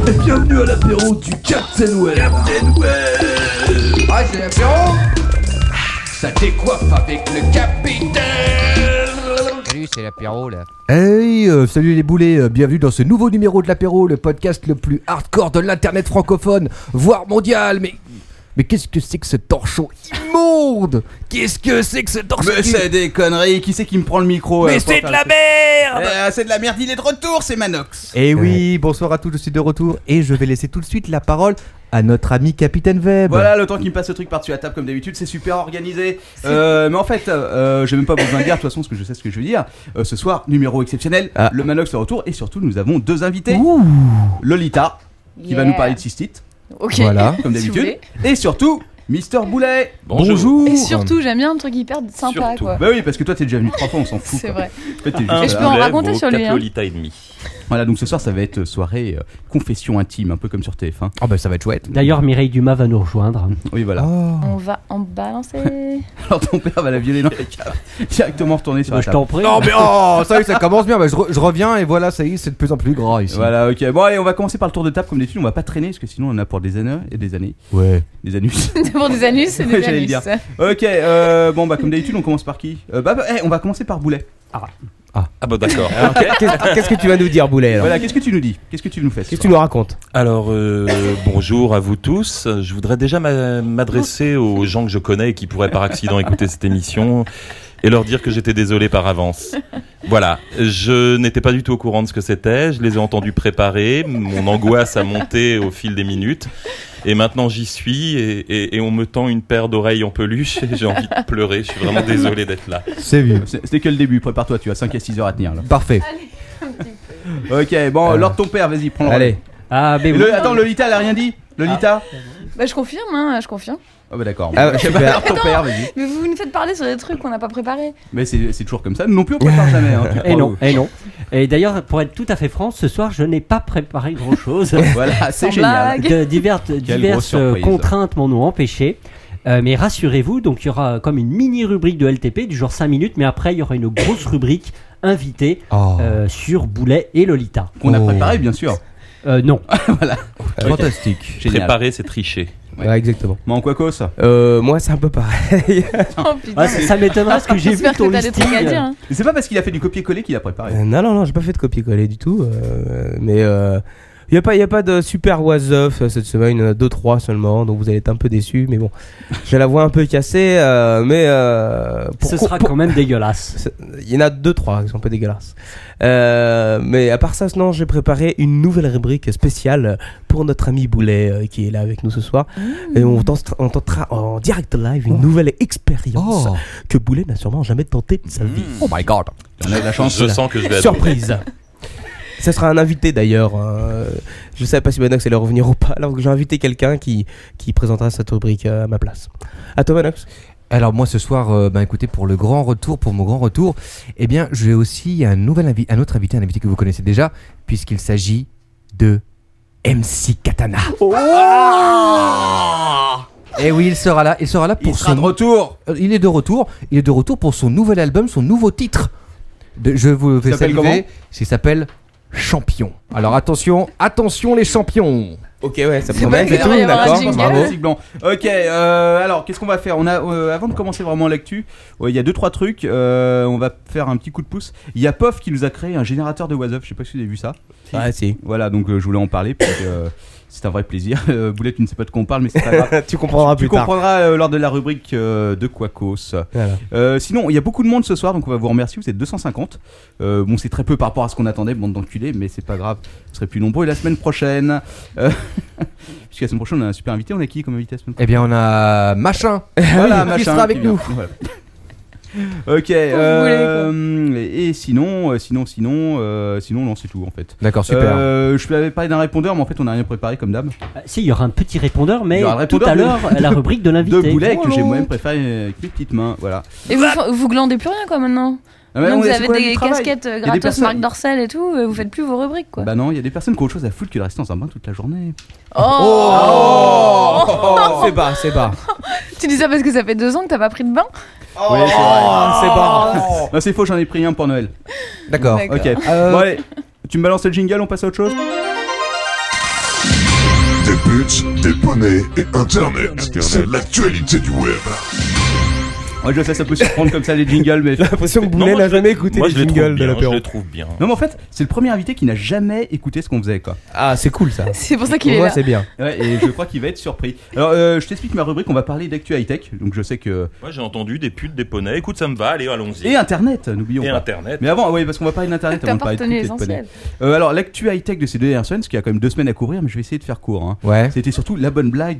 Et bienvenue à l'apéro du Captain Well. Captain Well. Ah, c'est l'apéro. Ça décoiffe avec le capitaine. Salut, c'est l'apéro là. Hey, salut les boulets, bienvenue dans ce nouveau numéro de l'apéro, le podcast le plus hardcore de l'internet francophone, voire mondial, mais qu'est-ce que c'est que ce torchon immonde? Qu'est-ce que c'est que ce torchon? Mais c'est des conneries, qui c'est qui me prend le micro? Mais c'est de la merde! C'est de la merde, il est de retour, c'est Manox. Et oui, bonsoir à tous, je suis de retour et je vais laisser tout de suite la parole à notre ami Capitaine Web. Voilà, le temps qu'il me passe ce truc par-dessus la table comme d'habitude, c'est super organisé. Mais en fait, j'ai même pas besoin de dire de toute façon parce que je sais ce que je veux dire. Ce soir, numéro exceptionnel, le Manox est de retour et surtout nous avons deux invités. Ouh. Lolita, qui va nous parler de cystite, Ok. Voilà. comme d'habitude. Et surtout, Mister Boulet. Bonjour. Et surtout, j'aime bien un truc hyper sympa, Surtout. quoi. Bah oui, parce que toi t'es déjà venu 3 fois, on s'en fout. C'est quoi. vrai. En fait, t'es Un Et juste je peux là. en boulet raconter vaut sur lui, 4 hein. Lolita et demi. Voilà, donc ce soir ça va être soirée confession intime, un peu comme sur TF1. Oh bah ça va être chouette. D'ailleurs, Mireille Dumas va nous rejoindre. Oui, voilà. Oh. On va en balancer. Alors ton père va la violer dans les caves. Directement retourner sur la Je table. t'en prie. Non mais oh, ça y est, ça commence bien, bah, je reviens et voilà, ça y est, c'est de plus en plus gras ici. Voilà, ok. Bon, allez, on va commencer par le tour de table comme d'habitude. On va pas traîner parce que sinon on en a pour des années et des années. Ouais. Des anus. Pour des anus et Ouais, des j'allais le anus. dire. Ok, bon, bah comme d'habitude, on commence par qui on va commencer par Boulet. Ah bah d'accord. Qu'est-ce que tu vas nous dire, Boulet alors? Voilà, qu'est-ce que tu nous dis? Qu'est-ce que tu nous fais? Qu'est-ce que tu nous racontes? Alors bonjour à vous tous. Je voudrais déjà m'adresser aux gens que je connais et qui pourraient par accident écouter cette émission et leur dire que j'étais désolé par avance. Voilà, je n'étais pas du tout au courant de ce que c'était, je les ai entendus préparer, mon angoisse a monté au fil des minutes et maintenant j'y suis et on me tend une paire d'oreilles en peluche et j'ai envie de pleurer, je suis vraiment désolé d'être là. C'est vieux. C'était que le début, prépare-toi, tu as 5 à 6 heures à tenir là. Parfait. Ok, bon, Lord ton père, vas-y, prends le Allez. Ah, mais relais. Attends, Lolita, elle a rien dit? Lolita? Bah, je confirme, hein, je confirme. Ah bah d'accord. Ah, Je sais pas, super. Lord ton père, vas-y. Mais vous nous faites parler sur des trucs qu'on n'a pas préparés. Mais c'est toujours comme ça, nous non plus on prépare jamais. Hein, tu Et crois, non, ou- et non. Et d'ailleurs, pour être tout à fait franc, ce soir, je n'ai pas préparé grand-chose. Voilà, c'est Sans génial. blague. Diverses grosse surprise. contraintes m'en ont empêché. Mais rassurez-vous, donc il y aura comme une mini rubrique de LTP du genre 5 minutes, mais après il y aura une grosse rubrique invitée Oh. sur Boulet et Lolita. Qu'on a Oh. préparé, bien sûr. Non. Fantastique. Génial. Préparer, c'est tricher. Ouais, exactement. Mais en quoi cause? Moi, c'est un peu pareil. Oh putain. Ah, ça m'étonnerait parce que j'ai vu J'espère ton que t'as des trucs à listing. dire. Hein. Mais c'est pas parce qu'il a fait du copier-coller qu'il a préparé. Non, j'ai pas fait de copier-coller du tout. Mais y a pas de super was-of cette semaine. Il y en a 2-3 seulement, donc vous allez être un peu déçus. Mais bon, j'ai la voix un peu cassée. Ce sera quand même dégueulasse. Il y en a 2-3 qui sont un peu dégueulasses. Mais à part ça, sinon, j'ai préparé une nouvelle rubrique spéciale pour notre ami Boulet qui est là avec nous ce soir. Et on tentera en direct live une nouvelle expérience Oh. que Boulet n'a sûrement jamais tenté de sa vie. Oh my god. On a de la chance. Je sens que je vais adorer. Surprise. Ce sera un invité d'ailleurs. Je ne savais pas si Manox allait revenir ou pas. Alors que j'ai invité quelqu'un qui présentera cette rubrique à ma place. À toi, Manox. Alors moi ce soir, écoutez, pour mon grand retour, eh bien j'ai aussi un autre invité que vous connaissez déjà, puisqu'il s'agit de MC Katana. Et oui, il sera là pour Il sera de retour. Il est de retour pour son nouvel album, son nouveau titre. Je vous fais s'appelle comment saluer. Il s'appelle Champion. Alors attention les champions. Ok, ouais, ça C'est promet. pas C'est qu'il tout, va y avoir un d'accord. jingle. Bravo. Fantastique blanc. Ok, alors qu'est-ce qu'on va faire? On a, avant de commencer vraiment l'actu, il y a 2-3 trucs. On va faire un petit coup de pouce. Il y a POF qui nous a créé un générateur de was-of. Je sais pas si vous avez vu ça. Ah, si. Voilà, donc je voulais en parler parce que c'est un vrai plaisir. Boulet, tu ne sais pas de quoi on parle, mais c'est pas grave. Tu comprendras Tu plus tard. comprendras lors de la rubrique de Quacos. Voilà. Sinon, il y a beaucoup de monde ce soir, donc on va vous remercier. Vous êtes 250. Bon, c'est très peu par rapport à ce qu'on attendait, bande d'enculés, mais c'est pas grave. Vous serez plus nombreux. Et la semaine prochaine, puisque la semaine prochaine, on a un super invité. On a qui comme invité la semaine Eh bien on a Machin. Voilà, qui machin, sera avec qui vient. nous. Voilà. Ok. Et sinon, non, c'est tout en fait. D'accord, super. Je peux parler d'un répondeur, mais en fait, on n'a rien préparé comme d'hab. Si, il y aura un petit répondeur, mais Il y aura un tout répondeur à de- l'heure, la rubrique de De l'invité. Boulet que j'ai Oh. moi-même préparé avec mes petites mains. Voilà. Et vous glandez plus rien, quoi, maintenant. Ah, mais Donc on- vous c'est avez qu'on a du des travail. casquettes Il y a des gratos personnes- Marc Dorcel et tout, vous faites plus vos rubriques, quoi. Bah non, il y a des personnes qui ont autre chose à foutre que de rester dans un bain toute la journée. Oh, C'est bas, c'est bas. Tu dis ça parce que ça fait 2 ans que t'as pas pris de bain? Oui, c'est vrai. C'est bas. Non, c'est faux, j'en ai pris un pour Noël. D'accord. D'accord. Ok. Bon, allez, tu me balances le jingle, on passe à autre chose. buts, des poneys et Internet. C'est l'actualité du web. Ouais, je sais, ça peut surprendre comme ça les jingles, mais J'ai l'impression que Boulet Non, moi, n'a jamais écouté Moi, les je les trouve jingles de bien. Je l'apéro. les trouve bien. non, mais en fait, c'est le premier invité qui n'a jamais écouté ce qu'on faisait, quoi. Ah, c'est cool ça. C'est pour ça qu'il Pour est moi, là. c'est bien. Ouais, et je crois qu'il va être surpris. Alors, je t'explique ma rubrique. On va parler d'actu high tech. Donc, je sais que Moi, j'ai entendu des putes, des poneys. Écoute, ça me va. Allez, allons-y. et Internet, n'oublions Et pas. Internet. Mais avant, oui, parce qu'on va parler d'Internet T'as avant de pas parler de retenu putes et de poneys. l'essentiel. Alors, l'actu high tech de ces deux dernières semaines, parce qu'il y a quand même 2 semaines à couvrir, mais je vais essayer de faire court. Hein. Ouais. C'était surtout la bonne blague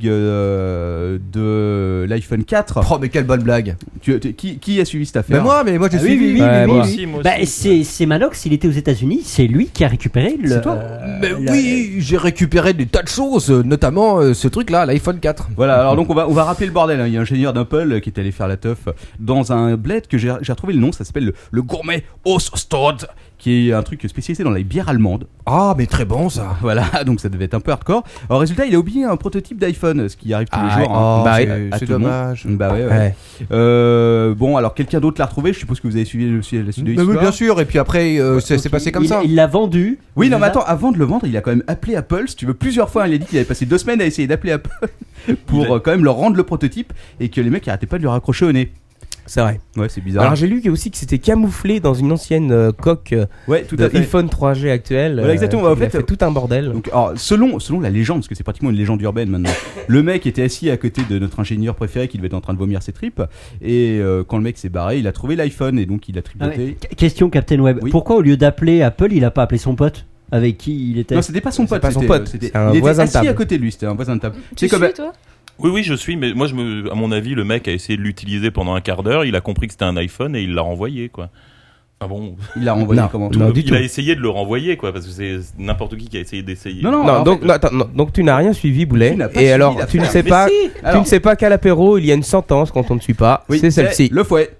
de l'iPhone 4. Oh, mais quelle bonne blague. Qui a suivi cette affaire? Mais moi j'ai Ah oui, suivi. oui, oui, Ouais, oui, moi oui. aussi, moi Bah, aussi. c'est Manox, il était aux États-Unis, c'est lui qui a récupéré le. C'est toi Mais oui, j'ai récupéré des tas de choses, notamment ce truc-là, l'iPhone 4. Voilà, alors donc on va rappeler le bordel. Hein. Il y a un ingénieur d'Apple qui est allé faire la teuf dans un bled que j'ai retrouvé le nom, ça s'appelle le Gourmet Oststod, qui est un truc spécialisé dans les bières allemandes. Ah, mais très bon ça. Voilà, donc ça devait être un peu hardcore. Alors résultat, il a oublié un prototype d'iPhone, ce qui arrive tous les Ah, jours. Hein. Oh, Bah, à c'est tout le monde. dommage. Bah ouais. Ouais. Bon, alors quelqu'un d'autre l'a retrouvé. Je suppose que vous avez suivi la suite de Mais oui, l'histoire. bien sûr, et puis après, c'est passé comme ça. Il l'a vendu. Oui, non, mais Déjà. attends, avant de le vendre, il a quand même appelé Apple. Si tu veux, plusieurs fois, il a dit qu'il avait passé 2 semaines à essayer d'appeler Apple pour quand même leur rendre le prototype et que les mecs arrêtaient pas de lui raccrocher au nez. C'est vrai. Ouais, c'est bizarre. Alors j'ai lu aussi que c'était camouflé dans une ancienne coque Ouais, tout de à fait. iPhone 3G actuel. Voilà, exactement. Il En a fait, fait tout un bordel. Donc, alors, selon la légende, parce que c'est pratiquement une légende urbaine maintenant, le mec était assis à côté de notre ingénieur préféré qui devait être en train de vomir ses tripes. Et quand le mec s'est barré, il a trouvé l'iPhone et donc il a Ah tripoté. ouais. Question Captain Web. Oui. Pourquoi au lieu d'appeler Apple, il a pas appelé son pote avec qui il était? Non, c'était pas son pote. pas son c'était- pote, c'était- c'est un il était voisin de assis table. à côté de lui. C'était un voisin de table. Tu C'est comme. suis, toi? Oui, je suis, mais moi, à mon avis, le mec a essayé de l'utiliser pendant un quart d'heure. Il a compris que c'était un iPhone et il l'a renvoyé, quoi. Ah bon. Il l'a renvoyé Non. comment Non, du Il tout. a essayé de le renvoyer, quoi, parce que c'est n'importe qui a essayé d'essayer. Non, non, Non, en donc, fait, non, attends, non, donc tu n'as rien suivi, Boulet. Tu n'as pas Et suivi alors, l'affaire. tu ne sais Mais pas, si. tu Alors- ne sais pas qu'à l'apéro, il y a une sentence quand on ne suit pas. oui, c'est celle-ci. Le fouet.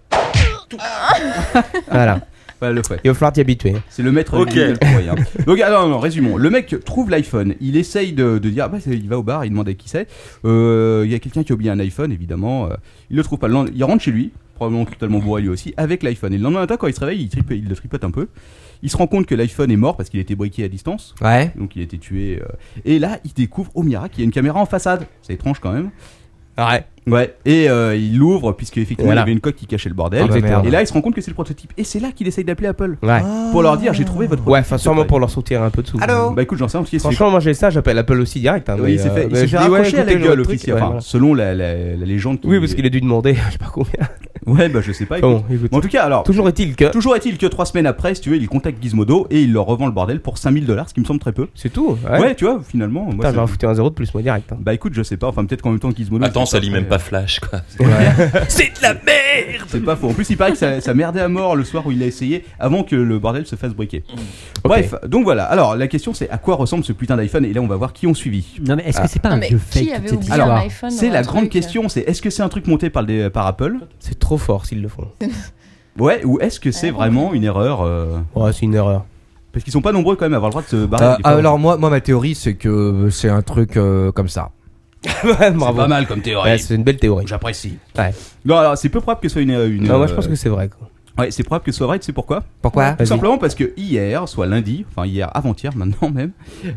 Voilà. Voilà, le fouet. Il va falloir t'y habituer. C'est le maître Ok. du le fouet, hein. Donc, alors, non, résumons. Le mec trouve l'iPhone. Il essaye de dire, il va au bar, il demande à qui c'est. Il y a quelqu'un qui a oublié un iPhone, évidemment. Il le trouve pas. Il rentre chez lui, probablement totalement bourré lui aussi, avec l'iPhone. Et le lendemain matin, quand il se réveille, il le tripote un peu. Il se rend compte que l'iPhone est mort parce qu'il a été briqué à distance. Ouais. Donc il a été tué. Et là, il découvre au miracle qu'il y a une caméra en façade. C'est étrange quand même. Ouais. Ouais. Et il l'ouvre puisque effectivement Voilà. il y avait une coque qui cachait le bordel. Ah bah merde. Et là, il se rend compte que c'est le prototype. Et c'est là qu'il essaye d'appeler Apple Ouais. pour leur dire j'ai trouvé votre Ouais, prototype. enfin, sûrement pour leur sortir un peu de sous. Allô Bah écoute, j'en sais rien parce qu'il s'est Franchement, moi j'ai ça, j'appelle Apple aussi direct. Hein, oui, mais, il s'est fait, il mais s'est je fait dis, ouais, raccrocher à la écoutez, gueule le truc, officielle. ouais, Enfin, voilà. selon la légende. Oui, parce qu'il a dû demander, je sais pas combien. Ouais, bah je sais pas. Écoute. Bon, écoute. Bon, en tout cas, alors. Toujours est-il que. Toujours est-il que 3 semaines après, si tu veux, il contacte Gizmodo et il leur revend le bordel pour $5,000, ce qui me semble très peu. C'est tout. Ouais, tu vois, finalement. Moi, Putain, ça- j'aurais foutu un 0 de plus, moi, direct. Hein. Bah écoute, je sais pas. Enfin, peut-être qu'en même temps, Gizmodo. Attends, ça c'est lit pas même très- pas Flash, quoi. C'est de la merde. C'est pas faux. En plus, il paraît que ça merdait à mort le soir où il a essayé avant que le bordel se fasse briquer. Bref, donc voilà. Alors, la question c'est à quoi ressemble ce putain d'iPhone et là on va voir qui ont suivi. Non, mais est-ce que c'est pas Non, un mais vieux qui fake avait toute cette oublié Alors, un histoire? iPhone C'est dans la un grande truc question, c'est est-ce que c'est un truc monté par Apple? C'est trop fort s'ils le font. Ouais, ou est-ce que c'est vraiment une erreur Ouais, c'est une erreur. Parce qu'ils sont pas nombreux quand même à avoir le droit de se barrer. des fois. Alors moi ma théorie c'est que c'est un truc comme ça. Ouais, c'est bravo. pas mal comme théorie. Ouais, c'est une belle théorie. J'apprécie. Ouais. Non, alors c'est peu probable que ce soit une. Non, moi je pense que c'est vrai. Quoi. Ouais, c'est probable que ce soit vrai. Tu sais pourquoi? Pourquoi? Tout simplement parce que hier, soit lundi, enfin hier, avant-hier maintenant même,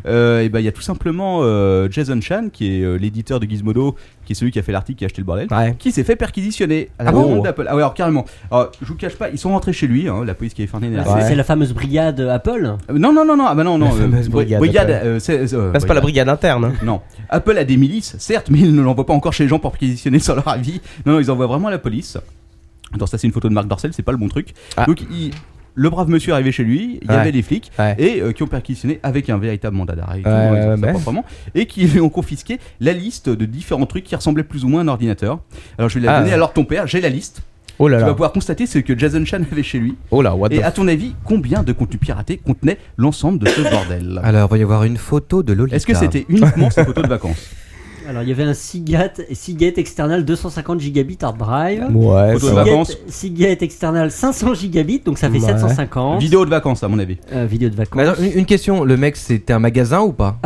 et ben il y a tout simplement Jason Chan qui est l'éditeur de Gizmodo, qui est celui qui a fait l'article qui a acheté le bordel, Ouais. qui s'est fait perquisitionner à la Ah bon demande d'Apple. Ah ouais, alors carrément. Alors je vous cache pas, ils sont rentrés chez lui, hein, la police qui avait fait un énervé. Ouais. C'est la fameuse brigade Apple. Non, ah bah non, La fameuse brigade brigade, Apple. c'est C'est pas la brigade interne. Hein. Non, Apple a des milices, certes, mais ils ne l'envoient pas encore chez les gens pour perquisitionner sans leur avis. Non, ils envoient vraiment la police. Alors ça c'est une photo de Marc Dorcel, c'est pas le bon truc. Ah. Donc le brave monsieur est arrivé chez lui, il y Ouais. avait des flics Ouais. et qui ont perquisitionné avec un véritable mandat d'arrêt et tout, Ouais, ils ont ouais, fait ça ouais. proprement, et qui lui ont confisqué la liste de différents trucs qui ressemblaient plus ou moins à un ordinateur. Alors je vais la Ah. donner à ton père, j'ai la liste. Oh là Tu vas là. pouvoir constater ce que Jason Chan avait chez lui. Oh là, what Et the à ton avis, combien de contenu piraté contenait l'ensemble de ce bordel? Alors, il va y avoir une photo de Lolita. Est-ce que c'était uniquement ses photos de vacances? Alors il y avait un Seagate external 250 gigabits hard drive. Ouais, Photo de ça va. vacances. Seagate external 500 gigabits, donc ça fait Ouais. 750. Vidéo de vacances à mon avis. Vidéo de vacances. Mais alors, une question, le mec c'était un magasin ou pas?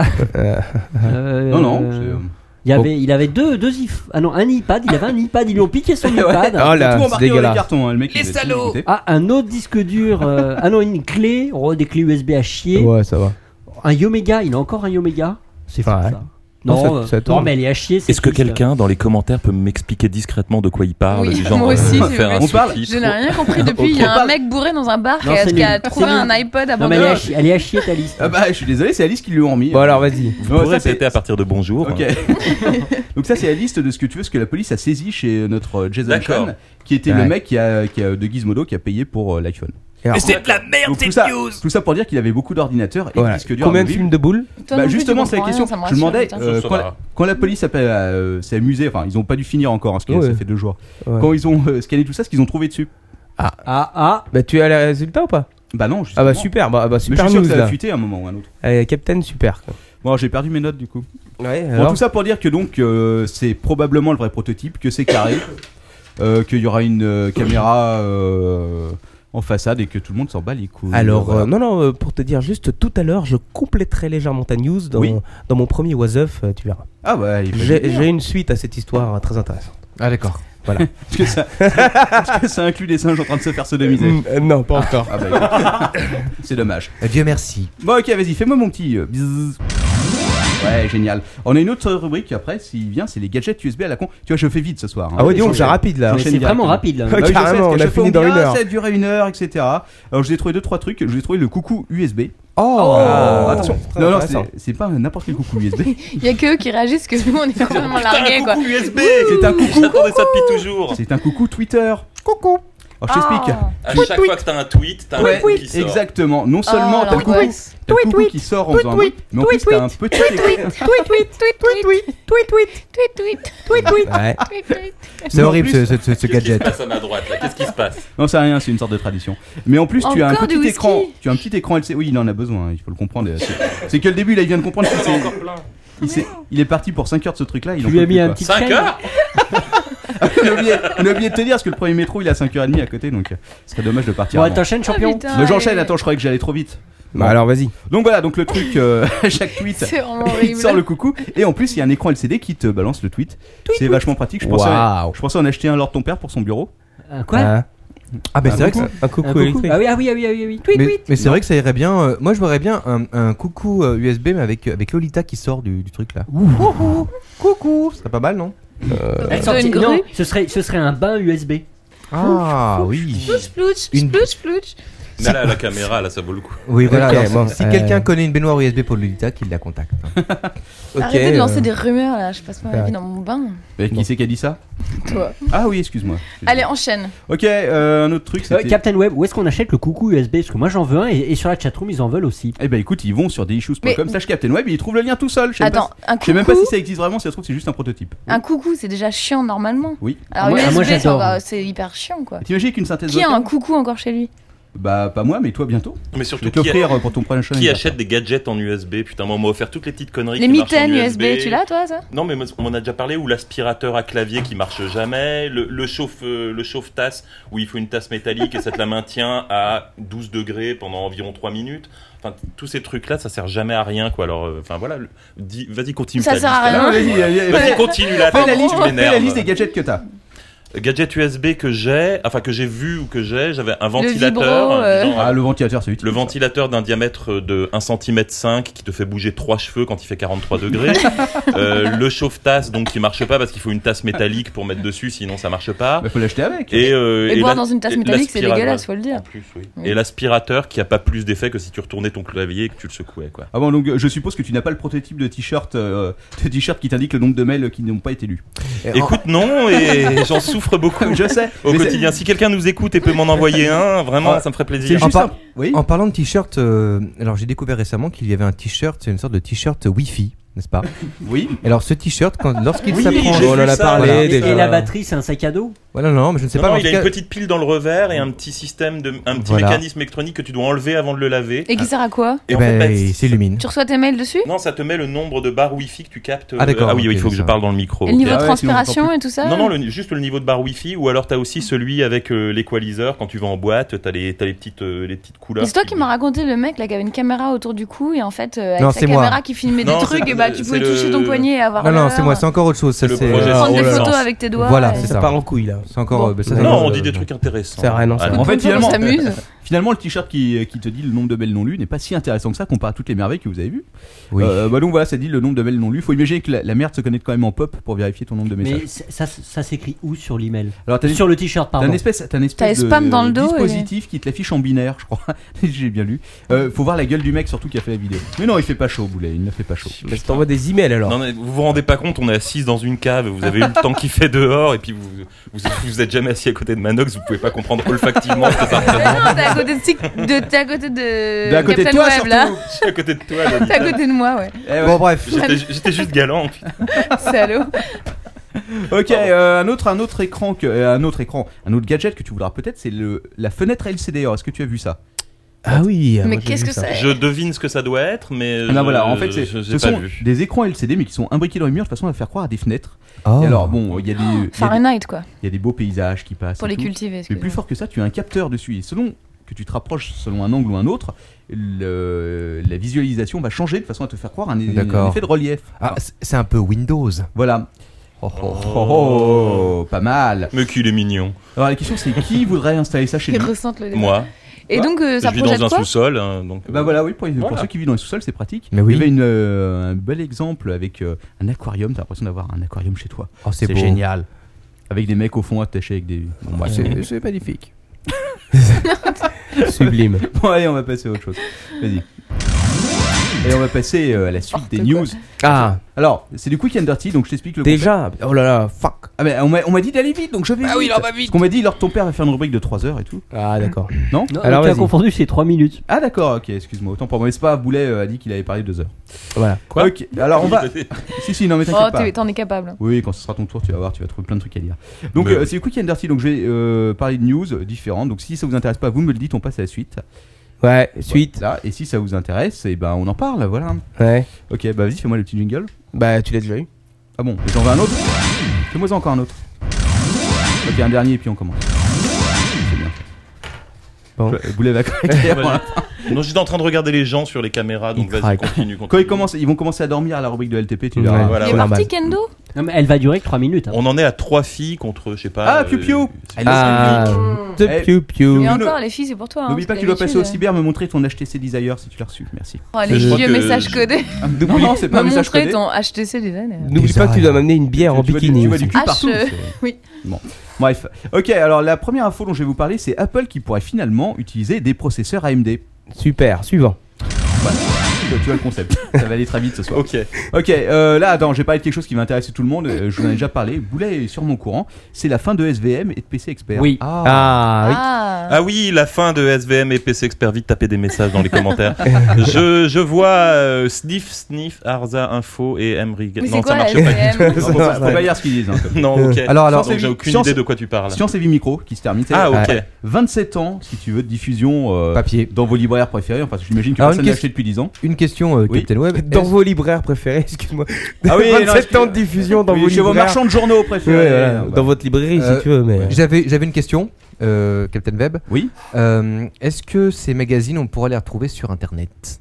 Non. Il avait deux un iPad, il avait un iPad, ils lui ont piqué son Ouais. iPad. Oh Il a là, tout c'est embarqué dans les dégueulasse. cartons, hein, le mec. Les il a tout salauds. écouté. Ah, un autre disque dur, une clé, des clés USB à chier. Ouais, ça va. Un Yomega, il a encore un Yomega. C'est fou Ouais. ça. Non, ça tourne. non, mais elle est à chier. Est-ce que quelqu'un dans les commentaires peut m'expliquer discrètement de quoi il parle? Oui, du genre, moi aussi, s'il faire vous un plaît. sous-titre. Je n'ai rien compris depuis. Il y a un mec bourré dans un bar Non, c'est qui a nul. trouvé C'est un nul. iPod Non, mais abandonné. elle est à chier ta liste. Ah bah, je suis désolé, c'est Alice qui lui ont remis. Bon, alors vas-y. Vous Non, pourrez ça, c'est- répéter à partir de bonjour. Ok. Donc ça c'est la liste de ce que tu veux, ce que la police a saisi chez notre Jason D'accord. Chan, qui était Ouais. le mec qui a de Gizmodo qui a payé pour l'iPhone. Alors, C'est de la merde Donc, cette tout ça, news. tout ça pour dire qu'il avait beaucoup d'ordinateurs et voilà. de disques durs. Combien de amovibles. films de boules Toi Bah non plus, justement tu c'est la comprends question. rien, ça me Je demandais rassure, putain. Ça va. quand la police s'est amusée, enfin ils ont pas dû finir encore, hein, parce que Ouais. ça fait 2 jours. Ouais. Quand ils ont scanné tout ça, ce qu'ils ont trouvé dessus. Ah, Bah tu as les résultats ou pas? Bah non. Ah Justement. bah super, bah Mais je super suis sûr que news ça va là. fuiter à un moment ou à un autre. Captain super. Quoi. Bon j'ai perdu mes notes du coup. Ouais, Bon, tout ça pour dire que donc c'est probablement le vrai prototype, que c'est carré, qu'il y aura une caméra en façade et que tout le monde s'en bat les couilles. Alors, Voilà. non, pour te dire juste, tout à l'heure, je compléterai légèrement ta news dans, Oui. dans mon premier Was Up, tu verras. Ah bah il J'ai une suite à cette histoire très intéressante. Ah d'accord. Voilà. Est-ce que ça inclut des singes en train de se faire sodomiser? Non, pas encore. Ah bah écoute, c'est dommage. Dieu merci. Bon ok vas-y fais-moi mon petit bzzz. Ouais génial. On a une autre rubrique après s'il vient, c'est les gadgets USB à la con. Tu vois je fais vite ce soir. Hein. Ah ouais, dis donc, J'enchaîne. c'est rapide là. mais J'enchaîne c'est vraiment directement. rapide là. Bah oui, je sais, Carrément, parce on qu'à a chaque fois, fini me dit, dans une heure. Ça a duré 1 heure, etc. Alors je vous ai trouvé 2-3 trucs. Je vous ai trouvé le coucou USB. Oh, Attention, très non, intéressant. c'est pas n'importe quel coucou USB. Il y a que eux qui réagissent que nous on est complètement largués quoi. coucou USB. C'est un coucou. J'attendais ça depuis toujours. C'est un coucou Twitter. Coucou. Alors je t'explique. Ah. À chaque fois que t'as un tweet, t'as un Ouais, coucou qui sort. exactement. Non seulement Oh, t'as le coucou, l'angoisse. t'as le coucou qui sort en faisant un bruit, mais en plus t'as un petit Ouais. C'est Mais en horrible plus- ce Qu'est-ce qui se gadget. passe à ma droite là? Qu'est-ce qui se passe? Non, c'est rien, c'est une sorte de tradition. Mais en plus, tu as un Encore du petit whisky. écran. Tu as un petit écran LCD. Oui, il en a besoin, il faut le comprendre. C'est que le début, là, il vient de comprendre qu'il il est parti pour 5 heures de ce truc-là. Il Tu en lui peut as mis plus, un quoi. petit 5 chaîne. heures? On a oublié de te dire, parce que le premier métro, il est à 5h30 à côté, donc ce serait dommage de partir. Bon, avant. t'enchaînes, champion. putain. Mais j'enchaîne, ouais. attends, je croyais que j'allais trop vite. Bah alors vas-y. Donc voilà, donc le truc, chaque tweet, C'est vraiment il horrible. te sort le coucou. Et en plus, il y a un écran LCD qui te balance le tweet. C'est vachement pratique. Je Waouh. pensais en acheter un lors de ton père pour son bureau. Quoi Ah ben c'est vrai que Un coucou Un coucou. électrique. Ah oui. mais c'est vrai que ça irait bien. Moi je voudrais bien un coucou USB mais avec Lolita qui sort du truc là. Coucou, ce serait pas mal non? Elle Sur une grue. non, ce serait un bain USB. Ah oui. Splouch, splouch, Une- splouch, splouch. Mais là, la caméra, là, ça vaut le coup. Oui voilà. Ok, alors, bon, si quelqu'un connaît une baignoire USB pour Lolita, qu'il la contacte. Ok, Arrêtez de lancer des rumeurs là, je passe pas ma vie dans mon bain. Et qui c'est qui a dit ça? Toi. Ah oui, excuse-moi. Allez, enchaîne. Ok, un autre truc, c'était. Captain Web, où est-ce qu'on achète le coucou USB? Parce que moi j'en veux un et sur la chatroom ils en veulent aussi. Eh ben écoute, ils vont sur deissues.com Mais- /Captain Web et ils trouvent le lien tout seul. Je sais Attends, un je sais même pas coucou. si ça existe vraiment, si ça se trouve c'est juste un prototype. Un coucou, c'est déjà chiant normalement. Oui. Alors Moi, USB, c'est j'adore. c'est hyper chiant quoi. T'imagines qu'une synthèse Qui a vocale un coucou encore chez lui? Bah pas moi, mais toi bientôt. Mais Je surtout, vais te l'offrir pour ton prochain qui anniversaire. achète des gadgets en USB? Putain, moi, on m'a offert toutes les petites conneries Les qui marchent en mitaines USB, tu l'as toi ça? Non, mais on m'en a déjà parlé, ou l'aspirateur à clavier qui marche jamais, le chauffe-tasse où il faut une tasse métallique et ça te la maintient à 12 degrés pendant environ 3 minutes. Enfin, tous ces trucs-là, ça sert jamais à rien, quoi. Alors, enfin voilà, vas-y, continue. Ça ta sert à liste. rien. Non, vas-y, Vas-y, continue là, fais la liste, tu fais la m'énerves. liste des gadgets que t'as. Gadget USB que j'ai vu ou que j'avais un Le ventilateur. vibro, genre, Ah, le ventilateur, c'est utile. le ventilateur d'un diamètre de 1,5 cm qui te fait bouger 3 cheveux quand il fait 43 degrés. Le chauffe-tasse donc qui marche pas parce qu'il faut une tasse métallique pour mettre dessus, sinon ça marche pas. Bah faut l'acheter avec. Et boire la- dans une tasse et métallique, c'est l'aspirateur- dégueulasse, faut le dire. En plus, oui. Oui. Et l'aspirateur qui a pas plus d'effet que si tu retournais ton clavier et que tu le secouais, quoi. Ah bon, donc je suppose que tu n'as pas le prototype de t-shirt qui t'indique le nombre de mails qui n'ont pas été lus. Écoute, non, et j'en souffre beaucoup Je sais. au mais c'est- quotidien. Si quelqu'un nous écoute et peut m'en envoyer un, vraiment, Ah, ça me ferait C'est plaisir. juste par- un- Oui. En parlant de t-shirt, alors j'ai découvert récemment qu'il y avait un t-shirt, c'est une sorte de t-shirt Wi-Fi, n'est-ce pas? Oui. Et alors ce t-shirt, lorsqu'il Oui, s'apprend, j'ai on en vu a ça, parlé voilà. déjà. Et la batterie, c'est un sac à dos? voilà non, mais je ne sais Non, pas. non, mais en il a tout une cas- petite pile dans le revers et un petit système un petit Voilà. mécanisme électronique que tu dois enlever avant de le laver. Et qui sert à quoi? Eh en fait, ben, bah, il s'illumine. Tu reçois tes mails dessus? Non, ça te met le nombre de barres Wi-Fi que tu captes. Ah, d'accord, Ah oui, ok, il faut que je ça. parle dans le micro. Et le ok. niveau de Ah ouais, sinon on transpiration et tout ça? Non, non, juste le niveau de barre Wi-Fi, ou alors t'as aussi celui avec l'équaliseur. Quand tu vas en boîte, t'as les petites couleurs. Mais c'est toi qui m'as raconté le mec là qui avait une caméra autour du cou et en fait avec Non, sa c'est moi. caméra qui filmait Non, des trucs c'est- et bah tu c'est pouvais toucher le- ton poignet et avoir Non, non, l'heure. c'est moi, c'est encore autre chose. Ça, C'est le c'est projet Prendre des Oh là là. photos avec tes doigts. Voilà, et- c'est Ça ça. part en couille là. C'est encore. Bon. bah, ça, Non, c'est- on dit des trucs intéressants. C'est rien, non, Ah, c'est En fait, Pour une fois qu'on finalement, s'amuse. Finalement, le t-shirt qui te dit le nombre de mails non lus n'est pas si intéressant que ça comparé à toutes les merveilles que vous avez vues. Oui. Donc voilà, ça dit le nombre de mails non lus. Faut imaginer que la merde se connecte quand même en pop pour vérifier ton nombre de messages. Mais ça s'écrit où sur l'email? Alors, Sur le t-shirt, T'as pardon. un espèce T'as de spam dans le dos dispositif qui te l'affiche en binaire, je crois. J'ai bien lu. Faut voir la gueule du mec surtout qui a fait la vidéo. Mais non, il fait pas chaud, Boulet, il ne fait pas chaud. Bah, je t'envoie des emails alors. Non, mais vous vous rendez pas compte, on est assis dans une cave, vous avez eu le temps qu'il fait dehors, et puis vous êtes jamais assis à côté de Manox, vous pouvez pas comprendre olfactivement ce que ça représente. Non, t'es à côté t'es à côté de À côté de Captain toi, Web, surtout. là. Je suis à côté de toi, David. T'es à côté de moi, ouais. Bon, bref. J'étais juste galant. Salaud. Ok, un autre gadget que tu voudras peut-être, c'est la fenêtre LCD. Alors, est-ce que tu as vu ça? Ah oui. Mais moi, j'ai qu'est-ce vu que ça. c'est? Je devine ce que ça doit être, mais Ah, voilà, en fait, je ce pas sont vu. des écrans LCD mais qui sont imbriqués dans les murs de façon à faire croire à des fenêtres. Oh. Et alors, bon, il y a Fahrenheit, quoi. des beaux paysages qui passent. Pour et les tout. cultiver, Mais excusez-moi. plus fort que ça, tu as un capteur dessus. Et selon que tu te rapproches selon un angle ou un autre, la visualisation va changer de façon à te faire croire un D'accord. effet de relief. Ah, c'est un peu Windows. Voilà. Oh, oh, oh. Oh, pas mal. Mais qu'il est mignon. Alors la question c'est qui voudrait installer ça chez Ils lui? ressentent le Moi, Et donc, ça je vis projette dans un quoi? sous-sol, hein, donc. Bah voilà, oui, pour Voilà. ceux qui vivent dans les sous-sols, c'est pratique. Mais oui. Il y avait un bel exemple avec un aquarium. T'as l'impression d'avoir un aquarium chez toi. Oh, c'est beau. génial. Avec des mecs au fond attachés avec des. Bon, bref. C'est magnifique. Sublime. Bon, allez, on va passer à autre chose. Vas-y. Et on va passer à la suite des N'importe news. Ah, Alors, c'est du quick and dirty, donc je t'explique le concept. déjà. Oh là là, fuck. Ah, mais on m'a dit d'aller vite, donc je vais vite. oui, on va vite. Parce qu'on m'a dit, alors ton père va faire une rubrique de 3 heures et tout. Ah, d'accord. Non? Non, Alors, tu as vas-y. confondu, c'est 3 minutes. Ah, d'accord, ok, excuse-moi. Autant pour moi. Mais c'est pas, Boulet a dit qu'il avait parlé 2 heures. Voilà. Quoi? Ok, alors on va. Si, non, mais t'inquiète Oh, pas. t'en es capable. Oui, quand ce sera ton tour, tu vas voir, tu vas trouver plein de trucs à dire. Donc, Mais- c'est Quick and Dirty, donc je vais parler de news différentes. Donc, si ça vous intéresse pas, vous me le dites, on passe à la suite. Ouais, suite. Là, et si ça vous intéresse, et ben on en parle, voilà. Ouais. Ok, bah vas-y, fais-moi le petit jingle. Bah, tu l'as déjà eu. Ah bon, j'en veux un autre. Fais-moi encore un autre. Ok, un dernier, et puis on commence. C'est bien. Bon. Boulet va craquer. Voilà. Non, j'étais en train de regarder les gens sur les caméras, donc Il vas-y, craque. continue. Quand ils vont commencer à dormir à la rubrique de LTP, tu Ouais. verras. Voilà, Il est voilà. parti, Kendo? Non, mais elle va durer que 3 minutes. hein. On en est à 3 filles contre, je sais pas. Ah, Piu Piu. Ah, Eh, the piu piu. Et Nous, encore, les filles, c'est pour toi. N'oublie pas que tu dois passer au cyber, me montrer ton HTC Desire si tu l'as reçu. Merci. Oh, les Je crois vieux que messages je- codés. Non, non, c'est pas un Me message montrer codé. ton HTC des années. N'oublie pas que tu dois m'amener une bière en Tu vois du- bikini. tu vois du aussi. cul H, partout. c'est- oui. Bon, bref. Ok, alors la première info dont je vais vous parler, c'est Apple qui pourrait finalement utiliser des processeurs AMD. Super, suivant. Tu vois le concept. Ça va aller très vite ce soir. Ok. Ok, là, attends, j'ai parlé de quelque chose qui va intéresser tout le monde. Je vous en ai déjà parlé. Boulet est sur mon courant. C'est la fin de SVM et de PC Expert. Oui. Ah, oui. Ah oui, la fin de SVM et PC Expert, vite tapez des messages dans les commentaires. je vois Sniff, Arza Info et Emrig. Mais Non, c'est ça quoi la marche pas. SVM? Faut pas lire ce qu'ils disent. Hein, comme. Non, ok. Alors, Donc j'ai aucune Science- idée de quoi tu parles. Science et Vie Micro qui se termine. C'est Ah, ok. 27 ans, si tu veux, de diffusion Papier. dans vos libraires préférés. Enfin, j'imagine que Alors, personne une n'a acheté depuis 10 ans. Une question, Oui. Captain Web. Dans vos libraires préférés, excuse-moi. Ah oui, 27 ans de diffusion dans Oui, vos chez vos libraires. marchands de journaux Ouais, préférés. voilà. Bah. Dans votre librairie, Euh, si tu veux, mais. J'avais une question, Captain Web. Oui. Est-ce que ces magazines, on pourra les retrouver sur Internet?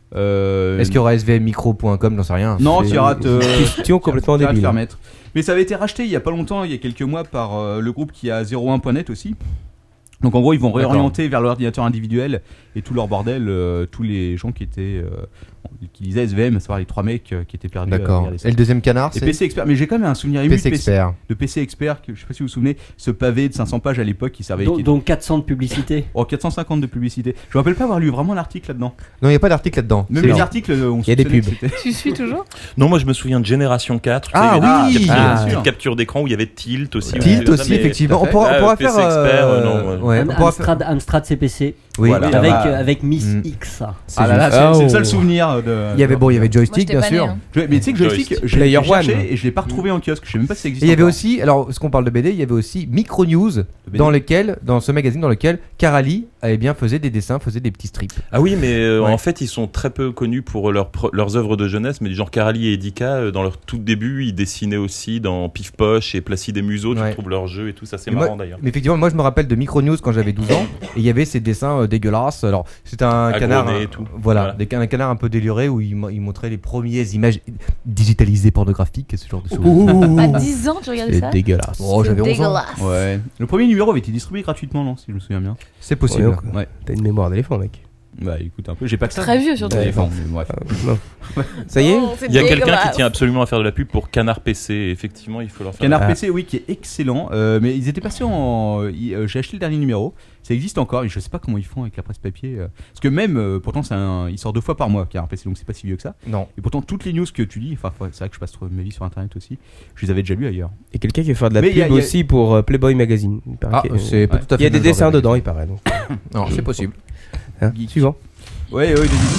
Euh, Est-ce qu'il y aura svmmicro.com? J'en sais rien. Non, C'est- tu rates. Question complètement tu vas te débile. faire mettre. Mais ça avait été racheté il y a pas longtemps, il y a quelques mois, par le groupe qui a 01.net aussi. Donc en gros, ils vont D'accord. réorienter vers l'ordinateur individuel et tout leur bordel, tous les gens qui étaient qui lisaient SVM, à savoir les 3 mecs qui étaient perdus. à D'accord. regarder ça. Et le deuxième canard, Et c'est PC Expert, mais j'ai quand même un souvenir ému PC Expert. de PC Expert, que, je sais pas si vous vous souvenez, ce pavé de 500 pages à l'époque qui servait. qui- Donc 400 de publicité. Oh, 450 de publicité. Je me rappelle pas avoir lu vraiment l'article là-dedans. Non, il n'y a pas d'article là-dedans. Même C'est les lent. articles, on Il y a des soupçonnait pubs. que c'était- Tu suis toujours? Non, moi je me souviens de Génération 4. tu sais, Ah il y avait oui, des captures- bien des sûr. captures d'écran où il y avait Tilt aussi. Tilt Ouais, aussi, mais- effectivement. On fait. pourra PC faire. Expert, non, ouais, on pourra faire. Amstrad CPC. Oui. Voilà. Avec, bah. avec Miss Mm. X. C'est Ah là là, juste. c'est le Oh. seul souvenir de. Il y avait il y avait Moi, joystick, j'étais bien pas sûr. née, hein. Mais tu sais que joystick, Joystick. j'ai Player cherché One. et je l'ai pas retrouvé en kiosque. Je sais même pas si ça existe. Et il y avait encore. aussi, alors, ce qu'on parle de BD, il y avait aussi Micro News, BD. dans ce magazine dans lequel Karali faisait des dessins, faisait des petits strips. Ah oui, mais Ouais. en fait, ils sont très peu connus pour leurs œuvres de jeunesse, mais du genre Karali et Edika, dans leur tout début, ils dessinaient aussi dans Pif Poche et Placide et Museau, Ouais. tu trouves leurs jeux et tout, ça c'est Et marrant moi- d'ailleurs. Mais effectivement, moi je me rappelle de Micro News quand j'avais 12 ans, et il y avait ces dessins dégueulasses. Alors, c'était un canard. Agronné et tout. Voilà, Voilà. un canard un peu déluré où il montrait les premières images digitalisées pornographiques et ce genre de choses. À 10 ans, tu regardais ça? C'est dégueulasse. Oh, j'avais 11 ans. Dégueulasse. Ouais. Le premier numéro avait été distribué gratuitement, non, si je me souviens bien. C'est possible. Ouais, donc, Ouais. T'as une mémoire d'éléphant, mec. Bah écoute un peu, j'ai pas que ça. Très vieux surtout. Enfin, mais bref. Non. Ça y est Oh, c'est Il y a quelqu'un dégueulasse. qui tient absolument à faire de la pub pour Canard PC. Et effectivement, il faut leur faire. Canard Ah. PC, oui, qui est excellent. Mais ils étaient passés en. J'ai acheté le dernier numéro. Ça existe encore. Et je sais pas comment ils font avec la presse papier. Parce que même, pourtant, il sort 2 fois par mois, Canard PC, donc c'est pas si vieux que ça. Non. Et pourtant, toutes les news que tu lis, enfin, c'est vrai que je passe trop ma vie sur internet aussi. Je les avais déjà lues ailleurs. Et quelqu'un qui va faire de la Mais pub il y a- aussi pour Playboy Magazine. Il paraît Ah, que- c'est pas tout à fait. Il y a le des même genre dessins de dedans, il magazine. paraît. Donc. Non, c'est possible. Hein, suivant. Ouais,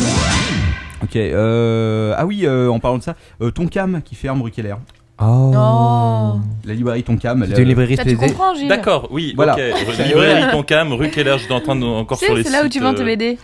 Ok. Ah oui, en parlant de ça, Tonkam qui ferme rue Keller. Oh. La librairie Tonkam. C'était une librairie Ça, tu spécialisée. comprends, Gilles? D'accord, oui, Voilà. ok. Librairie Tonkam, rue Keller, j'étais en train de encore Tu sur sais, les c'est là où sites, tu vends tes BD.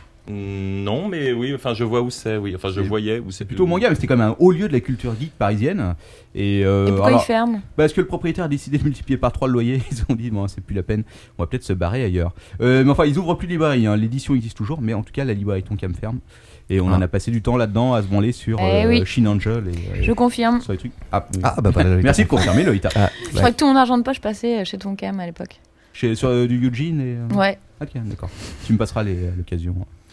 Non, mais oui, enfin je vois où c'est, oui. Enfin je C'est- voyais où c'est. Plutôt manga, mais c'était quand même un haut lieu de la culture geek parisienne. Et, Et pourquoi alors, ils ferment? parce que le propriétaire a décidé de multiplier par 3 le loyer. Ils ont dit, bon, c'est plus la peine, on va peut-être se barrer ailleurs. Mais enfin, ils ouvrent plus de librairie. Hein. L'édition existe toujours, mais en tout cas, la librairie Tonkam ferme. Et on en a passé du temps là-dedans à se branler sur oui. Shin Angel et Je confirme. sur les trucs. Ah, oui. Ah, bah voilà. Merci de confirmer, Loïta. Ah, Je crois que tout mon argent de poche passait chez Tonkam à l'époque. Sur du Eugene et. Ouais. Ok, d'accord. Tu me passeras à l'occasion.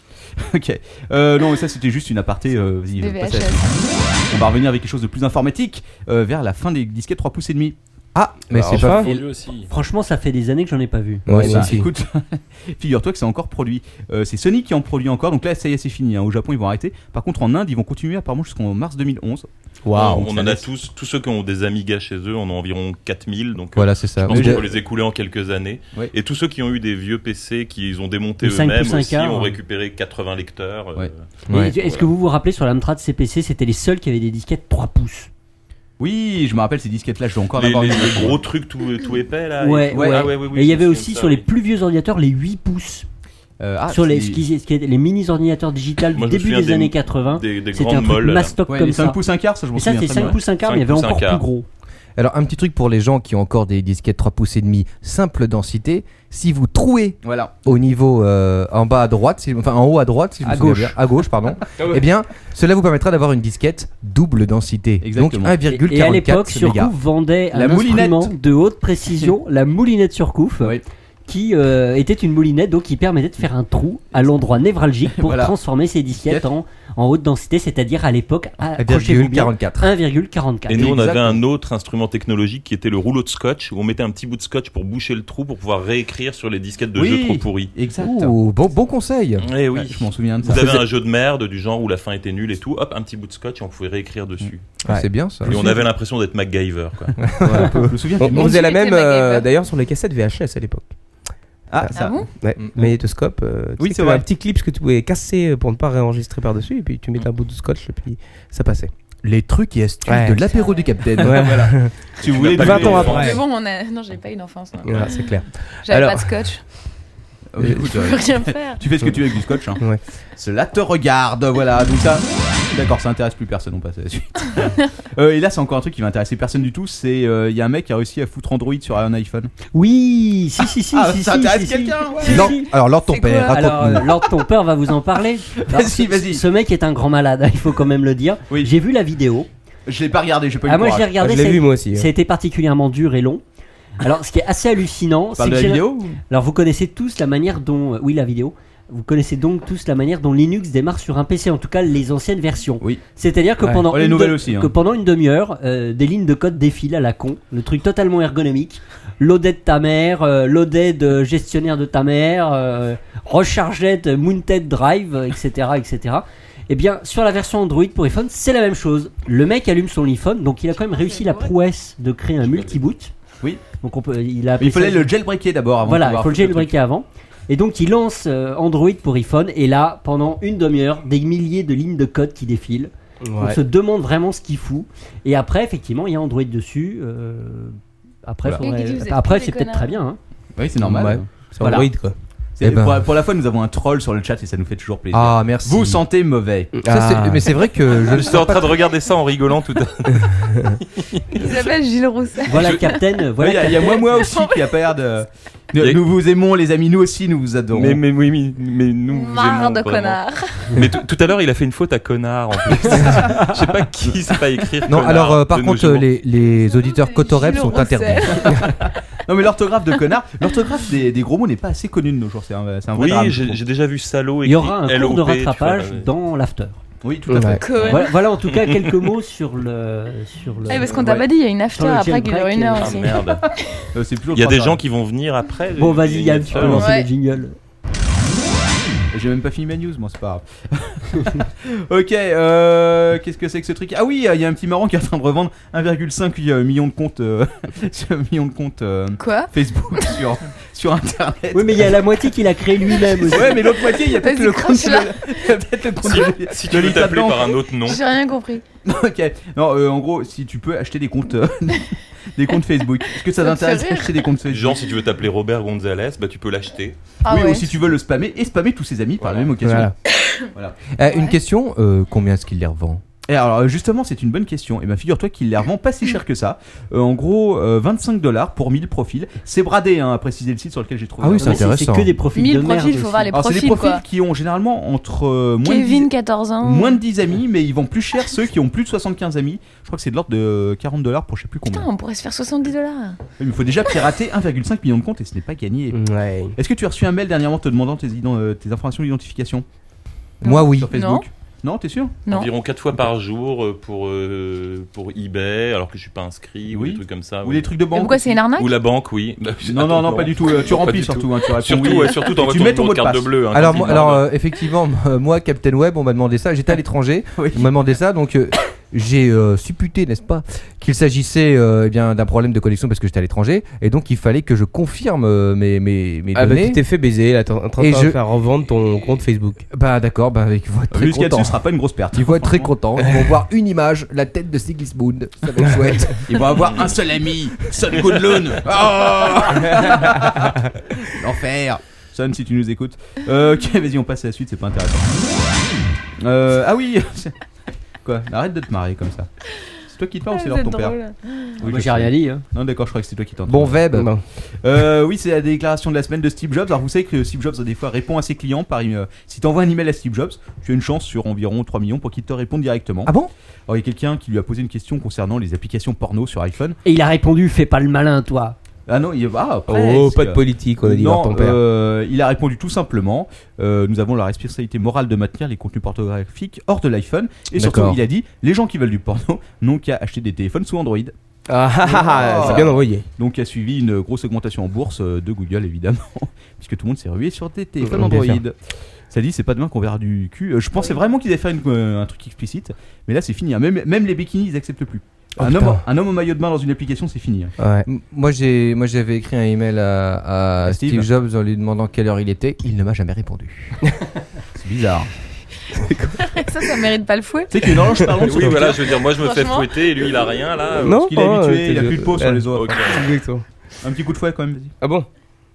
Ok. Non, mais ça c'était juste une aparté. Vas-y, Des passe à la VHS. suite. On va revenir avec quelque chose de plus informatique vers la fin des disquettes 3 pouces et demi. Ah, mais Bah, c'est enfin. pas. Et Franchement, ça fait des années que j'en ai pas vu. Ouais, Eh moi ben, aussi. écoute, figure-toi que c'est encore produit. C'est Sony qui en produit encore. Donc là, ça y est, c'est fini. Hein. Au Japon, ils vont arrêter. Par contre, en Inde, ils vont continuer apparemment jusqu'en mars 2011. Waouh. On en a tous ceux qui ont des Amiga chez eux, on a environ 4000, donc Voilà, c'est ça. je pense Mais qu'il je- faut les écouler en quelques années. Ouais. Et tous ceux qui ont eu des vieux PC qu'ils ont démontés Le 5 eux-mêmes pouces, un aussi quart, ont ouais. récupéré 80 lecteurs. Ouais. Ouais. Et est-ce que vous vous rappelez sur l'Amstrad CPC, c'était les seuls qui avaient des disquettes 3 pouces? Oui, je me rappelle ces disquettes-là. Je dois encore en Les, avoir les- une. les gros trucs tout épais là. Ouais, et, ouais. Ah, oui, Et il y avait c'est aussi ça, sur oui. les plus vieux ordinateurs les 8 pouces. Sur les, c'est- ce qui est les mini ordinateurs digitales du Moi, je me début souviens des années 80. des C'était un grandes truc molles. là. mastoc Ouais, comme les 5 ça. pouces un quart, ça je m'en Et ça, souviens c'est très 5 bien. pouces un quart, mais il y 5 avait pouces, encore un quart. plus gros. Alors, un petit truc pour les gens qui ont encore des disquettes 3 pouces et demi simple densité. Si vous trouez Voilà. au niveau en bas à droite, enfin en haut à droite, si je me À souviens gauche. bien, à gauche, pardon. Ah ouais. Eh bien, cela vous permettra d'avoir une disquette double densité. Exactement. Donc 1,44 Et à l'époque, mégas. Surcouf vendait La un moulinette. instrument de haute précision, la moulinette Surcouf, Oui. qui était une moulinette donc qui permettait de faire un trou à l'endroit névralgique pour Voilà. transformer ces disquettes en haute densité, c'est-à-dire à l'époque, accrochez-vous bien, 1,44. 1,44. Et nous, on avait Exactement. un autre instrument technologique qui était le rouleau de scotch, où on mettait un petit bout de scotch pour boucher le trou pour pouvoir réécrire sur les disquettes de Oui. jeux trop pourris. Exact. Ouh, bon conseil. Eh oui. Ouais, je m'en souviens de ça. Vous avez un jeu de merde du genre où la fin était nulle et tout, hop, un petit bout de scotch et on pouvait réécrire dessus. Ah, c'est bien ça. Et on avait l'impression d'être MacGyver, quoi. Je me souviens On du on nom. faisait la C'était même MacGyver. d'ailleurs sur les cassettes VHS à l'époque. Ah, Ah ça. bon? Ouais, Mm. magnétoscope. Oui, Tu sais, c'est t'avais vrai. un petit clip que tu pouvais casser pour ne pas réenregistrer par-dessus, et puis tu mettais un bout de scotch, et puis ça passait. Les trucs et astuces Ouais. de l'apéro du Capitaine. Ouais, voilà. Si vous voulez, 20 ans après. Mais bon, non, j'ai pas eu d'enfance. moi. Voilà, c'est clair. J'avais Alors- pas de scotch. Écoute, Je peux rien faire. tu fais ce que tu veux avec du scotch. Hein. Ouais. Cela te regarde, voilà. Donc ça, d'accord, ça intéresse plus personne. On passe à la suite. Et là, c'est encore un truc qui va intéresser personne du tout. C'est il y a un mec qui a réussi à foutre Android sur un iPhone. Oui, si, Ah, si, ça si, intéresse si, quelqu'un, si. ouais. Si, Non, si. alors Lord ton C'est père, quoi Alors, raconte-nous. Lord ton père va vous en parler. Alors, Vas-y, vas-y. Ce mec est un grand malade, il faut quand même le dire. Oui. J'ai vu la vidéo. Je l'ai pas regardé, j'ai pas eu Ah, le moi je l'ai courage. regardé, Je l'ai ça- vu moi aussi. ça a été particulièrement dur et long. Alors, ce qui est assez hallucinant, On c'est parle de que la vidéo alors vous connaissez tous la manière dont oui la vidéo. Vous connaissez donc tous la manière dont Linux démarre sur un PC, en tout cas les anciennes versions. Oui. C'est-à-dire que Ouais. pendant Oh, les une nouvelles aussi, hein. que pendant une demi-heure, des lignes de code défilent à la con, le truc totalement ergonomique. Loaded de ta mère, loaded gestionnaire de ta mère, recharged mounted drive, etc., etc. Eh bien, sur la version Android pour iPhone, c'est la même chose. Le mec allume son iPhone, donc il a quand même réussi la prouesse de créer un multi-boot. Oui. Donc il a Mais appelé il fallait ça- le jailbreaker d'abord avant voilà, de il pouvoir faut le foutre truc. jailbreaker avant. Et donc il lance Android pour iPhone et là, pendant une demi-heure, des milliers de lignes de code qui défilent. On Ouais. se demande vraiment ce qu'il fout. Et après, effectivement, il y a Android dessus. Après, Voilà. faudrait- Et qui vous êtes après des c'est peut-être connards. très bien. Hein. Oui, c'est normal. Ouais. C'est Voilà. Android quoi. C'est- Eh ben. pour la fois, nous avons un troll sur le chat et ça nous fait toujours plaisir. Ah, merci. Vous sentez mauvais. Ça, c'est- mais c'est vrai que je ne J'étais en train de regarder ça en rigolant tout à l'heure. Il s'appelle Gilles Rousset. Voilà Captain. Voilà Il y a Captain. moi aussi qui a pas l'air de. Il y a- Nous vous aimons, les amis, nous aussi, nous vous adorons. Mais oui, mais nous vous Marre aimons de vraiment. connards. Mais tout à l'heure, il a fait une faute à connard en plus. Je sais pas qui sait pas écrire. Non, connard alors par de nos contre, jours. les auditeurs Cotorep Gilles sont Rousset. interdits. Non mais l'orthographe de connard, l'orthographe des gros mots n'est pas assez connue de nos jours. C'est un vrai Oui, drame. j'ai déjà vu salaud Il y aura un écrit cours de LOP, tu vois, rattrapage dans l'after. Oui, tout à fait. Ouais. Voilà en tout cas quelques mots sur le. Parce qu'on t'a pas dit, il y a une after Sur le après qui dure jailbreak, 1 heure Ah aussi. merde. C'est plus Il y a des gens qui. qui vont venir après. Bon vas-y Yann, tu peux Ouais. lancer Ouais. le jingle. J'ai même pas fini ma news, moi c'est pas grave. Ok, qu'est-ce que c'est que ce truc? Ah oui, il y a un petit marrant qui est en train de revendre 1,5 million de comptes, Quoi? Facebook sur internet. Oui mais il y a la moitié qu'il a créé lui-même aussi. Ouais, mais l'autre moitié, il y a peut-être Vas-y, le compte crache-la. il y a peut-être le compte Si tu veux t'appeler par un autre nom. J'ai rien compris. Ok, non, en gros, si tu peux acheter des comptes, des comptes Facebook. Est-ce que ça Ça te t'intéresse fait rire. d'acheter des comptes Facebook? Genre, si tu veux t'appeler Robert Gonzalez, bah tu peux l'acheter. Ah oui, ouais. ou si tu veux le spammer et spammer tous ses amis par la même occasion. Voilà. Voilà. Une question, combien est-ce qu'il les revend? Et alors justement, c'est une bonne question. Et ben figure-toi qu'il les revend pas si cher que ça. En gros, $25 pour 1000 profils. C'est bradé, hein, à préciser le site sur lequel j'ai trouvé. Ah oui, l'info. c'est Mais intéressant. c'est que des profils 1000 de merde. profils, il faut aussi. voir les Alors c'est profils des profils quoi. qui ont généralement entre Kevin, 14 ans. moins de 10 amis, mais ils vendent plus cher ceux qui ont plus de 75 amis. Je crois que c'est de l'ordre de $40 pour je sais plus combien. Putain, on pourrait se faire $70. Oui, mais il faut déjà pirater 1,5 million de comptes et ce n'est pas gagné. Ouais. Est-ce que tu as reçu un mail dernièrement te demandant tes informations d'identification Moi, oui. sur Facebook? Non, t'es sûr? Non. Environ 4 fois par jour pour eBay, alors que je suis pas inscrit, ou Oui. des trucs comme ça. Ou oui. des trucs de Et banque? pourquoi c'est une arnaque? Ou la banque, oui. Non, pas du tout. Tu Pas remplis du surtout. tout. Hein, tu réponds Surtout, oui. ouais, surtout Et t'envoies tu ton mets ton numéro mot de de carte passe. bleue. Hein, Alors, quand moi, ils demandent. effectivement, moi, Captain Web, on m'a demandé ça. J'étais à l'étranger. Oui. On m'a demandé ça, donc j'ai supputé, n'est-ce pas, qu'il s'agissait eh bien d'un problème de connexion parce que j'étais à l'étranger, et donc il fallait que je confirme mes Ah bah données. tu t'es fait baiser là, t'es en train de Et te je- faire revendre ton compte Facebook. Bah d'accord, bah il faut être très Vu ce qu'il y a content. dessus, ce sera pas une grosse perte. Ils vont être très contents. Ils vont voir une image, la tête de Sigismund. Ça va être chouette. Ils vont avoir un seul ami, Son Goodlune. Oh L'enfer. Son, si tu nous écoutes. Ok, vas-y, on passe à la suite, c'est pas intéressant. Ah oui. Quoi? Arrête de te marrer comme ça. C'est toi qui te parles ou c'est l'heure de ton père? Oui, Moi je j'ai sais. rien dit. Hein. Non, d'accord, je crois que c'est toi qui t'entends. Bon Web. Non. Oui, c'est la déclaration de la semaine de Steve Jobs. Alors vous savez que Steve Jobs des fois répond à ses clients par si tu envoies un email à Steve Jobs, tu as une chance sur environ 3 millions pour qu'il te réponde directement. Ah bon? Alors il y a quelqu'un qui lui a posé une question concernant les applications porno sur iPhone. Et il a répondu fais pas le malin toi. Ah non, Oh, presque. pas de politique, on a dit Non, voir ton père. il a répondu tout simplement nous avons la responsabilité morale de maintenir les contenus pornographiques hors de l'iPhone. Et surtout, D'accord. il a dit les gens qui veulent du porno n'ont qu'à acheter des téléphones sous Android. C'est bien envoyé. Donc, il a suivi une grosse augmentation en bourse de Google, évidemment, puisque tout le monde s'est rué sur des téléphones Bien Android. sûr. Ça dit, c'est pas demain qu'on verra du cul. Je pensais vraiment qu'ils allaient faire un truc explicite, mais là, c'est fini. Hein. Même les bikinis, ils acceptent plus. Oh, un putain. homme au maillot de bain dans une application, c'est fini. Hein. Ouais. Moi j'avais écrit un email à Steve. Steve Jobs en lui demandant quelle heure il était. Il ne m'a jamais répondu. C'est bizarre. Ça mérite pas le fouet. Tu sais qu'il y a une horloge parlante sur Oui, le voilà, Twitter. je veux dire, moi je me fais Franchement. fouetter et lui il a rien là. Non, Parce qu'il est habitué, il a t'es- plus de peau sur les autres. Ok. Exactement. Un petit coup de fouet quand même, vas-y. Ah bon?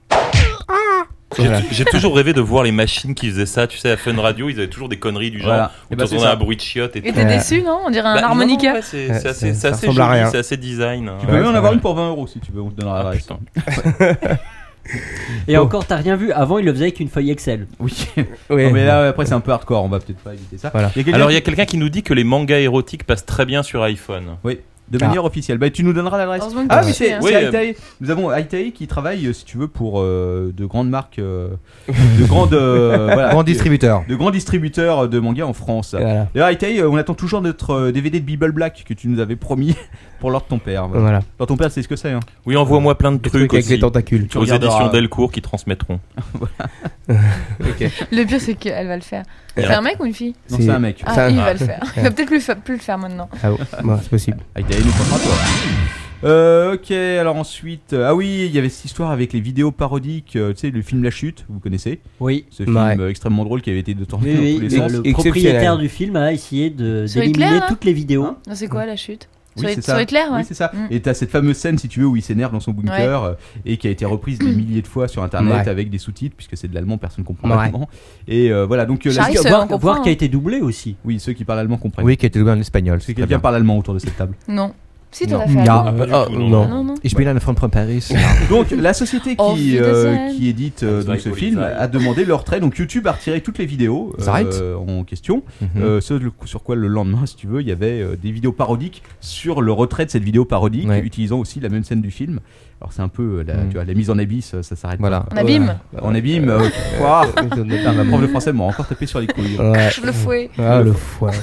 J'ai toujours rêvé de voir les machines qui faisaient ça, tu sais, à Fun Radio, ils avaient toujours des conneries du genre Voilà. où Et bah, c'est t'entendais ça. un bruit de chiottes et Et tout. t'es déçu, non? On dirait un Bah, non, harmonica. ouais, c'est Ouais, assez, ça c'est assez ressemble à joli, rien. c'est assez design. hein. Tu peux Ouais, même en c'est avoir vrai. une pour 20 € si tu veux, on te donnera Ah, l'adresse. putain. Et Bon. encore t'as rien vu. Avant il le faisait avec une feuille Excel. Oui. Oui. Non, mais là, après, c'est un peu hardcore, on va peut-être pas éviter ça. Voilà. quelqu'un Alors il y a qui- quelqu'un qui nous dit que les mangas érotiques passent très bien sur iPhone. Oui, de manière officielle. Bah, tu nous donneras l'adresse. Heureusement que Ah tu oui, sais, c'est hein. Oui, Hightay. Nous avons Hightay qui travaille, si tu veux, pour de grandes marques, de grandes, voilà, Grand distributeur. de grands distributeurs de mangas en France. Voilà. D'ailleurs, Hightay, on attend toujours notre DVD de Bible Black que tu nous avais promis pour l'ordre de ton père. Voilà. Voilà. Alors, ton père, c'est ce que c'est. Hein. Oui, envoie-moi plein de Des trucs trucs avec aussi les tentacules. Tu aux regarderas. éditions Delcourt qui transmettront. Le pire, c'est qu'elle va le faire. C'est un mec ou une fille? Non, c'est un mec. Ah, Ça- il va le faire. Il va peut-être plus le faire maintenant. Ah bon, bon, c'est possible. Hightay, nous pensons à toi. Ok, alors ensuite, ah oui, il y avait cette histoire avec les vidéos parodiques, tu sais, le film La Chute, vous connaissez Oui. ce film Ouais. extrêmement drôle qui avait été tourné Oui, dans oui, tous les Et- sens. le exceptionnel. propriétaire du film a essayé Sur d'éliminer Hitler, là toutes les vidéos. Hein Non, c'est quoi la chute? Oui, c'est Sur ça. Hitler, ouais. Oui, c'est ça. Mm. Et t'as cette fameuse scène, si tu veux, où il s'énerve dans son bunker et qui a été reprise des milliers de fois sur internet Ouais. avec des sous-titres, puisque c'est de l'allemand, personne ne comprend Ouais. l'allemand. Et voilà, donc Charlie, la... c'est- on comprend, Voir qui a hein. été doublé aussi. oui, ceux qui parlent allemand comprennent. Oui, qui a été doublé en espagnol. C'est c'est quelqu'un très bien. parle allemand autour de cette table. Non. Si, toi, Non. t'as fait Ja, Allo. Pas du tout, Non, non. Ich bin eine von Paris. Donc la société Auf Wiedersehen. qui édite donc, ce Polizei. film a demandé le retrait. Donc YouTube a retiré toutes les vidéos Ça arrête en question. Mhm. Sur quoi le lendemain, si tu veux, il y avait des vidéos parodiques sur le retrait de cette vidéo parodique, Ouais. utilisant aussi la même scène du film. Alors c'est un peu tu vois, la mise en abysse, ça s'arrête Voilà. pas. On abîme. En abîme. Ouah. Putain, ma prof de français m'a encore tapé sur les couilles. Ouais. Le fouet. Ah, le fouet.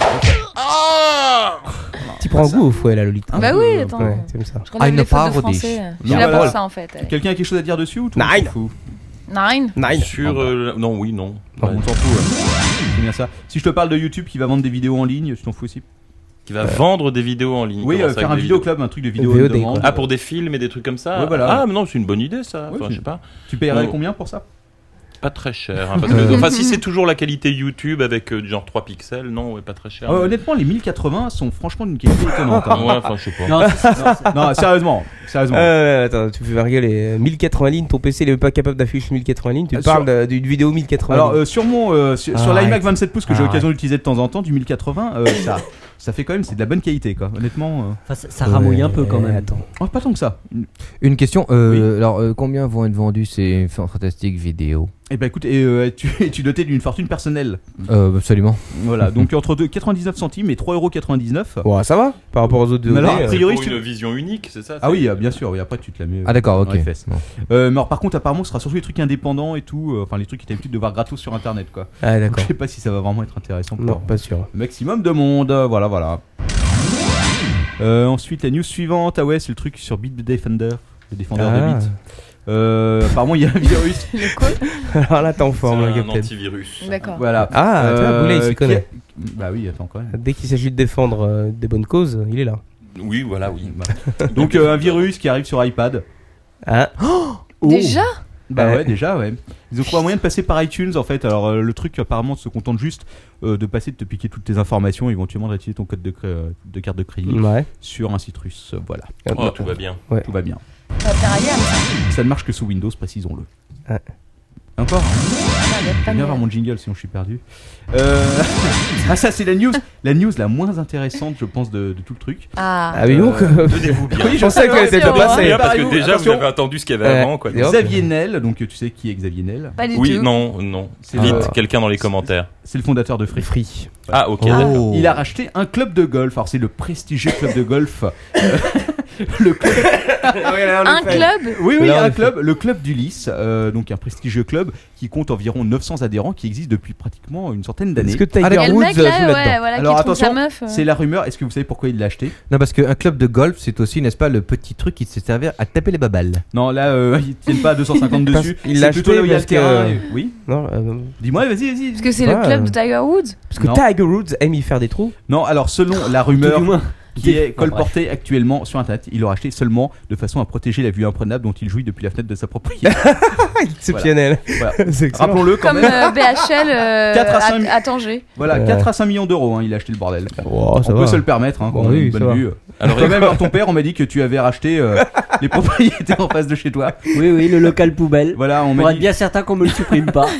Tu prends goût au fouet, là, Lolita. Bah oui, attends. Ouais, c'est comme ça. Je relève Une les fautes de parodie. français. Je suis Non, là pour voilà. ça en fait. Quelqu'un a quelque chose à dire dessus ou tout le monde Nine. s'en fout? Nine. Nine. Sur. Non, oui, non. Non, on s'en fout. Ouais. C'est bien ça. Si je te parle de YouTube qui va vendre des vidéos en ligne, tu t'en fous aussi? Qui va vendre des vidéos en ligne. Oui, Comment ça, faire un avec des vidéoclub, un truc de vidéo VOD, on demande. quoi. Ah, pour des films et des trucs comme ça. Ouais, voilà. Ah, mais non, c'est une bonne idée ça. Ouais, Enfin, c'est- je sais pas. Tu paierais Oh. combien pour ça? Pas très cher. Hein, parce que, enfin, si c'est toujours la qualité YouTube avec du genre 3 pixels, non, ouais, pas très cher. mais- Honnêtement, les 1080 sont franchement d'une qualité étonnante. hein. Ouais, enfin, je sais pas. Non, Non, sérieusement. Attends, tu fais rigoler. 1080 lignes, ton PC il est même pas capable d'afficher 1080 lignes. Tu Ah, parles d'une vidéo 1080 Alors, lignes. sur mon sur Arrête. l'iMac 27 pouces que j'ai Arrête. l'occasion d'utiliser de temps en temps, du 1080, ça fait quand même, c'est de la bonne qualité, quoi. Honnêtement. enfin, ça ramouille un peu quand même. Attends. Oh, pas tant que ça. Une question, Oui. alors combien vont être vendus ces fantastiques vidéos? Eh ben écoute, tu doté d'une fortune personnelle. Absolument. Voilà, donc entre 99 centimes et 3,99 €. Bon, ça va par rapport aux autres Mais alors, VOD, a C'est priori, pour tu- une vision unique, c'est ça? Ah oui, bien sûr, oui, après tu te la mets Ah d'accord, dans ok. les fesses. Bon. Mais alors, par contre, apparemment, ce sera surtout les trucs indépendants et tout, enfin les trucs que tu as l'habitude de voir gratos sur internet, quoi. Ah, Donc, d'accord. je sais pas si ça va vraiment être intéressant pour Non, pas sûr. le maximum de monde. Voilà. Ensuite, la news suivante, ah ouais, c'est le truc sur Bit Defender, le défendeur de bits. Apparemment, il y a un virus. Le quoi? Alors là, t'es en C'est forme, le un capitaine. antivirus. D'accord. Voilà. Ah, tu vois, Boulet, il s'y qui connaît. a- Bah oui, attends quand même. Dès qu'il s'agit de défendre des bonnes causes, il est là. Oui, voilà, oui. Donc, un virus qui arrive sur iPad. Ah, Déjà? Bah Ouais. ouais, déjà, ouais. Ils ont trouvé un moyen de passer par iTunes en fait. Alors, le truc apparemment se contente juste de passer, de te piquer toutes tes informations, éventuellement d'utiliser ton code de carte de crédit ouais. sur un site russe. Voilà, Oh, tout va bien. tout va bien. Ça va faire aller à Ça ne marche que sous Windows, précisons-le. Ouais. Encore Je viens voir mon jingle sinon je suis perdu. Ah ça c'est la news la moins intéressante je pense de tout le truc. Ah. Ah, mais donc, Tenez-vous bien. je pensais qu'elle était déjà Attention, passée. Bien, parce que Attention. déjà, vous avez entendu ce qu'il y avait avant, quoi. Et hop. Xavier Niel, donc tu sais qui est Xavier Niel? Pas du Oui, tout. non. C'est Vite, le- quelqu'un dans les commentaires. C'est le fondateur de Free. Free. Ah, ok, Oh. d'accord. Il a racheté un club de golf. Alors c'est le prestigieux club de golf. Le club. Un club? Oui, Là, on un le club, le club d'Ulysse, donc un prestigieux club qui compte environ 900 adhérents, qui existe depuis pratiquement une centaine d'années. Est-ce que Il y Tiger a le Woods mec joue là, là-dedans ouais, voilà, Alors qui trouve sa attention, meuf. c'est la rumeur. Est-ce que vous savez pourquoi il l'a acheté? Non, parce qu'un club de golf, c'est aussi, n'est-ce pas, le petit truc qui se servir à taper les babales. Non, là, ils tiennent pas à 250 Parce dessus. qu'il C'est l'a plutôt acheté là où il y a le parce que- terrain. Oui. Non, Dis-moi, vas-y. Parce que c'est Ouais. le club de Tiger Woods. parce que Non. Tiger Woods aime y faire des trous. Non, alors selon la Tout rumeur du moins. qui est Bref. colportée actuellement sur Internet, il l'aura acheté seulement de façon à protéger la vue imprenable dont il jouit depuis la fenêtre de sa propriété. Exceptionnel. Voilà. C'est excellent. Rappelons-le quand Comme même. BHL 4 à 5 à Tanger. Voilà, 4 à 5 millions d'euros, hein, il a acheté le bordel. Oh, ça On va. peut se le permettre, hein, quand Bon, on a oui, une ça bonne va. vue. Alors, Quand même, par ton père, on m'a dit que tu avais racheté les propriétés en face de chez toi. Oui, le local poubelle. Voilà, on Pour m'a être dit. bien certain qu'on me le supprime pas.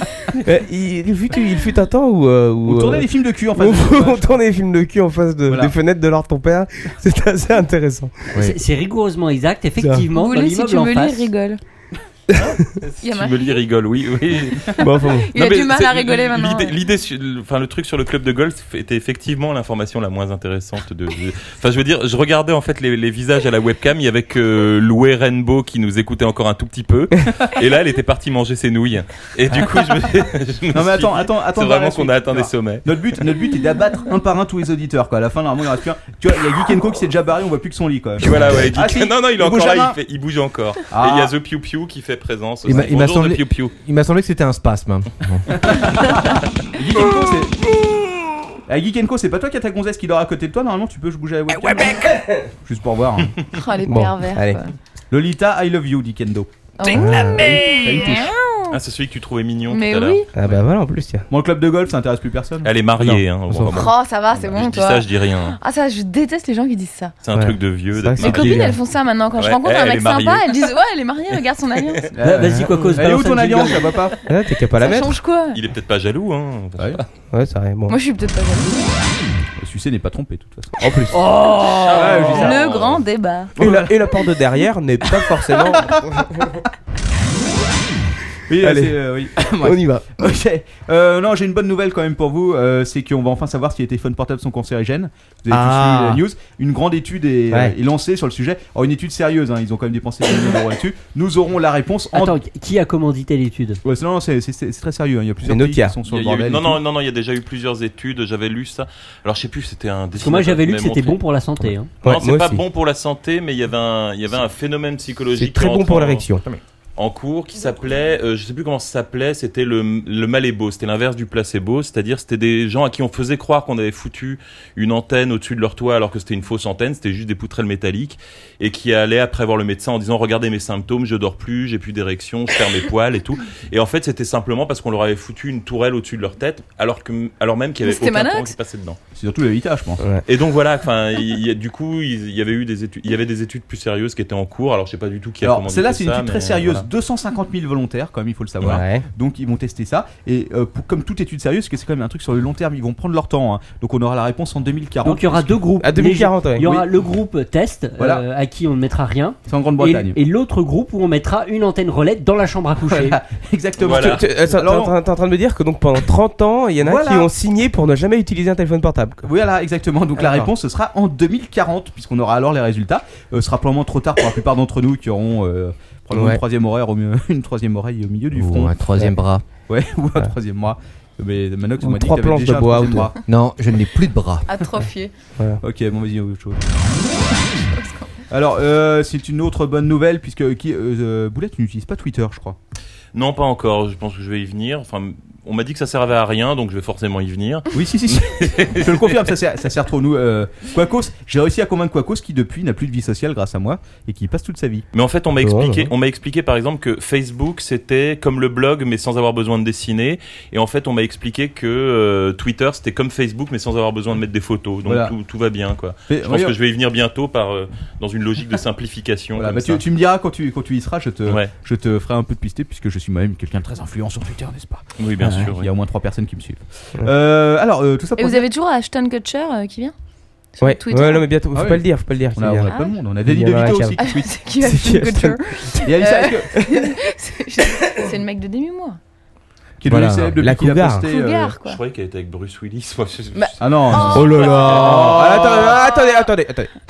Il fut un temps où On tournait des films de cul en face on, de chez toi. on tournait des films de cul en face Voilà. des fenêtres de l'art de ton père. C'était assez intéressant. Oui. C'est rigoureusement exact. Effectivement, Vous dans voulez, si l'immeuble tu en me face. lis, rigole. Il y a tu ma- me lis, rigole, oui. Bon, enfin, bon. Il a Non, mais du mal c'est- à rigoler maintenant. Enfin, le truc sur le club de golf était effectivement l'information la moins intéressante Enfin, je veux dire, je regardais en fait les visages à la webcam. Il y avait que Loué Rainbow qui nous écoutait encore un tout petit peu. Et là, elle était partie manger ses nouilles. Et du coup, je me Non, mais suis attends, dit, attends, c'est dans vraiment la qu'on suite. a atteint des Alors, sommets. Notre but est d'abattre un par un tous les auditeurs, quoi. À la fin, normalement, il en reste plus un. Tu vois, il y a Geek & Co qui s'est déjà barré, on voit plus que son lit, quoi. Puis voilà, ouais. Ah, si, non, il est il encore bouge la main. là. Il bouge encore. Ah. Et il y a The Pew Pew qui fait présence. Il m'a- aussi. il m'a Bonjour, semblé- The Pew Pew. Il m'a semblé que c'était un spasme. hein. Geek & Co, c'est. À Geek & Co, c'est pas toi qui as ta gonzesse qui dort à côté de toi, normalement, tu peux bouger la webcam. Juste pour voir. hein. Oh, les Bon, pervers. allez. quoi. Lolita, I love you, dit Kendo. Oh. T'as une touche. Ah, c'est celui que tu trouvais mignon Mais tout à l'heure. oui. Ah bah voilà en plus tiens. Bon, le club de golf, ça intéresse plus personne. Elle est mariée, hein. on Bon, s'en bon. Oh, ça va, c'est Je bon, dis toi. ça, je dis rien. Ah, ça, je déteste les gens qui disent ça. C'est un Ouais. truc de vieux C'est d'être vrai que Mes c'est marié. copines, bien. elles font ça maintenant. Quand je Ouais, rencontre un elle mec est mariée. sympa, elles disent ouais, elle est mariée, regarde son alliance. Vas-y, quoi cause. Elle est où balance ton un jingle. alliance, ça va pas? Ah, t'es qu'à pas la Ça mettre. change quoi? Il est peut-être pas jaloux, hein. Ouais. Ouais ça arrive. Bon. Moi, je suis peut-être pas jalouse. Sucer n'est pas tromper, de toute façon. En plus. Ouais, je dis ça. Le grand débat. Et la porte de derrière n'est pas forcément. Oui, Allez. oui. On y va. Ok. Non, j'ai une bonne nouvelle quand même pour vous. C'est qu'on va enfin savoir si les téléphones portables sont cancérigènes. Vous avez tous suivi la news. Une grande étude est lancée sur le sujet. Alors, une étude sérieuse, hein, ils ont quand même dépensé des millions d'euros là-dessus. Nous aurons la réponse en. Attends, qui a commandité l'étude? Ouais, non, c'est très sérieux. Hein. Il y a plusieurs C'est pays Nokia. qui sont sur Il le y a eu- bordel. non, il y a déjà eu plusieurs études. J'avais lu ça. Alors, je sais plus, c'était un. Parce que moi j'avais lu que c'était bon pour la santé. Hein. Ouais, Non, c'est moi pas aussi. bon pour la santé, mais il y avait un phénomène psychologique. C'est très qui bon rentre pour en- l'érection. En cours qui s'appelait, je sais plus comment ça s'appelait, c'était le malébo, c'était l'inverse du placebo, c'est-à-dire c'était des gens à qui on faisait croire qu'on avait foutu une antenne au-dessus de leur toit alors que c'était une fausse antenne, c'était juste des poutrelles métalliques, et qui allaient après voir le médecin en disant regardez mes symptômes, je dors plus, j'ai plus d'érection, je perds mes poils et tout, et en fait c'était simplement parce qu'on leur avait foutu une tourelle au-dessus de leur tête alors même qu'il y avait C'était aucun Manox courant qui passait dedans. C'est surtout le Vita, je pense. Et donc voilà, enfin du coup il y avait eu des études, il y avait des études plus sérieuses qui étaient en cours, alors je sais pas du tout qui a Alors, commandité celle-là, c'est une ça, étude très mais sérieuse. voilà. 250 000 volontaires, quand même, il faut le savoir. Ouais. Donc, ils vont tester ça. Et comme toute étude sérieuse, parce que c'est quand même un truc sur le long terme, ils vont prendre leur temps. Hein. Donc, on aura la réponse en 2040. Donc il y aura deux groupes. À 2040, ouais. Il y aura le groupe test Voilà. à qui on ne mettra rien. C'est en Grande-Bretagne. Et l'autre groupe où on mettra une antenne relais dans la chambre à coucher. Voilà. Exactement. Voilà. T'es Alors, en train de me dire que donc pendant 30 ans, il y en a Voilà. qui ont signé pour ne jamais utiliser un téléphone portable. quoi. Voilà, exactement. Donc la D'accord. réponse ce sera en 2040, puisqu'on aura alors les résultats. Ce sera probablement trop tard pour la plupart d'entre nous qui auront probablement Ouais. une troisième oreille au milieu du front. Ou un troisième bras. Ouais, ou un troisième bras. Mais Manox, on Ou m'a dit trois que t'avais planches déjà de un bois troisième autour. bras. Non, je n'ai plus de bras. Atrophié. Ok, bon, vas-y, autre chose. Alors, c'est une autre bonne nouvelle, puisque Boulette, tu n'utilises pas Twitter, je crois. Non, pas encore. Je pense que je vais y venir. Enfin, on m'a dit que ça servait à rien, donc je vais forcément y venir. Oui, si. Je le confirme, ça sert trop. Nous, Quacos, j'ai réussi à convaincre Quacos qui depuis n'a plus de vie sociale grâce à moi et qui y passe toute sa vie. Mais en fait, on m'a Ouais, expliqué par exemple que Facebook c'était comme le blog mais sans avoir besoin de dessiner. Et en fait, on m'a expliqué que Twitter c'était comme Facebook mais sans avoir besoin de mettre des photos. Donc Voilà. tout va bien, quoi. Mais, Je pense que je vais y venir bientôt dans une logique de simplification. Voilà, comme bah, ça. tu me diras quand tu y seras, je Ouais. te ferai un peu de pisté puisque je suis moi-même quelqu'un de très influent sur Twitter, n'est-ce pas? Oui, bien sûr. Il oui. y a au moins 3 personnes qui me suivent. Ouais. Alors, tout ça Et pour vous avez toujours Ashton Kutcher qui vient sur Ouais, Twitter. ouais, non, mais bientôt, faut Ah pas ouais. le dire, faut pas le dire. on a, qu'il y a- on a pas le monde, on a Il Danny y a DeVito Mariah aussi qui Ah, tweet. c'est qui C'est qui, Ashton Kutcher Et Alissa, est-ce que- C'est le mec de Demi-Mois. qui est devenu Voilà. célèbre depuis La qu'il a Cougar. posté. Cougar, quoi. Je croyais qu'elle était avec Bruce Willis. Moi, je- Bah, Ah non. Oh. Oh là là. Oh. Attendez.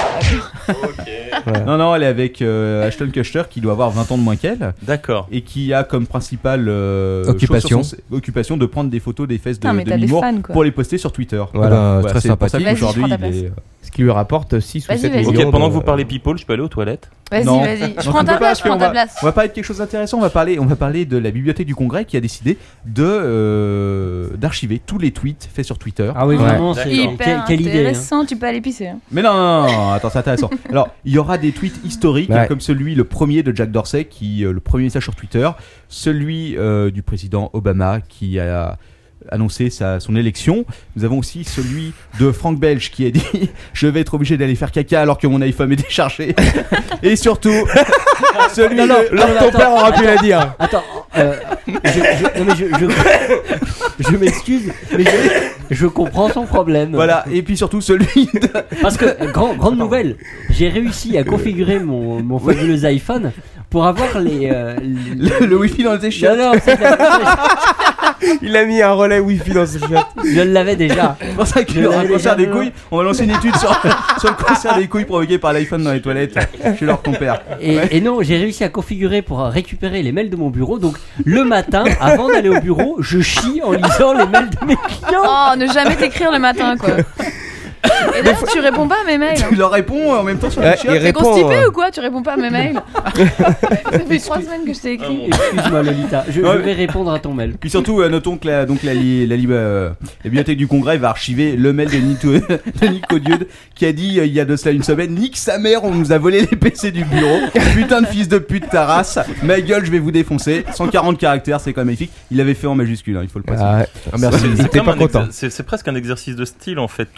Ok. Non, elle est avec Ashton Kutcher qui doit avoir 20 ans de moins qu'elle D'accord. et qui a comme principale Occupation. chose sur occupation de prendre des photos des fesses Putain, mais de t'as des Moore fans, quoi. pour les poster sur Twitter. Voilà, très c'est pour ça sympathique. Vas-y, qu'aujourd'hui je prends ta il est. Ce qui lui rapporte 6 ou Vas-y, 7 vas-y. millions. Ok, pendant de- que vous parlez people, je peux aller aux toilettes. Vas-y, Non. vas-y. Je Non, prends tu ta peux pas, place, parce je prends qu'on ta va- place. On va parler de quelque chose d'intéressant. On va parler de la bibliothèque du Congrès qui a décidé d'archiver tous les tweets faits sur Twitter. Ah oui, Ouais. vraiment, c'est Hyper quelle idée. Hein. intéressant, tu peux aller pisser. Hein. Mais non, attends, c'est intéressant. Alors, il y aura des tweets historiques, Ouais. hein, comme celui, le premier de Jack Dorsey, le premier message sur Twitter, celui du président Obama qui a annoncé son élection. Nous avons aussi celui de Frank Belge qui a dit « Je vais être obligé d'aller faire caca alors que mon iPhone est déchargé. » Et surtout, celui Non, de... non, Ton père aura pu la dire. Attends, non, mais je m'excuse, mais je comprends son problème. Voilà, et puis surtout celui de... Parce que, grande nouvelle, j'ai réussi à configurer mon fabuleux iPhone pour avoir le Wi-Fi dans les chiottes. Non, Il a mis un relais Wi-Fi dans ses chiottes. je l'avais déjà. C'est pour ça qu'il y aura un concert des couilles. On va lancer une étude sur le concert des couilles provoqué par l'iPhone dans les toilettes chez leur compère. Et non, j'ai réussi à configurer pour récupérer les mails de mon bureau. Donc, le matin, avant d'aller au bureau, je chie en lisant les mails de mes clients. Oh, ne jamais t'écrire le matin, quoi. Et là, tu réponds pas à mes mails. Tu leur réponds en même temps sur les Ouais, chiottes. il T'es répond, constipé ou quoi? Tu réponds pas à mes mails. Ça fait 3 semaines que je t'ai écrit. Excuse-moi, Lolita, je Ouais. vais répondre à ton mail. Puis surtout, notons que la bibliothèque du Congrès va archiver le mail de Nico Dieude qui a dit il y a de cela une semaine: nique sa mère, on nous a volé les PC du bureau. Putain de fils de pute ta race. Ma gueule, je vais vous défoncer. 140 caractères, c'est quand même magnifique. Il l'avait fait en majuscule, hein, il faut le préciser. Ah, merci. Il était comme pas un content. c'est presque un exercice de style en fait Twitter.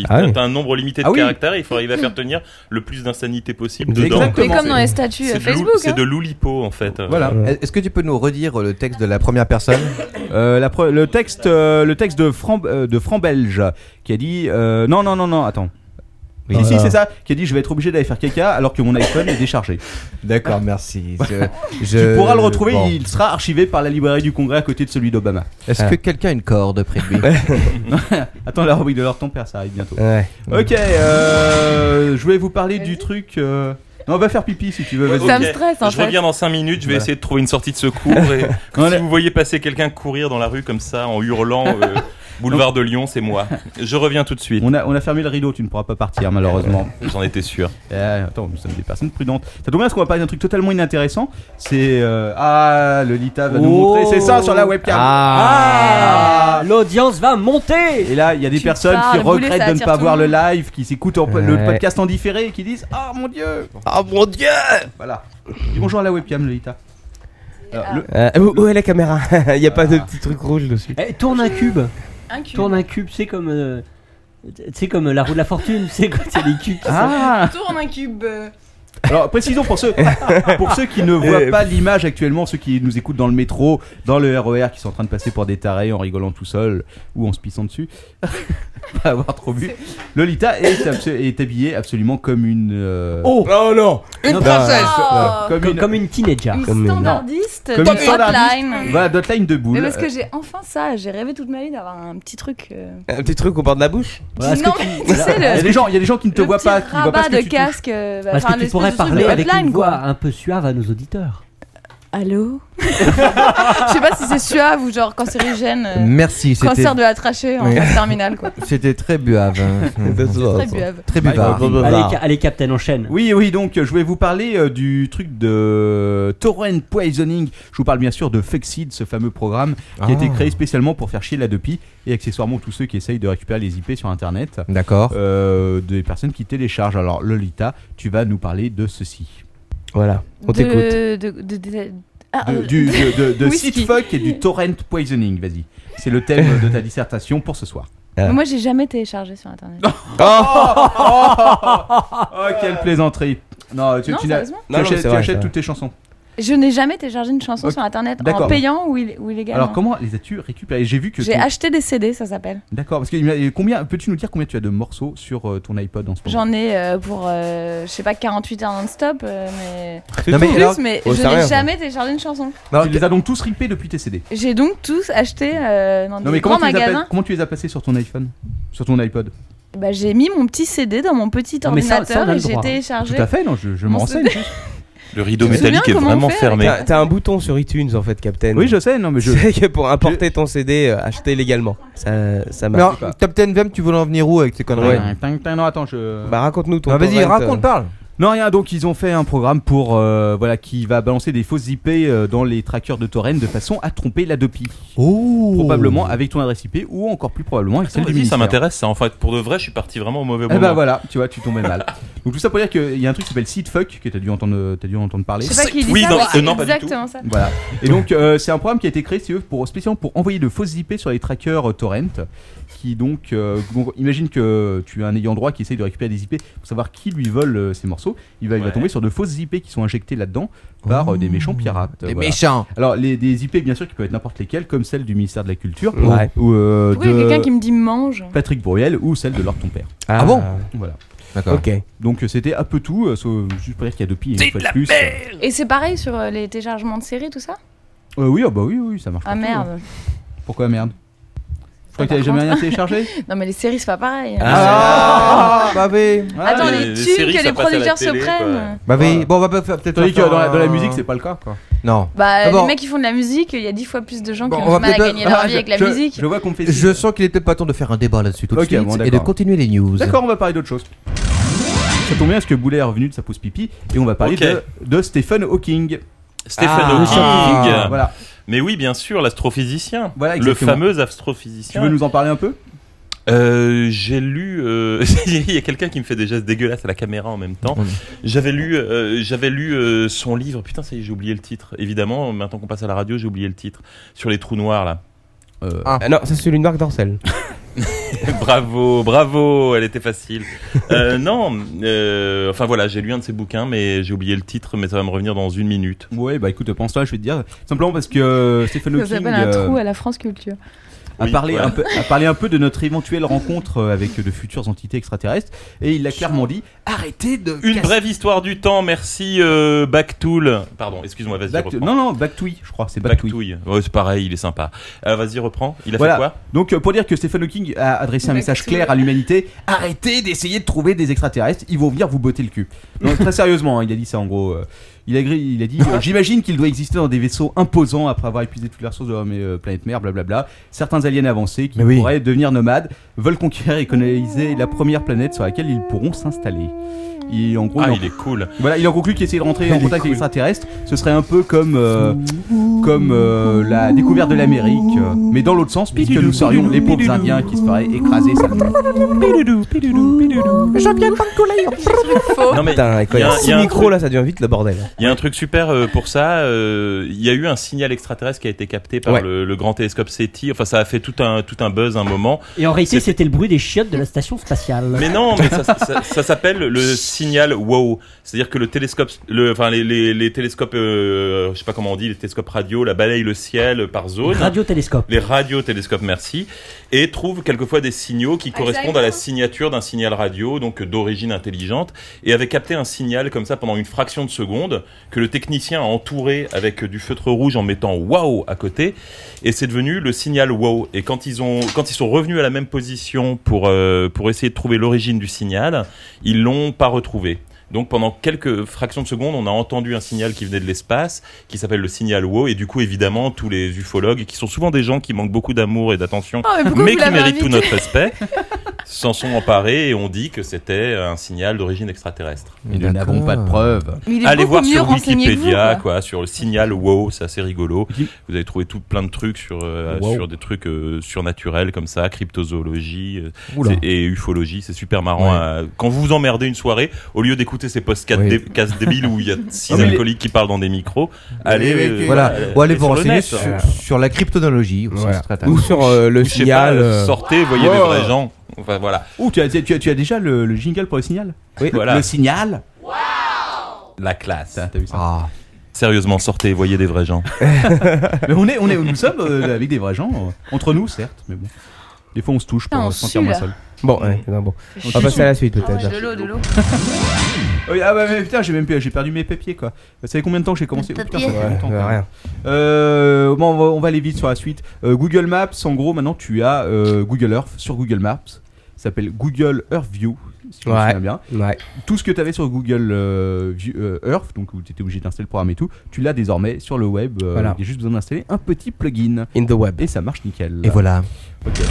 Ah oui. T'as un nombre limité de Ah oui. caractères et il faut arriver à faire tenir le plus d'insanité possible dedans. Exactement. Mais comme dans les statuts C'est de Facebook. c'est de l'oulipo en fait. Voilà. Est-ce que tu peux nous redire le texte de la première personne? Le texte de Franc Belge qui a dit non, attends. Oui. Si, c'est ça, qui a dit je vais être obligé d'aller faire caca alors que mon iPhone est déchargé. D'accord, merci. Tu pourras le retrouver, Bon. il sera archivé par la librairie du Congrès à côté de celui d'Obama. Est-ce que quelqu'un a une corde près de lui? Attends, la rubrique de leur ton père, ça arrive bientôt. Ouais. Ok, je voulais vous parler du truc. Non, on va faire pipi si tu veux. Vas-y. Ça me stresse, en Je fait. reviens dans 5 minutes, je vais Voilà. essayer de trouver une sortie de secours. Et Voilà. si vous voyez passer quelqu'un courir dans la rue comme ça en hurlant boulevard de Lyon, c'est moi. Je reviens tout de suite. On a fermé le rideau, tu ne pourras pas partir malheureusement. J'en étais sûr. Attends, nous sommes des personnes prudentes. Ça tombe bien parce qu'on va parler d'un truc totalement inintéressant. C'est Lolita va nous montrer. C'est ça sur la webcam. Ah, l'audience va monter. Et là, il y a des Tu personnes qui parles, Boulet, regrettent ça de ne attire pas tout voir le le monde. live, qui s'écoutent le podcast en différé et qui disent ah mon dieu. Oh mon dieu. Voilà. Dis bonjour à la webcam, Lolita. Alors, Où est la caméra? Il n'y a pas de petit truc rouge dessus. Eh, tourne un cube. Un cube. Tourne un cube, c'est comme la roue de la fortune, c'est quand il y a des cubes. Tourne un cube. Alors précisons pour ceux qui ne voient pas l'image actuellement, ceux qui nous écoutent dans le métro, dans le RER, qui sont en train de passer pour des tarés en rigolant tout seul ou en se pissant dessus, pas avoir trop bu. Lolita est habillée absolument comme une Oh non. Une Non, princesse. Comme une teenager. Une Comme une- standardiste. comme une standardiste. hotline. Voilà, Dotline de boule. Mais parce que j'ai enfin ça, j'ai rêvé toute ma vie d'avoir un petit truc. Un petit truc au bord de la bouche. Voilà, est-ce non, que tu- mais tu sais, Il y a le, des gens qui ne te le voient petit pas, qui voient pas rabat ce que de tu touches. casque. Est-ce que tu l'espèce pourrais de truc parler de avec hotline, une voix quoi. un peu suave à nos auditeurs? Allô. Je sais pas si c'est suave ou genre cancérigène. Merci, c'était Cancer de la trachée en Oui. phase terminale, quoi. c'était très buave. Très buave. Très buvard. Allez, Captain, enchaîne. Oui, donc je voulais vous parler du truc de torrent poisoning. Je vous parle bien sûr de Fexid, ce fameux programme qui a été créé spécialement pour faire chier la Depi et accessoirement tous ceux qui essayent de récupérer les IP sur internet. D'accord. Des personnes qui téléchargent. Alors Lolita, tu vas nous parler de ceci. Voilà, on t'écoute. De Whisky. Seedfuck et du torrent poisoning, vas-y. C'est le thème de ta dissertation pour ce soir. Mais moi, j'ai jamais téléchargé sur internet. Oh, quelle plaisanterie. Non, tu Non, n'as- sérieusement tu Non, non, achètes, c'est vrai, tu achètes c'est toutes tes chansons. Je n'ai jamais téléchargé une chanson Ok. sur internet D'accord. en payant ou illégalement. Alors comment les as-tu récupérées? J'ai vu que J'ai tu- acheté des CD, ça s'appelle. D'accord, parce que combien peux-tu nous dire combien tu as de morceaux sur ton iPod en ce moment? J'en ai pour, je sais pas, 48 heures non-stop, mais. C'est Non, tout. mais Plus, alors- mais oh, je c'est n'ai rien, ça. jamais téléchargé une chanson. Alors, Tu les as donc tous rippés depuis tes CD. J'ai donc tous acheté dans Non des mais grands comment magasins. tu les as passés sur ton iPhone? Sur ton iPod? Bah, j'ai mis mon petit CD dans mon petit Non, mais ça, ordinateur on a le et j'ai droit. téléchargé. Tout à fait, non, je me Mon renseigne. CD. juste. Le rideau Tu te souviens métallique est comment on vraiment fait fermé. T'as un bouton sur iTunes en fait, Captain. Oui, je sais, non mais je... C'est que pour importer ton CD, acheter légalement. Ça mais marche. alors, Captain Vem, tu voulais en venir où avec ces conneries? Non, attends, je... Bah raconte-nous ton. Bah, vas-y, torrent, raconte, parle. Non, rien, donc ils ont fait un programme pour qui va balancer des fausses IP dans les trackers de torrent de façon à tromper la Depi. Oh. Probablement avec ton adresse IP ou encore plus probablement avec celle du Vas-y, ça ministère. m'intéresse ça. En fait, pour de vrai, je suis parti vraiment au mauvais Eh moment. bah voilà, tu vois, tu tombais mal. Donc tout ça pour dire qu'il y a un truc qui s'appelle Seedfuck que t'as dû entendre parler. Je sais pas qui dit Oui, ça, non, mais c'est non, pas du tout. exactement ça. Voilà. Et donc c'est un programme qui a été créé si vous voulez, spécialement pour envoyer de fausses IP sur les trackers torrent. Qui donc, imagine que tu as un ayant droit qui essaye de récupérer des IP pour savoir qui lui vole ces morceaux. Il va Ouais. tomber sur de fausses IP qui sont injectées là-dedans par des méchants pirates. Les Voilà. méchants. Alors des IP bien sûr qui peuvent être n'importe lesquelles, comme celle du ministère de la Culture Ouais. ou Pourquoi il y a quelqu'un qui me dit mange? Patrick Bruel ou celle de Lord ton père. Ah bon? Voilà. D'accord. Ok. Donc c'était un peu tout, juste pour dire qu'il y a depuis une fois de plus. Et c'est pareil sur les téléchargements de séries, tout ça? Oui, oui, ça marche. Ah partout, merde. hein. Pourquoi merde? Je crois que Par t'avais jamais contre- rien téléchargé. Non, mais les séries, c'est pas pareil. Ah, bah oui. Attends, les les thunes séries, que ça les passe à la producteurs se télé, prennent. Bah oui. Voilà. Bon, on va pas faire peut-être. Tandis que faire dans la un- musique, c'est pas le cas, quoi. Non. Bah, D'abord- les mecs qui font de la musique, il y a 10 fois plus de gens Bon, qui on ont va du mal à peut-être- gagner leur vie avec la musique. Je vois qu'on me fait. Je sens qu'il est peut-être pas temps de faire un débat là-dessus tout de Ok, suite bon, et de d'accord. continuer les news. D'accord, on va parler d'autre chose. Ça tombe bien parce que Boulet est revenu de sa pause pipi et on va parler Ok. de Stephen Hawking. Stephen Ah, Hawking. Voilà. Mais oui, bien sûr, l'astrophysicien. Voilà, le exactement. fameux Tu astrophysicien. veux nous en parler un peu? J'ai lu. Il y a quelqu'un qui me fait des gestes dégueulasses à la caméra en même temps. Oui. J'avais lu son livre. Putain, ça y est, j'ai oublié le titre. Évidemment, maintenant qu'on passe à la radio, j'ai oublié le titre. Sur les trous noirs, là. Non, ça c'est une marque d'Ancel. Bravo, elle était facile. Non, enfin voilà, j'ai lu un de ses bouquins, mais j'ai oublié le titre, mais ça va me revenir dans 1 minute. Ouais, bah écoute, pense-toi, je vais te dire. Simplement parce que Stephen Ça Hawking s'appelle un trou à la France Culture. a Oui, parlé voilà. un peu de notre éventuelle rencontre avec de futures entités extraterrestres, et il a clairement dit arrêtez de Une brève histoire du temps, merci Backtool. Pardon, excuse-moi, vas-y, reprends. non, Backtouille, je crois, c'est Backtouille. Backtouille. Ouais, c'est pareil, il est sympa. Vas-y, reprends. Il a Voilà. fait quoi? Donc pour dire que Stephen Hawking a adressé un message clair à l'humanité, arrêtez d'essayer de trouver des extraterrestres, ils vont venir vous botter le cul. Donc très sérieusement, hein, il a dit ça en gros. Il a dit j'imagine qu'il doit exister dans des vaisseaux imposants après avoir épuisé toutes les ressources de la planète mère, blablabla. Certains aliens avancés qui pourraient devenir nomades veulent conquérir et coloniser la première planète sur laquelle ils pourront s'installer. Et en gros, il est cool. Voilà, il en conclut qu'essayer de rentrer en contact avec les extraterrestres, ce serait un peu comme la découverte de l'Amérique, mais dans l'autre sens, puisque nous serions les pauvres Indiens qui se feraient écraser salement. Non, mais Putain, quand il y a 6 micros là, ça devient vite le bordel. il y a un truc super pour ça. Il y a eu un signal extraterrestre qui a été capté par le grand télescope SETI. Enfin, ça a fait tout un buzz un moment. Et en réalité, c'était le bruit des chiottes de la station spatiale. Mais non, mais ça s'appelle le signal WOW. C'est-à-dire que le télescope, les télescopes, je sais pas comment on dit, les télescopes radio, la balayent le ciel par zone. Radiotélescope. Les radiotélescopes, merci, et trouvent quelquefois des signaux qui correspondent à la signature d'un signal radio, donc d'origine intelligente, et avait capté un signal comme ça pendant une fraction de seconde que le technicien a entouré avec du feutre rouge en mettant wow à côté, et c'est devenu le signal wow. Et quand ils sont revenus à la même position pour essayer de trouver l'origine du signal, ils l'ont pas retrouvé. Donc pendant quelques fractions de secondes, on a entendu un signal qui venait de l'espace, qui s'appelle le signal WOW, et du coup évidemment tous les ufologues, qui sont souvent des gens qui manquent beaucoup d'amour et d'attention, mais qui méritent tout notre respect, s'en sont emparés et ont dit que c'était un signal d'origine extraterrestre. Et nous n'avons pas de preuves. Allez voir sur Wikipédia, sur le signal WOW, c'est assez rigolo. Vous allez trouver plein de trucs sur des trucs surnaturels comme ça, cryptozoologie et ufologie, c'est super marrant. Quand vous vous emmerdez une soirée, au lieu d'écouter ces podcasts débiles où il y a 6 alcooliques qui parlent dans des micros, allez ou allez vous sur le renseigner net. sur la cryptonologie Ou sur le Ou je sais signal. pas, sortez, voyez des vrais gens. Enfin voilà. Tu as déjà le jingle pour le signal. Oui. Voilà. Le signal. La classe. T'as vu ça? Sérieusement, sortez, voyez des vrais gens. Mais nous sommes avec des vrais gens, entre nous certes, mais bon. Des fois on se touche pour se sentir moins seul. Bon, on va passer à la suite peut-être. De l'eau. Ah bah mais putain, j'ai perdu mes papiers quoi. Vous savez combien de temps que j'ai commencé? Oh, putain, ça fait longtemps. Rien. Bon, on va aller vite sur la suite. Google Maps, en gros, maintenant tu as Google Earth sur Google Maps. Ça s'appelle Google Earth View, si je me souviens bien. Ouais. Tout ce que tu avais sur Google Earth, donc où tu étais obligé d'installer le programme et tout, tu l'as désormais sur le web. Voilà. Il y a juste besoin d'installer un petit plugin. In the web. Et ça marche nickel. Et voilà. Ok.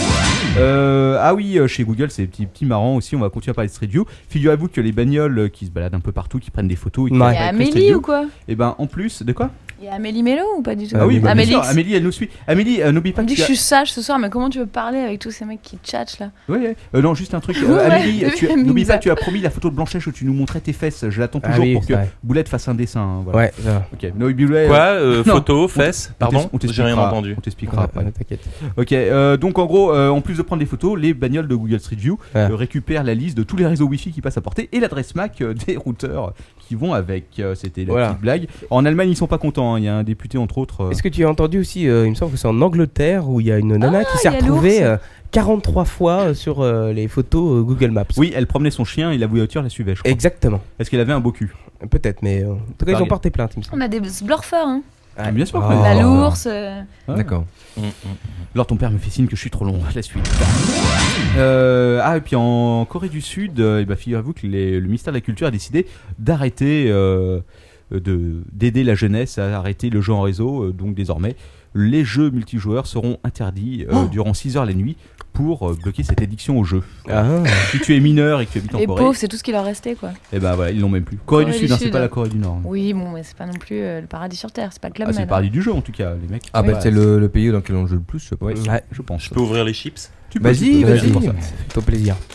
Chez Google, c'est petit marrant aussi. On va continuer à parler de Street View. Figurez-vous que les bagnoles qui se baladent un peu partout, qui prennent des photos, Il y a Amélie ou quoi? Et ben en plus de quoi? Il y a Amélie Mélo ou pas du tout? Ah oui, Amélie. bien sûr, Amélie, elle nous suit. Amélie, n'oublie pas On que dit tu que je as... suis sage ce soir, mais comment tu veux parler avec tous ces mecs qui tchatchent là? Ouais, non, juste un truc. Ouais, Amélie, n'oublie pas bizarre. que tu as promis la photo de Blanchèche où tu nous montrais tes fesses. Je l'attends toujours pour que Boulette fasse un dessin. Hein, voilà. Ouais, ça va. Ok, no, Boulette, Quoi non. Photo, fesses Pardon On J'ai rien entendu. On t'expliquera après. T'inquiète. Ok, donc en gros, en plus de prendre des photos, les bagnoles de Google Street View récupèrent la liste de tous les réseaux Wi-Fi qui passent à portée et l'adresse MAC des routeurs qui vont avec. C'était la petite blague. En Allemagne, ils sont pas contents. Il y a un député entre autres. Est-ce que tu as entendu aussi, il me semble que c'est en Angleterre où il y a une nana qui s'est il y a retrouvée l'ours. 43 fois sur les photos Google Maps. Oui, elle promenait son chien et la voiture la suivait, je crois. Exactement. Est-ce qu'elle avait un beau cul? Peut-être, mais en tout cas, ils ont porté plainte, il me semble. On a des sblurfeurs, hein. Ah, bien sûr. Oh. La l'ours. D'accord. Alors ton père me fait signe que je suis trop long. La suite. Et puis en Corée du Sud, figurez-vous que le ministère de la Culture a décidé d'arrêter, d'aider la jeunesse à arrêter le jeu en réseau. Donc désormais, les jeux multijoueurs seront interdits durant 6 heures la nuit pour bloquer cette addiction au jeu. Si tu es mineur et que tu habites en Les Corée, pauvres, c'est tout ce qui leur restait quoi. et ben voilà, ils l'ont même plus. Corée du Sud, hein, c'est pas la Corée du Nord. Oui, bon, mais c'est pas non plus le paradis sur terre, c'est pas le club Ah, c'est Med, le paradis du jeu en tout cas, les mecs. Ah bah c'est le pays dans lequel on joue le plus, je pense. Ouais, je pense. Je peux ouvrir les chips? Tu peux, Vas-y, c'est pour ça. C'est ton plaisir.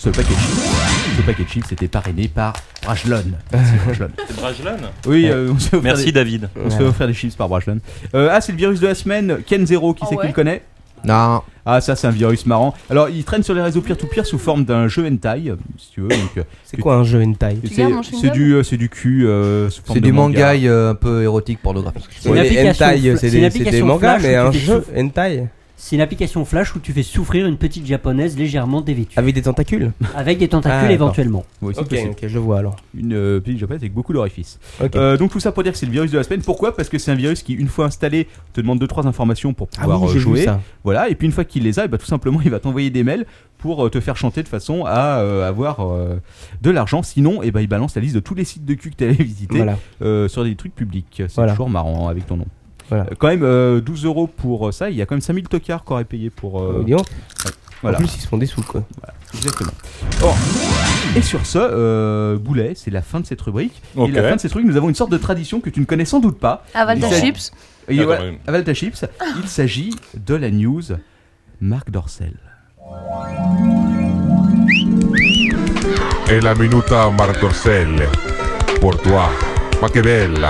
ce paquet de chips était parrainé par Brajlon. Merci, Brajlon. C'est Brajlon. Oui, on s'est offert Merci David. on se fait offrir des chips par Brajlon. C'est le virus de la semaine, Ken Zero, qui c'est qui le connaît? Non. Ah, ça c'est un virus marrant. Alors il traîne sur les réseaux peer-to-peer sous forme d'un jeu hentai, si tu veux. Donc, C'est quoi un jeu hentai? gardes mon chewing-gum c'est du cul sous forme C'est de du manga un peu érotique pornographique. C'est une Ouais, les application hentai, fla- c'est c'est une des application mangas, flash mais où un tu fais jeu hentai C'est une application flash où tu fais souffrir une petite japonaise légèrement dévêtue. avec des tentacules. Avec des tentacules Ah, d'accord. éventuellement. Ouais, c'est Ok, possible. ok, je vois alors. Une petite japonaise avec beaucoup d'orifices. Ok. Donc tout ça pour dire que c'est le virus de la semaine. Pourquoi? Parce que c'est un virus qui, une fois installé, te demande 2-3 informations pour Ah pouvoir oui, j'ai vu jouer. ça. Voilà, et puis une fois qu'il les a, tout simplement il va t'envoyer des mails pour te faire chanter de façon à avoir de l'argent. Sinon, il balance la liste de tous les sites de cul que tu allais visiter Voilà. sur des trucs publics. C'est Voilà. toujours marrant avec ton nom. Voilà. Quand même 12 € pour ça, il y a quand même 5000 tocards qui auraient payé pour. Dis donc. Voilà. En plus, ils se font des sous quoi. Exactement. Or, et sur ce, Boulet, c'est la fin de cette rubrique. Ok. Et la fin de cette rubrique, nous avons une sorte de tradition que tu ne connais sans doute pas. Avale ta Il s'agit- chips. Et Attends, voilà, oui. avale ta chips. Il s'agit de la news Marc Dorcel. È la minuta Marc Dorcel. Pour toi. Ma che bella.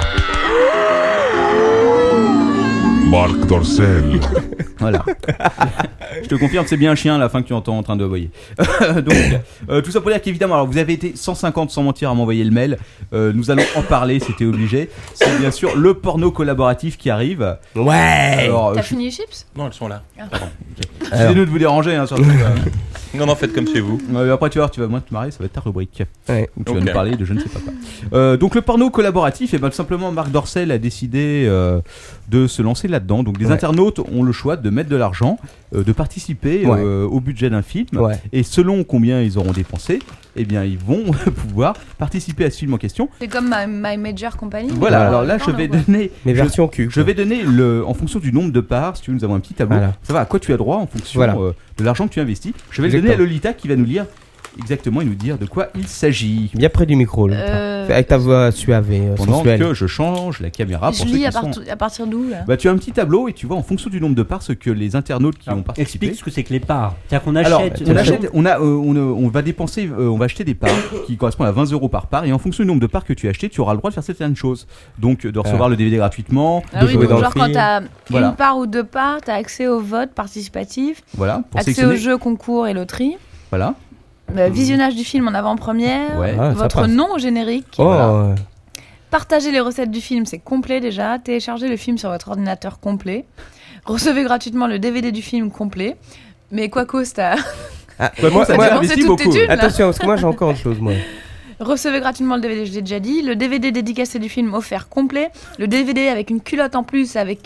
Marc Dorcel. Voilà. Je te confirme, c'est bien un chien à la fin que tu entends en train de aboyer. Donc, tout ça pour dire qu'évidemment, alors vous avez été 150 sans mentir à m'envoyer le mail. Nous allons en parler, c'était obligé. C'est bien sûr le porno collaboratif qui arrive. Ouais. Alors, T'as fini les chips? Non, elles sont là. Pardon. excusez-nous de vous déranger, hein, surtout. Non, faites comme chez vous. Après, tu vas voir, tu vas moins te marrer, ça va être ta rubrique. Ouais. Où tu vas Ok. nous parler de je ne sais pas quoi. Donc, le porno collaboratif, et tout simplement, Marc Dorcel a décidé de se lancer là-dedans. Donc, les internautes ont le choix de mettre de l'argent, de participer Ouais. au budget d'un film. Ouais. Et selon combien ils auront dépensé, eh bien, ils vont pouvoir participer à ce film en question. C'est comme My Major Company. Voilà, Voilà. alors là, je vais donner. Mais version cul. Je vais donner en fonction du nombre de parts. Si tu veux, nous avons un petit tableau. Voilà. Ça va à quoi tu as droit en fonction Voilà. de l'argent que tu investis. Je vais le Exactement. donner à Lolita qui va nous lire exactement et nous dire de quoi il s'agit. Bien près du micro là. Avec ta voix suave et Pendant sensuelle. que je change la caméra pour Je ceux lis qui à, sont... à partir d'où là? Bah, tu as un petit tableau et tu vois en fonction du nombre de parts ce que les internautes qui ont participé. Explique ce que c'est que les parts. C'est-à-dire qu'on Alors, achète. on va dépenser, on va acheter des parts qui correspondent à 20 € par part, et en fonction du nombre de parts que tu as acheté, tu auras le droit de faire certaines choses. Donc, de recevoir le DVD gratuitement, Ah de oui, jouer donc dans le genre quand film. t'as Voilà. une part ou deux parts, t'as accès au vote participatif, voilà, pour accès sélectionner. aux jeux, concours et loterie, Voilà. visionnage du film en avant-première, Ouais. Ah, ça votre passe. nom au générique, Oh. Voilà. partager les recettes du film, c'est complet déjà, télécharger le film sur votre ordinateur complet, recevez gratuitement le DVD du film complet, mais Quacos, t'as Ah, Quoi, moi, ça t'as a dépensé investi toutes tes beaucoup. thunes, là. Attention, parce que moi j'ai encore autre chose moi. Recevez gratuitement le DVD, je l'ai déjà dit. Le DVD dédicacé du film offert complet. Le DVD avec une culotte en plus avec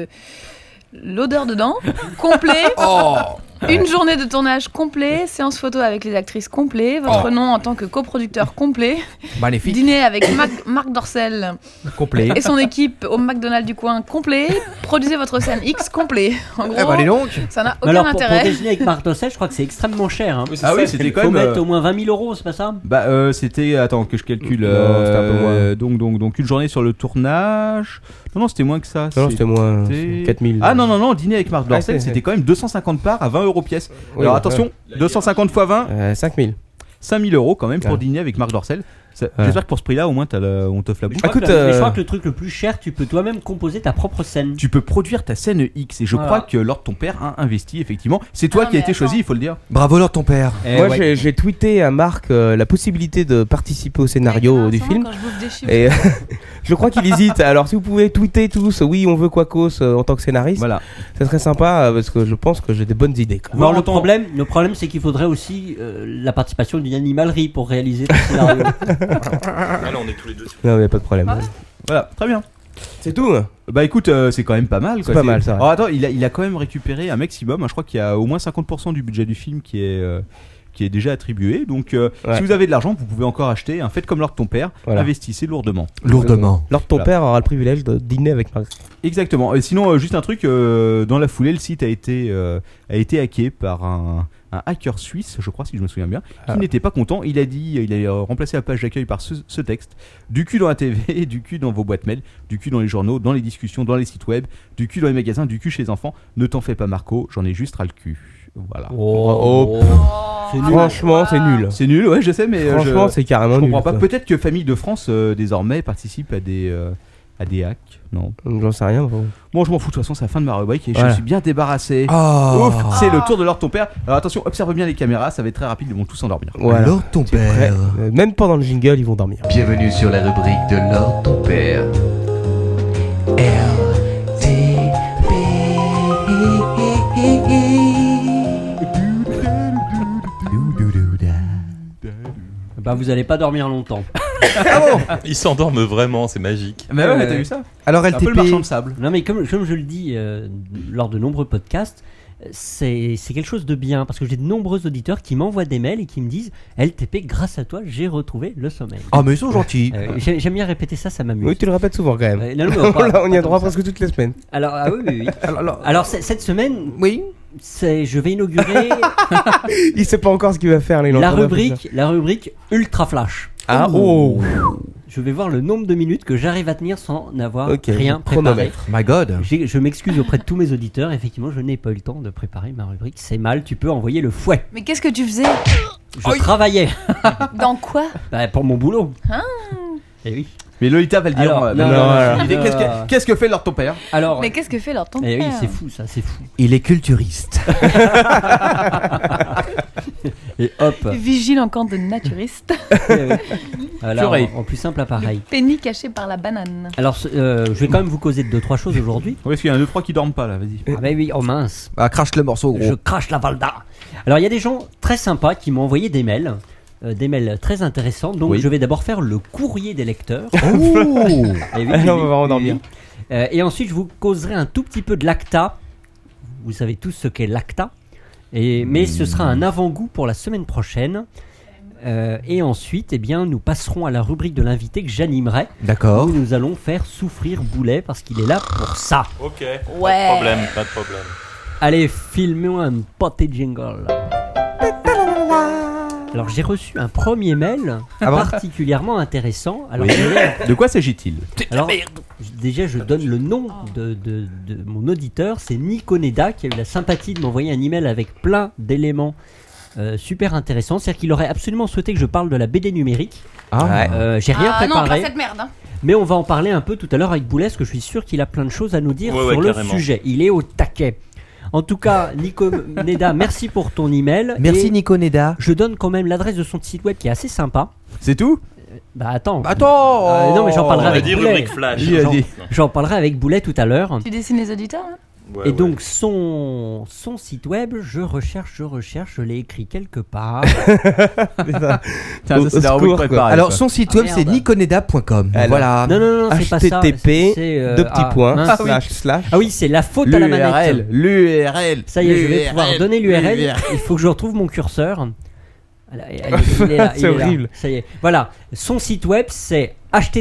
l'odeur dedans. Complet. Une journée de tournage complet. Séance photo avec les actrices complet. Votre nom en tant que coproducteur complet. Magnifique. Dîner avec Marc Dorcel Complet. et son équipe au McDonald's du coin complet. Produisez votre scène X complet. En gros, Eh ben, dis donc. ça n'a Mais aucun alors, pour intérêt. déjeuner avec Marc Dorcel, je crois que c'est extrêmement cher. Hein. Ah oui, c'était quand Faut même. mettre au moins 20 000 €, c'est pas ça? Bah, c'était. Attends, que je calcule. Non, c'était un peu moins. Donc, une journée sur le tournage. Non, c'était moins que ça. Non, c'était moins. C'était- 4000. Ah non, dîner avec Marc Dorcel, c'est- c'était quand même 250 parts à 20 € pièce. Oui, Alors ouais. attention, 250 x 20, 5000. 5000 € quand même pour Ouais. dîner avec Marc Dorcel. Ouais. J'espère que pour ce prix-là, au moins, on t'offre la bouche. Je crois Écoute, que mais je crois que le truc le plus cher, tu peux toi-même composer ta propre scène. Tu peux produire ta scène X et je Voilà. crois que Lord ton père a investi effectivement. C'est toi Ah, qui as mais été choisi, attends. il faut le dire. Bravo Lord ton père. Moi j'ai tweeté à Marc la possibilité de participer au scénario du film. Quand je bouffe des chips. Et je crois qu'il hésite. Alors si vous pouvez tweeter tous, oui on veut Quacos en tant que scénariste, Voilà. ça serait sympa parce que je pense que j'ai des bonnes idées. Quoi. Alors, le entend- problème, c'est qu'il faudrait aussi la participation d'une animalerie pour réaliser ton scénario. Ah non, on est tous les deux. Non mais pas de problème. Voilà, très bien. C'est tout. Bah écoute, c'est quand même pas mal. C'est pas mal, ça. Alors attends, il a quand même récupéré un maximum. Je crois qu'il y a au moins 50% du budget du film qui est déjà attribué. Donc Ouais. si vous avez de l'argent, vous pouvez encore acheter. Faites comme Lord ton père, Voilà. investissez lourdement. Lourdement. Lors ton Voilà. père aura le privilège de dîner avec Marc. Exactement. Et sinon, juste un truc, dans la foulée, le site a été hacké par un hacker suisse, je crois, si je me souviens bien, qui n'était pas content. Il a remplacé la page d'accueil par ce texte: du cul dans la TV, du cul dans vos boîtes mail, du cul dans les journaux, dans les discussions, dans les sites web, du cul dans les magasins, du cul chez les enfants. Ne t'en fais pas, Marco, j'en ai juste ras le cul. Voilà. C'est nul. Franchement, c'est nul. C'est nul, ouais, je sais, mais Franchement, c'est carrément je nul. comprends pas. quoi. Peut-être que Famille de France désormais participe à des hacks. Non. J'en sais rien. Bon, je m'en fous. De toute façon, c'est la fin de ma rubrique et Voilà. je suis bien débarrassé. Oh. Ouf, c'est le tour de l'heure de ton père. Alors attention, observe bien les caméras, ça va être très rapide, ils vont tous s'endormir. Voilà. Alors ton Prêt. père. Même pendant le jingle, ils vont dormir. Bienvenue sur la rubrique de Lord ton père. Bah, vous allez pas dormir longtemps. Ils s'endorment vraiment, c'est magique. Mais ouais, t'as vu ça? Alors C'est un peu le marchand LTP. de sable. Non, mais comme je le dis lors de nombreux podcasts, c'est quelque chose de bien parce que j'ai de nombreux auditeurs qui m'envoient des mails et qui me disent LTP, grâce à toi, j'ai retrouvé le sommeil. Ah mais ils sont gentils. J'aime bien répéter ça m'amuse. Oui, tu le répètes souvent quand même. Non, mais On y a droit comme ça. presque toutes les semaines. Alors, ah oui. Alors cette semaine, Oui. je vais inaugurer Il sait pas encore ce qu'il va faire. Là, il est en la train de faire ça. rubrique Ultra Flash. Ah, oh. Je vais voir le nombre de minutes que j'arrive à tenir sans n'avoir Ok, rien préparé. chronomètre. My God. Je m'excuse auprès de tous mes auditeurs. Effectivement, je n'ai pas eu le temps de préparer ma rubrique. C'est mal. Tu peux envoyer le fouet. Mais qu'est-ce que tu faisais? Je travaillais Dans quoi? pour mon boulot. Eh oui. Mais Lolita va le dire. Alors, non, Il dit, qu'est-ce que fait Lord ton père? Alors, Mais qu'est-ce que fait leur ton eh oui, père? c'est fou ça, c'est fou. Il est culturiste. Et hop. Vigile en camp de naturiste. Là, en plus simple appareil. Penny caché par la banane. Alors, je vais quand même vous causer de 2-3 choses aujourd'hui. Oui, parce qu'il y en a 2-3 qui dorment pas là, vas-y. Ah bah oui, oh mince. Ah, crache le morceau gros. Je crache la Valda. Alors, il y a des gens très sympas qui m'ont envoyé des mails très intéressants. Donc, Oui. je vais d'abord faire le courrier des lecteurs. Oh. Eh oui, On va vraiment dormir. Et ensuite, je vous causerai un tout petit peu de l'ACTA. Vous savez tous ce qu'est l'ACTA. Mais ce sera un avant-goût pour la semaine prochaine. Et ensuite, eh bien, nous passerons à la rubrique de l'invité que j'animerai. D'accord. Où nous allons faire souffrir Boulet parce qu'il est là pour ça. Ok, Ouais. pas de problème. Allez, filmez-moi un poté jingle. Alors, j'ai reçu un premier mail particulièrement intéressant. Alors, De quoi s'agit-il? alors, déjà, je donne le nom de mon auditeur. C'est Nico Neda qui a eu la sympathie de m'envoyer un email avec plein d'éléments super intéressants. C'est-à-dire qu'il aurait absolument souhaité que je parle de la BD numérique. Ah. J'ai rien Ah non, pas préparé. cette merde. Hein. Mais on va en parler un peu tout à l'heure avec Boulet, parce que je suis sûr qu'il a plein de choses à nous dire Ouais, sur le carrément. sujet. Il est au taquet. En tout cas, Nico Neda, merci pour ton email. Merci Et Nico Neda. je donne quand même l'adresse de son site web qui est assez sympa. C'est tout? Bah attends. Attends. Non mais j'en parlerai On a avec dit Boulet. rubrique flash. Lui a dit. J'en parlerai avec Boulet tout à l'heure. Tu dessines les auditeurs hein? Ouais, Et donc son site web, je recherche, je l'ai écrit quelque part. Tiens, ça, c'est la rubrique préparée. Alors quoi. son site Ah, web c'est merde. niconeda.com. Alors. Voilà. Non, c'est pas ça. HTTP, C'est, deux petits points, mince. slash. Ah oui, c'est la faute à la manette. L'URL. Ça y est, je vais pouvoir donner l'URL. Il faut que je retrouve mon curseur. Voilà, il est là, C'est il est là. horrible. Ça y est. Voilà, son site web c'est http :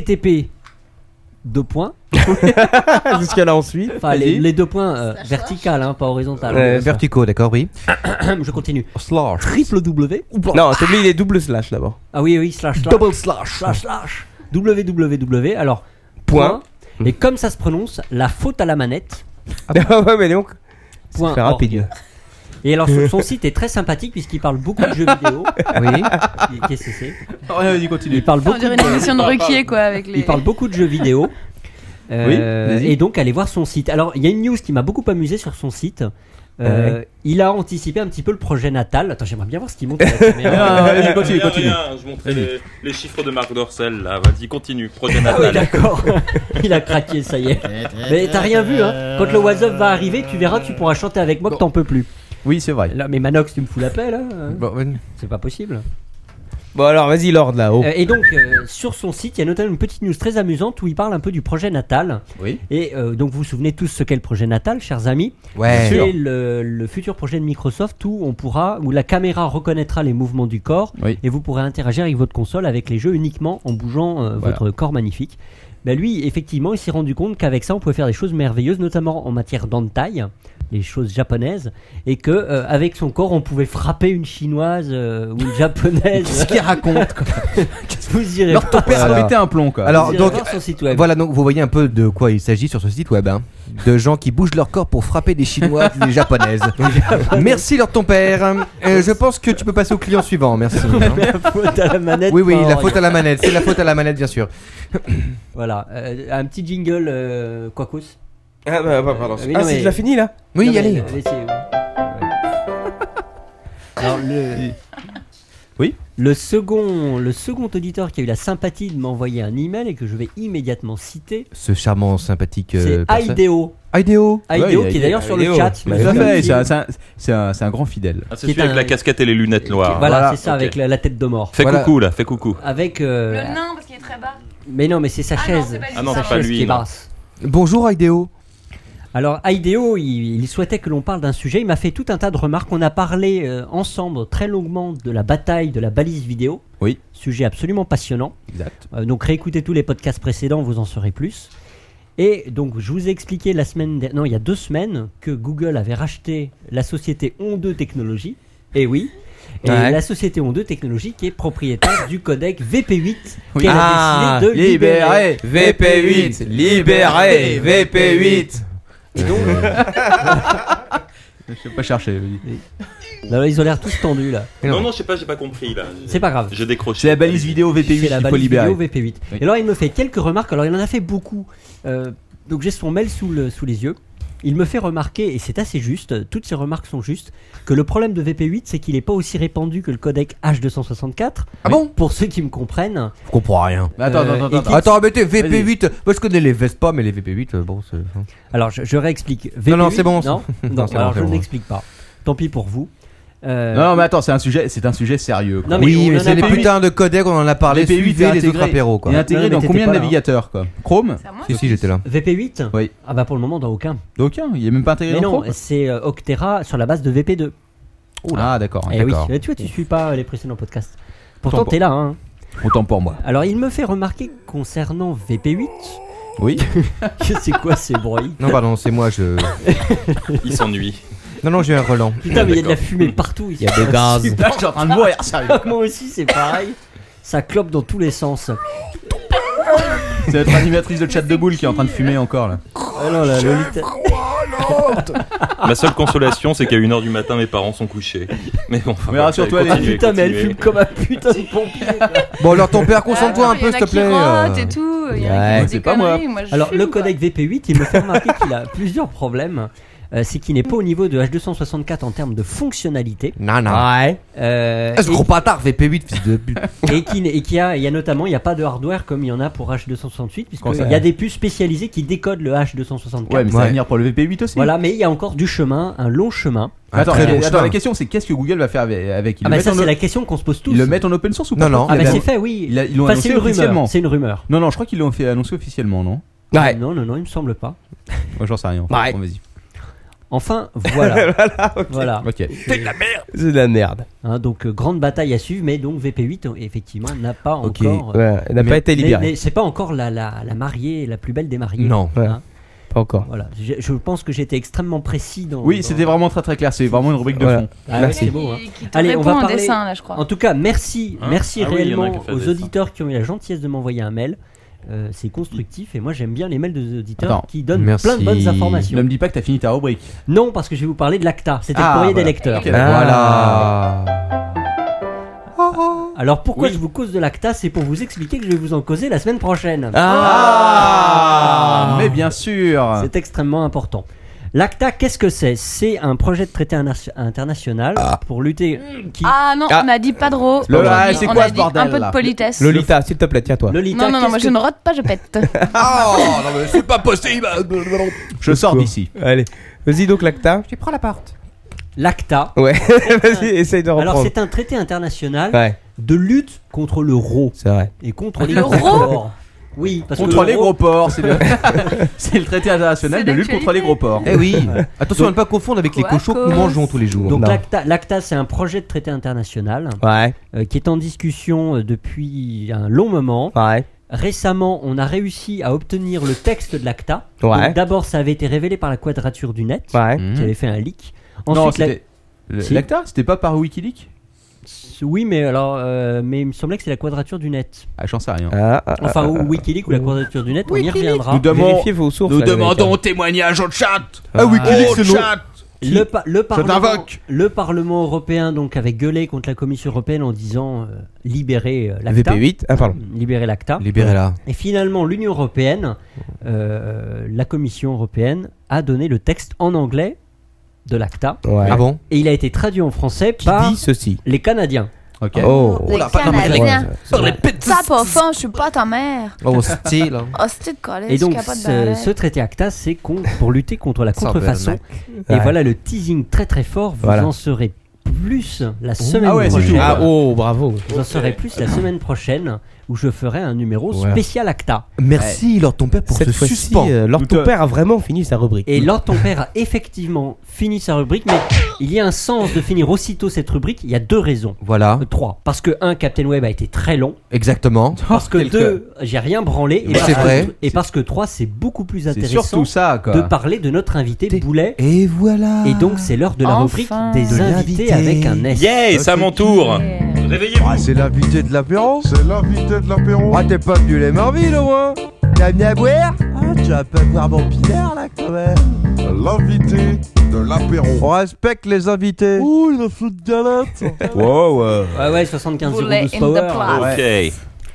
Jusqu'à là ensuite. enfin les 2 points verticales, hein, pas horizontales. Verticaux, d'accord, oui. Je continue. Slash. www. Non, t'oublies les doubles slash d'abord. Ah oui, slash. Double slash. www. Alors Point. Et comme ça se prononce, la faute à la manette. Ah ouais, mais donc. Point C'est rapide. org. Et alors son site est très sympathique puisqu'il parle beaucoup de jeux vidéo. Oui. Qu'est-ce que c'est? Rien, vas-y, continue. Il parle On beaucoup. dirait une émission de Ruquier quoi avec les. Il parle beaucoup de jeux vidéo. vas-y. Et donc allez voir son site. Alors il y a une news qui m'a beaucoup amusé sur son site. Il a anticipé un petit peu le projet natal. Attends, j'aimerais bien voir ce qu'il montre à la caméra. Vas-y, continue. Rien, je montrais les chiffres de Marc Dorcel là. Vas-y, continue. Projet Ah oui, natal. d'accord. Il a craqué, ça y est. Mais t'as rien vu, hein. Quand le Was Up va arriver, tu verras, tu pourras chanter avec moi que t'en peux plus. Oui, c'est vrai. Là, mais Manox, tu me fous la paix, là. Bon, ouais. C'est pas possible. Bon, alors vas-y, Lord là-haut. Et donc, sur son site, il y a notamment une petite news très amusante où il parle un peu du projet natal. Oui. Et donc, vous vous souvenez tous ce qu'est le projet natal, chers amis. Ouais. C'est le futur projet de Microsoft où la caméra reconnaîtra les mouvements du corps Oui. et vous pourrez interagir avec votre console, avec les jeux uniquement en bougeant votre corps magnifique. Ben lui, effectivement, il s'est rendu compte qu'avec ça, on pouvait faire des choses merveilleuses, notamment en matière d'entaille. les choses japonaises, et que avec son corps on pouvait frapper une chinoise ou une japonaise. Qu'est-ce qu'il raconte quoi? Vous irez Alors ton père a pété un plomb quoi. Alors donc voir son site web. voilà, donc vous voyez un peu de quoi il s'agit sur ce site web, hein. De gens qui bougent leur corps pour frapper des chinoises ou des japonaises. Merci Lord ton père. Je pense que tu peux passer au client suivant. Merci. Hein. La faute à la manette. Oui, non, la faute à la manette. C'est la faute à la manette, bien sûr. Voilà, un petit jingle Quacos. Ah bah pardon. Oui, non, c'est mais- déjà fini là? Oui, Non, mais, allez. Alors Oui. le second auditeur qui a eu la sympathie de m'envoyer un email et que je vais immédiatement citer, Ce charmant, sympathique. c'est personne. Ideo. Ideo. Ideo Ouais, qui est d'ailleurs sur le Ideo. chat. Bah, Tout à fait, Qui- c'est un grand fidèle. Ah, c'est Qui est celui avec un- la casquette et les lunettes noires. Voilà, Voilà, c'est ça, ok. avec la tête de mort. Fais Voilà. coucou là, fais coucou. Avec Le nain, parce qu'il est très bas. mais non, mais c'est sa Ah non, chaise. c'est pas lui, Ah non, sa c'est pas chaise lui, qui est non. basse. Bonjour Ideo. Alors Ideo, il souhaitait que l'on parle d'un sujet. Il m'a fait tout un tas de remarques. On a parlé ensemble très longuement de la bataille de la balise vidéo. Oui. Sujet absolument passionnant. Exact. Donc réécoutez tous les podcasts précédents, vous en saurez plus. Et donc je vous ai expliqué il y a 2 semaines que Google avait racheté la société On2 Technologies. Et oui. Et Ouais. la société On2 Technologies qui est propriétaire du codec VP8 Oui. qu'elle Ah, a décidé de libérer. VP8, libéré, VP8. Et donc, Je sais pas chercher. oui. là, ils ont l'air tous tendus là. Non, non, je sais pas, j'ai pas compris là. C'est pas grave. Je décroche. C'est la balise vidéo VP8 C'est la qu'il faut balise libérer. vidéo VP8. Oui. Et alors il me fait quelques remarques. Alors il en a fait beaucoup. Donc j'ai son mail sous les yeux. Il me fait remarquer, et c'est assez juste, toutes ces remarques sont justes, que le problème de VP8 c'est qu'il n'est pas aussi répandu que le codec H264. Ah bon? Pour ceux qui me comprennent. Je comprends rien. Mais attends, et qui- Attends, mettez VP8. Moi je connais les Vespa, mais les VP8, bon, c'est. Alors je réexplique. Non, non, VP8 c'est bon. Non, Non, c'est alors bon, c'est je bon. n'explique pas. Tant pis pour vous. Non, mais attends, c'est un sujet sérieux. Quoi. Non, mais Oui, on mais en c'est a les parlé. putains de codecs, on en a parlé. VP8 Suivez est les autres intégré- apéros, quoi. Il est intégré Non, mais dans t'étais combien de pas là. navigateurs quoi? Chrome? C'est à moi. Si, j'étais là. VP8 Oui. Ah bah pour le moment dans aucun. Aucun, il est même pas intégré Mais dans non, Chrome. c'est Octera sur la base de VP2. Ah d'accord. Eh oui, D'accord. tu vois, tu suis pas les précédents podcasts. Pourtant, Autant pour- t'es là, hein. Autant pour moi. Alors, il me fait remarquer concernant VP8. Oui. C'est quoi ces bruits? Non, pardon, c'est moi, je. Il s'ennuie. Non, j'ai un Roland. Putain, mais il y a de la D'accord. fumée partout ici. Il y a des gaz. Putain, je suis en train de mourir, sérieux. Moi aussi, c'est pareil. Ça clope dans tous les sens. C'est notre animatrice de chat de boule qui est en train de fumer encore là. Ah non, la Lolita. Ma seule consolation, c'est qu'à 1h du matin, mes parents sont couchés. Mais bon, enfin, Mais rassure-toi, continuez, les- Putain, mais elle continuez. fume comme un putain de pompier. Bon, alors ton père, concentre-toi Ah, un peu, il y en s'il a te plaît. qui rotent et tout. Il y en a Ouais, qui font c'est des pas moi. conneries, je Alors, fume, le quoi. codec VP8, il me fait remarquer qu'il a plusieurs problèmes. C'est qu'il n'est pas au niveau de H264 en termes de fonctionnalité. Non, non. Ouais. Ah, ce gros bâtard, VP8, fils de pute. Et qu'il y a notamment, il n'y a pas de hardware comme il y en a pour H268, Comment ça puisqu'il y a des puces spécialisées qui décodent le H264. Ouais, mais ça va Ouais. venir pour le VP8 aussi. Voilà, mais il y a encore du chemin, un long chemin. Attends, très bon attends, chemin. la question c'est qu'est-ce que Google va faire avec Ils Ah le bah mettent ça en c'est o- la question qu'on se pose tous. Ils le mettent en open source ou Non, pas? non. Ah bah Ils c'est l'ont- fait, oui. Ils l'ont Enfin, annoncé c'est une rumeur. officiellement. C'est une rumeur. Non, je crois qu'ils l'ont fait annoncer officiellement, non? Ouais. Non, il me semble pas. Moi j'en sais rien. Ouais. Bon, vas-y. Enfin, voilà. Voilà, ok. Voilà. Ok. C'est de la merde. Hein, donc grande bataille à suivre, mais donc VP8 effectivement n'a pas Ok. encore. Ouais, elle n'a pas été libérée. Mais c'est pas encore la mariée, la plus belle des mariées. Non. Ouais. Hein. Pas encore. Voilà. Je pense que j'étais extrêmement précis dans. Oui, dans- c'était vraiment très très clair. C'est vraiment une rubrique de Voilà. fond. Ah, ouais, Merci. c'est beau. Hein. Qui te Allez, on répond va en parler- dessin, là, je crois. En tout cas, merci, Hein merci Ah oui, il y en a réellement qui a fait aux des auditeurs qui ont eu la gentillesse de m'envoyer un mail. C'est constructif et moi j'aime bien les mails des auditeurs Attends. qui donnent Merci. plein de bonnes informations. Ne me dis pas que t'as fini ta rubrique. Non, parce que je vais vous parler de l'ACTA. C'était Ah, le courrier voilà. des lecteurs. Ok, Voilà. Alors pourquoi Oui. je vous cause de l'ACTA? C'est pour vous expliquer que je vais vous en causer la semaine prochaine. Ah, mais bien sûr. C'est extrêmement important. L'ACTA, qu'est-ce que c'est? C'est un projet de traité international pour lutter. Ah non, Ah. on a dit pas de ro. Le- On a ah, dit- c'est on quoi a ce dit bordel, un peu là de politesse. Lolita, s'il te plaît, tiens-toi. Lolita, Non, non, non, moi qu'est-ce je que- ne rote pas, je pète. Oh, non, mais c'est pas possible. Je sors d'ici. Allez, vas-y donc l'ACTA. Je prends la porte. L'ACTA. Ouais, vas-y, essaye de reprendre. Alors c'est un traité international Ouais, de lutte contre le RAW c'est vrai. et contre les Le gros RAW ports. Oui, parce Contre que les le gros RAW, ports, c'est le... c'est le traité international C'est de lutte contre les gros ports. Eh oui. Attention à ne pas confondre avec les Quoi, cochons que nous cause mangeons tous les jours. Donc Non. l'ACTA, c'est un projet de traité international Ouais, qui est en discussion depuis un long moment. ouais. récemment, on a réussi à obtenir le texte de l'ACTA. Ouais. Donc, d'abord, ça avait été révélé par la Quadrature du Net, Ouais. qui avait fait un leak. Non, Ensuite, c'était. Si. L'ACTA, c'était pas par Wikileaks? oui, mais alors, mais il me semblait que c'est la Quadrature du Net. Ah, j'en sais rien. Enfin, ou Wikileaks ou la Quadrature du Net, on y reviendra. Vérifiez vos sources. là, les mecs. témoignage au chat. Ah, Wikileaks, c'est chat. Le Parlement européen donc avait gueulé contre la Commission européenne en disant libérer l'ACTA, VP8. Ah, pardon. libérer l'ACTA. Libérez-la. Et finalement, l'Union européenne, la Commission européenne, a donné le texte en anglais de l'ACTA. Ouais. Ah bon? Et il a été traduit en français Qui par dit ceci? les Canadiens. Ok. Oh. Les là, pas comme Canadiens. Ouais, Ça, pas fin, je suis pas ta mère. Oh, style. Oh, c'était de coller, Et donc, je suis capable de ce balai. traité ACTA, c'est pour lutter contre la contrefaçon. Et Ouais. voilà le teasing très très fort. Vous Voilà. en saurez plus la semaine Ah ouais, c'est prochaine. tout. Ah, oh, bravo. Vous en saurez plus la semaine prochaine où je ferai un numéro Voilà. spécial ACTA. Merci, Lord ton père, pour Cette ce fois-ci, suspens. Lord ton père a vraiment fini sa rubrique. Et Lord ton père a effectivement fini sa rubrique, mais il y a un sens de finir aussitôt cette rubrique. Il y a 2 raisons. Voilà, 3. Parce que 1, Captain Web a été très long. exactement. Parce que 2, j'ai rien branlé. Et C'est parce que- vrai. Et parce que 3, c'est beaucoup plus C'est intéressant surtout ça, quoi. de parler de notre invité Boulet. Et voilà. Et donc c'est l'heure de la Enfin. rubrique des De invités l'invité. avec un S. Yeah, c'est à mon tour. Réveillez-vous. Ah, c'est l'invité de l'apéro. C'est l'invité de l'apéro. Ah, t'es pas venu les Marvilles au moins. T'as venu à boire? Ah, tu vas pas boire mon pinard là quand même. L'invité de l'apéro. On respecte les invités. Oh, il a fait de galette. Wow, Ouais, 75 euros Boulet de in the power. plate. Ok.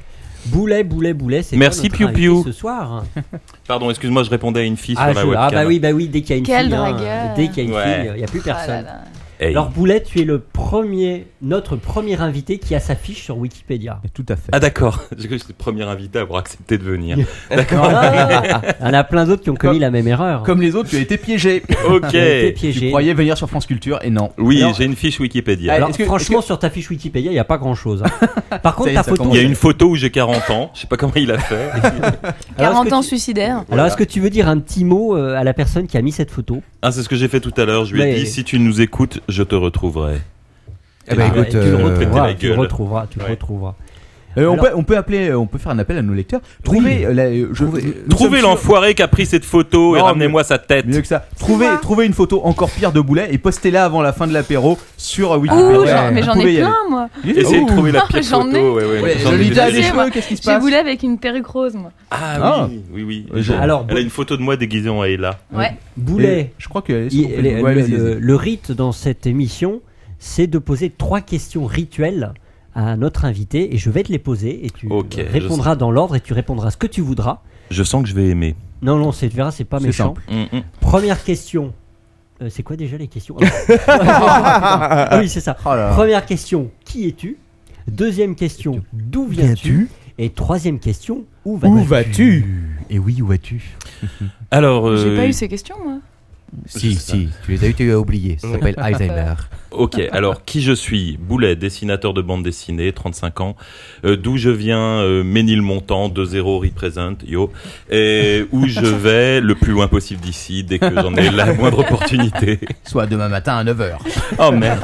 Boulet, c'est Merci, quoi notre Piu Piu. invité ce soir. Pardon, excuse-moi, je répondais à une fille Ah, sur la webcam. bah oui, dès qu'il y a une Quel fille, dragueur. dès qu'il y a une Ouais. fille, il n'y a plus Ah là personne. là. Hey. Alors Boulet, tu es notre premier invité qui a sa fiche sur Wikipédia. Tout à fait. Ah d'accord, j'ai cru que c'était le premier invité à avoir accepté de venir. D'accord. Ah, il y en a plein d'autres qui ont commis la même erreur. Comme les autres, tu as été piégé. Ok. Tu as été Tu piégé. croyais venir sur France Culture et non. Oui, Alors, j'ai une fiche Wikipédia. Alors Est-ce que- franchement, sur ta fiche Wikipédia, il n'y a pas grand-chose. Par contre, Ça y est, ta ça photo... Il y a une photo où j'ai 40 ans, je sais pas comment il a fait. Alors, 40 est-ce ans que tu- suicidaire. Alors, est-ce que tu veux dire un petit mot à la personne qui a mis cette photo? Ah, c'est ce que j'ai fait tout à l'heure, je lui ai Mais- dit si tu nous écoutes, je te retrouverai. Eh ben, écoute, tu le péter retrouveras, la tu le gueule. retrouveras, tu le Ouais. retrouveras. on peut appeler, on peut faire un appel à nos lecteurs. Trouvez, nous sommes Trouvez sûrs- l'enfoiré qui a pris cette photo et Non, ramenez-moi sa tête. Mieux que ça. Trouvez une photo encore pire de Boulet et postez-la avant la fin de l'apéro sur Wikipédia. Ouh, ouais. mais j'en Vous pouvez ai y plein, aller. moi. Essayez de trouver la pire J'en ai. photo. Ouais, Ouais, j'en ai Lolita a des- des J'ai- cheveux, qu'est-ce qui se J'ai passe? Boulet avec une perruque rose, moi. Ah oui. Alors, Elle a une photo de moi déguisée en Ayla. Ouais. Boulet, Et je crois que le rite dans cette émission, c'est de poser 3 questions rituelles à notre invité et je vais te les poser et tu Ok, répondras dans l'ordre et tu répondras ce que tu voudras. Je sens que je vais aimer. Non, tu verras, c'est pas C'est méchant. simple. Première question. C'est quoi déjà les questions? Ah oui, c'est ça. Oh là là. Première question, qui es-tu? Deuxième question, d'où viens-tu? Et troisième question, où vas-tu? Où vas-tu? Et oui, où vas-tu? Alors, J'ai pas eu ces questions, moi. Si, tu les as eu, tu as oublié. Ça s'appelle Alzheimer. ok, alors qui je suis? Boulet, dessinateur de bande dessinée, 35 ans. D'où je viens, Ménilmontant, 2-0 represent, yo. Et où je vais le plus loin possible d'ici, dès que j'en ai la moindre opportunité. Soit demain matin à 9h. Oh merde.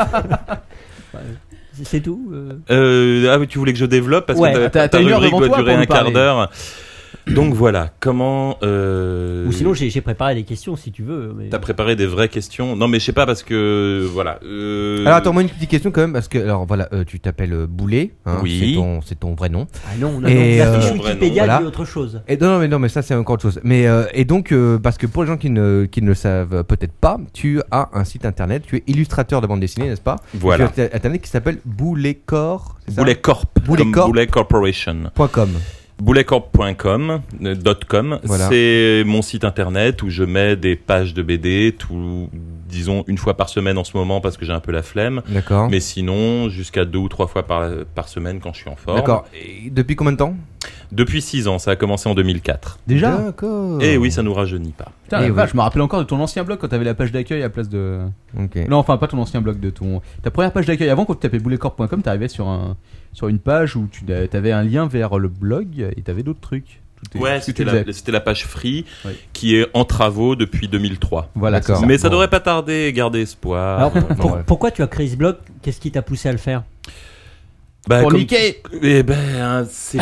C'est tout Tu voulais que je développe parce Ouais. que T'as ta une heure rubrique devant doit toi durer pour un nous quart parler. d'heure. Donc voilà, comment... Ou sinon, j'ai préparé des questions si tu veux. Mais... T'as préparé des vraies questions? Non mais je sais pas parce que... Voilà. Alors attends, moi une petite question quand même parce que alors voilà, tu t'appelles Boulet, hein, Oui. c'est ton vrai nom. Ah non, Et, la fiche euh, Wikipédia voilà. dit autre chose. Et non mais ça c'est encore autre chose. Mais et donc parce que pour les gens qui ne le savent peut-être pas, tu as un site internet, tu es illustrateur de bande dessinée, n'est-ce pas? Voilà. Tu as un site internet qui s'appelle Bouletcorp, c'est ça? Boulet Corp, Boulet comme Corp. Boulet Corporation. .com. Bouletcorp.com, .com, Voilà. c'est mon site internet où je mets des pages de BD, disons une fois par semaine en ce moment parce que j'ai un peu la flemme, D'accord. mais sinon jusqu'à 2 ou 3 fois par semaine quand je suis en forme. D'accord. Et depuis combien de temps? Depuis 6 ans, ça a commencé en 2004. Déjà? D'accord. Et oui, ça nous rajeunit pas. Putain, Eh la oui. vache, je me rappelle encore de ton ancien blog quand t'avais la page d'accueil à place de. Ok. Non, enfin, pas ton ancien blog, de ta première page d'accueil. Avant, quand tu tapais bouletcorp.com, t'arrivais sur une page où tu avais un lien vers le blog et t'avais d'autres trucs. Ouais, ce que tu faisais. c'était la page Free Ouais. qui est en travaux depuis 2003. Voilà, D'accord. c'est ça. Mais ça Bon. devrait pas tarder, garder espoir. Alors, ouais. pourquoi tu as créé ce blog? Qu'est-ce qui t'a poussé à le faire? Pour niquer. Eh ben, c'est.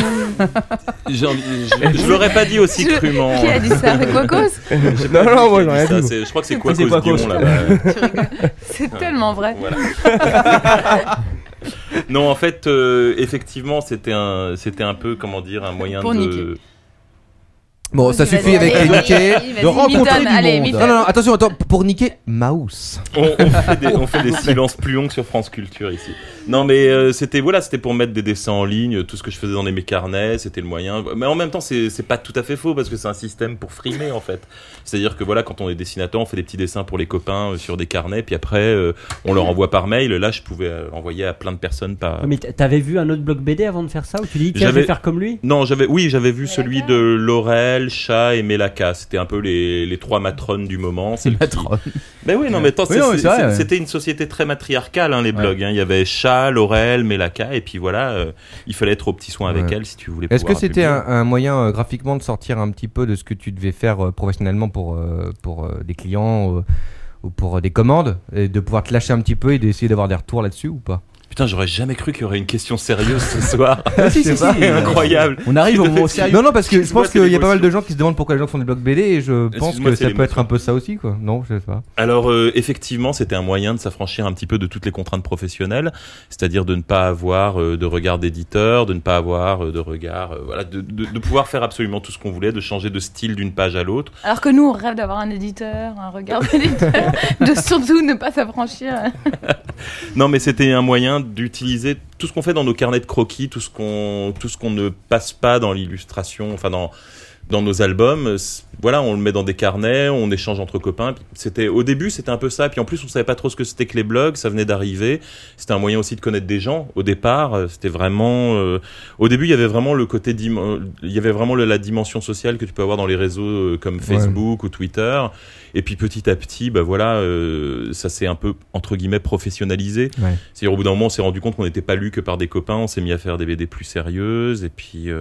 Je l'aurais pas dit aussi crûment. Qui a dit ça? Avec quoi cause? Non, moi j'en ai rien dit. Je crois que c'est quoi cause Dion là-bas. C'est tellement vrai. Voilà. Non, en fait, effectivement, c'était un peu, comment dire, un moyen Pour de. niquer. Bon, ça suffit avec les niquer. De rencontrer du monde. Non, attention, attends, pour niquer Mouse. On fait des silences plus longs sur France Culture ici. Non, mais c'était pour mettre des dessins en ligne, tout ce que je faisais dans mes carnets, c'était le moyen. Mais en même temps, c'est pas tout à fait faux parce que c'est un système pour frimer en fait. C'est-à-dire que voilà, quand on est dessinateur, on fait des petits dessins pour les copains sur des carnets, puis après on leur envoie par mail. Là, je pouvais envoyer à plein de personnes par. Mais t'avais vu un autre blog BD avant de faire ça, ou tu dis tiens, je vais faire comme lui? Non, j'avais vu celui de Laurel, Chat et Mélaka. C'était un peu les trois matrones du moment. C'est matrone. Ben oui, non, mais attends, vrai, c'était une société très matriarcale, les blogs. Il y avait Chat, Laurel, Mélaka, et puis voilà, il fallait être aux petits soins avec elle si tu voulais. Est-ce que c'était un moyen graphiquement de sortir un petit peu de ce que tu devais faire professionnellement pour des clients ou pour des commandes, et de pouvoir te lâcher un petit peu et d'essayer d'avoir des retours là-dessus ou pas? Putain, j'aurais jamais cru qu'il y aurait une question sérieuse ce soir. Si, incroyable. On arrive au moment sérieux. Non, parce que je pense qu'il y a pas mal de gens qui se demandent pourquoi les gens font des blogs BD et je pense que ça peut être un peu ça aussi, quoi. Non, je sais pas. Alors, effectivement, c'était un moyen de s'affranchir un petit peu de toutes les contraintes professionnelles, c'est-à-dire de ne pas avoir de regard d'éditeur, de ne pas avoir de regard, voilà, de pouvoir faire absolument tout ce qu'on voulait, de changer de style d'une page à l'autre. Alors que nous, on rêve d'avoir un éditeur, un regard d'éditeur, de surtout ne pas s'affranchir. Non, mais c'était un moyen d'utiliser tout ce qu'on fait dans nos carnets de croquis, tout ce qu'on ne passe pas dans l'illustration, enfin dans nos albums, voilà, on le met dans des carnets, on échange entre copains. Au début, c'était un peu ça. Puis en plus, on savait pas trop ce que c'était que les blogs, ça venait d'arriver. C'était un moyen aussi de connaître des gens. Au départ, c'était vraiment. Au début, il y avait vraiment le côté, il y avait vraiment la dimension sociale que tu peux avoir dans les réseaux comme Facebook ou Twitter. Et puis petit à petit, bah voilà, ça s'est un peu entre guillemets professionnalisé. Ouais. C'est-à-dire au bout d'un moment, on s'est rendu compte qu'on n'était pas lu que par des copains. On s'est mis à faire des BD plus sérieuses. Et puis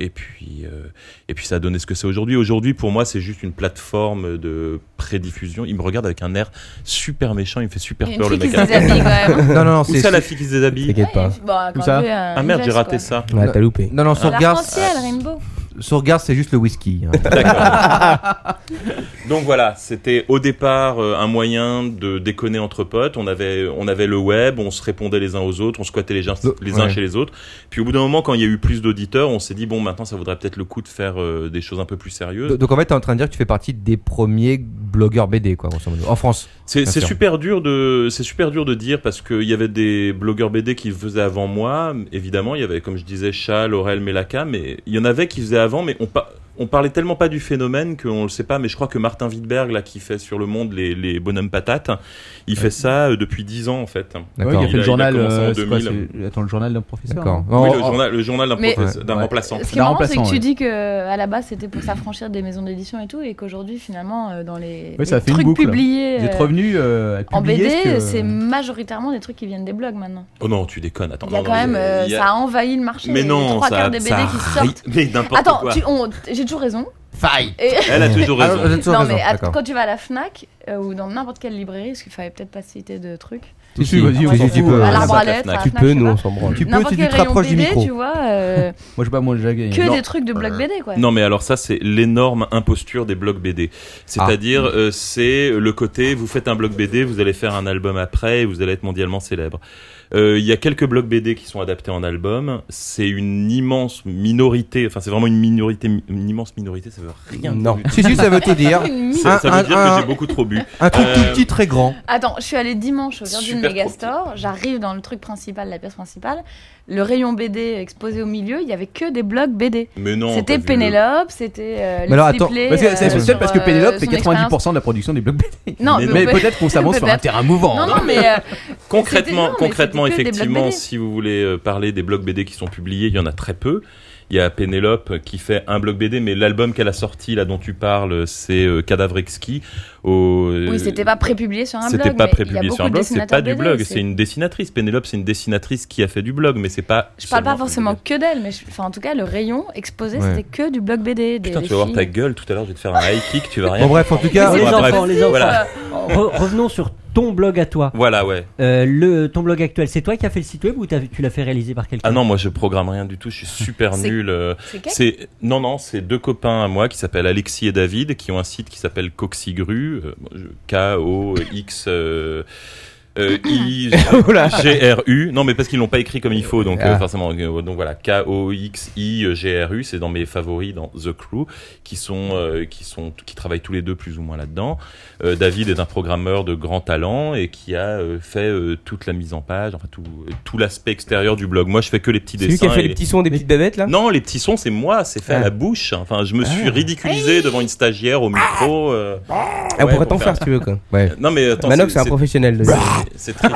ça a donné ce que c'est aujourd'hui. Aujourd'hui, pour moi, c'est juste une plateforme de prédiffusion. Il me regarde avec un air super méchant. Il me fait super peur, le mec. Quand même. Non, c'est ça la fille qui se déshabille. T'inquiète pas. Bon, ça Ah merde, j'ai raté ça. Ouais, t'as loupé. Non, son regard. L'arc-en-ciel, Rainbow. Son regard, c'est juste le whisky. D'accord. Donc voilà, c'était au départ un moyen de déconner entre potes. On avait le web, on se répondait les uns aux autres, on squattait les uns chez les autres. Puis au bout d'un moment, quand il y a eu plus d'auditeurs, on s'est dit bon, maintenant ça vaudrait peut-être le coup de faire des choses un peu plus sérieuses. Donc en fait, t'es en train de dire que tu fais partie des premiers blogueurs BD, quoi, grosso modo, en France. C'est super dur de dire parce qu'il y avait des blogueurs BD qui le faisaient avant moi. Évidemment, il y avait, comme je disais, Chat, Laurel, Mélaka, mais il y en avait qui faisaient avant, mais on parlait tellement pas du phénomène qu'on le sait pas, mais je crois que Martin Wittberg, là, qui fait sur Le Monde les bonhommes patates, il fait ça depuis 10 ans, en fait. D'accord. Il a fait le journal, il a commencé en 2000. Attends, le journal d'un professeur. D'accord. Oui, le journal d'un remplaçant. Ce qui est marrant, c'est que tu dis qu'à la base, c'était pour s'affranchir des maisons d'édition et tout, et qu'aujourd'hui, finalement, dans les trucs publiés en BD, c'est majoritairement des trucs qui viennent des blogs maintenant. Oh non, tu déconnes. Attends, il y a quand même, ça a envahi le marché. Mais non, 3/4 des BD qui sortent. Mais n'importe quoi. Attends, j'ai toujours raison. Faille. Elle a toujours raison. Non, mais quand tu vas à la Fnac ou dans n'importe quelle librairie, parce qu'il fallait peut-être pas citer de trucs. Si, vas-y, tu peux. À l'Arbre à lettres, tu peux, nous on s'en branle. Tu peux, tu te rapproches du micro. Tu vois. Moi, je sais pas, moi, j'ai gagné. Que des trucs de blog BD, quoi. Non, mais alors ça, c'est l'énorme imposture des blogs BD. C'est-à-dire, c'est le côté, vous faites un blog BD, vous allez faire un album après et vous allez être mondialement célèbre. Il y a quelques blogs BD qui sont adaptés en album. C'est une immense minorité. Enfin, c'est vraiment une immense minorité. Ça veut rien dire. Non. Si, ça veut tout dire. Ça veut dire que j'ai beaucoup trop bu. Un truc tout petit, très grand. Attends, je suis allée dimanche au Virgin Megastore. J'arrive dans le truc principal, la pièce principale. Le rayon BD exposé au milieu, il y avait que des blogs BD. Mais non. C'était Pénélope, c'était mais alors, attends, c'est peut-être parce que Pénélope fait 90% de la production des blogs BD. Non, mais peut-être qu'on s'avance sur un terrain mouvant. Non, mais concrètement, effectivement, si vous voulez parler des blogs BD qui sont publiés, il y en a très peu. Il y a Pénélope qui fait un blog BD, mais l'album qu'elle a sorti, là dont tu parles, c'est Cadavre Exquis. Oui, c'était pas prépublié sur un blog. C'était pas prépublié sur un blog, c'est pas du blog, c'est une dessinatrice. Pénélope, c'est une dessinatrice qui a fait du blog, mais c'est pas. Je parle pas forcément que d'elle, mais en tout cas, le rayon exposé, c'était que du blog BD. Putain, tu vas voir ta gueule tout à l'heure, je vais te faire un high kick, tu vas rien. Bon, bref, en tout cas, les enfants. Revenons sur ton blog à toi. Voilà, ouais. Ton blog actuel, c'est toi qui as fait le site web ou tu l'as fait réaliser par quelqu'un? Ah non, moi je programme rien du tout, je suis super nul. Non, c'est deux copains à moi qui s'appellent Alexis et David, qui ont un site qui s'appelle Coxigru, K-O-X... I-G-R-U. Non, mais parce qu'ils l'ont pas écrit comme il faut, donc forcément. Donc voilà, K-O-X-I-G-R-U, c'est dans mes favoris dans The Crew, qui travaillent tous les deux plus ou moins là-dedans. David est un programmeur de grand talent et qui a fait toute la mise en page, enfin tout l'aspect extérieur du blog. Moi, je fais que les petits dessins. C'est lui qui a fait les petits sons des petites bébêtes là? Non, les petits sons, c'est moi, c'est fait à la bouche. Enfin, je me suis ridiculisé devant une stagiaire au micro. On pourrait t'en faire si tu veux quoi. Ouais. Non mais attends, Manox, c'est un professionnel. C'est triché.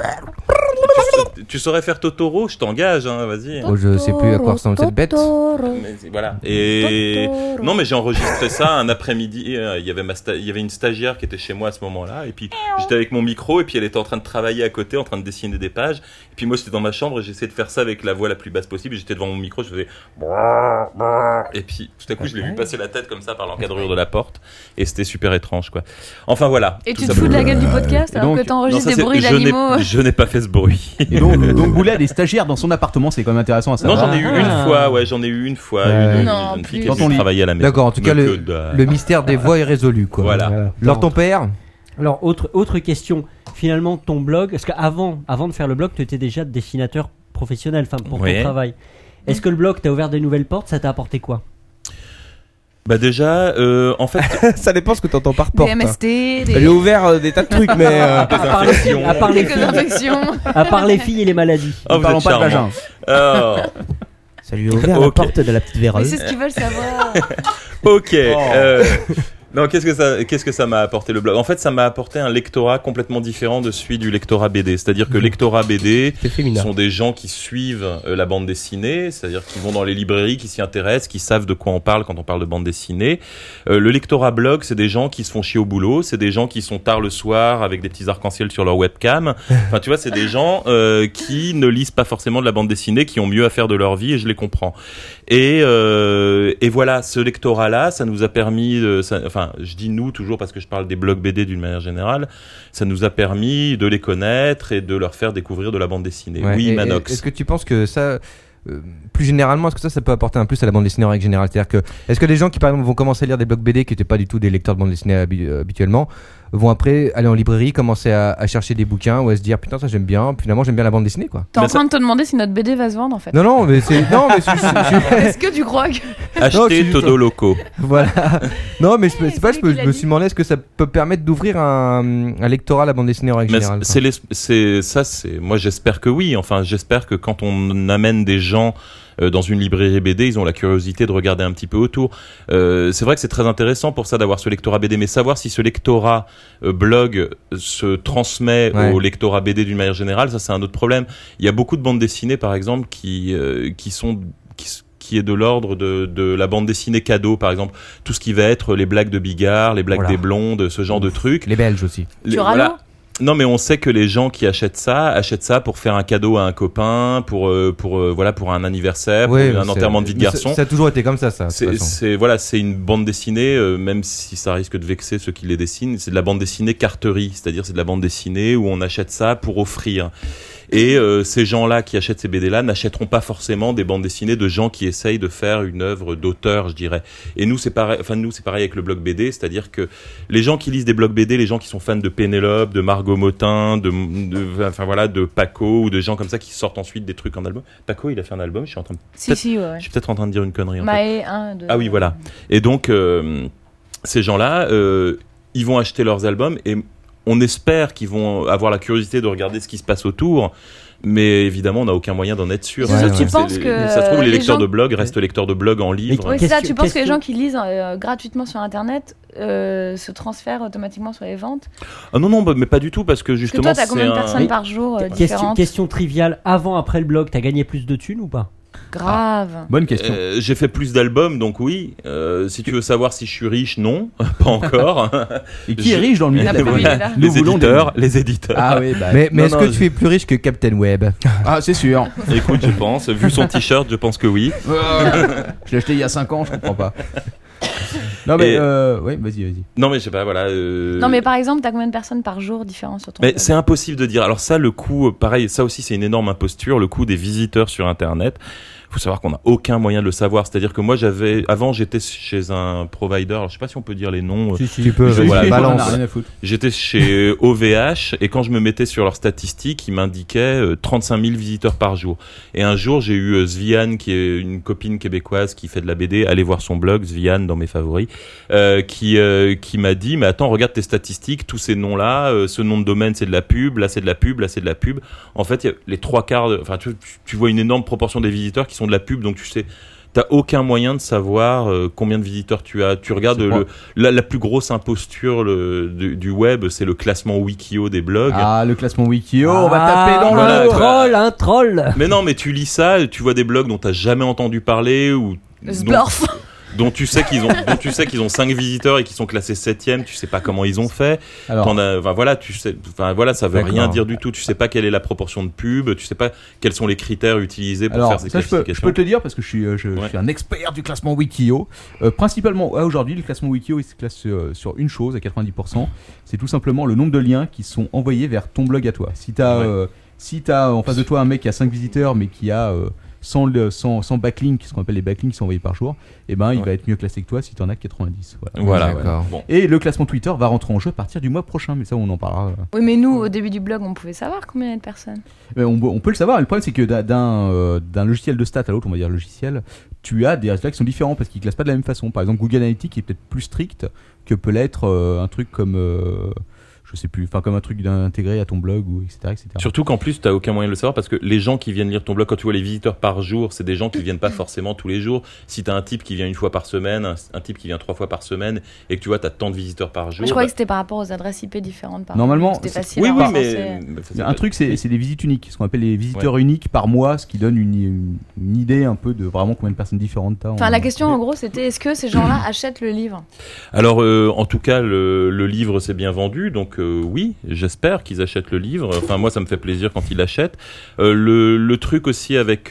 Tu saurais faire Totoro, je t'engage, hein, vas-y. Oh, je sais plus à quoi ressemble cette bête. Mais voilà. Et non, mais j'ai enregistré ça un après-midi. Il y avait une stagiaire qui était chez moi à ce moment-là, et puis j'étais avec mon micro, et puis elle était en train de travailler à côté, en train de dessiner des pages. Et puis moi, j'étais dans ma chambre, et j'essayais de faire ça avec la voix la plus basse possible. Et j'étais devant mon micro, je faisais. Et puis tout à coup, je l'ai vu passer la tête comme ça par l'encadrure de la porte, et c'était super étrange, quoi. Enfin voilà. Et tu te fous de la gueule du podcast alors que t'enregistres des bruits d'animaux. Je n'ai pas fait ce bruit. Et donc Boulet a des stagiaires dans son appartement, c'est quand même intéressant à savoir. Non, j'en ai eu une fois, une jeune fille qui Dans ton lit. travaillait à la maison. D'accord, en tout cas, le mystère des voix est résolu, quoi. Voilà. Alors, ton père? Alors, autre question. Finalement, ton blog, est-ce qu'avant de faire le blog, tu étais déjà dessinateur professionnel, enfin, pour ton travail. Est-ce que le blog t'a ouvert de nouvelles portes? Ça t'a apporté quoi? Bah déjà, en fait... Ça dépend ce que t'entends par porte. Des MST, J'ai ouvert des tas de trucs, mais... À part les filles et les maladies. Oh, vous êtes pas de vagin. Ça lui a ouvert la porte de la petite Mais véreuse. c'est ce qu'ils veulent savoir. Ok. Non, qu'est-ce que ça m'a apporté le blog? En fait, ça m'a apporté un lectorat complètement différent de celui du lectorat BD. C'est-à-dire que lectorat BD sont des gens qui suivent la bande dessinée, c'est-à-dire qui vont dans les librairies, qui s'y intéressent, qui savent de quoi on parle quand on parle de bande dessinée. Le lectorat blog, c'est des gens qui se font chier au boulot, c'est des gens qui sont tard le soir avec des petits arcs-en-ciel sur leur webcam. Enfin, tu vois, c'est des gens qui ne lisent pas forcément de la bande dessinée, qui ont mieux à faire de leur vie, et je les comprends. Et voilà, ce lectorat-là, ça nous a permis, je dis nous toujours parce que je parle des blogs BD d'une manière générale, ça nous a permis de les connaître et de leur faire découvrir de la bande dessinée. Ouais. Oui, Manox. Est-ce que tu penses que ça, plus généralement, est-ce que ça peut apporter un plus à la bande dessinée en règle générale? C'est-à-dire que, est-ce que les gens qui par exemple vont commencer à lire des blogs BD qui n'étaient pas du tout des lecteurs de bande dessinée habituellement, vont après aller en librairie, commencer à chercher des bouquins ou à se dire putain ça j'aime bien, finalement j'aime bien la bande dessinée quoi. T'es en train de te demander si notre BD va se vendre en fait. Non mais c'est Est-ce que tu crois que Acheter Todo Loco. Voilà. Non mais je me suis demandé est-ce que ça peut permettre d'ouvrir un lectorat à la bande dessinée en règle générale. Moi j'espère que oui. Enfin j'espère que quand on amène des gens dans une librairie BD, ils ont la curiosité de regarder un petit peu autour. C'est vrai que c'est très intéressant pour ça d'avoir ce lectorat BD, mais savoir si ce lectorat blog se transmet au lectorat BD d'une manière générale, ça c'est un autre problème. Il y a beaucoup de bandes dessinées par exemple qui est de l'ordre de la bande dessinée cadeau, par exemple. Tout ce qui va être les blagues de Bigard, les blagues des blondes, ce genre de trucs. Les Belges aussi. Voilà. Non, mais on sait que les gens qui achètent ça pour faire un cadeau à un copain, pour un anniversaire, pour un enterrement de vie de garçon. Ça a toujours été comme ça. C'est une bande dessinée, même si ça risque de vexer ceux qui les dessinent. C'est de la bande dessinée carterie, c'est-à-dire c'est de la bande dessinée où on achète ça pour offrir. Et ces gens-là qui achètent ces BD-là n'achèteront pas forcément des bandes dessinées de gens qui essayent de faire une œuvre d'auteur, je dirais. Et nous, c'est pareil. Enfin, nous, c'est pareil avec le blog BD, c'est-à-dire que les gens qui lisent des blogs BD, les gens qui sont fans de Pénélope, de Margot Motin, de Paco ou de gens comme ça qui sortent ensuite des trucs en album. Paco, il a fait un album. Je suis peut-être en train de dire une connerie. Ah oui, voilà. Et donc, ces gens-là, ils vont acheter leurs albums et on espère qu'ils vont avoir la curiosité de regarder ce qui se passe autour, mais évidemment, on n'a aucun moyen d'en être sûr. Ça se trouve, les lecteurs de blog restent lecteurs de blog en livre. Oui, c'est ça. Tu penses que les gens qui lisent gratuitement sur Internet se transfèrent automatiquement sur les ventes? Non, mais pas du tout, parce que justement, toi, t'as combien de personnes par jour différentes? Question triviale. Avant, après le blog, t'as gagné plus de thunes ou pas? Grave. Bonne question. J'ai fait plus d'albums, donc oui. Si tu veux savoir si je suis riche, non, pas encore. Et qui est riche dans le milieu? Les éditeurs. Ah oui, mais est-ce que tu es plus riche que Captain Web? Ah, c'est sûr. Écoute, je pense. Vu son t-shirt, je pense que oui. Je l'ai acheté il y a 5 ans, je comprends pas. Non mais Et- ouais, vas-y. Non mais je sais pas, voilà. Non, mais par exemple, t'as combien de personnes par jour différents sur ton Mais blog? c'est impossible de dire. Alors ça, le coût, pareil, ça aussi c'est une énorme imposture, le coût des visiteurs sur Internet. Faut savoir qu'on n'a aucun moyen de le savoir. C'est-à-dire que moi, avant, j'étais chez un provider. Alors, je sais pas si on peut dire les noms. Tu peux, Voilà, balance. On a rien à foutre. J'étais chez OVH et quand je me mettais sur leurs statistiques, ils m'indiquaient 35 000 visiteurs par jour. Et un jour, j'ai eu Sviane, qui est une copine québécoise qui fait de la BD. Allez voir son blog, Sviane, dans mes favoris, qui m'a dit, mais attends, regarde tes statistiques, tous ces noms-là, ce nom de domaine, c'est de la pub, là c'est de la pub, là c'est de la pub. En fait, il y a les trois quarts, enfin, tu vois une énorme proportion des visiteurs qui sont de la pub, donc tu sais. T'as aucun moyen de savoir combien de visiteurs tu as. Tu regardes la plus grosse imposture du web, c'est le classement Wikio des blogs. Ah, le classement Wikio, on va taper dans voilà, le un troll. Mais non, mais tu lis ça, tu vois des blogs dont t'as jamais entendu parler ou Sblorf. dont tu sais qu'ils ont 5 visiteurs et qu'ils sont classés 7e, tu sais pas comment ils ont fait. Alors, Ça veut rien dire du tout. Tu sais pas quelle est la proportion de pub, tu sais pas quels sont les critères utilisés pour faire ces ça, je classifications. peux te le dire parce que je suis un expert du classement Wikio. Principalement, aujourd'hui, le classement Wikio, il se classe sur une chose à 90%. C'est tout simplement le nombre de liens qui sont envoyés vers ton blog à toi. Si t'as en face de toi un mec qui a 5 visiteurs mais qui a 100 backlinks, ce qu'on appelle les backlinks qui sont envoyés par jour, et ben il va être mieux classé que toi si tu en as 90. Voilà. D'accord. Bon. Et le classement Twitter va rentrer en jeu à partir du mois prochain, mais ça on en parlera. Oui, mais nous, au début du blog, on pouvait savoir combien il y a de personnes. Mais on peut le savoir, le problème c'est que d'un logiciel de stats à l'autre, on va dire logiciel, tu as des résultats qui sont différents parce qu'ils classent pas de la même façon. Par exemple, Google Analytics est peut-être plus strict que peut l'être un truc comme je sais plus, enfin comme un truc intégré à ton blog ou etc. Surtout qu'en plus, tu n'as aucun moyen de le savoir parce que les gens qui viennent lire ton blog, quand tu vois les visiteurs par jour, c'est des gens qui viennent pas forcément tous les jours. Si tu as un type qui vient une fois par semaine, un type qui vient 3 fois par semaine et que tu vois, tu as tant de visiteurs par jour. Je croyais que c'était par rapport aux adresses IP différentes. Normalement, c'était facile. Oui, à oui, recenser. mais Un truc, c'est des visites uniques, ce qu'on appelle les visiteurs uniques par mois, ce qui donne une idée un peu de vraiment combien de personnes différentes t'as. Enfin, la question en gros, c'était est-ce que ces gens-là achètent le livre? Alors, en tout cas, le livre s'est bien vendu, donc oui, j'espère qu'ils achètent le livre. Enfin, moi, ça me fait plaisir quand ils l'achètent. Le truc aussi avec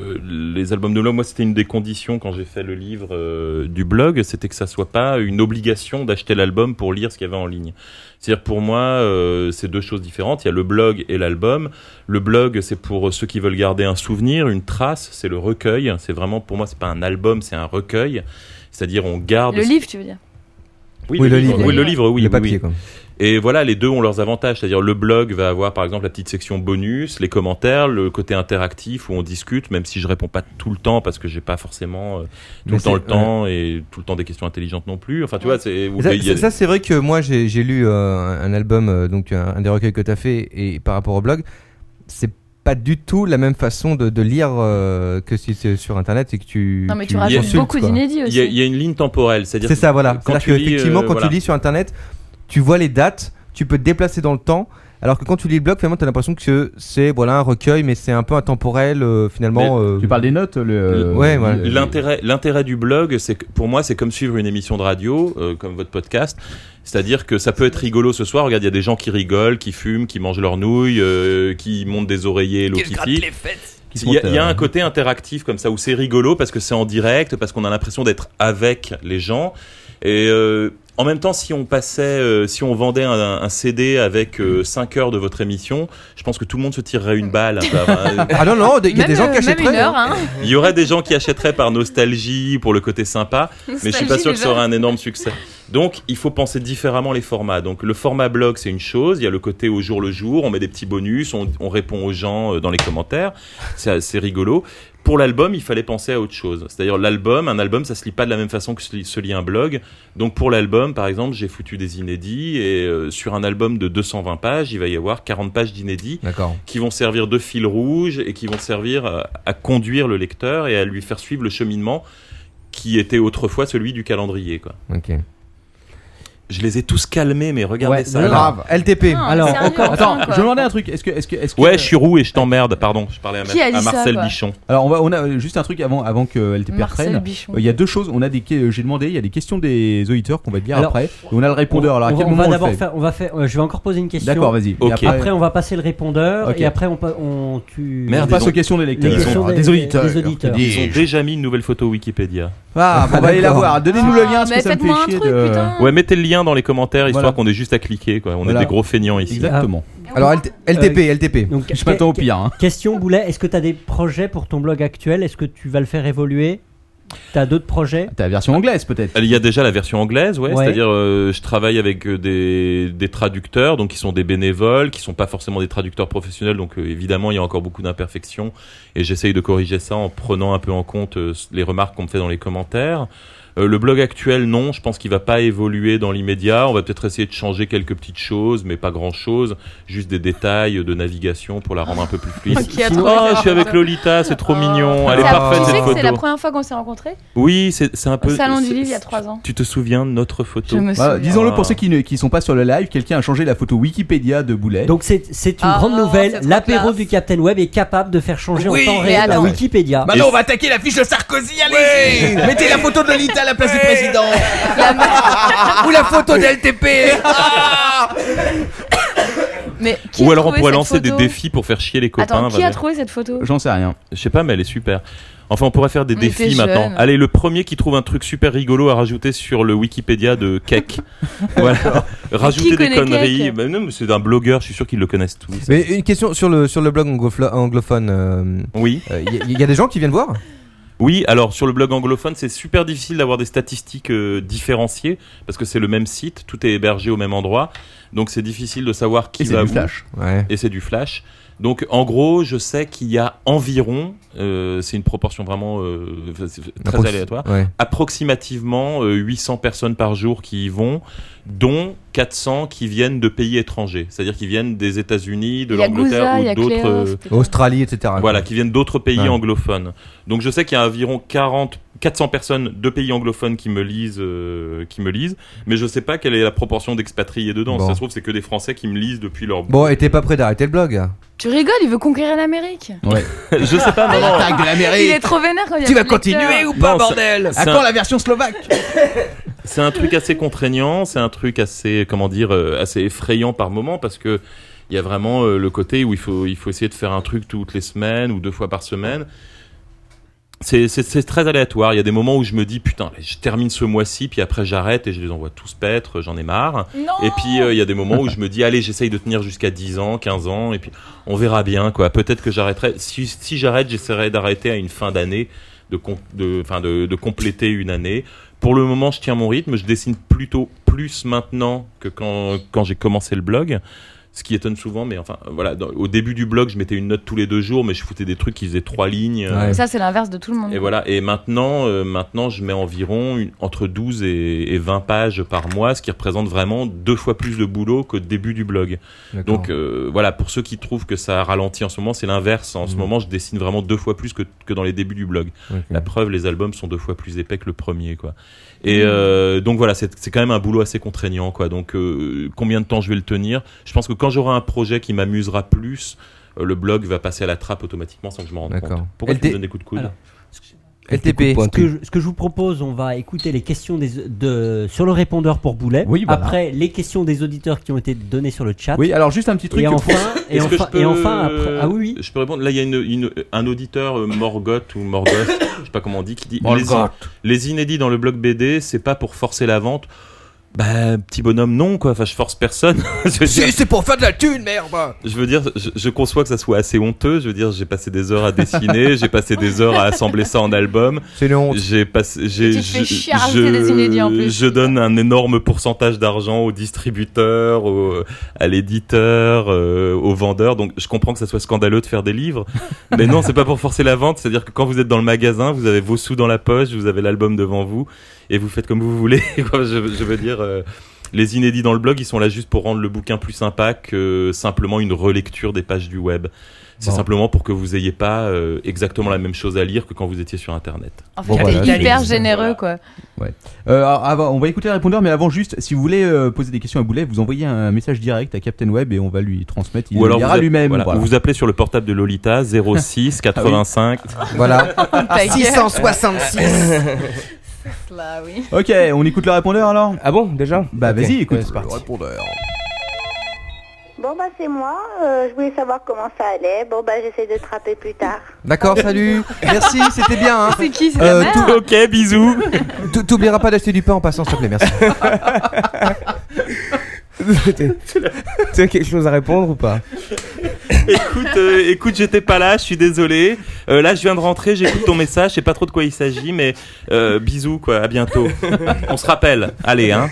les albums de blog, moi, c'était une des conditions quand j'ai fait le livre du blog, c'était que ça soit pas une obligation d'acheter l'album pour lire ce qu'il y avait en ligne. C'est-à-dire pour moi, c'est deux choses différentes. Il y a le blog et l'album. Le blog, c'est pour ceux qui veulent garder un souvenir, une trace. C'est le recueil. C'est vraiment, pour moi, c'est pas un album, c'est un recueil. C'est-à-dire, on garde. Le livre, tu veux dire? Oui, Oui, le le livre. livre. Oui, le livre, oui. Le oui, papier, oui. quoi. Et voilà, les deux ont leurs avantages. C'est-à-dire, le blog va avoir, par exemple, la petite section bonus, les commentaires, le côté interactif où on discute, même si je réponds pas tout le temps parce que j'ai pas forcément tout le temps et tout le temps des questions intelligentes non plus. Enfin, tu vois, c'est. Ça, c'est vrai que moi, j'ai lu un album, donc un des recueils que tu as fait, et par rapport au blog, c'est pas du tout la même façon de lire que si c'est sur internet et que tu. Non, mais tu rajoutes consultes, beaucoup quoi. d'inédits aussi. Il y a une ligne temporelle. C'est Ça, voilà. Quand C'est-à-dire tu lis, qu'effectivement, quand voilà. tu lis sur internet, tu vois les dates, tu peux te déplacer dans le temps. Alors que quand tu lis le blog, finalement, tu as l'impression que c'est un recueil, mais c'est un peu intemporel finalement. Tu parles des notes, ouais, voilà. L'intérêt du blog, c'est que pour moi, c'est comme suivre une émission de radio, comme votre podcast. C'est-à-dire que ça peut être rigolo ce soir. Regarde, il y a des gens qui rigolent, qui fument, qui mangent leurs nouilles, qui montent des oreillers Hello Kitty. Il y a un côté interactif comme ça où c'est rigolo parce que c'est en direct, parce qu'on a l'impression d'être avec les gens. Et en même temps, si on vendait un CD avec 5 heures de votre émission, je pense que tout le monde se tirerait une balle. Ah non, il y a des gens qui achèteraient. Même une heure, hein. Il y aurait des gens qui achèteraient par nostalgie, pour le côté sympa, mais je suis pas sûr que ça aura un énorme succès. Donc, il faut penser différemment les formats. Donc, le format blog, c'est une chose. Il y a le côté au jour le jour. On met des petits bonus. On répond aux gens dans les commentaires. C'est rigolo. Pour l'album, il fallait penser à autre chose. C'est-à-dire, un album, ça se lit pas de la même façon que se lit un blog. Donc, pour l'album, par exemple, j'ai foutu des inédits. Et sur un album de 220 pages, il va y avoir 40 pages d'inédits. D'accord. Qui vont servir de fil rouge et qui vont servir à conduire le lecteur et à lui faire suivre le cheminement qui était autrefois celui du calendrier, quoi. Ok. Je les ai tous calmés, mais regardez Ouais, ça. Grave. LTP. Non, Alors, sérieux, encore- enfin, Attends, quoi. je me demandais un truc. Est-ce que Ouais, je suis roux et je t'emmerde, pardon. Je parlais Qui a dit à ça, Marcel quoi Bichon. Alors on a juste un truc avant que LTP Marcel reprenne. Bichon. Il y a deux choses. J'ai demandé. Il y a des questions des auditeurs qu'on va te dire Alors, après. Et on a le répondeur. Alors à quel on moment va on le d'abord fait faire, on va faire, je vais encore poser une question. D'accord, vas-y. Ok. Et Après, on va passer le répondeur Ok. et après tu. Merde, on passe ils ont- aux questions des lecteurs. Les questions Des auditeurs. des auditeurs. Ils ont déjà mis une nouvelle photo Wikipédia. Ah, on va aller la voir. Donnez-nous le lien, parce mais que ça me fait faites-moi un chier truc, de. putain. Ouais, mettez le lien dans les commentaires, histoire Voilà. qu'on ait juste à cliquer, quoi. On Voilà. est des gros feignants ici. Exactement. Alors LTP. Donc, Je m'attends au pire. Hein. Question Boulet, est-ce que tu as des projets pour ton blog actuel? Est-ce que tu vas le faire évoluer? T'as d'autres projets? T'as la version anglaise peut-être. Il y a déjà la version anglaise, ouais. Ouais. C'est-à-dire, je travaille avec des traducteurs, donc qui sont des bénévoles, qui sont pas forcément des traducteurs professionnels, donc évidemment il y a encore beaucoup d'imperfections, et j'essaye de corriger ça en prenant un peu en compte les remarques qu'on me fait dans les commentaires. Le blog actuel, non, je pense qu'il va pas évoluer dans l'immédiat. On va peut-être essayer de changer quelques petites choses, mais pas grand-chose. Juste des détails de navigation pour la rendre un peu plus fluide. Qui a trouvé Oh, ça je suis avec Lolita, c'est trop mignon. Elle est parfaite Tu sais cette que c'est la photo. première fois qu'on s'est rencontrés Oui, c'est un peu. au salon du c'est- livre il y a 3 ans. Tu te souviens de notre photo? Je me Voilà, souviens. disons-le pour ceux qui sont pas sur le live, quelqu'un a changé la photo Wikipédia de Boulet. Donc c'est une Ah grande non, nouvelle. c'est trop L'apéro classe. du Captain Web est capable de faire changer Oui, en temps mais réel la attends. Wikipédia. Maintenant, on va attaquer la fiche de Sarkozy, allez. Mettez la photo de Lolita à la place du président. Ou la photo d'LTP. Mais qui Ou a alors on trouvé pourrait cette lancer des photo défis pour faire chier les copains. Attends, qui a Valérie. trouvé cette photo? J'en sais rien. Je sais pas, mais elle est super. Enfin, on pourrait faire des On défis était maintenant. jeunes. Allez, le premier qui trouve un truc super rigolo à rajouter sur le Wikipédia de Keck. Voilà. Rajouter Qui des connaît conneries. Keck Bah non, mais c'est un blogueur, je suis sûr qu'ils le connaissent tous. Mais une question sur le blog anglophone. Oui. Il y a des gens qui viennent voir. Oui, alors sur le blog anglophone, c'est super difficile d'avoir des statistiques différenciées parce que c'est le même site, tout est hébergé au même endroit. Donc c'est difficile de savoir qui Et c'est va du où. flash. Ouais. Et c'est du flash. Donc en gros, je sais qu'il y a environ, c'est une proportion vraiment très aléatoire, Ouais. approximativement 800 personnes par jour qui y vont, dont 400 qui viennent de pays étrangers, c'est-à-dire qui viennent des États-Unis, de Il y a l'Angleterre Gouza, il y ou a d'autres. Cléo, c'était quoi Australie, etc. Voilà, qui viennent d'autres pays Ouais. anglophones. Donc je sais qu'il y a environ 400 personnes de pays anglophones qui me lisent, mais je sais pas quelle est la proportion d'expatriés dedans. Bon. Si ça se trouve, c'est que des Français qui me lisent depuis leur. Bon, et t'es pas prêt d'arrêter le blog? Tu rigoles, il veut conquérir l'Amérique. Je sais pas, non, non. Attaque de Il l'Amérique. est trop vénère quand il y a Tu vas plus de lecteurs. continuer ou pas, Non, bordel? À C'est quand un- la version slovaque? C'est un truc assez contraignant, c'est un truc assez, assez effrayant par moment parce que il y a vraiment le côté où il faut essayer de faire un truc toutes les semaines ou 2 fois par semaine. C'est très aléatoire. Il y a des moments où je me dis putain, je termine ce mois-ci, puis après j'arrête et je les envoie tous paître, j'en ai marre. Non. Et puis il y a des moments où je me dis allez, j'essaye de tenir jusqu'à 10 ans, 15 ans, et puis on verra bien quoi. Peut-être que j'arrêterai. Si j'arrête, j'essaierai d'arrêter à une fin d'année, de compléter une année. Pour le moment, je tiens mon rythme. Je dessine plutôt plus maintenant que quand j'ai commencé le blog. Ce qui étonne souvent, mais enfin, voilà. Au début du blog, je mettais une note tous les 2 jours, mais je foutais des trucs qui faisaient 3 lignes. Ouais. Ça, c'est l'inverse de tout le monde. Et voilà. Et maintenant, je mets environ entre 12 et 20 pages par mois, ce qui représente vraiment 2 fois plus de boulot qu'au début du blog. D'accord. Donc voilà, pour ceux qui trouvent que ça ralentit en ce moment, c'est l'inverse. En ce moment, je dessine vraiment 2 fois plus que dans les débuts du blog. Ok. La preuve, les albums sont 2 fois plus épais que le premier, quoi. Et donc voilà, c'est quand même un boulot assez contraignant, quoi. Donc combien de temps je vais le tenir? Je pense que quand j'aurai un projet qui m'amusera plus, le blog va passer à la trappe automatiquement sans que je m'en rende D'accord. compte. Pourquoi tu LT me donnes des coups de coude? Alors, LTP. Ce que je vous propose, on va écouter les questions sur le répondeur pour Boulet. Oui, voilà. Après, les questions des auditeurs qui ont été données sur le chat. Oui, alors juste un petit truc. Et enfin, Est-ce que je peux, après. Ah oui, oui. Je peux répondre. Là, il y a un auditeur, Morgoth ou Morgoth, je sais pas comment on dit, qui dit les inédits dans le blog BD, c'est pas pour forcer la vente. Bah, petit bonhomme, non, quoi. Enfin, je force personne. Je veux dire- c'est pour faire de la thune, merde. Je veux dire, je conçois que ça soit assez honteux. Je veux dire, j'ai passé des heures à dessiner, j'ai passé des heures à assembler ça en album. C'est une honte. J'ai passé, tu te fais chier à rajouter des inédits en plus. Je donne un énorme pourcentage d'argent au distributeur, à l'éditeur, aux vendeurs. Donc, je comprends que ça soit scandaleux de faire des livres, mais non, c'est pas pour forcer la vente. C'est-à-dire que quand vous êtes dans le magasin, vous avez vos sous dans la poche, vous avez l'album devant vous, et vous faites comme vous voulez. Quoi, je veux dire. Les inédits dans le blog, ils sont là juste pour rendre le bouquin plus sympa que simplement une relecture des pages du web. C'est simplement pour que vous ayez pas exactement la même chose à lire que quand vous étiez sur Internet. En fait, Bon, voilà, t'es hyper c'est- généreux, quoi. On va écouter le répondeur, mais avant juste, si vous voulez poser des questions à Boulet, vous envoyez un message direct à Captain Web et on va lui transmettre. Il Ou alors lira lui-même. voilà, Voilà. ou vous appelez sur le portable de Lolita 06 85. Voilà. Ta gueule. 666. Là, oui. Ok, on écoute le répondeur alors. Ah bon, déjà? Bah Ok. vas-y, écoute. Ouais, c'est parti. Répondeur. Bon bah c'est moi, je voulais savoir comment ça allait. Bon bah j'essaie de te rappeler plus tard. D'accord, salut. Merci, c'était bien. Hein. C'est qui? C'est la mère? Ok, bisous. T'oublieras pas d'acheter du pain en passant, s'il te plaît, merci. Tu as quelque chose à répondre ou pas? Écoute, j'étais pas là, je suis désolé. Là, je viens de rentrer, j'écoute ton message, je sais pas trop de quoi il s'agit, mais bisous, quoi, à bientôt. On se rappelle. Allez, hein.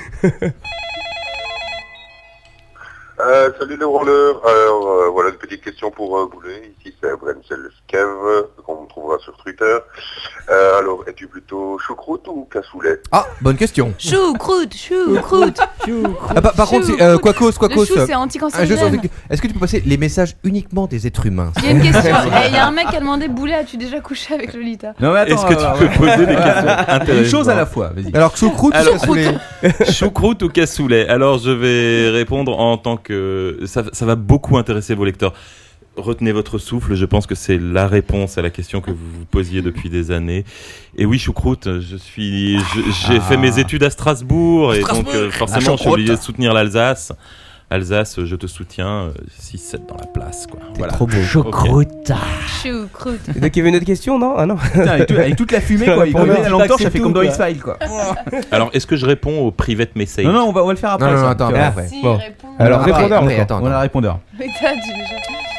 Salut les rollers, alors voilà une petite question pour Boulet, ici c'est Brenzel Skev, qu'on trouvera sur Twitter. Alors, es-tu plutôt choucroute ou cassoulet? Ah, bonne question. Choucroute. Ah, par contre, Quacos. Le chou, c'est anticancérigène. Est-ce que tu peux passer les messages uniquement des êtres humains? Il y a une question. Il y a un mec qui a demandé Boulet, as-tu déjà couché avec Lolita? Non mais attends, est-ce que tu peux poser des questions intéressantes? Une chose à la fois, vas-y. Alors, choucroute ou cassoulet? Choucroute ou cassoulet? Alors, je vais répondre en tant que... Ça va beaucoup intéresser vos lecteurs. Retenez votre souffle, je pense que c'est la réponse à la question que vous vous posiez depuis des années. Et oui, choucroute, j'ai fait mes études à Strasbourg, et donc forcément je suis obligé de soutenir l'Alsace. Alsace, je te soutiens, 6-7 dans la place, quoi. Voilà. Trop beau. Choucroute. Choucroute. Et donc il y avait une autre question, non? Ah non. Putain, avec toute la fumée, quoi. Il connaît la lampe torche, ça fait comme dans X-Files, quoi. Alors, est-ce que je réponds au private message? Non, on va le faire après. Non, ça. attends, après. Si, Bon. réponds. Alors répondeur. Après, encore. attends. On a un répondeur. Mais t'as dit déjà.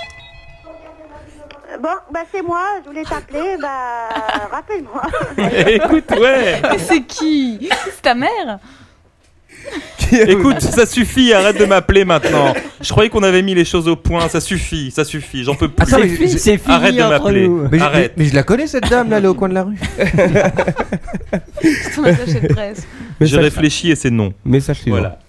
Bon bah c'est moi, je voulais t'appeler, bah rappelle-moi. Écoute, ouais. Mais c'est qui? C'est ta mère? Écoute, ça suffit, arrête de m'appeler maintenant. Je croyais qu'on avait mis les choses au point, ça suffit, j'en peux plus. Attends, mais C'est fini Arrête de entre m'appeler. nous. Arrête. Mais je la connais cette dame là, elle est au coin de la rue. C'est ton attaché de presse. J'ai réfléchi et c'est non. Message suivant. Voilà.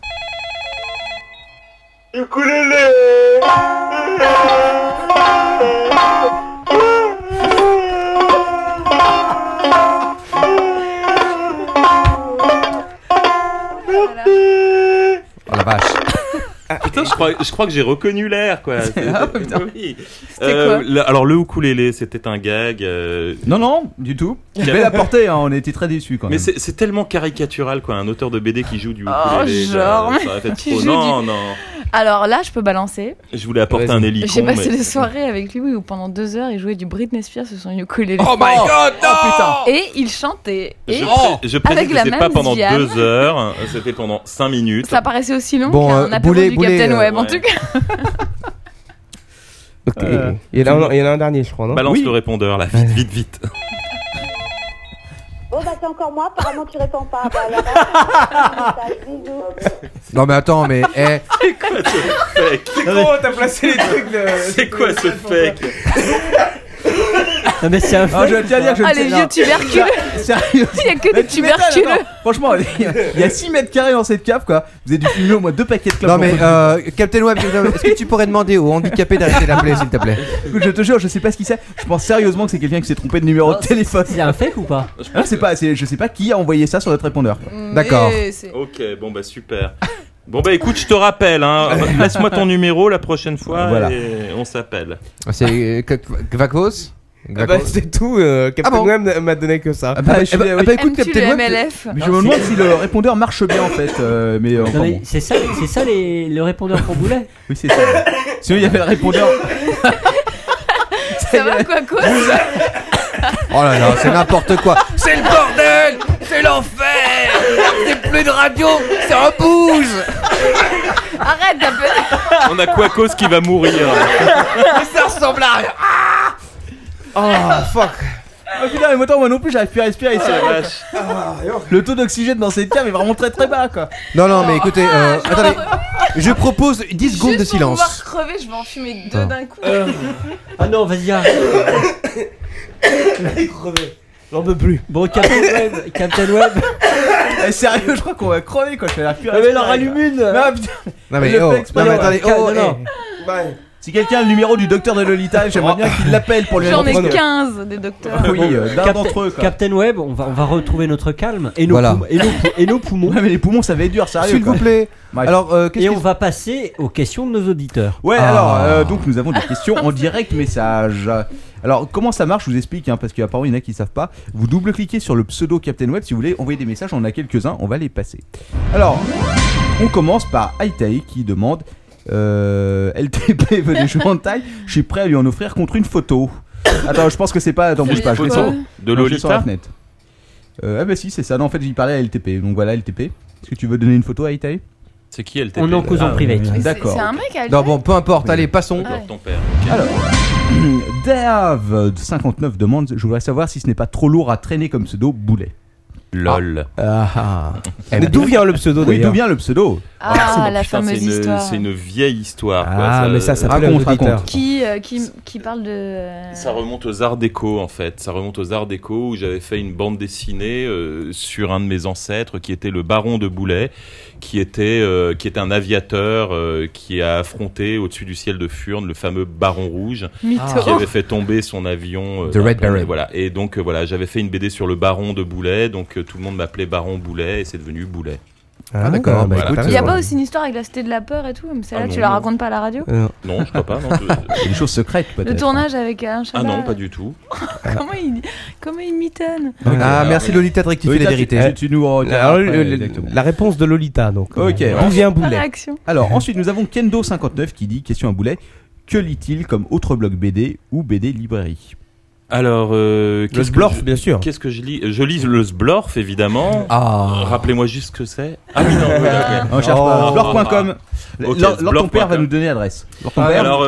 Oh la vache. Putain, je crois que j'ai reconnu l'air, quoi. Ah, putain. Oui. C'était quoi Alors le ukulélé, c'était un gag. Non, du tout. Je vais la porter, hein, on était très déçus quand Mais même. c'est tellement caricatural, quoi. Un auteur de BD qui joue du Oh, ukulélé. genre, ça aurait fait tu trop. joues Non. Alors là, je peux balancer. Je voulais apporter Vas-y. un hélicon. J'ai passé mais- des soirées avec lui où pendant 2 heures, il jouait du Britney Spears sur son ukulélé. Oh my god, non putain. Et il chantait. Et Je précise avec que la c'était pas même pendant Diane. 2 heures, c'était pendant 5 minutes. ça paraissait aussi long Bon, qu'un apéro Boulet, du Captain Web, en ouais. tout cas. Ok. Il y en a un dernier, je crois, non? Balance Oui. le répondeur, là, vite. Bon bah c'est encore moi, apparemment tu réponds pas. Bah alors, bisous. Non mais attends, mais C'est quoi ce fake? t'as placé les trucs de... C'est quoi ce fake? Non mais c'est un Ah, je tiens à dire que je Ah, ne les sais- vieux non. tuberculeux. Sérieux. Il y a que Mais des tu m'étonnes, tuberculeux. attends. Franchement, il y a 6 mètres carrés dans cette cave, quoi. Vous avez dû fumer au moins 2 paquets de clopes. non mais Captain Web, est-ce que tu pourrais demander aux handicapés d'arrêter d'appeler, s'il te plaît? Écoute, je te jure, je sais pas ce qu'il c'est. Je pense sérieusement que c'est quelqu'un qui s'est trompé de numéro de téléphone. C'est un fake ou pas? Ah, je sais pas qui a envoyé ça sur notre répondeur. D'accord. Mais c'est- Ok, bon bah super. Bon bah écoute, je te rappelle, hein, laisse-moi ton numéro la prochaine fois Voilà. et on s'appelle. C'est Kvakos? Ah bah c'est tout, Captain bon Web m'a donné que ça. Ah bah, je suis- oui. écoute, Aimes-tu Captain le Web, MLF? Mais je me demande si le répondeur marche bien en fait. Mais Non, enfin mais bon. c'est ça le répondeur pour Boulet. Oui, c'est ça. Sinon, il y avait le répondeur. Ça va quoi quoi? Oh là là, c'est n'importe quoi. C'est le bordel, c'est l'enfer. C'est plus de radio, c'est un bouge. Arrête d'appeler. On a Quacos qui va mourir. Ça ressemble à rien. Oh fuck. Oh putain, mais moi non plus, j'arrive plus à respirer ici. La vache. Le taux d'oxygène dans cette cave est vraiment très très bas, quoi. Non, mais écoutez, attendez. Je propose 10 secondes de Juste pour pouvoir silence. crever, je vais en fumer 2 d'un coup. Ah non, vas-y, arrête. J'en peux plus. Bon, Captain Web. Eh, sérieux, je crois qu'on va crever quand je vais plus à Ah mais respirer. leur allume une. Non, putain. Non mais Je le oh, fais exprès. non mais attendez, Non, oh, non. Si quelqu'un a le numéro du docteur de Lolita, j'aimerais bien qu'il l'appelle pour lui J'en ai répondre. 15 des docteurs. Oui, d'un d'entre eux, quoi. Captain Web, on va retrouver notre calme et nos, Voilà. et nos poumons. Ouais, mais les poumons, ça va être dur, sérieux. s'il quoi. vous plaît. Bref. Alors, qu'est-ce Et que on va passer aux questions de nos auditeurs. Ouais, Ah. alors, donc nous avons des questions en direct message. Alors, comment ça marche? Je vous explique, hein, parce qu'apparemment, il y en a qui savent pas. Vous double-cliquez sur le pseudo Captain Web si vous voulez envoyer des messages. On en a quelques-uns, on va les passer. Alors, on commence par Aitaï qui demande: LTP veut des jouets en taille. Je suis prêt à lui en offrir contre une photo. Attends, je pense que c'est pas. Attends, bouge pas. Je vais sur De je vais sur la Lolita. fenêtre. Ah bah si, c'est ça. Non, en fait, j'y parlais à LTP. Donc voilà, LTP. Est-ce que tu veux donner une photo à Itaï? C'est qui LTP? On en cause en privé. D'accord. C'est un mec à Non, bon, peu importe, allez, passons. Ouais. Ton père. Alors, Dave59 demande, je voudrais savoir si ce n'est pas trop lourd à traîner comme pseudo Boulet. LOL. Mais d'où vient le pseudo Oui, d'ailleurs? d'où vient le pseudo? Ah, la Putain, fameuse histoire. c'est une vieille histoire. quoi. Ah, mais ça plaît aux auditeurs. Qui parle de. Ça remonte aux Arts Déco en fait. Ça remonte aux Arts Déco où j'avais fait une bande dessinée sur un de mes ancêtres qui était le baron de Boulet, qui était un aviateur qui a affronté au-dessus du ciel de Furnes le fameux Baron Rouge, Mytho. qui avait fait tomber son avion. The Red Baron. Voilà. Et donc voilà, j'avais fait une BD sur le baron de Boulet, donc tout le monde m'appelait Baron Boulet et c'est devenu Boulet. Ah, d'accord. bah, Voilà. écoute, Il n'y a pas aussi une histoire avec la cité de la peur et tout, mais celle-là, Ah tu non, la non. racontes pas à la radio Non, je crois pas. Non, C'est une chose secrète peut-être. Le tournage avec un cheval. ah non, pas du tout. Comment il mitonne Ah, merci Lolita de rectifier les vérités. Tu nous Alors, exactement. la réponse de Lolita, donc. Ok. D'où vient Pas Boulet? réaction. Alors ensuite nous avons Kendo59 qui dit, question à Boulet, que lit-il comme autre blog BD ou BD librairie? Alors, Le qu'est-ce que Sblorf, je- bien sûr. Qu'est-ce que je lis? Je lis le Sblorf, évidemment. Ah. Rappelez-moi juste ce que c'est. Ah oui, non, oui, ok. On cherche pas. Sblorf.com. Ok, Lors ton sblorf.com. père va nous donner l'adresse. Lors ton père. Alors,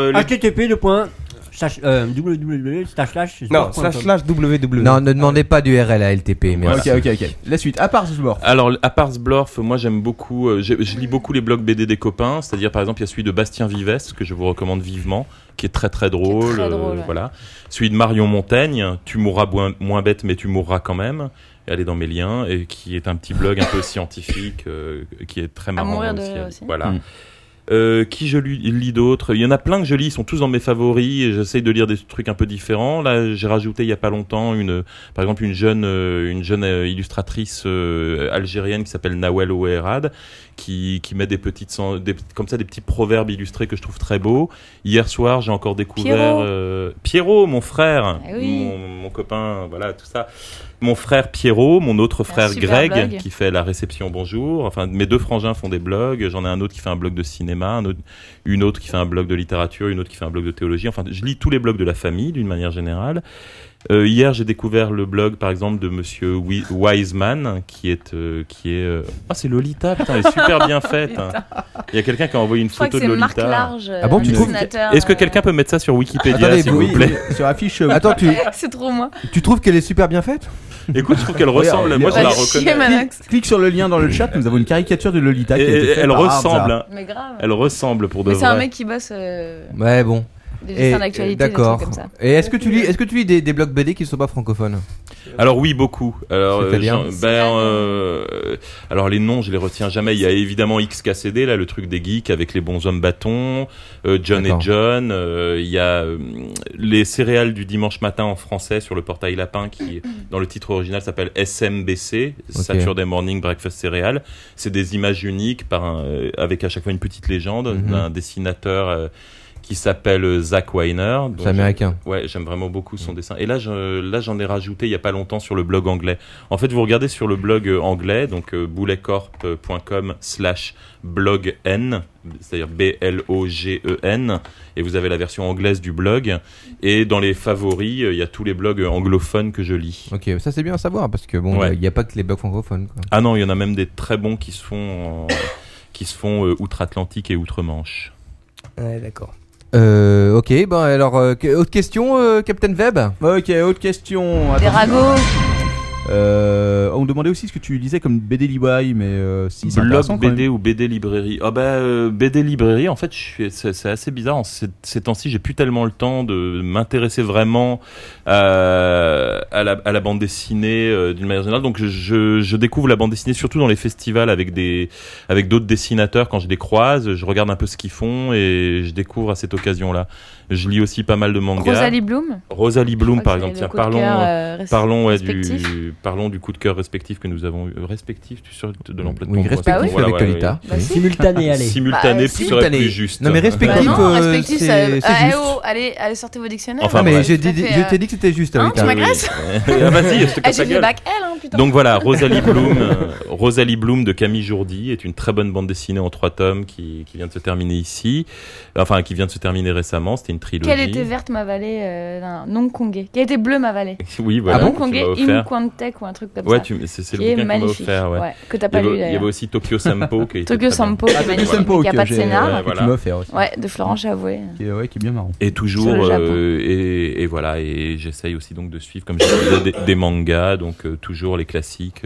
www/www. Non, ne demandez pas d'URL à LTP. Merci. Ok. La suite. À part Sblorf. alors, à part Sblorf, moi j'aime beaucoup, je lis beaucoup les blogs BD des copains, c'est-à-dire par exemple il y a celui de Bastien Vives que je vous recommande vivement, qui est très très drôle, très drôle, ouais. voilà. Celui de Marion Montaigne, Tu mourras moins bête mais tu mourras quand même. Elle est dans mes liens et qui est un petit blog un peu scientifique, qui est très marrant mourir de aussi. rire aussi. Voilà. Mm. Qui je lis d'autres? Il y en a plein que je lis, ils sont tous dans mes favoris et j'essaye de lire des trucs un peu différents. Là, j'ai rajouté il y a pas longtemps par exemple une jeune illustratrice algérienne qui s'appelle Nawel Ouerad qui met des comme ça des petits proverbes illustrés que je trouve très beaux. Hier soir, j'ai encore découvert Pierrot, mon frère, Ah oui. mon copain, voilà, tout ça. Mon frère Pierrot, mon autre frère super Greg, blog. qui fait la réception Bonjour. Enfin, mes deux frangins font des blogs. J'en ai un autre qui fait un blog de cinéma, une autre qui fait un blog de littérature, une autre qui fait un blog de théologie. Enfin, je lis tous les blogs de la famille d'une manière générale. Hier, j'ai découvert le blog, par exemple, de Monsieur Wiseman, qui est. Ah, c'est Lolita, putain, elle est super bien faite. Hein. Il y a quelqu'un qui a envoyé une Je crois photo que de c'est Marc Lolita. Large. Ah bon, tu trouves dessinateur, Est-ce que quelqu'un peut mettre ça sur Wikipédia, Attendez, s'il vous oui, plaît? Sur affiche. Attends, C'est trop moi. tu trouves qu'elle est super bien faite? Écoute, je trouve qu'elle ressemble. Moi, je la reconnais. Manax. Clique sur le lien dans le chat, nous avons une caricature de Lolita qui a été Et faite elle par ressemble. Arza. Hein. Mais grave. Elle ressemble pour de Mais vrai. c'est un mec qui bosse Ouais, bon. des dessins d'actualité, des trucs d'accord. comme ça. Et est-ce que tu lis des blogs BD qui ne sont pas francophones? Alors oui, beaucoup. Alors, C'est-à-dire alors les noms, je les retiens jamais. Il y a évidemment XKCD, là, le truc des geeks avec les bons hommes bâtons, John D'accord. et John. Il y a les céréales du dimanche matin en français sur le portail Lapin qui, dans le titre original, s'appelle SMBC, Saturday Morning Breakfast Cereal. C'est des images uniques avec à chaque fois une petite légende d'un dessinateur. Qui s'appelle Zach Weiner. C'est américain. Ouais, j'aime vraiment beaucoup son dessin. Et là, j'en ai rajouté il y a pas longtemps sur le blog anglais. En fait, vous regardez sur le blog anglais, donc bouletcorp.com/blogn, c'est-à-dire BLOGEN, et vous avez la version anglaise du blog. Et dans les favoris, il y a tous les blogs anglophones que je lis. Ok, ça c'est bien à savoir parce que bon, il n'y a pas que les blogs francophones. Quoi. Ah non, il y en a même des très bons qui se font outre-Atlantique et outre-Manche. Ouais, d'accord. Ok, bon alors, autre question, Captain Web? Ok, autre question. Des ragots. On me demandait aussi ce que tu lisais comme BD librairie, mais si c'est Blog intéressant quand BD même. ou BD librairie. Ah BD librairie, en fait, c'est assez bizarre. Ces temps-ci, j'ai plus tellement le temps de m'intéresser vraiment à la bande dessinée d'une manière générale. Donc je découvre la bande dessinée surtout dans les festivals avec d'autres dessinateurs quand je les croise. Je regarde un peu ce qu'ils font et je découvre à cette occasion-là. Je lis aussi pas mal de mangas. Rosalie Bloom, par exemple. Tiens, parlons du coup de cœur respectif que nous avons eu. Respectif, tu sais, de l'emploi de Oui, respectif avec Lolita. Simultané, allez. Simultané, ce serait plus juste. Non, mais respectif, respectif, c'est juste. Allez, sortez vos dictionnaires. Enfin, mais bref. je t'ai dit que c'était juste, Hein, Lolita. tu m'agresses Ah, vas-y, je te casse la J'ai fait gueule. bac L, hein, putain. Donc voilà, Rosalie Bloom de Camille Jourdi est une très bonne bande dessinée en 3 tomes qui vient de se terminer ici. Enfin, qui vient de se terminer récemment. C'était une trilogie. Quelle était verte ma vallée d'un non-congé. Quelle était bleue ma vallée. Oui, voilà. Non-congé, Imquantec ou un truc comme ça. Ouais, c'est le bouquin qu'on m'a offert. Ouais. Que t'as pas lu d'ailleurs. Il y avait aussi Tokyo Sampo qui Tokyo Sampo, qui est magnifique, qui a pas de scénar. Que tu m'as offert aussi. Ouais, de Florent Chavoué. Qui est bien marrant. Et toujours, et voilà, et j'essaye aussi donc de suivre, comme je disais, des mangas, donc toujours les classiques,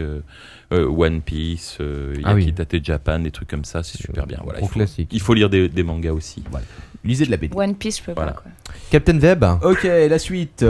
One Piece, Yakitate Japan, des trucs comme ça, c'est super bien. Voilà, il faut lire des mangas aussi. Voilà. Lisez de la BD. One Piece, je peux pas quoi. Captain Web. Ok, la suite.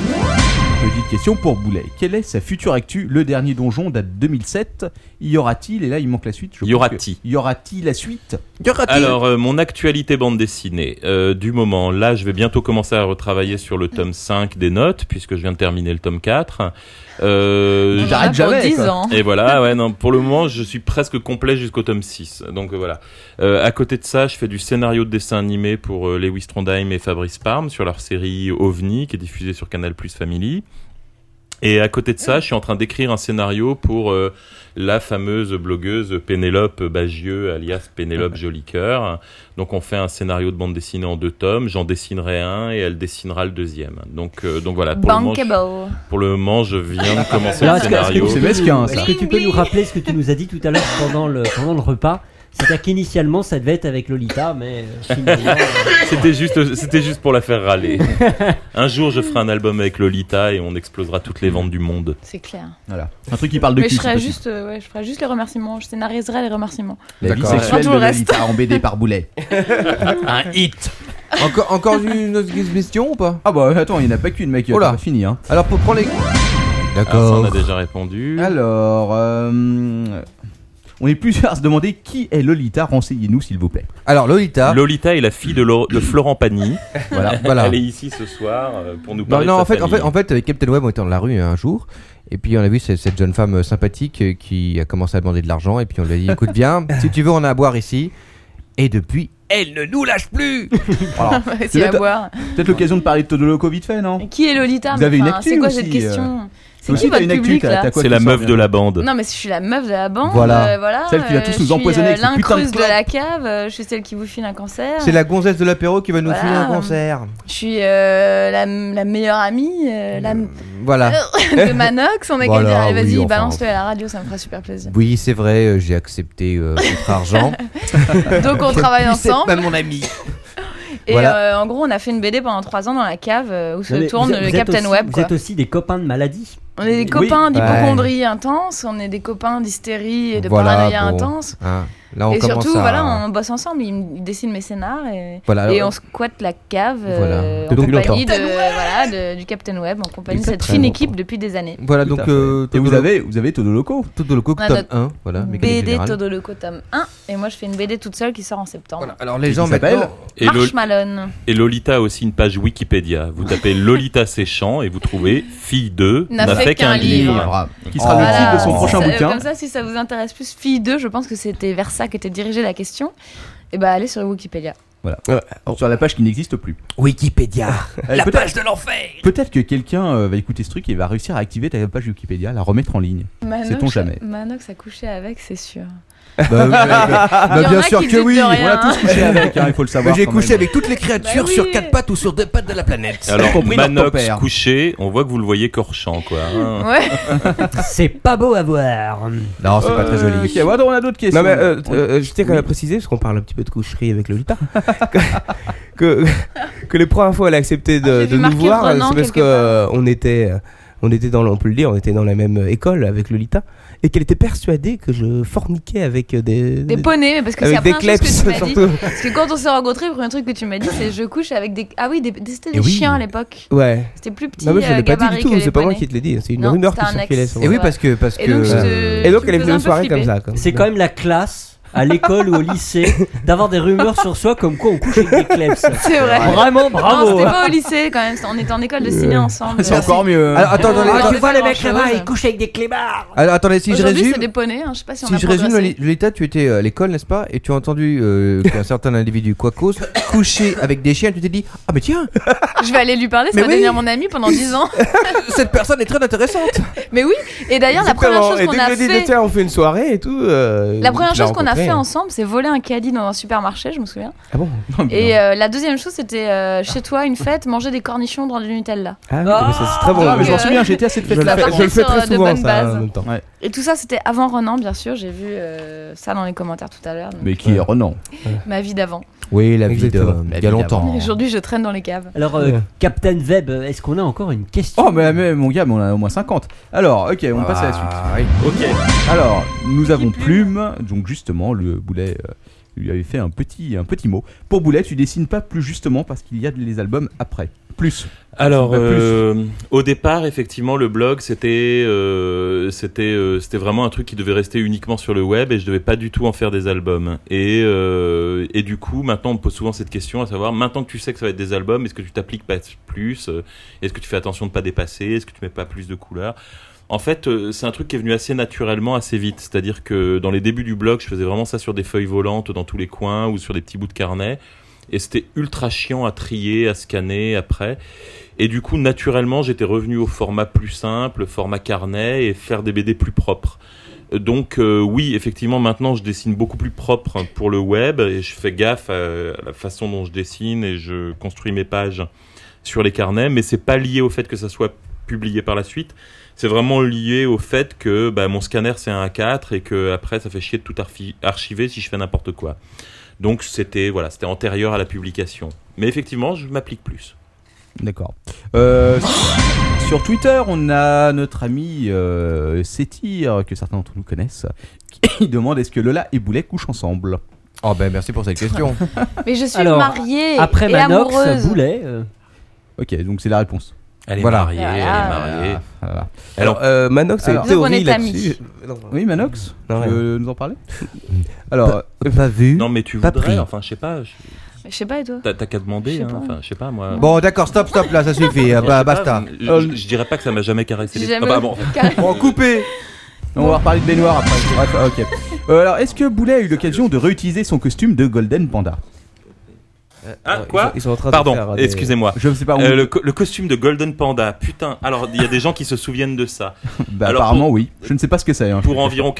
Petite question pour Boulet. Quelle est sa future actu? Le dernier donjon date de 2007. Y aura-t-il, et là il manque la suite, y aura-t-il la suite? Alors, mon actualité bande dessinée du moment, là je vais bientôt commencer à retravailler sur le tome 5 des notes, puisque je viens de terminer le tome 4. J'arrête jamais. 10 ans. Et voilà, ouais, non, pour le moment je suis presque complet jusqu'au tome 6. Donc voilà. À côté de ça, je fais du scénario de dessin animé pour Lewis Trondheim et Fabrice Parme sur leur série OVNI qui est diffusée sur Canal+ Family. Et à côté de ça, je suis en train d'écrire un scénario pour la fameuse blogueuse Pénélope Bagieux, alias Pénélope Jolicoeur. Donc on fait un scénario de bande dessinée en 2 tomes, j'en dessinerai un et elle dessinera le 2e. Donc voilà, pour le moment, je viens de commencer le scénario. C'est mesquin, ça. Est-ce que tu peux nous rappeler ce que tu nous as dit tout à l'heure pendant le repas? C'est-à-dire qu'initialement ça devait être avec Lolita, mais finalement... C'était juste pour la faire râler. Un jour je ferai un album avec Lolita et on explosera toutes les ventes du monde. C'est clair. Voilà. Un truc qui parle de mais cul. je ferai juste les remerciements, je scénariserai les remerciements. La vie sexuelle de Lolita en BD par Boulet. Un hit. Encore une autre question ou pas? Ah bah attends, il n'y en a pas qu'une, mec. Oh là, fini hein. Alors pour prendre les... D'accord. Ça on a déjà répondu. Alors... On est plusieurs à se demander qui est Lolita, renseignez-nous s'il vous plaît. Alors Lolita est la fille de Florent Pagny. Voilà. Elle est ici ce soir pour nous parler de sa famille. En fait, avec Captain Web, on était dans la rue un jour. Et puis on a vu cette jeune femme sympathique qui a commencé à demander de l'argent. Et puis on lui a dit, écoute bien, si tu veux on a à boire ici. Et depuis, elle ne nous lâche plus. Alors, c'est à boire. Peut-être l'occasion de parler de Todoloco vite fait, non? Et qui est Lolita? Vous avez une actu c'est quoi aussi, cette question? C'est aussi qui votre public là? C'est la meuf de la bande. Non mais je suis la meuf de la bande. Voilà. Celle qui va tous nous empoisonner avec ce putain de l'incruse de la cave. Je suis celle qui vous file un cancer. C'est la gonzesse de l'apéro qui va nous filer un cancer. Je suis la meilleure amie de Manox. On a qu'à dire allez vas-y balance-le à la radio, ça me fera super plaisir. Oui c'est vrai, j'ai accepté votre argent. Donc on travaille ensemble. C'est mon ami. Et en gros, on a fait une BD pendant 3 ans dans la cave où se tourne le Captain Web. Vous êtes aussi des copains de maladie. On est des copains d'hypocondrie intense, on est des copains d'hystérie et de paranoïa intense. Là, on et commence surtout, on bosse ensemble. Il dessine mes scénars et on squatte la cave en compagnie du Captain Web, en compagnie de cette fine équipe depuis des années. Voilà, donc et vous avez Todoloco. Todoloco tome 1, voilà. BD Todoloco tome 1, et moi je fais une BD toute seule qui sort en septembre. Voilà. Alors les gens maintenant. Marshmallow. Et Lolita a aussi une page Wikipédia. Vous tapez Lolita Séchant et vous trouvez Fille 2 n'a fait qu'un livre. Qui sera le titre de son prochain bouquin. Comme ça, si ça vous intéresse plus, Fille 2, je pense que c'était vers ça qu'était dirigée la question. Et bah allez sur Wikipédia. Voilà. Sur la page qui n'existe plus. Wikipédia. La page de l'enfer. Peut-être que quelqu'un va écouter ce truc et va réussir à activer ta page Wikipédia, la remettre en ligne. Sait-on jamais. Manox a couché avec, c'est sûr. Bien sûr que oui, on a tous couché avec, il faut le savoir. J'ai couché avec toutes les créatures sur 4 pattes ou sur 2 pattes de la planète. Alors, Manox couché, on voit que vous le voyez corchant, quoi. Ouais. C'est pas beau à voir. Non, c'est pas très joli. Ok, on a d'autres questions. Non, mais je tiens quand même à préciser, parce qu'on parle un petit peu de coucherie avec Lolita, que les premières fois elle a accepté de nous voir, c'est parce qu'on était on peut le dire, on était dans la même école avec Lolita. Et qu'elle était persuadée que je forniquais avec des poneys, parce que c'est la première chose que tu m'as dit. Parce que quand on s'est rencontrés, le premier truc que tu m'as dit, c'est je couche avec des... Ah oui, c'était des chiens à l'époque. Ouais. C'était plus petit. Non mais je l'ai pas dit du tout, c'est pas moi qui te l'ai dit, c'est une rumeur qui circulait sur moi. Et oui, parce que et donc elle est venue une soirée comme ça. C'est quand même la classe à l'école ou au lycée d'avoir des rumeurs sur soi comme quoi on couche avec des klebs. C'est vrai. Vraiment, bravo. Non, c'était pas au lycée quand même. On était en école de ciné ensemble. C'est encore mieux. Alors, attends, Tu vois le mec là-bas, chose. il couche avec des clébards. alors, attendez, si je Aujourd'hui, résume. c'est des poneys. Je sais pas si on Si a je résume, progressé. Lolita, tu étais à l'école, n'est-ce pas? Et tu as entendu qu'un certain individu, Quacos, coucher avec des chiens. Tu t'es dit, ah, mais tiens, Je vais aller lui parler, ça Mais va oui. devenir mon ami pendant 10 ans. cette personne est très intéressante. Mais oui, et d'ailleurs, la première chose Et qu'on dès que a je dis, fait. tiens, on fait une soirée et tout. La première tu l'as chose qu'on a rencontré. fait ensemble, c'est voler un caddie dans un supermarché, je me souviens. Ah bon? Et la deuxième chose, c'était chez toi, une fête, manger des cornichons dans du Nutella. Ah oui, mais ça c'est très bon. Ah, mais je m'en Donc, souviens, j'étais à cette Je le fête-là. fais, je le fais sur, très de souvent bonnes ça bases. en même temps. Ouais. Et tout ça, c'était avant Renan, bien sûr. J'ai vu ça dans les commentaires tout à l'heure. donc, Mais qui est Renan? Ma vie d'avant. Oui, la vie Exactement. d'il y a longtemps. Aujourd'hui, je traîne dans les caves. Alors, Captain Web, est-ce qu'on a encore une question? Oh, mais mon gars, mais on a au moins 50. Alors, ok, on passe à la suite. Oui. Ok. Alors, nous avons Plume. Donc, justement, le Boulet lui avait fait un petit mot. Pour Boulet, tu dessines pas plus justement parce qu'il y a les albums après. Plus. Alors, Pas plus. au départ, effectivement, le blog, c'était vraiment un truc qui devait rester uniquement sur le web et je devais pas du tout en faire des albums. Et du coup, maintenant, on me pose souvent cette question, à savoir, maintenant que tu sais que ça va être des albums, est-ce que tu t'appliques pas plus? Est-ce que tu fais attention de pas dépasser? Est-ce que tu mets pas plus de couleurs? En fait, c'est un truc qui est venu assez naturellement, assez vite. C'est-à-dire que dans les débuts du blog, je faisais vraiment ça sur des feuilles volantes dans tous les coins ou sur des petits bouts de carnet. Et c'était ultra chiant à trier, à scanner après. Et du coup, naturellement, j'étais revenu au format plus simple, format carnet et faire des BD plus propres. Donc oui, effectivement, maintenant, je dessine beaucoup plus propre pour le web et je fais gaffe à la façon dont je dessine et je construis mes pages sur les carnets. Mais c'est pas lié au fait que ça soit publié par la suite. C'est vraiment lié au fait que mon scanner, c'est un A4 et que après, ça fait chier de tout archiver si je fais n'importe quoi. Donc c'était antérieur à la publication. Mais effectivement, je m'applique plus. D'accord. Sur Twitter, on a notre ami Sétir, que certains d'entre nous connaissent, qui demande est-ce que Lola et Boulet couchent ensemble? Oh ben merci pour cette question. Mais je suis Alors, mariée Après et Manox, amoureuse. Boulet. Ok, donc c'est la réponse. Elle est Voilà. mariée, elle est mariée. Voilà. Alors, Manox a une alors- Donc, on théorie est là-dessus. amis. Non. Oui, Manox, Non, tu rien. veux nous en parler? Alors, Pas vu. non, mais tu Pas voudrais, pris. enfin, je sais pas. Je sais pas, et toi? T'as qu'à demander, Je sais hein. pas. Enfin, je sais pas, moi. Bon, d'accord, stop, là, ça suffit. Je sais pas, Basta. Je dirais pas que ça m'a jamais caressé les. J'ai Ah bah bon. Bon, coupez. on va reparler de baignoire après. Bref, ok. Alors, est-ce que Boulet a eu l'occasion de réutiliser son costume de Golden Panda? Ah, quoi? Ils sont en train de Pardon, faire des- excusez-moi. Je ne sais pas où. Le costume de Golden Panda, putain. Alors, il y a des gens qui se souviennent de ça. alors, Apparemment, oui. Je ne sais pas ce que c'est. Hein, Pour environ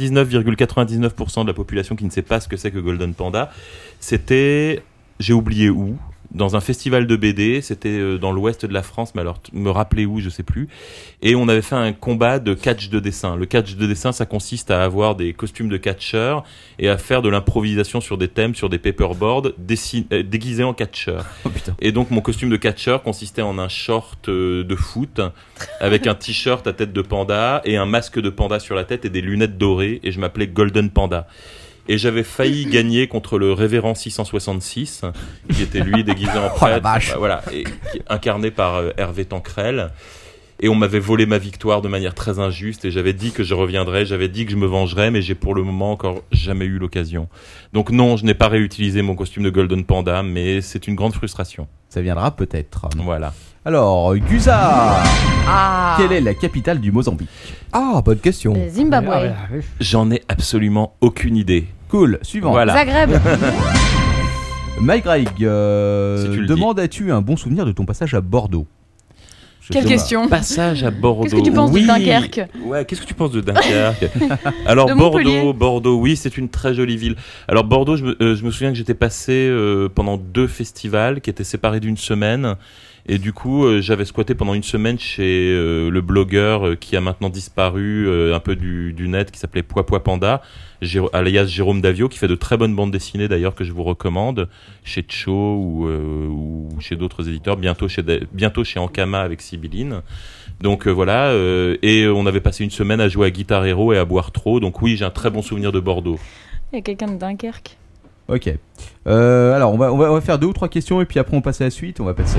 99,99% de la population qui ne sait pas ce que c'est que Golden Panda, c'était, j'ai oublié où, dans un festival de BD, c'était dans l'ouest de la France, mais alors me rappeler où, je sais plus. Et on avait fait un combat de catch de dessin. Le catch de dessin, ça consiste à avoir des costumes de catcheurs et à faire de l'improvisation sur des thèmes, sur des paperboards, déguisés en catcheur. Oh, putain. Et donc mon costume de catcheur consistait en un short de foot avec un t-shirt à tête de panda et un masque de panda sur la tête et des lunettes dorées et je m'appelais Golden Panda. Et j'avais failli gagner contre le révérend 666 qui était lui déguisé en prêtre, voilà, et incarné par Hervé Tancrel. Et on m'avait volé ma victoire de manière très injuste et j'avais dit que je reviendrais, j'avais dit que je me vengerais, mais j'ai pour le moment encore jamais eu l'occasion. Donc non, je n'ai pas réutilisé mon costume de Golden Panda, mais c'est une grande frustration. Ça viendra peut-être. Voilà. Alors, Guza, Ah. quelle est la capitale du Mozambique? Ah, bonne question. Zimbabwe. J'en ai absolument aucune idée. Cool, suivant. Voilà. Zagreb. Mike Greg Si tu le demande as-tu un bon souvenir de ton passage à Bordeaux? Quelle question. Passage à Bordeaux. Qu'est-ce que tu penses de Oui. Dunkerque? Ouais, qu'est-ce que tu penses de Dunkerque? Alors De Montpellier. Bordeaux, oui, c'est une très jolie ville. Alors Bordeaux, je me souviens que j'étais passé pendant 2 festivals qui étaient séparés d'une semaine. Et du coup, j'avais squatté pendant une semaine chez le blogueur qui a maintenant disparu un peu du net, qui s'appelait Pois Panda, alias Jérôme Davio, qui fait de très bonnes bandes dessinées d'ailleurs que je vous recommande, chez Cho ou chez d'autres éditeurs, bientôt chez Ankama avec Sibylline. Donc voilà, et on avait passé une semaine à jouer à Guitar Hero et à boire trop, donc oui, j'ai un très bon souvenir de Bordeaux. Il y a quelqu'un de Dunkerque. Ok. Alors, on va faire 2 ou 3 questions et puis après on passe à la suite. On va passer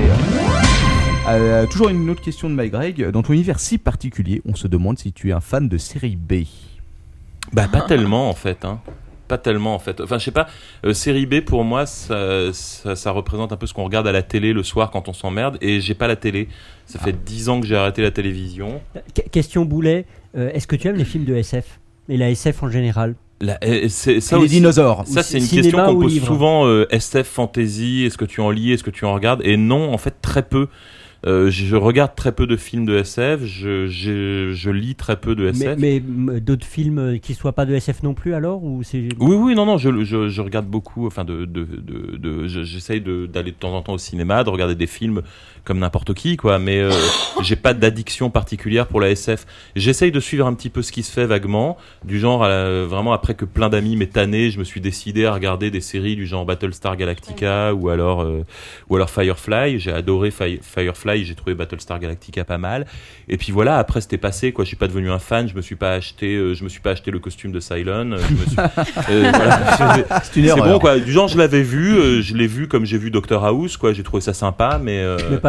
à toujours une autre question de Mike Greg. Dans ton univers si particulier, on se demande si tu es un fan de série B. Bah pas tellement en fait, hein. pas tellement en fait. Enfin, je sais pas. Série B pour moi, ça représente un peu ce qu'on regarde à la télé le soir quand on s'emmerde. Et j'ai pas la télé. Ça fait 10 ans que j'ai arrêté la télévision. Question Boulet, est-ce que tu aimes les films de SF et la SF en général? C'est ça les dinosaures. Ça, c'est une question qu'on pose souvent. SF, fantasy, est-ce que tu en lis, est-ce que tu en regardes? Et non, en fait, très peu. Je regarde très peu de films de SF, je lis très peu de SF. Mais d'autres films qui soient pas de SF non plus alors ou c'est... Oui, non, je regarde beaucoup. Enfin, j'essaye d'aller de temps en temps au cinéma, de regarder des films comme n'importe qui, quoi. Mais j'ai pas d'addiction particulière pour la SF. J'essaye de suivre un petit peu ce qui se fait vaguement, du genre vraiment après que plein d'amis m'aient tanné, je me suis décidé à regarder des séries du genre Battlestar Galactica ou alors Firefly. J'ai adoré Firefly. J'ai trouvé Battlestar Galactica pas mal. Et puis voilà, après c'était passé, quoi. Je suis pas devenu un fan. Je me suis pas acheté le costume de Cylon. C'est une erreur. C'est bon, quoi. Du genre, je l'avais vu, je l'ai vu comme j'ai vu Doctor House, quoi. J'ai trouvé ça sympa, mais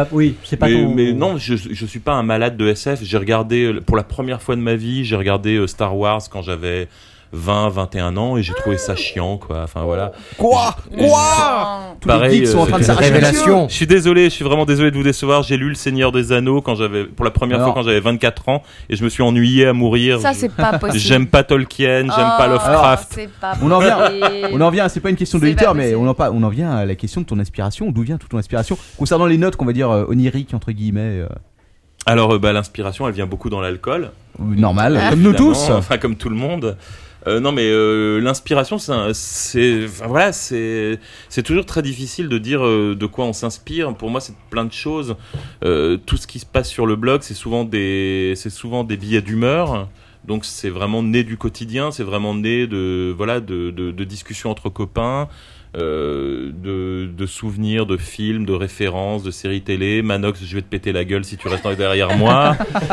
non, je suis pas un malade de SF. J'ai regardé pour la première fois de ma vie, j'ai regardé Star Wars quand j'avais 20-21 ans et j'ai trouvé ça chiant, quoi. Enfin voilà. Quoi Tous pareil, les geeks sont en train de s'arracher révélation. Je suis vraiment désolé de vous décevoir. J'ai lu Le Seigneur des Anneaux pour la première fois quand j'avais 24 ans et je me suis ennuyé à mourir. Ça, c'est pas possible. J'aime pas Tolkien, j'aime pas Lovecraft. C'est pas on en vient, c'est pas une question de l'éditeur, mais on en vient à la question de ton inspiration. D'où vient toute ton inspiration concernant les notes qu'on va dire oniriques entre guillemets? Alors l'inspiration, elle vient beaucoup dans l'alcool. Normal, comme nous tous. Enfin comme tout le monde. Non mais l'inspiration c'est toujours très difficile de dire de quoi on s'inspire. Pour moi c'est plein de choses. Tout ce qui se passe sur le blog c'est souvent des billets d'humeur. Donc c'est vraiment né du quotidien, c'est vraiment né de discussions entre copains, de souvenirs, de films, de références, de séries télé. Manox, je vais te péter la gueule si tu restes derrière moi.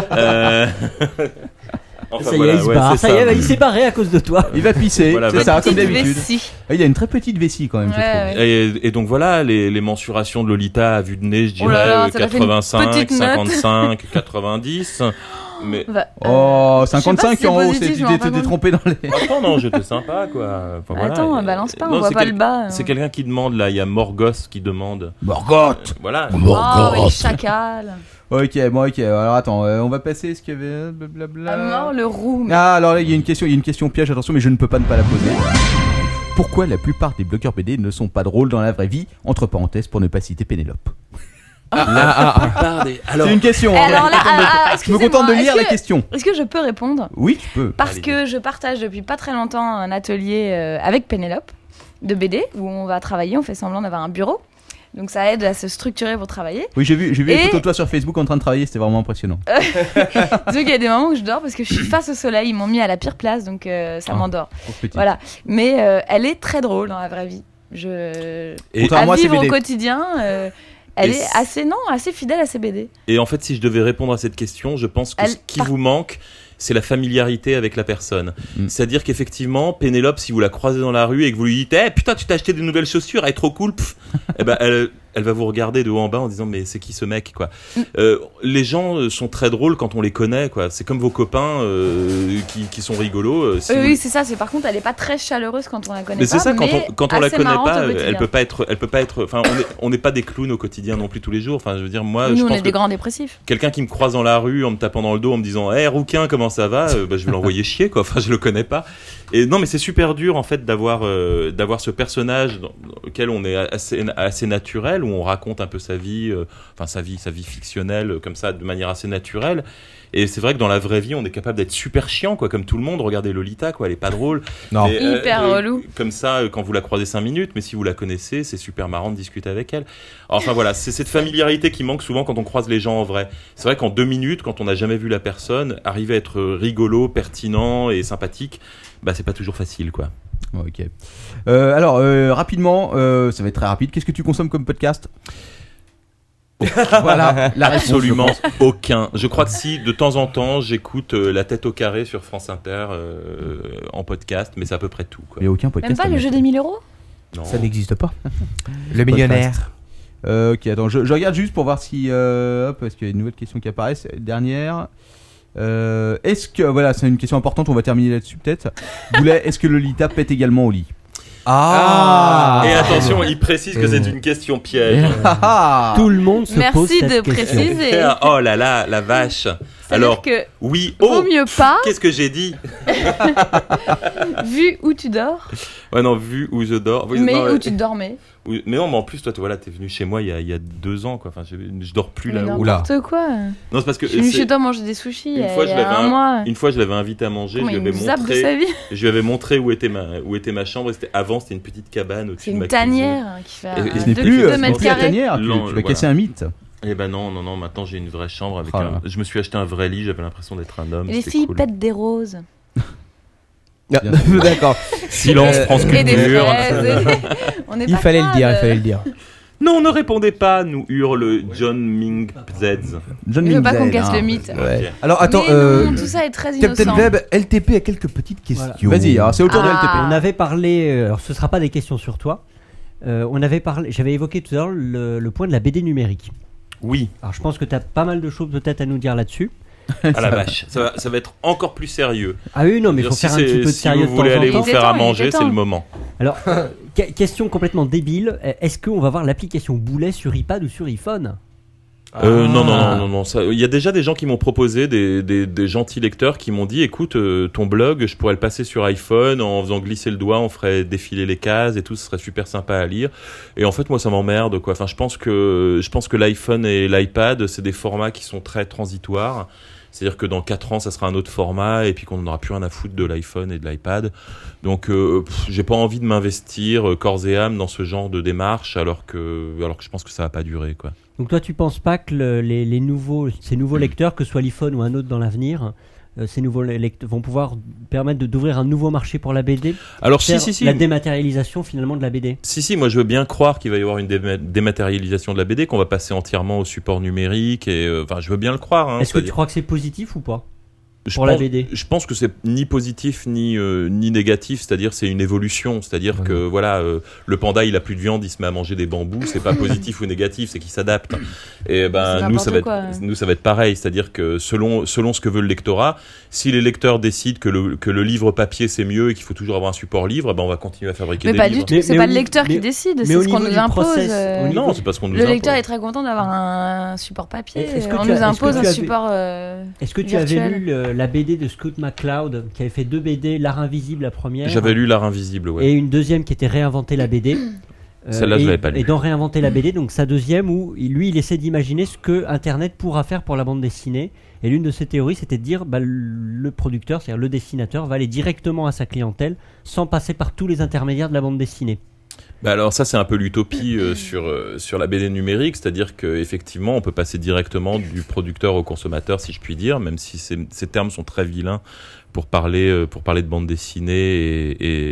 Enfin, ça y est, il se barre. Ça y est, il s'est barré à cause de toi. Il va pisser, voilà, c'est ça, comme d'habitude. Vessie. Il a une très petite vessie quand même, je trouve. Ouais. Et donc voilà, les mensurations de Lolita à vue de nez, je dirais 85, 55, 90. Mais... 55 si en haut, positif, t'es trompé dans les... Attends, non, j'étais sympa, quoi. Enfin, voilà. Attends, balance pas, on voit pas le bas. C'est quelqu'un qui demande, là, il y a Morgoth qui demande. Morgoth Voilà. Oh, les chacals. Ok, alors attends, on va passer ce qu'il y avait... Blablabla. À mort le roux. Ah, alors là, il y a une question piège, attention, mais je ne peux pas ne pas la poser. Pourquoi la plupart des blogueurs BD ne sont pas drôles dans la vraie vie? Entre parenthèses, pour ne pas citer Pénélope. C'est une question. Alors là, je me contente de lire la question. Est-ce que je peux répondre? Oui, tu peux. Parce que je partage depuis pas très longtemps un atelier avec Pénélope de BD où on va travailler, on fait semblant d'avoir un bureau. Donc ça aide à se structurer pour travailler. Oui, j'ai vu une photo de toi sur Facebook en train de travailler, c'était vraiment impressionnant. Donc il y a des moments où je dors parce que je suis face au soleil, ils m'ont mis à la pire place, donc ça m'endort. Voilà. Mais elle est très drôle dans la vraie vie. À vivre au quotidien, elle est assez fidèle à ses BD. Et en fait, si je devais répondre à cette question, je pense que ce qui vous manque, c'est la familiarité avec la personne. C'est-à-dire qu'effectivement, Pénélope, si vous la croisez dans la rue et que vous lui dites « putain, tu t'as acheté des nouvelles chaussures, elle est trop cool !» eh ben, elle va vous regarder de haut en bas en disant « mais c'est qui ce mec ?» quoi. Les gens sont très drôles quand on les connaît, quoi. C'est comme vos copains qui sont rigolos. Oui, c'est ça. C'est par contre, elle est pas très chaleureuse quand on la connaît. Mais c'est ça, quand on la connaît pas, elle peut pas être. Enfin, on n'est pas des clowns au quotidien non plus tous les jours. Enfin, je veux dire, moi, nous, je on pense est des grands dépressifs. Quelqu'un qui me croise dans la rue en me tapant dans le dos, en me disant « rouquin, comment ça va ?» je vais l'envoyer chier, quoi. Enfin, je le connais pas. Et non, mais c'est super dur en fait d'avoir ce personnage dans lequel on est assez naturel, où on raconte un peu sa vie, sa vie fictionnelle comme ça de manière assez naturelle. Et c'est vrai que dans la vraie vie, on est capable d'être super chiant, quoi, comme tout le monde. Regardez Lolita, quoi, elle est pas drôle. Non. Mais, hyper relou. Comme ça, quand vous la croisez 5 minutes, mais si vous la connaissez, c'est super marrant de discuter avec elle. Enfin voilà, c'est cette familiarité qui manque souvent quand on croise les gens en vrai. C'est vrai qu'en 2 minutes, quand on n'a jamais vu la personne, arriver à être rigolo, pertinent et sympathique, c'est pas toujours facile, quoi. Ok. Alors, rapidement, ça va être très rapide. Qu'est-ce que tu consommes comme podcast? Voilà, absolument aucun. Je crois que si de temps en temps j'écoute La Tête au carré sur France Inter en podcast, mais c'est à peu près tout, quoi. Mais aucun podcast. Même pas le jeu des 1000 €? Non. Ça n'existe pas. Le millionnaire. Ok, attends, je regarde juste pour voir si parce qu'il y a une nouvelle question qui apparaît, c'est la dernière. Est-ce que, voilà, c'est une question importante, on va terminer là-dessus peut-être. Boulet, est-ce que Lolita pète également au lit? Et attention, il précise que c'est une question piège. Tout le monde se pose Merci cette de question. préciser. Oh là là, la vache. Alors, que oui, vaut mieux pas, qu'est-ce que j'ai dit? vu où tu dors, Ouais, non, vu où je dors. Oui, mais non, où tu dormais. oui, mais non, mais en plus, toi, voilà, t'es venu chez moi il y a 2 ans, quoi. Enfin, je dors plus Mais là-haut. n'importe quoi. Non, c'est parce que Je suis venue chez toi manger des sushis il y a un mois. Une fois, je l'avais invité à manger. Comment je lui il nous zappe de sa vie. je lui avais montré où était ma chambre. Et c'était une petite cabane au-dessus C'est de ma une tanière qui fait Et Ce n'est 2 plus mètres la carrés. tanière, tu vas casser un mythe. Eh ben non, maintenant j'ai une vraie chambre avec Oh là. je me suis acheté un vrai lit, j'avais l'impression d'être un homme. Et les c'était filles cool. pètent des roses. D'accord. Silence, France Et des Culture. fraises. On est Il pas fallait le dire, il crade. fallait le dire. Non, ne répondez pas, nous hurle John Ming Zedz. John Je veux pas Mingzell, qu'on casse hein. le mythe. Ouais. Alors attends, Mais non, tout ça est très innocent. Captain Web, LTP a quelques petites questions. Vas-y, alors c'est autour de Ah. LTP. On avait parlé, alors ce sera pas des questions sur toi. J'avais évoqué tout à l'heure le point de la BD numérique. Oui. Alors je pense que tu as pas mal de choses peut-être à nous dire là-dessus. Ah la vache, ça va être encore plus sérieux. Ah oui, non, mais il faut Si faire un petit peu de si sérieux de vous temps voulez aller en temps. vous faire à Il est manger, temps. c'est le moment. Alors, question complètement débile. Est-ce qu'on va voir l'application Boulet sur iPad ou sur iPhone? Non. Il y a déjà des gens qui m'ont proposé, des gentils lecteurs qui m'ont dit, écoute, ton blog, je pourrais le passer sur iPhone en faisant glisser le doigt, on ferait défiler les cases et tout, ce serait super sympa à lire. Et en fait, moi, ça m'emmerde, quoi. Enfin, je pense que l'iPhone et l'iPad, c'est des formats qui sont très transitoires. C'est-à-dire que dans 4 ans, ça sera un autre format et puis qu'on n'aura plus rien à foutre de l'iPhone et de l'iPad. Donc, j'ai pas envie de m'investir corps et âme dans ce genre de démarche alors que je pense que ça va pas durer, quoi. Donc toi, tu penses pas que ces nouveaux lecteurs, que ce soit l'iPhone ou un autre dans l'avenir, ces nouveaux lecteurs vont pouvoir permettre d'ouvrir un nouveau marché pour la BD? Alors Faire si. La dématérialisation finalement de la BD. Si, moi je veux bien croire qu'il va y avoir une dématérialisation de la BD, qu'on va passer entièrement au support numérique et enfin je veux bien le croire. Hein, Est-ce que tu c'est-à-dire- crois que c'est positif ou pas? Je pour la pense- BD. Je pense que c'est ni positif ni négatif, c'est-à-dire c'est une évolution, c'est-à-dire que voilà, le panda il a plus de viande, il se met à manger des bambous, c'est pas positif ou négatif, c'est qu'il s'adapte. Et C'est ben nous ça n'importe va être pareil, c'est-à-dire que selon ce que veut le lectorat, si les lecteurs décident que le livre papier c'est mieux et qu'il faut toujours avoir un support livre, ben on va continuer à fabriquer Mais des pas livres. du tout, c'est Mais pas au le niveau- lecteur qui mais- décide, mais c'est au ce qu'on niveau nous du impose. process, au niveau- Non, c'est pas ce qu'on nous Le impose. lecteur est très content d'avoir un support papier. Est-ce que On tu nous as- est-ce impose que un tu as vu- support. Est-ce que tu avais virtuel. lu la BD de Scott McCloud qui avait fait 2 BD, L'Art Invisible la première J'avais lu L'Art Invisible, ouais. et une deuxième qui était Réinventer la BD. Celle-là, je et- l'avais pas lue. Et dans Réinventer la BD, donc sa deuxième, où il essaie d'imaginer ce que Internet pourra faire pour la bande dessinée. Et l'une de ses théories, c'était de dire le producteur, c'est-à-dire le dessinateur, va aller directement à sa clientèle sans passer par tous les intermédiaires de la bande dessinée. Bah alors ça c'est un peu l'utopie sur la BD numérique, c'est-à-dire qu'effectivement on peut passer directement du producteur au consommateur si je puis dire, même si ces termes sont très vilains pour parler de bande dessinée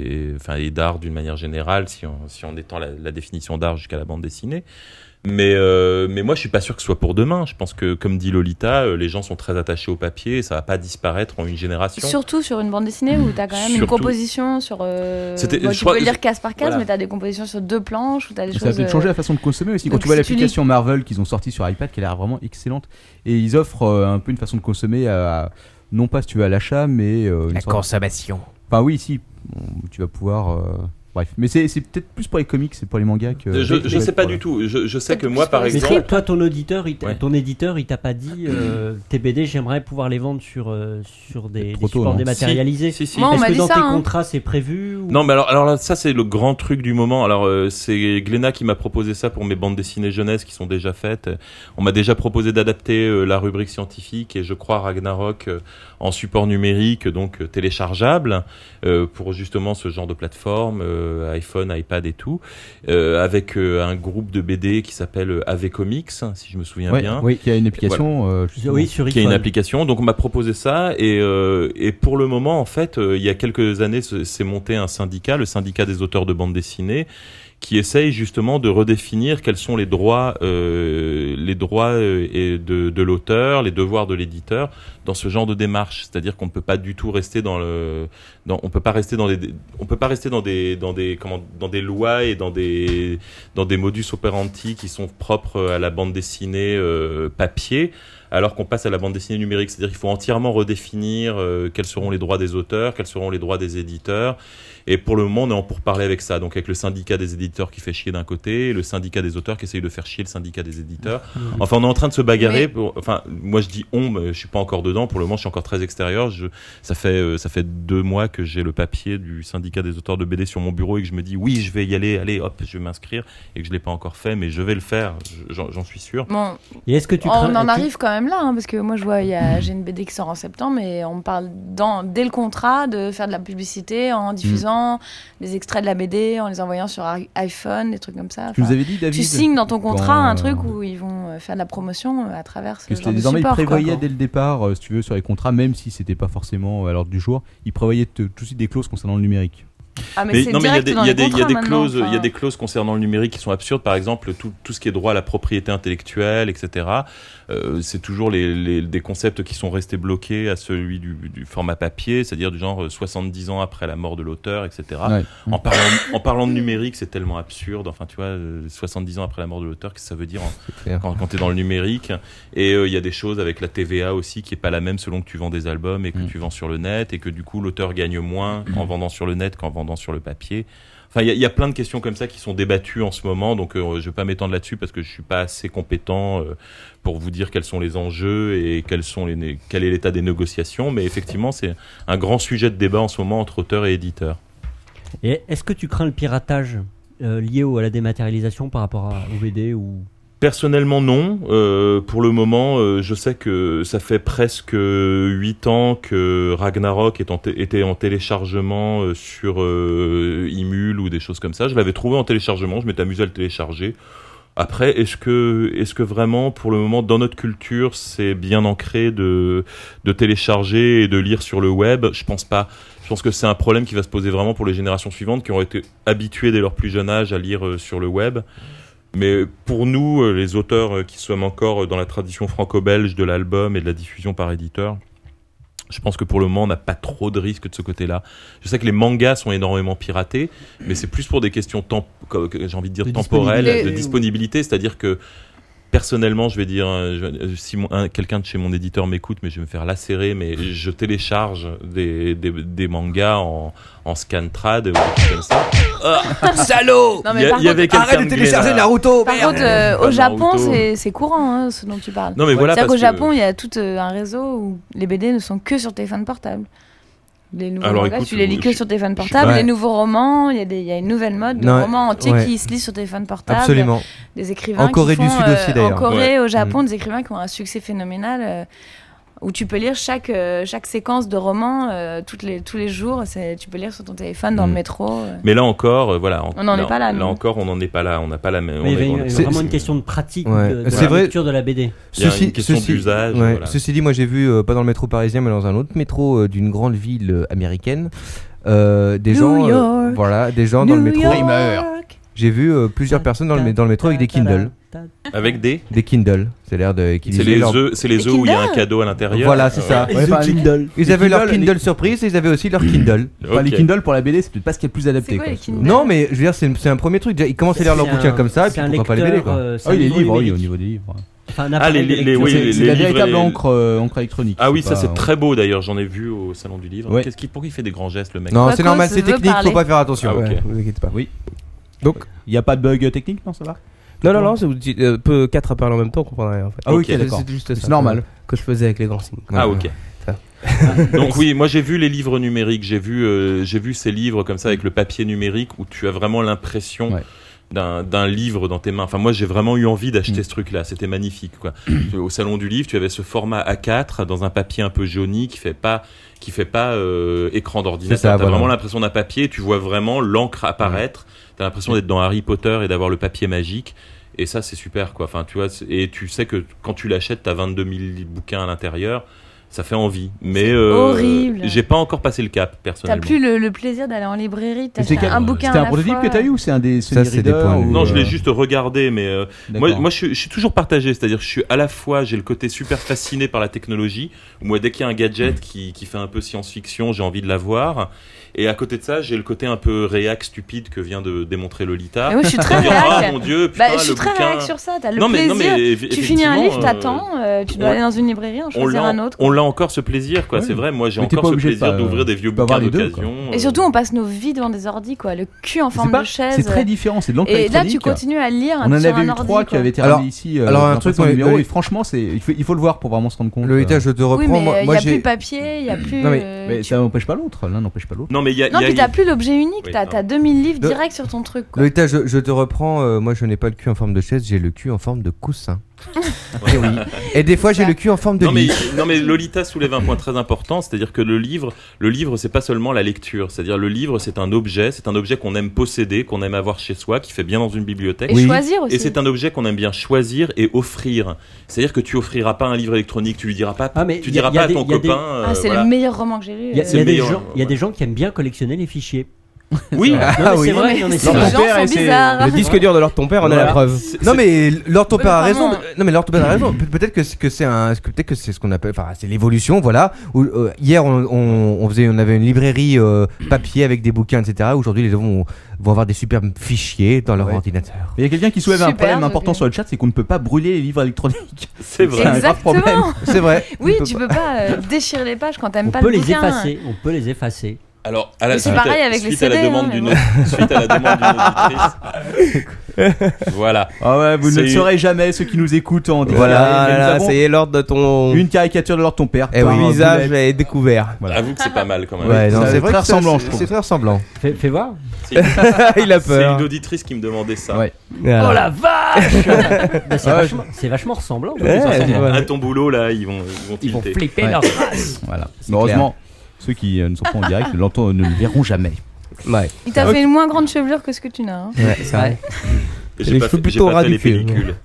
et d'art d'une manière générale si on étend la définition d'art jusqu'à la bande dessinée. Mais moi je suis pas sûr que ce soit pour demain. Je pense que comme dit Lolita, les gens sont très attachés au papier et ça va pas disparaître en une génération. Surtout sur une bande dessinée où t'as quand même une Surtout. composition sur. C'était- Bon, je tu crois- peux lire case par case, voilà. mais t'as des compositions sur 2 planches où t'as des Ça a choses. peut-être changé la façon de consommer aussi. Quand donc tu vois si tu l'application Marvel qu'ils ont sortie sur iPad, qui a l'air vraiment excellente, et ils offrent un peu une façon de consommer, non pas si tu veux à l'achat, mais une La sorte- consommation. Enfin oui, si tu vas pouvoir. Bref, mais c'est peut-être plus pour les comics, c'est pour les mangas que. Je sais pas du tout. Je sais que moi par Mais exemple. toi, ton éditeur, Ouais. ton éditeur, il t'a pas dit tes BD, j'aimerais pouvoir les vendre sur des Trop tôt, supports non. dématérialisés. Si. Moi, on Est-ce m'a que dit dans ça, tes hein. contrats c'est prévu ou... Non, mais alors là, ça c'est le grand truc du moment. Alors c'est Glénat qui m'a proposé ça pour mes bandes dessinées jeunesse qui sont déjà faites. On m'a déjà proposé d'adapter la rubrique scientifique et je crois Ragnarok en support numérique, donc téléchargeable pour justement ce genre de plateforme, iPhone, iPad et tout, avec un groupe de BD qui s'appelle AV Comics, si je me souviens Ouais, bien. oui, qui a une application. justement. Oui, sur Qui a une iPhone. application, donc on m'a proposé ça et pour le moment en fait il y a quelques années s'est monté un syndicat, le syndicat des auteurs de bande dessinée, qui essaye justement de redéfinir quels sont les droits et de l'auteur, les devoirs de l'éditeur dans ce genre de démarche. C'est-à-dire qu'on ne peut pas du tout rester dans des lois et dans des modus operandi qui sont propres à la bande dessinée papier. alors qu'on passe à la bande dessinée numérique. C'est-à-dire qu'il faut entièrement redéfinir quels seront les droits des auteurs, quels seront les droits des éditeurs. Et pour le moment, on est en pourparlers avec ça. Donc, avec le syndicat des éditeurs qui fait chier d'un côté, et le syndicat des auteurs qui essaye de faire chier le syndicat des éditeurs. Enfin, on est en train de se bagarrer. Enfin, moi, je dis on, mais je suis pas encore dedans. Pour le moment, je suis encore très extérieur. Ça fait 2 mois que j'ai le papier du syndicat des auteurs de BD sur mon bureau et que je me dis oui, je vais y aller. Allez, hop, je vais m'inscrire. Et que je l'ai pas encore fait, mais je vais le faire. J'en suis sûr. Bon, et est-ce que on en arrive quand même là, hein, parce que moi, je vois, j'ai une BD qui sort en septembre, et on me parle dès le contrat de faire de la publicité en diffusant des extraits de la BD, en les envoyant sur iPhone, des trucs comme ça. Tu nous avais dit, David, tu signes dans ton contrat un truc où ils vont faire de la promotion à travers ce genre de désormais, support. Ils prévoyaient dès le départ, si tu veux, sur les contrats, même si c'était pas forcément à l'ordre du jour, ils prévoyaient tout de suite des clauses concernant le numérique. Ah, mais c'est direct dans les contrats maintenant, il y a des clauses concernant le numérique qui sont absurdes. Par exemple, tout ce qui est droit à la propriété intellectuelle, etc. C'est toujours des concepts qui sont restés bloqués à celui du format papier, c'est-à-dire du genre 70 ans après la mort de l'auteur, etc. Ouais. En parlant de numérique, c'est tellement absurde. Enfin, tu vois, 70 ans après la mort de l'auteur, qu'est-ce que ça veut dire quand tu es dans le numérique? Et il y a des choses avec la TVA aussi qui est pas la même selon que tu vends des albums et que tu vends sur le net, et que du coup l'auteur gagne moins en vendant sur le net qu'en vendant sur le papier. Enfin, il y a plein de questions comme ça qui sont débattues en ce moment, donc je vais pas m'étendre là-dessus parce que je suis pas assez compétent pour vous dire quels sont les enjeux et quel est l'état des négociations, mais effectivement c'est un grand sujet de débat en ce moment entre auteurs et éditeurs. Et est-ce que tu crains le piratage lié à la dématérialisation par rapport au BD ou... Personnellement, non. Pour le moment, je sais que ça fait presque 8 ans que Ragnarok était en téléchargement sur Imul ou des choses comme ça. Je l'avais trouvé en téléchargement, je m'étais amusé à le télécharger. Après, est-ce que vraiment, pour le moment, dans notre culture, c'est bien ancré de télécharger et de lire sur le web? Je pense pas. Je pense que c'est un problème qui va se poser vraiment pour les générations suivantes qui ont été habituées dès leur plus jeune âge à lire sur le web. Mais pour nous, les auteurs qui sommes encore dans la tradition franco-belge de l'album et de la diffusion par éditeur, je pense que pour le moment, on n'a pas trop de risques de ce côté-là. Je sais que les mangas sont énormément piratés, mais c'est plus pour des questions, j'ai envie de dire, temporelles, de disponibilité. C'est-à-dire que, personnellement, je vais dire, si quelqu'un de chez mon éditeur m'écoute, mais je vais me faire lacérer, mais je télécharge des mangas en scan-trad ou des trucs comme ça. Salaud! Non, mais arrête de télécharger Naruto! Par contre, au Japon, c'est courant, ce dont tu parles. Non, mais voilà, c'est-à-dire qu'au Japon, il y a tout un réseau où les BD ne sont que sur téléphone portable. Les nouveaux mangas, tu les lis que sur téléphone portable. Les nouveaux romans, il y a une nouvelle mode de romans entiers qui se lisent sur téléphone portable. Absolument. Des écrivains en Corée du Sud aussi, d'ailleurs. En Corée, au Japon, des écrivains qui ont un succès phénoménal. Où tu peux lire chaque séquence de roman tous les jours. Tu peux lire sur ton téléphone dans le métro. Mais là encore, voilà. On n'en est pas là. Là encore, on n'en est pas là. On n'a pas la même. C'est vraiment une question de pratique de la lecture de la BD. Il y a une question d'usage. Ouais. Voilà. Ceci dit, moi j'ai vu, pas dans le métro parisien, mais dans un autre métro d'une grande ville américaine, des gens dans le métro. J'ai vu plusieurs personnes dans le métro avec des Kindle. Avec des Kindle. C'est l'air de. C'est les œufs où il y a un cadeau à l'intérieur. Voilà, c'est ça. Ils avaient leur Kindle surprise et ils avaient aussi leur Kindle. Les Kindle pour la BD, c'est peut-être pas ce qui est le plus adapté. Non, mais je veux dire, c'est un premier truc. Ils commencent à lire leurs bouquins comme ça, et puis pourquoi pas les BD, quoi. Les livres, oui, au niveau des livres. Enfin, c'est la véritable encre électronique. Ah oui, ça c'est très beau d'ailleurs, j'en ai vu au salon du livre. Pourquoi il fait des grands gestes, le mec? Non, c'est normal, c'est technique, faut pas faire attention. Vous inquiétez pas. Oui. Donc, il n'y a pas de bug technique, non, ça va? Non, c'est 4 à parler en même temps, on comprend rien en fait. Ah ok, d'accord. C'est juste ça. C'est normal. Que je faisais avec les grands signes. Ah ok. Donc oui, moi j'ai vu les livres numériques, j'ai vu ces livres comme ça avec le papier numérique où tu as vraiment l'impression d'un livre dans tes mains. Enfin moi j'ai vraiment eu envie d'acheter ce truc-là, c'était magnifique quoi. Au salon du livre, tu avais ce format A4 dans un papier un peu jauni qui fait pas écran d'ordinateur. T'as vraiment l'impression d'un papier, tu vois vraiment l'encre apparaître. T'as l'impression d'être dans Harry Potter et d'avoir le papier magique. Et ça, c'est super, quoi. Enfin, tu vois, et tu sais que quand tu l'achètes, t'as 22 000 bouquins à l'intérieur. Ça fait envie, mais horrible. j'ai pas encore passé le cap personnellement. T'as plus le plaisir d'aller en librairie, C'était t'achètes un bouquin à C'était un la prototype fois. que t'as eu ou c'est un des Ça, c'est des readers points de vue. Non, je l'ai juste regardé, mais D'accord. moi je suis toujours partagé, c'est-à-dire je suis à la fois, j'ai le côté super fasciné par la technologie, où moi dès qu'il y a un gadget qui fait un peu science-fiction, j'ai envie de l'avoir, et à côté de ça, j'ai le côté un peu réac stupide que vient de démontrer Lolita. Mais moi, je suis très Dire, réac. Ah mon Dieu, putain, Je suis le très bouquin... réac sur ça, t'as le Non, mais plaisir. Tu finis un effectivement, livre, t'attends, tu dois on- aller dans une librairie, en choisir un autre. On l'a encore ce plaisir, quoi. Ouais. C'est vrai, moi j'ai Mais t'es encore pas ce obligé de plaisir pas- d'ouvrir des vieux tu peux avoir bouquins les deux, d'occasion. Et surtout, on passe nos vies devant des ordis, quoi. Le cul en forme de chaise. C'est très différent, c'est de l'encre Et là, électronique. tu continues à lire On en sur avait un eu ordi, 3 qui quoi. avaient été Alors- ramenés ici. alors, un dans truc, son numéro, oui. et franchement, il faut le voir pour vraiment se rendre compte. Lolita, je te reprends. Oui, mais moi, il moi, n'y a j'ai- plus de papier, il n'y a plus. Non, Mais ça n'empêche pas l'autre, l'un n'empêche pas l'autre. Non, mais il y a. Non, il y a- puis t'as plus l'objet unique, Oui, t'as non. 2000 livres De- direct sur ton truc, quoi. Lolita, je te reprends. Moi, je n'ai pas le cul en forme de chaise, j'ai le cul en forme de coussin. Et oui. Et des fois, j'ai le cul en forme de lit. Non mais Lolita soulève un point très important, c'est-à-dire que le livre c'est pas seulement la lecture, c'est-à-dire le livre c'est un objet qu'on aime posséder, qu'on aime avoir chez soi, qui fait bien dans une bibliothèque. Et choisir aussi. Et c'est un objet qu'on aime bien choisir et offrir. C'est-à-dire que tu offriras pas un livre électronique, tu lui diras pas, Ah, mais tu y a- diras y a pas à des- ton y a des- copain. C'est voilà. le meilleur roman que j'ai lu. Il y a, C'est il y a le des meilleur, gens, il y a ouais. des gens qui aiment bien collectionner les fichiers. Oui. Non, mais c'est vrai, non, mais c'est Les vrai. gens père, et sont c'est bizarres. le disque dur de Lord ton père, on a la preuve. Non mais Lord ton Oui, père a pardon. raison. Non mais Lord ton père a raison. Peut-être que c'est ce qu'on appelle, enfin c'est l'évolution, voilà. Où, hier on avait une librairie papier avec des bouquins, etc. Aujourd'hui les gens vont avoir des superbes fichiers dans leur ordinateur. Mais il y a quelqu'un qui soulève un Super, problème ce important que- sur le chat, c'est qu'on ne peut pas brûler les livres électroniques. C'est vrai. C'est un grave problème. Exactement. C'est vrai. Oui, tu peux pas déchirer les pages quand t'aimes On pas peut le les bouquin. effacer. On peut les effacer. Alors, à la Mais c'est suite, pareil avec les suite à la CD, demande hein, d'une mais suite à la demande d'une auditrice. Voilà. Ah ouais, vous ne le C'est- saurez jamais, ceux qui nous écoutent en direct. Voilà, Mais nous là, avons c'est Lord de ton une caricature de Lord ton père. et par oui, visage Boulet. est découvert. Voilà. Avoue que c'est pas mal quand même. Ouais, non, c'est c'est vrai très que ça, ressemblant, je trouve. c'est très ressemblant. Fais voir. C'est Il a c'est peur. une auditrice qui me demandait ça. Ouais. Voilà. Oh la vache Bah, c'est Ah ouais, c'est vachement ressemblant. Ouais, voilà. À ton boulot là, ils vont Ils vont tilter. flipper Ouais. leur race. Voilà. Mais heureusement, ceux qui ne sont pas en direct ne le verront jamais. Ouais. Il t'a fait une moins grande chevelure que ce que tu n'as. hein. Ouais, c'est vrai. J'ai Les pas cheveux fait, j'ai plutôt pas fait les ridicules. pellicules.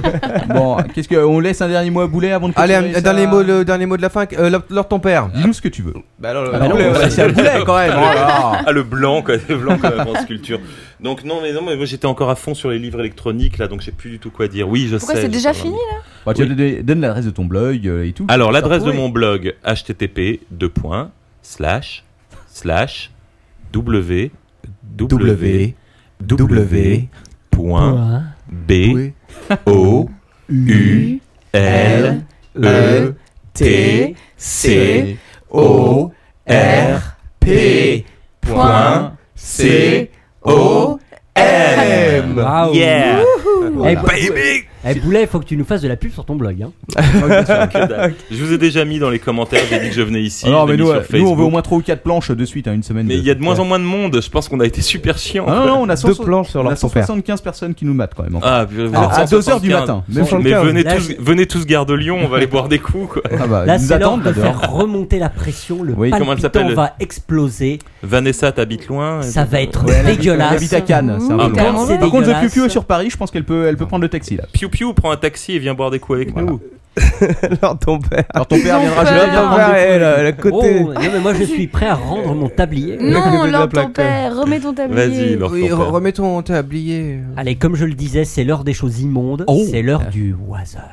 Bon, qu'est-ce que on laisse un dernier mot à Boulet avant de Allez, clôturer ça le dernier mot de la fin. Lord ton père. Dis-nous ce que tu veux. Bah non, Ah bah non, on va laisser à Boulet quand même. Oh là là. Ah le blanc quoi, le blanc comme avant sculpture. Donc non mais moi j'étais encore à fond sur les livres électroniques là, donc j'ai plus du tout quoi dire. Oui, je Pourquoi sais. c'est je déjà sais fini vraiment. là Bah, tu donnes l'adresse de ton blog et tout. Alors l'adresse de Oui. mon blog www.boulet.com. Bravo. Yeah. Eh, Eh Boulet, il faut que tu nous fasses de la pub sur ton blog. Hein. Que dalle. Je vous ai déjà mis dans les commentaires, j'ai dit que je venais ici. Non, je mais l'ai mis nous, sur nous, on Facebook. veut au moins 3 ou 4 planches de suite, une semaine. Mais il y a de moins en moins de monde, je pense qu'on a été super chiant. Ah non, on a 2 planches sur on a leur ton père. 175 personnes qui nous matent quand même. Ah, vous êtes à 2h 175. du matin. Mais 75. Là, venez tous gare de Lyon, on va aller boire des coups quoi. Ah bah, Là, ils nous c'est l'heure attendent de d'abord. faire remonter la pression. Le Oui, comment elle palpitant s'appelle va exploser. Vanessa, t'habites loin Ça va être Elle dégueulasse. habite à Cannes, c'est un Ah, peu bon. loin. C'est Par contre, The dégueulasse. Piu est sur Paris, je pense qu'elle peut prendre le taxi là. Piu Piu, prends un taxi et viens boire des coups avec nous. Lord ton père. Alors ton père viendra Ton jamais père. bien Ton prendre père des est coups. le côté. Oh, non mais moi je suis prêt à rendre mon tablier. Non, de la Lord ton plaque. père, remets ton tablier. Vas-y, Lord Oui, ton père. remets ton tablier. Allez, comme je le disais, c'est l'heure des choses immondes. Oh. C'est l'heure du oiseau.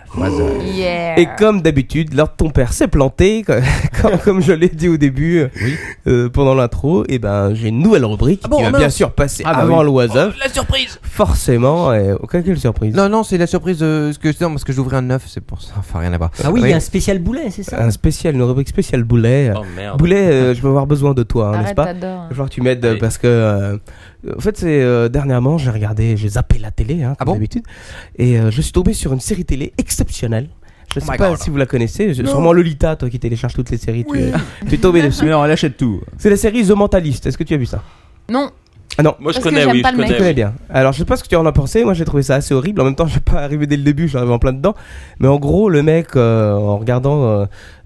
Yeah. Et comme d'habitude, Lord ton père s'est planté, comme je l'ai dit au début, pendant l'intro. Et ben, j'ai une nouvelle rubrique qui va bien sûr passer Ah bah avant oui. l'oiseau. La surprise. Forcément. Quelle surprise. Non, c'est la surprise de ce que je dis parce que j'ouvrais un 9, c'est pour ça. Enfin, rien à voir. Ah oui, il y a un spécial Boulet, c'est ça? Une rubrique spéciale Boulet. Oh merde. Boulet, je vais avoir besoin de toi, n'est-ce Arrête, pas? t'adores. Il va falloir que tu m'aides Oui. parce que en fait c'est dernièrement j'ai zappé la télé comme d'habitude et je suis tombé sur une série télé exceptionnelle. Je sais pas si vous la connaissez, sûrement Lolita, toi qui télécharges toutes les séries, tu es tombé dessus. Mais non, elle achète tout. C'est la série The Mentalist. Est-ce que tu as vu ça? Non. Ah non. Moi je Parce que connais, j'aime oui, pas je le mec. Je connais. connais bien. Alors je sais pas ce que tu en as pensé. Moi j'ai trouvé ça assez horrible. En même temps, je suis pas arrivé dès le début, j'arrive en plein dedans. Mais en gros, le mec, en regardant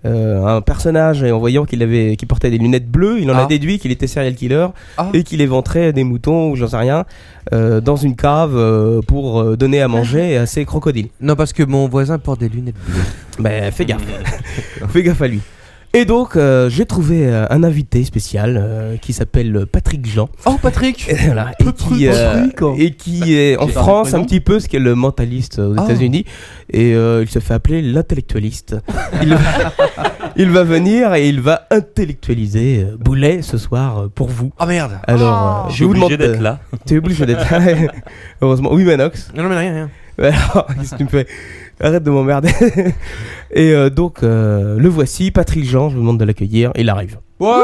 un personnage et en voyant qu'il portait des lunettes bleues, il en a déduit qu'il était serial killer et qu'il éventrait des moutons ou j'en sais rien dans une cave pour donner à manger à ses crocodiles. Non, parce que mon voisin porte des lunettes bleues. Ben fais gaffe, fais gaffe à lui. Et donc, j'ai trouvé un invité spécial qui s'appelle Patrick Jean. Oh, Patrick. Et, voilà, et qui est en France un petit peu ce qu'est le mentaliste aux États-Unis. Et il se fait appeler l'intellectualiste. Il va venir et il va intellectualiser Boulet ce soir pour vous. Oh merde. Alors, je suis obligé d'être là. Tu es obligé d'être là. Heureusement. Oui, Manox. Non, mais rien. Alors, qu'est-ce que tu me fais? Arrête de m'emmerder. Et donc, le voici, Patrick Jean, je vous demande de l'accueillir, il arrive.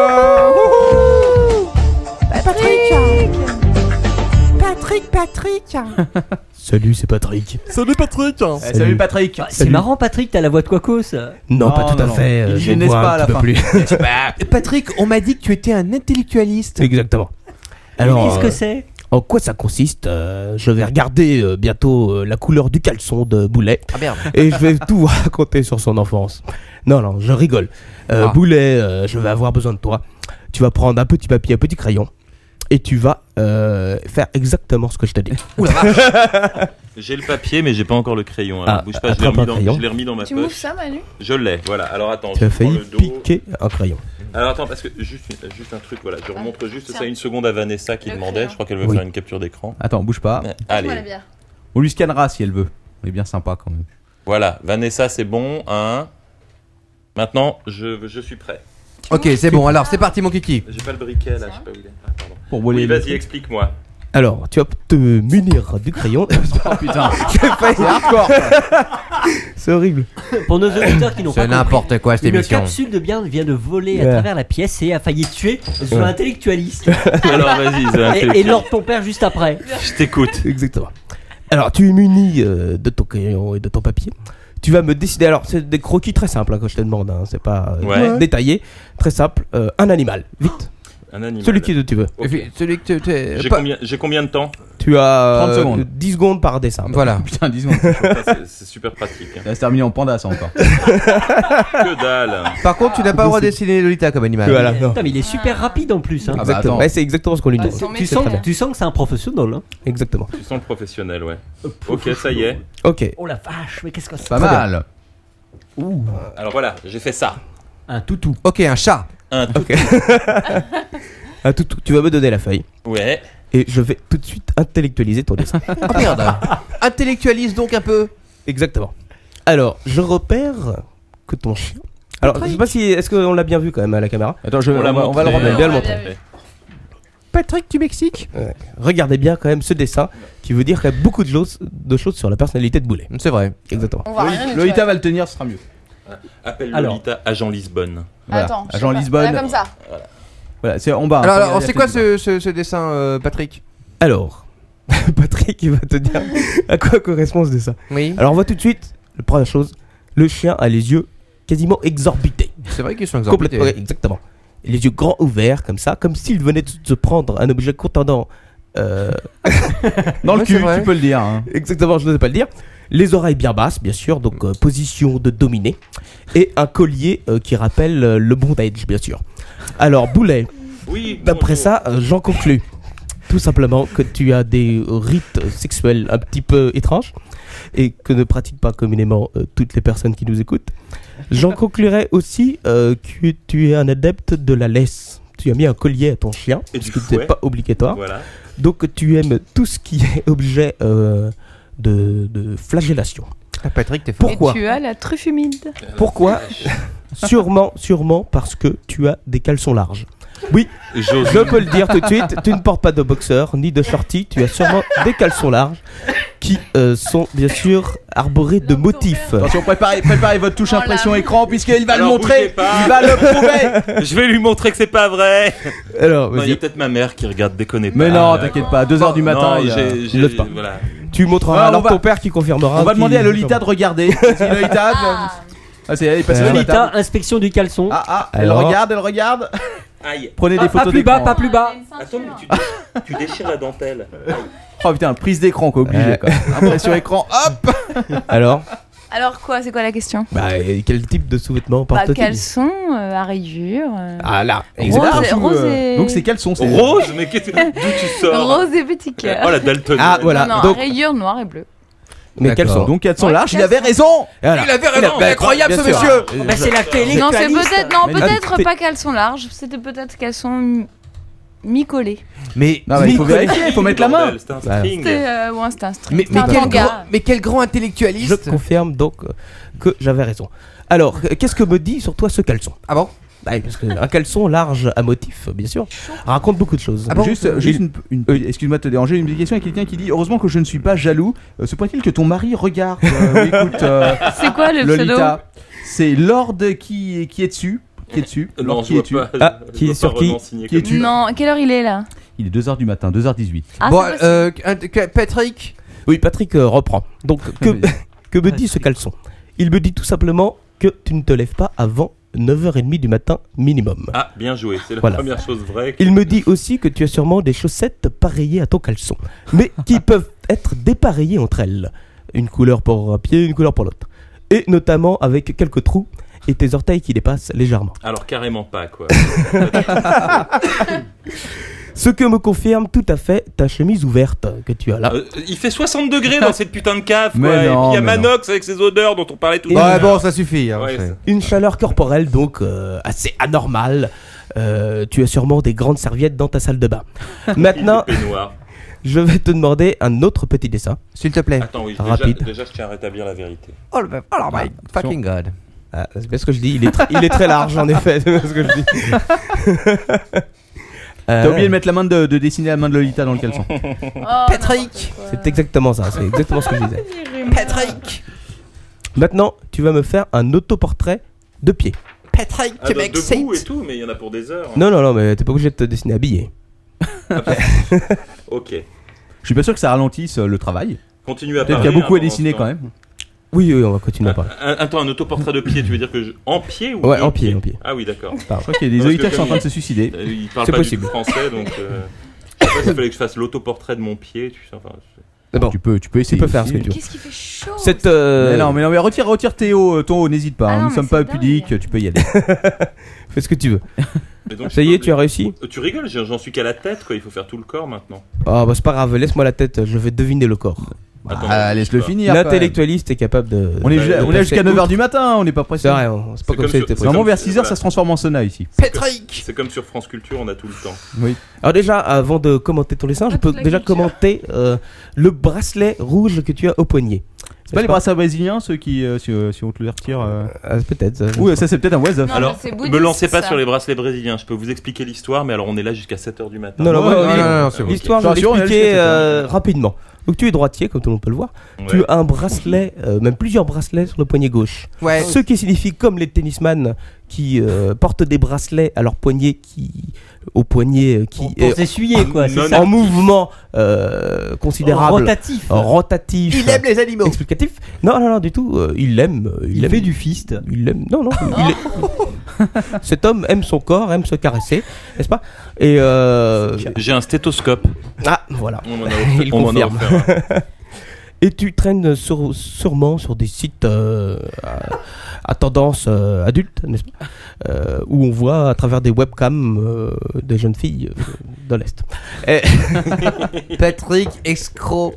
Patrick. Salut, c'est Patrick. Salut Patrick. Salut Patrick. C'est marrant, Patrick, t'as la voix de Quacos. Non, pas tout à fait. Il n'est pas à la fin. Patrick, on m'a dit que tu étais un intellectualiste. Exactement. Alors, qu'est-ce que c'est? En quoi ça consiste? Je vais regarder bientôt la couleur du caleçon de Boulet. Ah merde. Et je vais tout vous raconter sur son enfance. Non, je rigole. Boulet, je vais avoir besoin de toi. Tu vas prendre un petit papier, un petit crayon. Et tu vas faire exactement ce que je t'ai dit. Ouh la vache. J'ai le papier, mais j'ai pas encore le crayon. Alors, bouge pas, je l'ai remis dans ma poche. Tu m'ouvres ça, Manu? Je l'ai, voilà. Alors attends, tu as failli piquer un crayon. Alors attends, parce que juste un truc, voilà. Je remontre juste ça une seconde à Vanessa qui demandait. Je crois qu'elle veut faire une capture d'écran. Attends, bouge pas. Allez. On lui scannera si elle veut. On est bien sympa quand même. Voilà, Vanessa, c'est bon. Maintenant, je suis prêt. Ok, c'est bon. Alors, c'est parti, mon kiki. J'ai pas le briquet là, je sais pas où il est. Ah, pardon. Pour oui, vas-y, explique-moi. Alors, tu vas te munir du crayon. Oh putain, c'est hardcore. C'est horrible. Pour nos auditeurs qui n'ont pas compris, c'est n'importe quoi cette émission. Une capsule de bière vient de voler à travers la pièce et a failli tuer son intellectualiste. Alors vas-y, et Lord ton père juste après. Je t'écoute. Exactement. Alors, tu es muni de ton crayon et de ton papier. Tu vas me décider. Alors, c'est des croquis très simples hein, quand je te demande. Hein. C'est pas détaillé. Très simple. Un animal. Vite. Un animal. Celui que tu veux. Okay. Celui que tu es. J'ai combien de temps? Tu as 30 secondes. 10 secondes par dessin. Voilà. Putain, 10 secondes. C'est super pratique. Ça va se terminer en panda, ça encore. Que dalle. Par contre, tu n'as pas le droit de dessiner Lolita comme animal. Voilà. Putain, mais il est super rapide en plus. Hein. Exactement. Ouais, c'est exactement ce qu'on lui dit. Tu sens que c'est un professionnel. Hein. Exactement. Tu sens le professionnel, ouais. Ok, ça y est. Ok. Oh la vache, mais qu'est-ce que c'est? Pas mal. Ouh. Alors voilà, j'ai fait ça. Un toutou. Ok, un chat. Un toutou. Okay. Un toutou. Tu vas me donner la feuille. Ouais. Et je vais tout de suite intellectualiser ton dessin. Oh merde. Intellectualise donc un peu. Exactement. Alors, je repère que ton chien. Alors, je sais pas si. Est-ce qu'on l'a bien vu quand même à la caméra? Attends, on va le remettre. Bien le montrer. Patrick du Mexique. Regardez bien quand même ce dessin qui veut dire qu'il y a beaucoup de choses sur la personnalité de Boulet. C'est vrai. Exactement. Lolita va le tenir, ce sera mieux. Appelle Lolita agent Lisbonne. Voilà. Attends, agent Lisbonne. Là, comme ça. Voilà, c'est en bas. Alors c'est quoi ce dessin, Patrick? Alors, Patrick, il va te dire à quoi correspond ce dessin. Oui. Alors, on voit tout de suite, la première chose, le chien a les yeux quasiment exorbités. C'est vrai qu'ils sont exorbités. Ouais, exactement. Et les yeux grands ouverts, comme ça, comme s'il venait de se prendre un objet contendant dans le cul, tu peux le dire. Hein. Exactement, je n'osais pas le dire. Les oreilles bien basses, bien sûr, donc position de dominé. Et un collier qui rappelle le bondage, bien sûr. Alors, Boulet, oui, d'après ça, j'en conclus tout simplement que tu as des rites sexuels un petit peu étranges et que ne pratiquent pas communément toutes les personnes qui nous écoutent. J'en conclurai aussi que tu es un adepte de la laisse. Tu as mis un collier à ton chien, ce qui n'était pas obligatoire. Voilà. Donc tu aimes tout ce qui est objet de flagellation. Ah, Patrick, t'es fort. Pourquoi? Et tu as la truffe humide. Pourquoi? Sûrement parce que tu as des caleçons larges. Oui, je peux le dire tout de suite, tu ne portes pas de boxeur ni de shorty, tu as sûrement des caleçons larges qui sont bien sûr arborés de motifs. Attention, préparez votre touche impression écran puisqu'il va Alors, le montrer, il va le prouver. Je vais lui montrer que c'est pas vrai. Alors, il y a peut-être ma mère qui regarde, déconnez pas. Mais non, t'inquiète pas, 2h du matin, voilà. Tu montreras alors ton père qui confirmera. On va demander à Lolita de regarder. Lolita, Lolita, inspection du caleçon. Elle regarde. Aïe. Prenez des photos d'écran. Pas plus bas. Attends, mais tu déchires la dentelle. Oh putain, prise d'écran quoi, obligé quoi. Impression écran, hop. Alors quoi, c'est quoi la question? Bah, quel type de sous-vêtements porte-t-il? Caleçon, à rayures. Ah là, rose et... Donc c'est caleçon, c'est rose, mais d'où tu sors? Rose et petit cœur. Oh la daltonienne. Ah voilà. Non, donc rayures noires et bleues. Mais caleçon. Donc caleçon Ouais, large, il caleçon. avait raison. Voilà. Il avait raison, il est incroyable ce Bien sûr. monsieur. Bah, c'est la télé. Non, c'est peut-être t'es- pas caleçon large, c'était peut-être caleçon mi-collé. Mais Non, mais il faut vérifier, il faut mettre la main. C'était un Voilà. string. C'était un string. mais C'était un tanga. quel grand Je intellectualiste. confirme donc que j'avais raison. Alors, qu'est-ce que me dit sur toi ce caleçon? Ah bon? Bah, parce qu'un caleçon large à motif, bien sûr, raconte beaucoup de choses. Ah bon Juste excuse-moi de te déranger, une petite question. Il y a quelqu'un qui dit heureusement que je ne suis pas jaloux. Se pourrait-il que ton mari regarde écoute, C'est quoi le pseudo? Lolita. C'est Lord qui est dessus. Qui est dessus. Non, Lord je qui vois est dessus. pas. Ah, je qui vois est sur pas qui Renan signé Qui est comme tu Non, quelle heure il est là? Il est 2h du matin, 2h18. Ah, Bon, c'est possible. Patrick. Oui, Patrick reprend. Donc, que me dit ce caleçon? Il me dit tout simplement que tu ne te lèves pas avant 9h30 du matin minimum. Ah, bien joué, c'est la Voilà. première chose vraie. Il me dit aussi que tu as sûrement des chaussettes pareillées à ton caleçon, mais qui peuvent être dépareillées entre elles. Une couleur pour un pied, une couleur pour l'autre. Et notamment avec quelques trous et tes orteils qui dépassent légèrement. Alors carrément pas quoi. Ce que me confirme tout à fait ta chemise ouverte que tu as là. Il fait 60 degrés dans cette putain de cave quoi. Mais Et puis non, il y a mais non. Manox avec ses odeurs dont on parlait tout à Ouais, l'heure. bon, ça suffit. Hein, Ouais, c'est- Une chaleur corporelle donc assez anormale. Tu as sûrement des grandes serviettes dans ta salle de bain. Maintenant, Il est peignoir. je vais te demander un autre petit dessin. S'il te plaît. Attends, oui, Rapide. déjà je tiens à rétablir la vérité. Oh my fucking god. Ah, c'est bien ce que je dis, il est très large en effet, c'est bien ce que je dis. T'as oublié de mettre la main de dessiner la main de Lolita dans le caleçon. Patrick. C'est exactement ça, c'est exactement ce que je disais. Patrick. Maintenant, tu vas me faire un autoportrait de pied. Patrick, Ah, debout et tout, mais il y en a pour des heures. Non, mais t'es pas obligé de te dessiner habillé. Ok. Je suis pas sûr que ça ralentisse le travail. Continue à Peut-être parler. qu'il y a beaucoup à pendant dessiner ce quand temps. même. Oui, on va continuer à parler. Attends, un autoportrait de pied, tu veux dire que en pied ou Ouais, de en pied, en pied. Ah oui, d'accord. Je crois qu'il y a des Parce que auditeurs qui sont en comme train de se suicider. Il parle C'est pas possible. du tout français, donc. Je sais pas s'il fallait que je fasse l'autoportrait de mon pied, tu sais. Enfin, Mais bon, Tu peux essayer. tu peux faire aussi. ce que tu veux. Qu'est-ce qu'il fait chaud? Cette, Mais non, mais retire ton haut, n'hésite pas. Ah non, Nous mais sommes pas c'est dingue. pudiques, tu peux y aller. fais ce que tu veux. et donc, Ça y est, tu as réussi? Tu rigoles, j'en suis qu'à la tête, quoi. Il faut faire tout le corps maintenant. Ah bah c'est pas grave, laisse-moi la tête, je vais deviner le corps. Attends, Ah, je laisse-le sais pas. finir. quand même. L'intellectualiste est capable de... On est de là passer jusqu'à 9h outre. du matin, on n'est pas pressé. C'est vrai, c'est pas C'est comme comme ça, il sur- était c'est pressé. Normalement, vers Voilà. 6h, ça se transforme en sauna ici. Patrick. C'est comme sur France Culture, on a tout le temps. Oui. Alors déjà, avant de commenter ton dessin, je peux toute la déjà culture. commenter le bracelet rouge que tu as au poignet. C'est pas les bracelets brésiliens, ceux qui, si on te les retire. Peut-être. Ouh, ça c'est peut-être un was-up. Non, Alors, mais c'est me bouddhiste, lancez pas ça. sur les bracelets brésiliens, je peux vous expliquer l'histoire, mais alors on est là jusqu'à 7h du matin. Non, Ouais, moi, non, c'est bon. l'histoire, je vais Attention, on est l'expliquer jusqu'à cette heure. rapidement. Donc tu es droitier, comme tout le monde peut le voir. Ouais. Tu as un bracelet, même plusieurs bracelets sur le poignet gauche. Ouais. Ce qui signifie, comme les tennisman qui portent des bracelets à leur poignet au poignet qui Pour est s'essuyer, quoi. C'est non, ça. en mouvement considérable, Rotatif. rotatif, Il aime les animaux. explicatif. Non, du tout. Il aime. Il aime fait du fist. Il aime. Non. Cet homme aime son corps, aime se caresser, n'est-ce pas? Et J'ai un stéthoscope. ah, voilà. On m'en a Il on m'en a confirme. offert un. Et tu traînes sûrement sur des sites à tendance adulte, n'est-ce pas? Où on voit à travers des webcams des jeunes filles de l'Est. Et Patrick, escroc.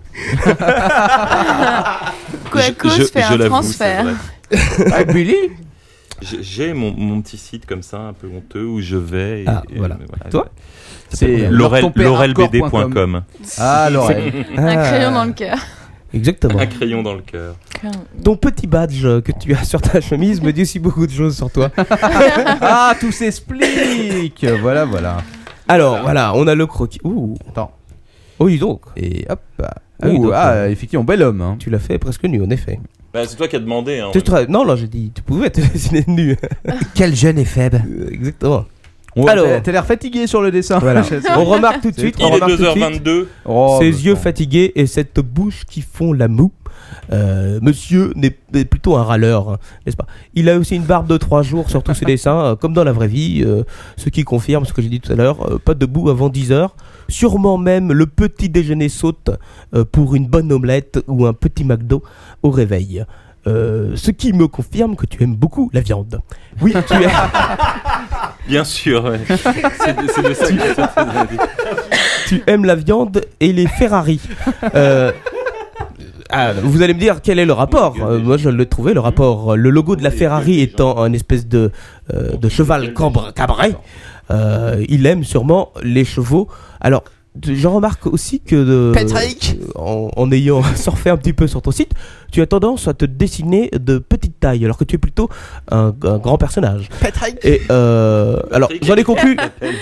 Quacos fait un l'avoue, transfert. c'est vrai. Ah, Billy. J'ai mon petit site comme ça, un peu honteux, où je vais. Voilà. Toi C'est laurelbd.com. Ah, Laurel. Un crayon dans le cœur. Exactement. Un crayon dans le cœur. Ton petit badge que tu as sur ta chemise me dit aussi beaucoup de choses sur toi. Ah, tout s'explique. Voilà. Alors, voilà, on a le croquis. Ouh. Attends. Oh, dis donc. Et hop. oui, donc, Effectivement, bel homme. Hein. Tu l'as fait presque nu, en effet. Bah, c'est toi qui as demandé. Hein, Non, là, j'ai dit, tu pouvais te dessiner nu. Quel jeune est faible. Exactement. Alors, Alors. t'as l'air fatigué sur le dessin. Voilà. On remarque tout de suite. Il est 2h22. Oh, Ses bah, yeux attends. fatigués et cette bouche qui font la moue. Monsieur est plutôt un râleur, hein, n'est-ce pas? Il a aussi une barbe de 3 jours sur tous ses dessins, comme dans la vraie vie, ce qui confirme ce que j'ai dit tout à l'heure, pas debout avant 10h. Sûrement même le petit déjeuner saute pour une bonne omelette ou un petit McDo au réveil. Ce qui me confirme que tu aimes beaucoup la viande. Oui, tu aimes. Bien sûr, ouais. C'est de ça que je suis Tu aimes la viande et les Ferrari. vous allez me dire quel est le rapport. Moi je l'ai trouvé, le rapport. Le logo de la Ferrari étant un espèce de cheval cabré, il aime sûrement les chevaux. Alors j'en remarque aussi que Patrick, en ayant surfé un petit peu sur ton site, tu as tendance à te dessiner de petite taille alors que tu es plutôt un grand personnage. Patrick. Et alors j'en ai conclu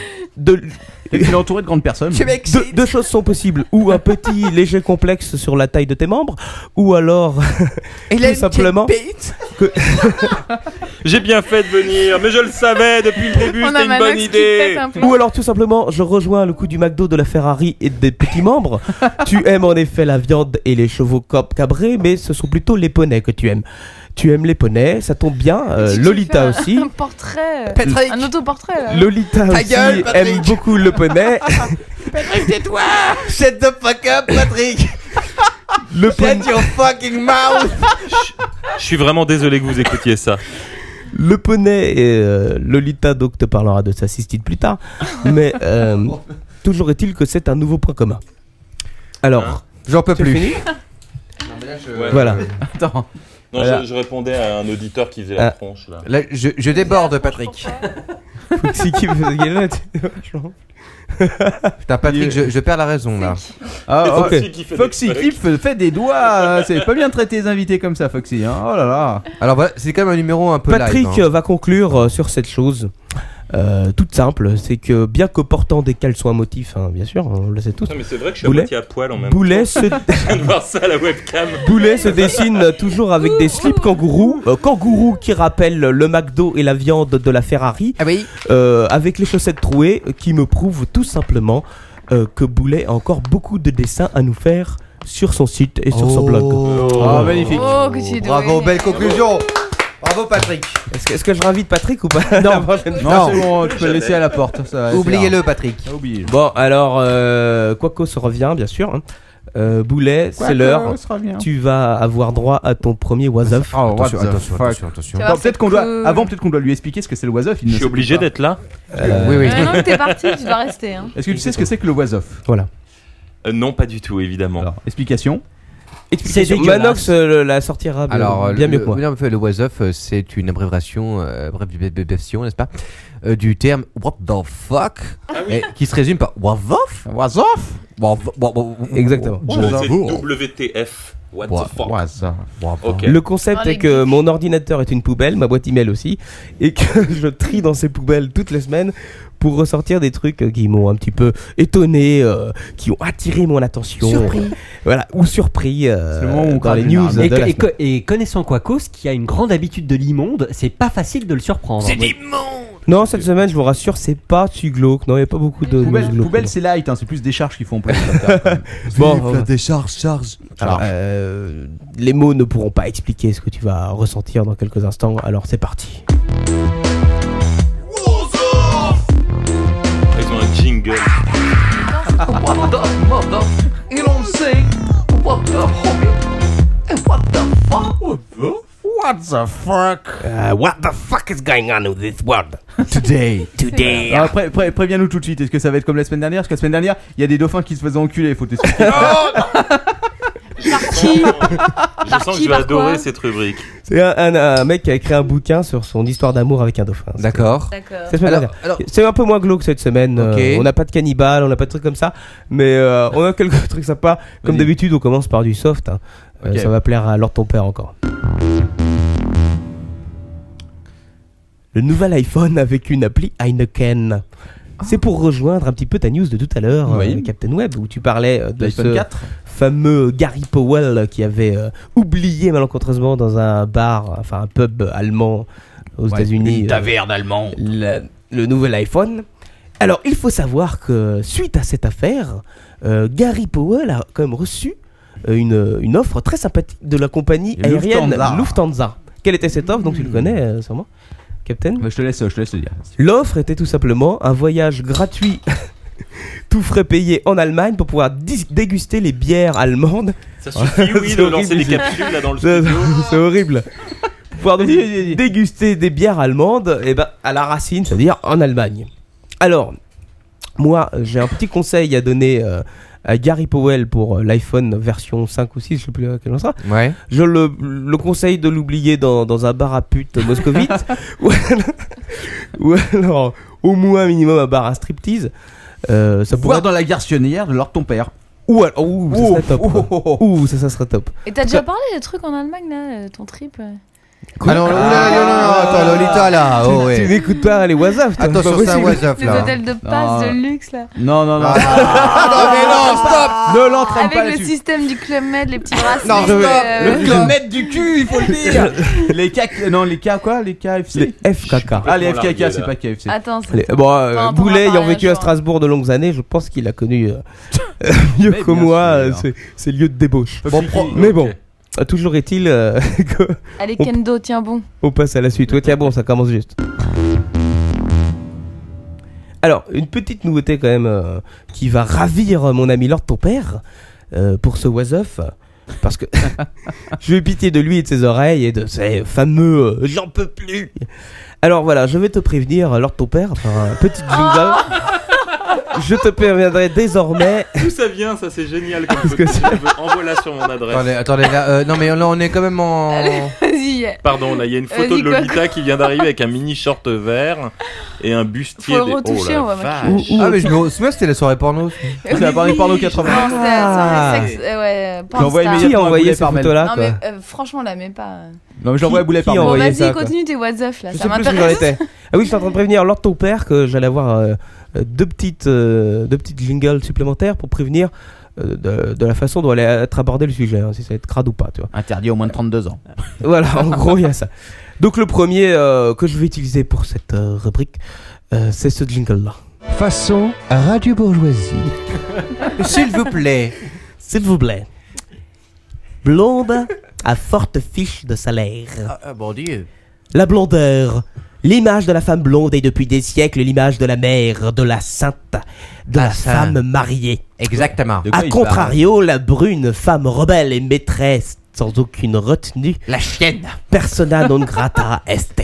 Et tu es entouré de grandes personnes. deux choses sont possibles, ou un petit léger complexe sur la taille de tes membres, ou alors tout simplement que... J'ai bien fait de venir, mais je le savais depuis le début, On a c'était une bonne Manox qui pète idée. un plomb. Ou alors tout simplement je rejoins le coup du McDo, de la Ferrari et des petits membres. Tu aimes en effet la viande et les chevaux cabrés, mais ce sont plutôt les poneys que tu aimes. Tu aimes les poneys, ça tombe bien. Si tu Lolita fais aussi. Un portrait. Patrick. Un autoportrait là. Lolita Ta aussi gueule, Patrick. aime beaucoup le poney. Patrick, tais-toi. Shut the fuck up, Patrick. Le poney. Shut your fucking mouth. Je suis vraiment désolé que vous écoutiez ça. Le poney et Lolita donc te parlera de sa cystite plus tard. Mais toujours est-il que c'est un nouveau point commun. Alors, J'en peux c'est plus. fini. Ouais. Voilà. Attends. Non, Voilà. je répondais à un auditeur qui faisait la tronche là. Là, je déborde, Patrick. C'est qui veut gagner. Putain, Patrick, je perds la raison là. Ah, Ok. Foxy qui fait Foxy des qui fait des doigts. C'est pas bien traiter les invités comme ça, Foxy. Hein. Oh là là. Alors voilà, c'est quand même un numéro un peu Patrick live. Hein. va conclure sur cette chose. Toute simple, c'est que bien que portant des caleçons à motifs, hein, bien sûr, on le sait tous, Non, mais c'est vrai que je suis Boulet. à moitié à poil en même temps. Boulet se, Je viens de voir ça à la webcam. Boulet se dessine toujours avec des slips kangourous, kangourous qui rappellent le McDo et la viande de la Ferrari, Ah oui. avec les chaussettes trouées, qui me prouvent tout simplement que Boulet a encore beaucoup de dessins à nous faire sur son site et sur son blog. Oh, magnifique. Oh, que tu es doué. Bravo, belle conclusion. Bravo, Patrick. Est-ce que je réinvite Patrick ou pas? Non, La prochaine fois. non, c'est bon, tu peux le laisser à la porte. Ça va, Oubliez-le, Patrick. c'est là. Oubliez-le. Bon, alors, Quaco se revient, bien sûr. Hein. Boulet, c'est l'heure. Tu vas avoir droit à ton premier was-off. Oh, what Attention, the attention, fuck. attention, attention. Tu vas Attends, voir, peut-être c'est qu'on doit, cool. avant, peut-être qu'on doit lui expliquer ce que c'est le was-off. Je suis obligé d'être là. Oui, oui. Maintenant que t'es parti, tu dois rester. Hein. Est-ce que tu sais ce que c'est que le was-off? Voilà. Non, pas du tout, évidemment. Alors, explication. C'est dégueulasse. Manox la sortira Alors, bien mieux que moi. le was-of, c'est une abréviation, n'est-ce pas, du terme what the fuck, et qui se résume par what the Was-off? Exactement. C'est WTF. What the fuck. Was-off. Ok. Le concept Dans est les que geeks. mon ordinateur est une poubelle, ma boîte email aussi, et que je trie dans ces poubelles toutes les semaines pour ressortir des trucs qui m'ont un petit peu étonné, qui ont attiré mon attention. Surpris. Voilà, ou surpris le moment où on dans craque les une news larme. de la semaine. Et connaissant Quacos, qui a une grande habitude de l'immonde, c'est pas facile de le surprendre. Non, cette semaine, je vous rassure, c'est pas si glauque. Non, il n'y a pas beaucoup de news glauques. Poubelle, c'est light, hein, c'est plus des charges qui font plaisir. Bon, la décharge, charge. alors, les mots ne pourront pas expliquer ce que tu vas ressentir dans quelques instants, alors c'est parti. Ils ont un jingle. What the fuck is going on with this world? Today. Today. Alors, préviens-nous tout de suite, est-ce que ça va être comme la semaine dernière? Parce que la semaine dernière, il y a des dauphins qui se faisaient enculer, faut t'expliquer. Parti. Je sens que je vais par adorer quoi cette rubrique. C'est un mec qui a écrit un bouquin sur son histoire d'amour avec un dauphin. D'accord. D'accord. C'est la semaine Alors, dernière. C'est un peu moins glauque cette semaine. Ok. On n'a pas de cannibales, on n'a pas de trucs comme ça. Mais on a quelques trucs sympas. Comme Vas-y. d'habitude, on commence par du soft. Hein. Ok. Ça va plaire à Lord ton père encore. Le nouvel iPhone avec une appli Heineken. C'est pour rejoindre un petit peu ta news de tout à l'heure, Oui. Captain Web, où tu parlais de L'iPhone ce 4. fameux Gary Powell qui avait oublié malencontreusement dans un bar, enfin un pub allemand aux États-Unis, Une taverne allemande. le nouvel iPhone. Alors, il faut savoir que suite à cette affaire, Gary Powell a quand même reçu une offre très sympathique de la compagnie aérienne Lufthansa. Quelle était cette offre? Donc tu le connais sûrement, Captain. Je te laisse le dire. L'offre était tout simplement un voyage gratuit, tout frais payé en Allemagne pour pouvoir déguster les bières allemandes. Ça suffit, oui, C'est de horrible, lancer des c'est- capsules là dans le C'est studio. c'est horrible. Pour pouvoir donc déguster des bières allemandes, et ben à la racine, c'est-à-dire en Allemagne. Alors, moi, j'ai un petit conseil à donner à Gary Powell pour l'iPhone version 5 ou 6, je sais plus laquelle on sera. Ouais. Je le conseille de l'oublier dans un bar à pute moscovite ou alors au moins minimum un bar à striptease. Ça Voir dans la garçonnière de Lord ton père. Ou alors, ça serait top. Ça serait top. Et t'as déjà parlé des trucs en Allemagne là, ton trip Ah non, attends, Lolita là. Oh, ouais. Tu n'écoutes pas les WhatsApp. Attention, c'est un WhatsApp Les là. hôtels de passe de luxe là. Non. Non, mais non, stop. Ne l'entraîne pas Avec le là-dessus. système du Club Med, les petits bracelets. Non, Le Club Med du cul, il faut le dire. les KFC. Les FKK. Ah, les FKK, c'est pas KFC. Attends, Bon, Boulet ayant vécu à Strasbourg de longues années, je pense qu'il a connu mieux que moi ces lieux de débauche. Mais bon, toujours est-il que Allez, Kendo, tiens bon. on passe à la suite. Ouais, tiens bon, ça commence juste. Alors, une petite nouveauté quand même qui va ravir mon ami Lord ton père pour ce was-of. Parce que j'ai eu pitié de lui et de ses oreilles et de ces fameux j'en peux plus. Alors voilà, je vais te prévenir, Lord ton père, par un petit jingle. Je te préviendrai désormais. D'où ça vient, ça c'est génial comme Parce que petit neveu. Envoie-la sur mon adresse. Attendez, là, non mais là on est quand même en. Vas-y. Pardon, là il y a une photo Vas-y, de Lolita qui vient d'arriver avec un mini short vert et un bustier. Faut le retoucher, on va vache. Ah mais je me souviens c'était la soirée porno. C'est la partie porno 80. Non, c'était la soirée sexe. Ouais, J'ai envoyé Pornstar. Qui a envoyé ces par mail. photos-là Non quoi mais franchement, la mets pas. Non, mais j'envoie à Boulet par Qui a Bon, envoyé vas-y, ça, quoi. continue tes WhatsApp là, Je ça sais plus où j'en m'intéresse. étais. Ah oui, je suis en train de prévenir Lord ton père que j'allais avoir deux petites jingles supplémentaires pour prévenir de la façon dont allait être abordé le sujet, si ça va être crade ou pas, tu vois. Interdit au moins de 32 ans. Voilà, en gros, il y a ça. Donc le premier que je vais utiliser pour cette rubrique, c'est ce jingle-là. Façon Radio Bourgeoisie. S'il vous plaît. S'il vous plaît. Blonde à forte fiche de salaire. Ah bon Dieu. La blondeur. L'image de la femme blonde est depuis des siècles l'image de la mère, de la sainte, de la femme mariée. Exactement. A contrario, la brune, femme rebelle et maîtresse sans aucune retenue. La chienne. Persona non grata est.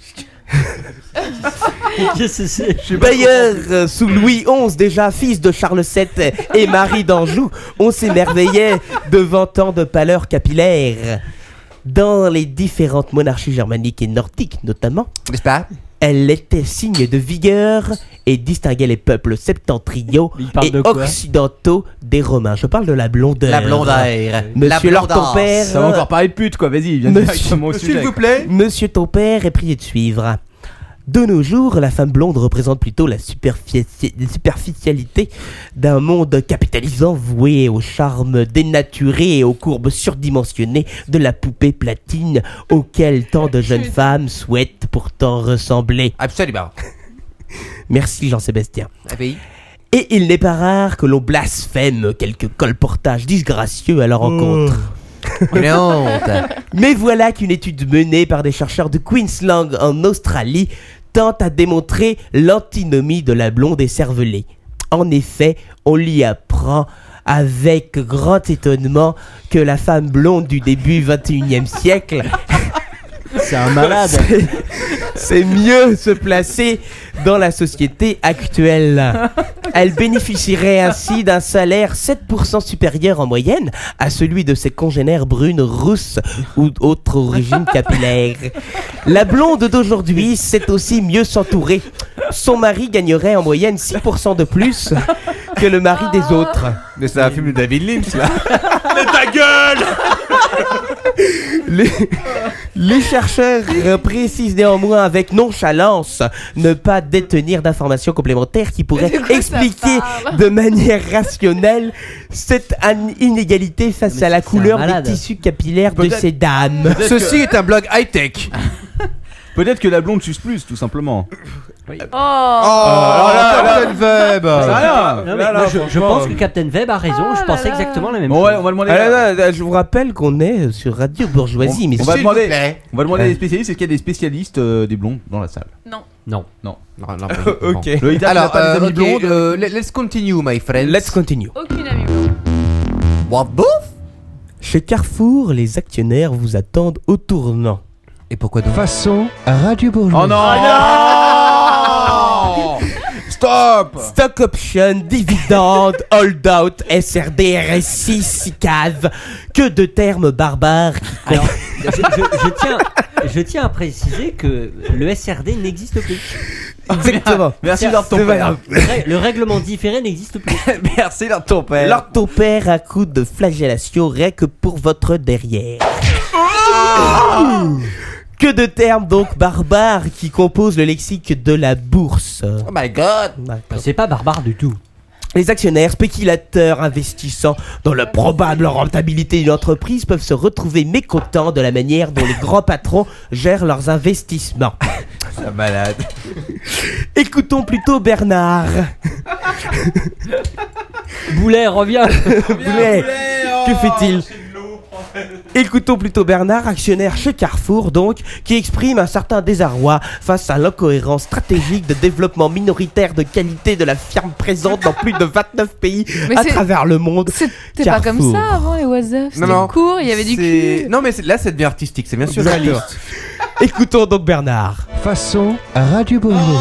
C'est D'ailleurs, sous Louis XI, déjà fils de Charles VII et Marie d'Anjou, on s'émerveillait devant tant de pâleur capillaire. Dans les différentes monarchies germaniques et nordiques notamment, N'est-ce pas? elle était signe de vigueur et distinguait les peuples septentrionaux Il parle et de quoi occidentaux des Romains. Je parle de la blondeur. La blondeur. Monsieur Lord ton père, Ça va encore parler de pute, quoi. Vas-y, viens directement au sujet. S'il vous plaît. Monsieur ton père est prié de suivre. De nos jours, la femme blonde représente plutôt la superficialité d'un monde capitalisant voué au charme dénaturé et aux courbes surdimensionnées de la poupée platine auquel tant de jeunes femmes souhaitent pourtant ressembler. Absolument. Merci Jean-Sébastien. Ah oui. Et il n'est pas rare que l'on blasphème quelques colportages disgracieux à leur encontre. Une honte. Mais voilà qu'une étude menée par des chercheurs de Queensland en Australie tente à démontrer l'antinomie de la blonde écervelée. En effet, on l'y apprend avec grand étonnement que la femme blonde du début 21e siècle C'est un malade. c'est mieux se placer dans la société actuelle. Elle bénéficierait ainsi d'un salaire 7% supérieur en moyenne à celui de ses congénères brunes, rousses ou autres origines capillaires. La blonde d'aujourd'hui sait aussi mieux s'entourer. Son mari gagnerait en moyenne 6% de plus que le mari des autres. Mais c'est un film de David Lynch là. Mais ta gueule! Les chercheurs précisent néanmoins avec nonchalance ne pas détenir d'informations complémentaires qui pourraient expliquer de manière rationnelle cette inégalité face à la couleur des tissus capillaires de ces dames. Ceci est un blog high-tech. Peut-être que la blonde suce plus, tout simplement. Oh, Captain Web. Non, mais moi, je pense que Captain Web a raison. Je pensais exactement la même chose. Ouais, on va demander. Je vous rappelle qu'on est sur Radio Bourgeoisie, mais On va S'il demander. vous plaît. On va demander à des spécialistes. Est-ce qu'il y a des spécialistes des blondes dans la salle? non. Non. Non, Ok. Lolita, Alors, tu n'as pas des amis blondes let's continue, my friends. Let's continue. Aucune amie blonde. What bouffe? Chez Carrefour, les actionnaires vous attendent au tournant. Et pourquoi donc? Façon Radio Bourgeoisie. Oh non! Stop. Stock option, dividende, hold out, SRD, RSI, SICAV. Que de termes barbares. Alors, je tiens à préciser que le SRD n'existe plus. Exactement. Merci Lord ton père. Le règlement différé n'existe plus. Merci Lord ton père. Lord ton père, un coup de flagellation, rien que pour votre derrière. Que de termes donc barbares qui composent le lexique de la bourse. Oh my god. C'est pas barbare du tout. Les actionnaires, spéculateurs, investissant dans la probable rentabilité d'une entreprise peuvent se retrouver mécontents de la manière dont les grands patrons gèrent leurs investissements. C'est malade. Écoutons plutôt Bernard. Boulet, reviens. Boulet, que fait-il ? Écoutons plutôt Bernard, actionnaire chez Carrefour donc, qui exprime un certain désarroi face à l'incohérence stratégique de développement minoritaire de qualité de la firme présente dans plus de 29 pays Mais à travers le monde. C'était pas comme ça avant les WhatsApp. C'était court, il y avait du cul. Non mais là ça devient artistique, c'est bien sûr réaliste. Écoutons donc Bernard. Façon Radio Bourgeoisie.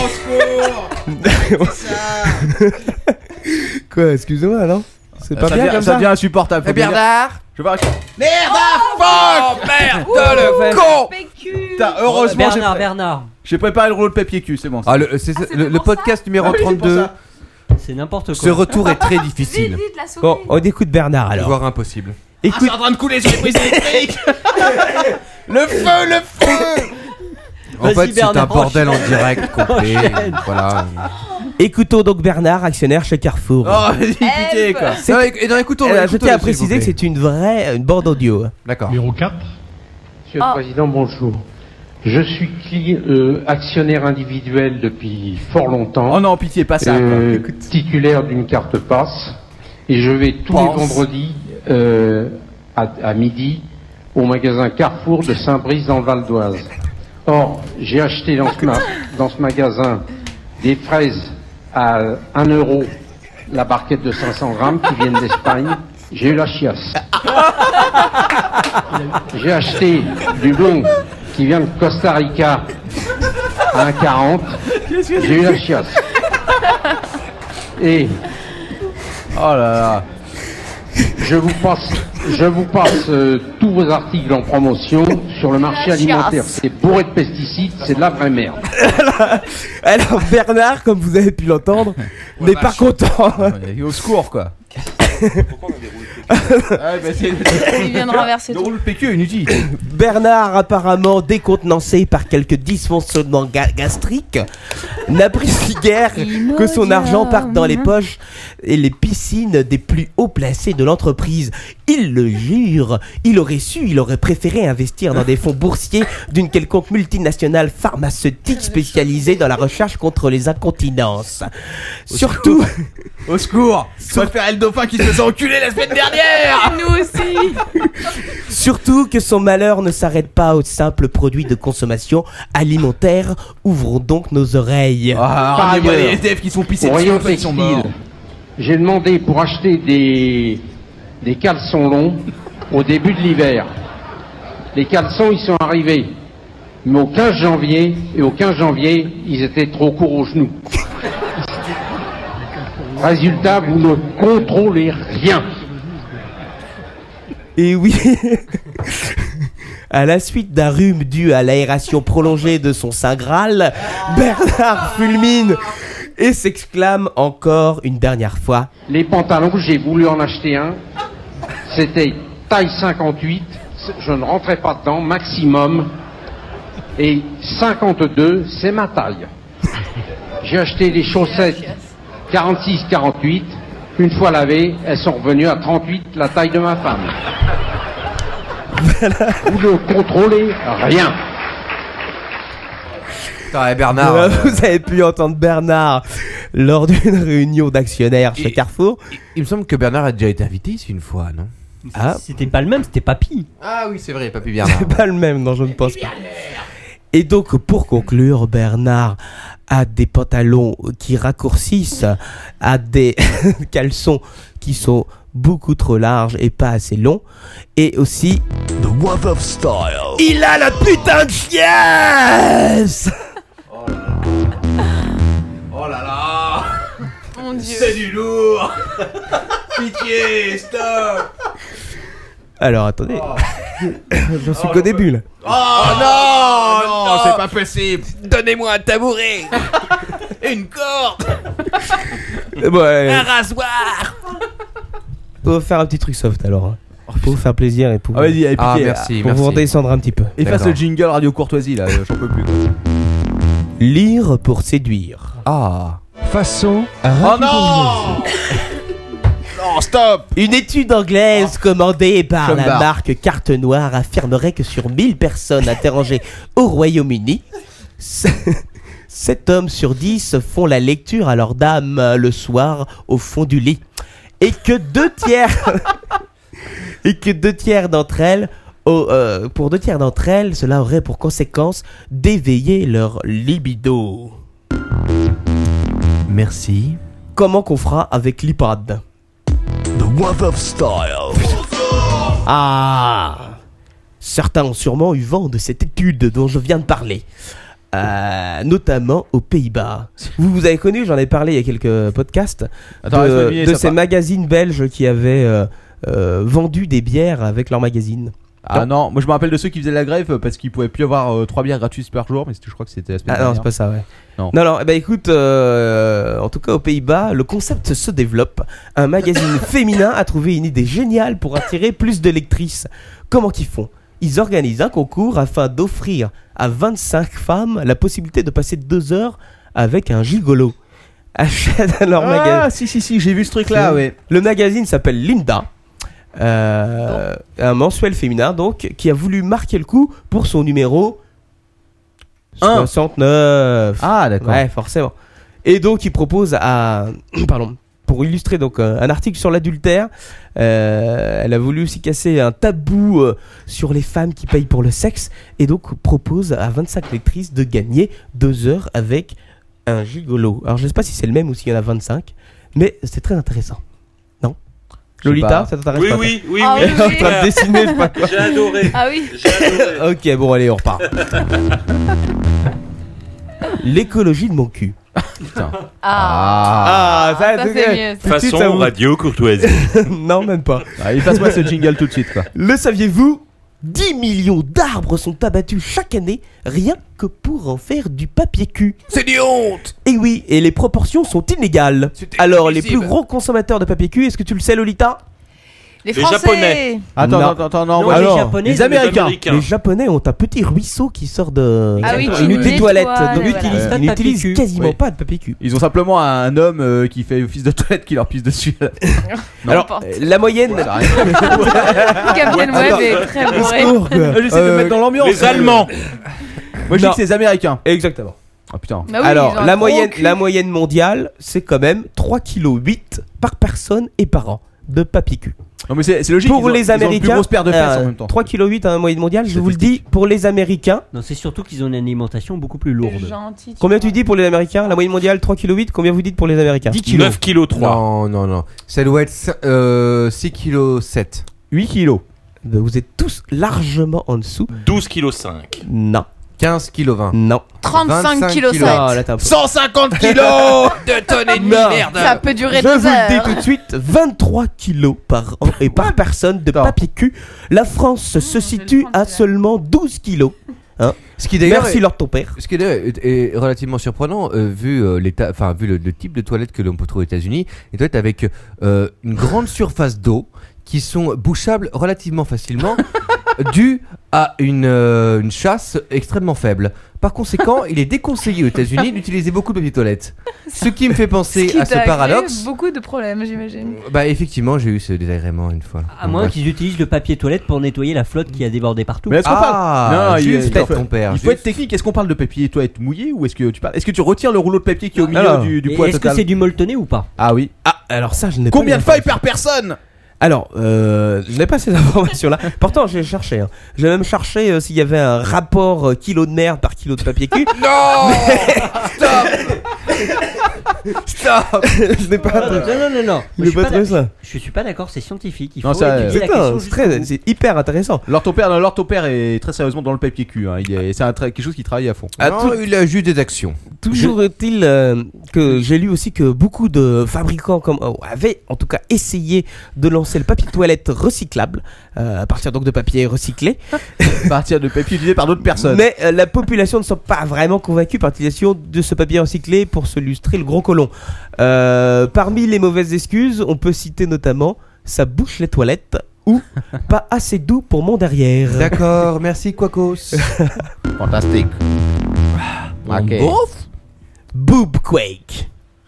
Quoi, excusez-moi, non ? C'est pas bien comme ça. Ça devient insupportable. Et Bernard. Je vais arrêter. Merde, fuck. Merde, le con. Putain, heureusement Bernard. j'ai préparé le rouleau de papier cul, c'est bon. Ah, le podcast numéro 32. C'est n'importe quoi. Ce retour est très difficile. Bon, on écoute Bernard alors. Voire impossible. Écoute... c'est en train de couler sur les prises électriques. Le feu. En Vas-y, fait, c'est un Bernard, bordel en enchaîne. direct complet. Voilà. Écoutons donc Bernard, actionnaire chez Carrefour. Oh, pitié quoi. Non, écoutons. Je tiens à préciser que c'est une bande audio. D'accord. Numéro 4. Monsieur le Président, bonjour. Je suis actionnaire individuel depuis fort longtemps. Oh non, pitié, pas ça. Titulaire d'une carte passe. Et je vais tous les vendredis à midi au magasin Carrefour de Saint-Brice dans le Val d'Oise. Or, j'ai acheté dans ce magasin des fraises à 1 euro la barquette de 500 grammes qui viennent d'Espagne. J'ai eu la chiasse. J'ai acheté du blond qui vient de Costa Rica à 1,40. J'ai eu la chiasse. Et oh là là. Je vous passe tous vos articles en promotion sur le marché alimentaire. C'est bourré de pesticides, c'est de la vraie merde. Alors Bernard, comme vous avez pu l'entendre, n'est pas content. Au secours quoi. Pourquoi on a déroulé Il vient de renverser tout. Le PQ inutile. Bernard, apparemment décontenancé par quelques dysfonctionnements gastriques, n'apprécie guère que son argent parte dans les poches et les piscines des plus hauts placés de l'entreprise. Il le jure, il aurait préféré investir dans des fonds boursiers d'une quelconque multinationale pharmaceutique spécialisée dans la recherche contre les incontinences. Surtout... Au secours. Je préférais le dauphin qui se faisait enculer la semaine dernière. Nous aussi. Surtout que son malheur ne s'arrête pas aux simples produits de consommation alimentaire. Ouvrons donc nos oreilles. Ah, il y a les SDF qui sont pissés Rayon dessus, ils sont morts. textile. J'ai demandé pour acheter des caleçons longs au début de l'hiver. Les caleçons, ils sont arrivés. Mais au 15 janvier, ils étaient trop courts aux genoux. Résultat, vous ne contrôlez rien. Et oui, à la suite d'un rhume dû à l'aération prolongée de son Saint Graal, Bernard fulmine et s'exclame encore une dernière fois. Les pantalons, j'ai voulu en acheter un. C'était taille 58. Je ne rentrais pas dedans, maximum. Et 52, c'est ma taille. J'ai acheté des chaussettes 46-48. Une fois lavées, elles sont revenues à 38, la taille de ma femme. Vous ne contrôlez rien. Bernard, vous avez pu entendre Bernard lors d'une réunion d'actionnaires chez Carrefour. Il me semble que Bernard a déjà été invité ici une fois, non? Ah, c'était pas le même, c'était Papy. Ah oui, c'est vrai, Papy Bernard. C'est pas le même, non, je ne pense pas. Et donc, pour conclure, Bernard a des pantalons qui raccourcissent, a des caleçons qui sont beaucoup trop larges et pas assez longs, et aussi The What of Style. il a la putain de chiasse. Oh là là. mon Dieu. C'est du lourd. Pitié, stop. Alors attendez, j'en suis qu'au début là. Oh non, c'est pas possible. Donnez-moi un tabouret. Une corde. Ouais. Un rasoir. On va faire un petit truc soft alors. Hein. Pour vous faire plaisir et pour, Ah, vas-y, allez, Ah, piquez. merci, pour vous redescendre un petit peu. Efface D'accord. le jingle Radio Courtoisie là, j'en peux plus. Lire pour séduire. Ah. Façon Oh Radio non. Bourgeoisie. Non, stop. Une étude anglaise commandée par la Chambard. marque Carte Noire affirmerait que sur 1000 personnes interrogées au Royaume-Uni, 7 hommes sur 10 font la lecture à leur dame le soir au fond du lit. Et que 2 tiers d'entre elles, pour 2 tiers d'entre elles, cela aurait pour conséquence d'éveiller leur libido. Merci. Comment qu'on fera avec l'iPad? The Wave of Style. Ah! Certains ont sûrement eu vent de cette étude dont je viens de parler. Notamment aux Pays-Bas. Vous avez connu, j'en ai parlé il y a quelques podcasts, Attends, laisse-moi deviner, de ça ces part. magazines belges qui avaient vendu des bières avec leur magazine. Ah non, moi je me rappelle de ceux qui faisaient la grève parce qu'ils pouvaient plus avoir 3 bières gratuites par jour, mais je crois que c'était la semaine Ah non, dernière. c'est pas ça, ouais. Non. Non, eh ben écoute, en tout cas aux Pays-Bas, le concept se développe. Un magazine féminin a trouvé une idée géniale pour attirer plus de lectrices. Comment qu'ils font? Ils organisent un concours afin d'offrir à 25 femmes la possibilité de passer 2 heures avec un gigolo. Achètent leur magazine. Si, j'ai vu ce truc là, ouais. Le magazine s'appelle Linda. Un mensuel féminin donc qui a voulu marquer le coup pour son numéro 69. Ah d'accord. Ouais, forcément. Et donc il propose à pardon, pour illustrer donc un article sur l'adultère, elle a voulu aussi casser un tabou sur les femmes qui payent pour le sexe et donc propose à 25 lectrices de gagner 2 heures avec un gigolo. Alors je sais pas si c'est le même ou s'il y en a 25, mais c'est très intéressant. Non? Je sais Lolita, pas. ça t'intéresse Oui, pas? oui, oui, Ah oui. oui, En train de dessiner, je sais pas quoi. J'ai adoré. Ah oui. J'ai adoré. Ok, bon, allez, on repart. L'écologie de mon cul. Ah, ça, ça, tout c'est de mieux. suite, ça Façon vous- Radio Courtoisie. Non, même pas. Allez, passe-moi ce jingle tout de suite quoi. Le saviez-vous? 10 millions d'arbres sont abattus chaque année, rien que pour en faire du papier cul. C'est du honte. Et oui, et les proportions sont inégales. C'est Alors, les inadmissible. plus gros consommateurs de papier cul, est-ce que tu le sais, Lolita? Les Les Français. Japonais. Attends, Non. non, Non, moi, les alors, Japonais, les Américains. Les Japonais ont un petit ruisseau qui sort de Ah oui, qui des nettoie, toilettes. voilà. Donc, Ouais. ils n'utilisent cul. quasiment Oui. pas de papier cul. Ils ont simplement un homme qui fait office de toilette qui leur pisse dessus. Non. Alors, la moyenne. Ça arrive. Captain Web est très bourré. J'essaie de mettre dans l'ambiance. Les Allemands. Moi je dis Non. que c'est les Américains. Exactement. Ah putain. Bah oui, Alors, ils ont un la gros moyenne, cul. la moyenne mondiale, c'est quand même 3,8 kg par personne et par an de papier cul. Non mais c'est logique. Pour les Ils ont une plus Américains, grosse paire de fesses en même temps. 3,8 kg à la moyenne mondiale, je vous le dis, Statistique. pour les Américains. Non, c'est surtout qu'ils ont une alimentation beaucoup plus C'est lourde. gentil, Combien tu vois. dis pour les Américains? La moyenne mondiale 3,8 kg, combien vous dites pour les Américains? 10 kilos. 9 kg 3. Non. Ça doit être 6 kg 7. 8 kilos. Vous êtes tous largement en dessous. 12 kg 5. Non, 15 kg 20. non. 35 25 kg kilos. Non, là t'es un peu. 150 kilos. 2 tonnes et demie, Non. merde. Ça peut durer Je 2 vous le dis heures. tout de suite, 23 kilos par an et par personne de Putain. papier cul. La France se situe à seulement 12 kilos. Hein. Ce qui d'ailleurs Merci est- Lord ton père. Ce qui d'ailleurs est relativement surprenant vu le type de toilettes que l'on peut trouver aux États-Unis, des toilettes avec une grande surface d'eau qui sont bouchables relativement facilement, dû à une chasse extrêmement faible. Par conséquent, il est déconseillé aux États-Unis d'utiliser beaucoup de papier toilette. Ce qui me fait penser qui à ce t'a créé paradoxe. beaucoup de problèmes, j'imagine. Bah effectivement, j'ai eu ce désagrément une fois. À moins qu'ils utilisent le papier toilette pour nettoyer la flotte qui a débordé partout. Mais est-ce qu'on Ah, parle juste il faut- ton père. Il faut être technique. Est-ce qu'on parle de papier toilette mouillé ou est-ce que tu parles? Est-ce que tu retires le rouleau de papier qui est au milieu Alors, du Et poids est-ce que total? c'est du molletonné ou pas? Ah oui. Ah, alors ça, je n'ai pas. Combien les de feuilles informations. par personne? Alors, je n'ai pas ces informations-là. Pourtant, j'ai cherché. Hein. J'ai même cherché s'il y avait un rapport kilo de merde par kilo de papier cul. Non. Stop. Stop. Je n'ai pas. Non. Il n'est pas très ça. Je suis pas d'accord, c'est scientifique. Il Non, faut ça, étudier la question. C'est hyper intéressant. Alors ton père est très sérieusement dans le papier cul. Hein. C'est quelque chose qui travaille à fond. Non, il a juste des actions. Toujours est-il que j'ai lu aussi que beaucoup de fabricants avaient en tout cas essayé de lancer le papier toilette recyclable à partir donc de papier recyclé. À partir de papier utilisé par d'autres personnes. Mais la population ne sont pas vraiment convaincue par l'utilisation de ce papier recyclé pour se lustrer le gros côlon. Parmi les mauvaises excuses, on peut citer notamment ça bouche les toilettes ou pas assez doux pour mon derrière. D'accord, merci Quacos. Fantastique. Ok. Boobquake.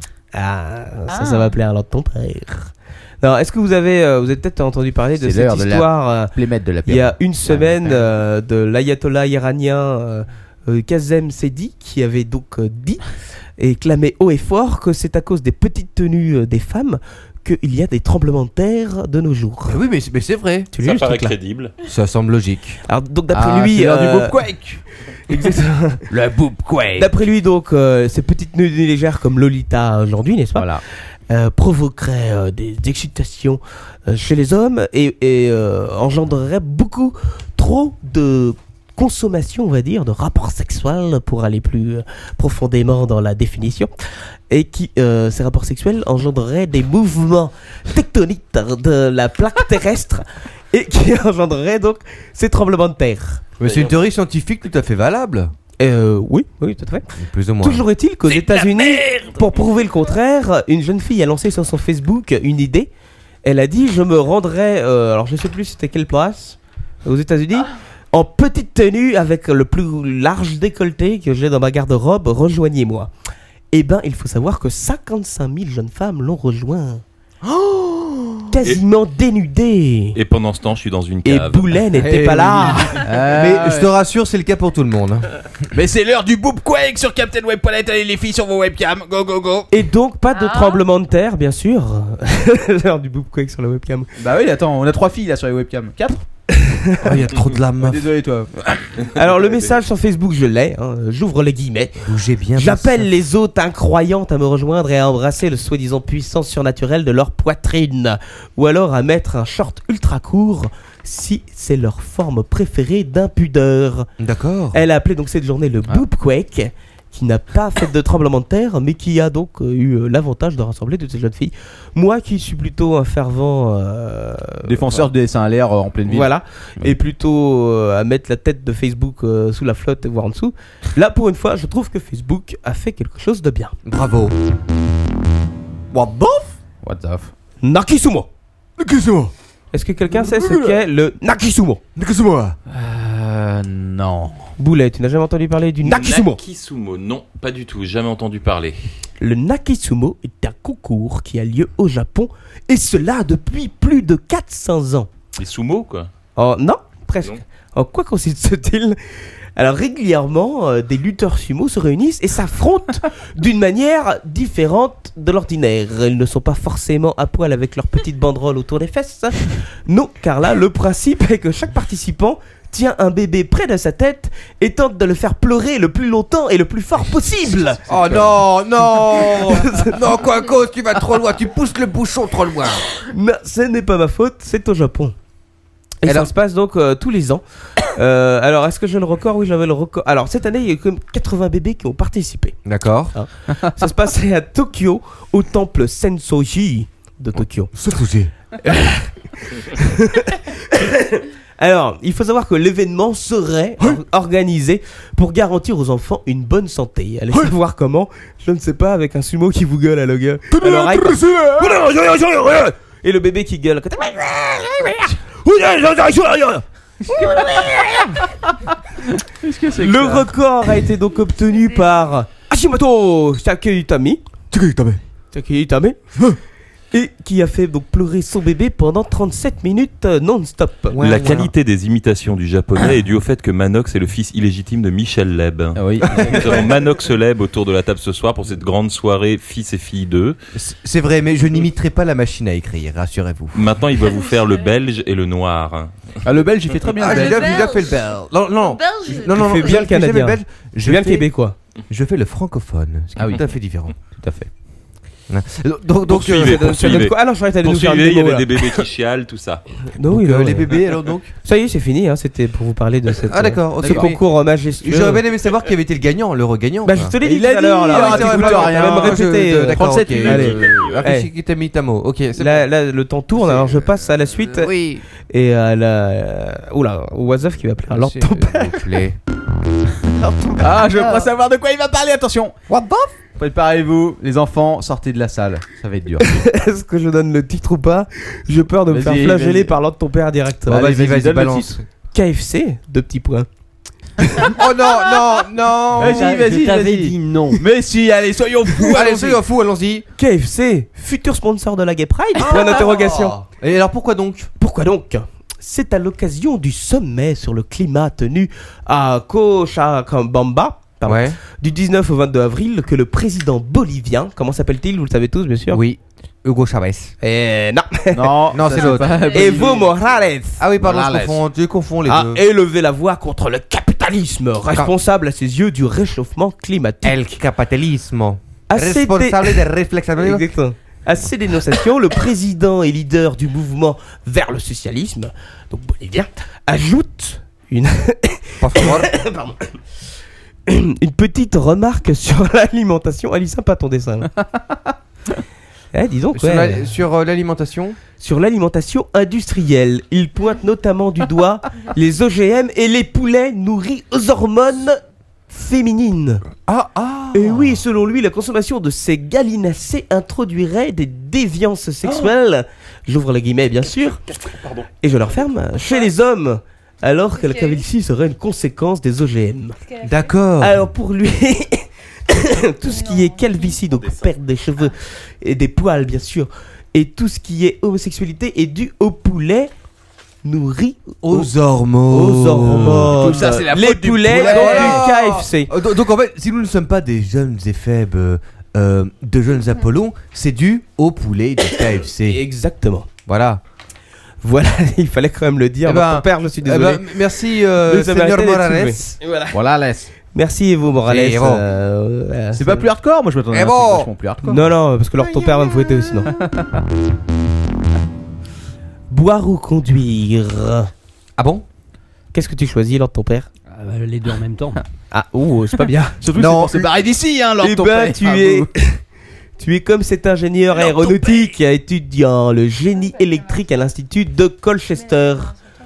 Ça va plaire alors de ton père. Alors, est-ce que vous avez peut-être entendu parler de cette histoire il y a une semaine de l'ayatollah iranien Kazem Sedi qui avait donc dit et clamé haut et fort que c'est à cause des petites tenues des femmes qu'il y a des tremblements de terre de nos jours. Oui, mais c'est vrai. Ça paraît crédible. Ça semble logique. Alors donc d'après lui, c'est l'heure du boobquake. Exactement. Le boobquake. D'après lui donc, ces petites tenues légères comme Lolita aujourd'hui, n'est-ce pas? Voilà. Provoquerait des excitations chez les hommes et engendrerait beaucoup trop de consommation, on va dire, de rapports sexuels pour aller plus profondément dans la définition, et qui ces rapports sexuels engendreraient des mouvements tectoniques de la plaque terrestre et qui engendreraient donc ces tremblements de terre. Mais c'est une théorie scientifique tout à fait valable. Oui, tout à fait. Plus ou moins. Toujours est-il qu'aux États-Unis, pour prouver le contraire, une jeune fille a lancé sur son Facebook une idée. Elle a dit: je me rendrai, alors je sais plus c'était quelle place, aux États-Unis, en petite tenue avec le plus large décolleté que j'ai dans ma garde-robe, rejoignez-moi. Eh ben, il faut savoir que 55 000 jeunes femmes l'ont rejoint. Quasiment dénudée. Et pendant ce temps, je suis dans une cave. Et Boulet n'était pas là. Mais je te rassure, c'est le cas pour tout le monde. Mais c'est l'heure du boobquake sur Captain Web Planet. Allez les filles sur vos webcams. Go, go, go. Et donc, pas de tremblement de terre, bien sûr. L'heure du boobquake sur la webcam. Bah oui, attends, on a 3 filles là sur les webcams. 4. Il y a trop de lames. Désolé toi. Alors le message sur Facebook, je l'ai, j'ouvre les guillemets. Bougez bien. J'appelle les hôtes incroyantes à me rejoindre et à embrasser le soi-disant puissance surnaturelle de leur poitrine. Ou alors à mettre un short ultra court si c'est leur forme préférée d'impudeur. D'accord. Elle a appelé donc cette journée le boobquake, qui n'a pas fait de tremblement de terre, mais qui a donc eu l'avantage de rassembler toutes ces jeunes filles. Moi qui suis plutôt un fervent défenseur des seins à l'air en pleine ville. Voilà, et plutôt à mettre la tête de Facebook sous la flotte et voir en dessous. Là, pour une fois, je trouve que Facebook a fait quelque chose de bien. Bravo. What the f? Nakisumo. Est-ce que quelqu'un sait ce qu'est le Nakisumo? Non. Boulet, tu n'as jamais entendu parler du Nakisumo? Nakisumo, non, pas du tout, jamais entendu parler. Le Nakisumo est un concours qui a lieu au Japon, et cela depuis plus de 400 ans. Les sumo, quoi? Oh non, presque. En quoi consiste-t-il? Alors régulièrement, des lutteurs sumo se réunissent et s'affrontent d'une manière différente de l'ordinaire. Ils ne sont pas forcément à poil avec leur petite banderole autour des fesses. Non, car là, le principe est que chaque participant tient un bébé près de sa tête et tente de le faire pleurer le plus longtemps et le plus fort possible. Oh non, non. Non, Quacos, tu vas trop loin, tu pousses le bouchon trop loin. Non, ce n'est pas ma faute, c'est au Japon. Et ça se passe donc tous les ans. Alors, est-ce que j'ai le record? Oui, j'avais le record. Alors, cette année, il y a eu comme 80 bébés qui ont participé. D'accord. Ça se passait à Tokyo, au temple Sensoji de Tokyo. Sensoji. Alors, il faut savoir que l'événement serait organisé pour garantir aux enfants une bonne santé. Allez savoir comment? Je ne sais pas, avec un sumo qui vous gueule à l'oreille. Et le bébé qui gueule à côté. Le record a été donc obtenu par Hashimoto Takehitame, et qui a fait donc pleurer son bébé pendant 37 minutes non-stop. La qualité des imitations du japonais est due au fait que Manox est le fils illégitime de Michel Leb. Ah oui. Nous avons Manox Leb autour de la table ce soir pour cette grande soirée fils et filles 2. C'est vrai, mais je n'imiterai pas la machine à écrire, rassurez-vous. Maintenant, il va vous faire le belge et le noir. Ah, le belge, il fait très bien. J'ai déjà fait le belge. Non, Belge. non, Tu fais bien le canadien. Je fais bien le québécois. je fais le francophone, ce qui est tout à fait différent. Tout à fait. Donc, Poursuivez, poursuivez. Ah non, je croyais que t'allais nous faire Poursuivez, il y démo, avait là. des bébés qui chialent, tout ça. Non, oui, les bébés, alors donc Ça y est, c'est fini. Hein, c'était pour vous parler de cette, Ah d'accord, ok. ce concours majestueux. J'aurais bien aimé savoir qui avait été le gagnant, l'heure gagnant. Bah, je te l'ai dit Il tout l'a à l'heure. dit, Là, ah, t'écoutes rien. T'as même répété. D'accord, 37 ok. minutes. Allez. Rafiki Tamitamo. Ok, c'est Là, le temps tourne, alors je passe à la suite. Oui. Et à la. Oula, au WhatsApp qui va appeler un Lord ton père. S'il vous plaît. Ah, je crois savoir de quoi il va parler, attention. What the f... Préparez-vous, les enfants, sortez de la salle. Ça va être dur. Est-ce que je donne le titre ou pas? J'ai peur de me faire Vas-y, flageller vas-y. par Lord ton père directement. Bon, vas-y, donne le balance. titre. KFC, 2 petits points. Oh non. Vas-y, Je t'avais vas-y. dit non. Mais si, allez, soyons fous. Allez, soyons fous, allons-y. KFC, futur sponsor de la Gay Pride? Point d'interrogation. Et alors pourquoi donc? Pourquoi donc? C'est à l'occasion du sommet sur le climat tenu à Cochabamba, Ouais. du 19 au 22 avril, que le président bolivien, comment s'appelle-t-il? Vous le savez tous, bien sûr. Oui. Hugo Chavez. Non. Non, ça, c'est l'autre. pas Evo Morales Ah oui, pardon, Morales. je confonds les a deux. élevé la voix contre le capitalisme, responsable à ses yeux du réchauffement climatique. El capitalismo. À ces Responsable des réflexes. Exactement. À ces dénonciations, le président et leader du mouvement vers le socialisme, donc bolivien, ajoute une, Pardon. Une petite remarque sur l'alimentation. Alice, pas ton dessin. Là. Disons Sur l'alimentation. Sur l'alimentation industrielle, il pointe notamment du doigt les OGM et les poulets nourris aux hormones féminines. Et oui, selon lui, la consommation de ces gallinacés introduirait des déviances sexuelles, j'ouvre les guillemets bien sûr, et je le referme, chez les hommes, alors que la calvitie serait une conséquence des OGM. D'accord. Alors pour lui, tout ce qui est calvitie, donc perte des cheveux et des poils bien sûr, et tout ce qui est homosexualité est dû au poulet nourri aux hormones. Tout ça, c'est la les faute du poulets poulet du KFC. Donc en fait, si nous ne sommes pas des jeunes et faibles, de jeunes Apollons, c'est dû au poulet du KFC. Exactement. Voilà. Voilà, il fallait quand même le dire. Eh ben, Mon père, je suis désolé. Merci, Nous Seigneur avons arrêté Morales. d'être soulevés. Voilà, laisse. Merci Evo Morales. C'est Evo. C'est pas plus hardcore, moi je m'attendais à un Evo. truc vachement plus hardcore. Non, parce que leur ton père va me fouetter aussi, non. Boire ou conduire? Ah bon? Qu'est-ce que tu choisis, Lord ton père? Les deux en même temps. Ah, c'est pas bien. Surtout que c'est pour se barrer d'ici, hein, Lord Eh ton ben, père. tu es comme cet ingénieur aéronautique étudiant le génie électrique à l'Institut de Colchester.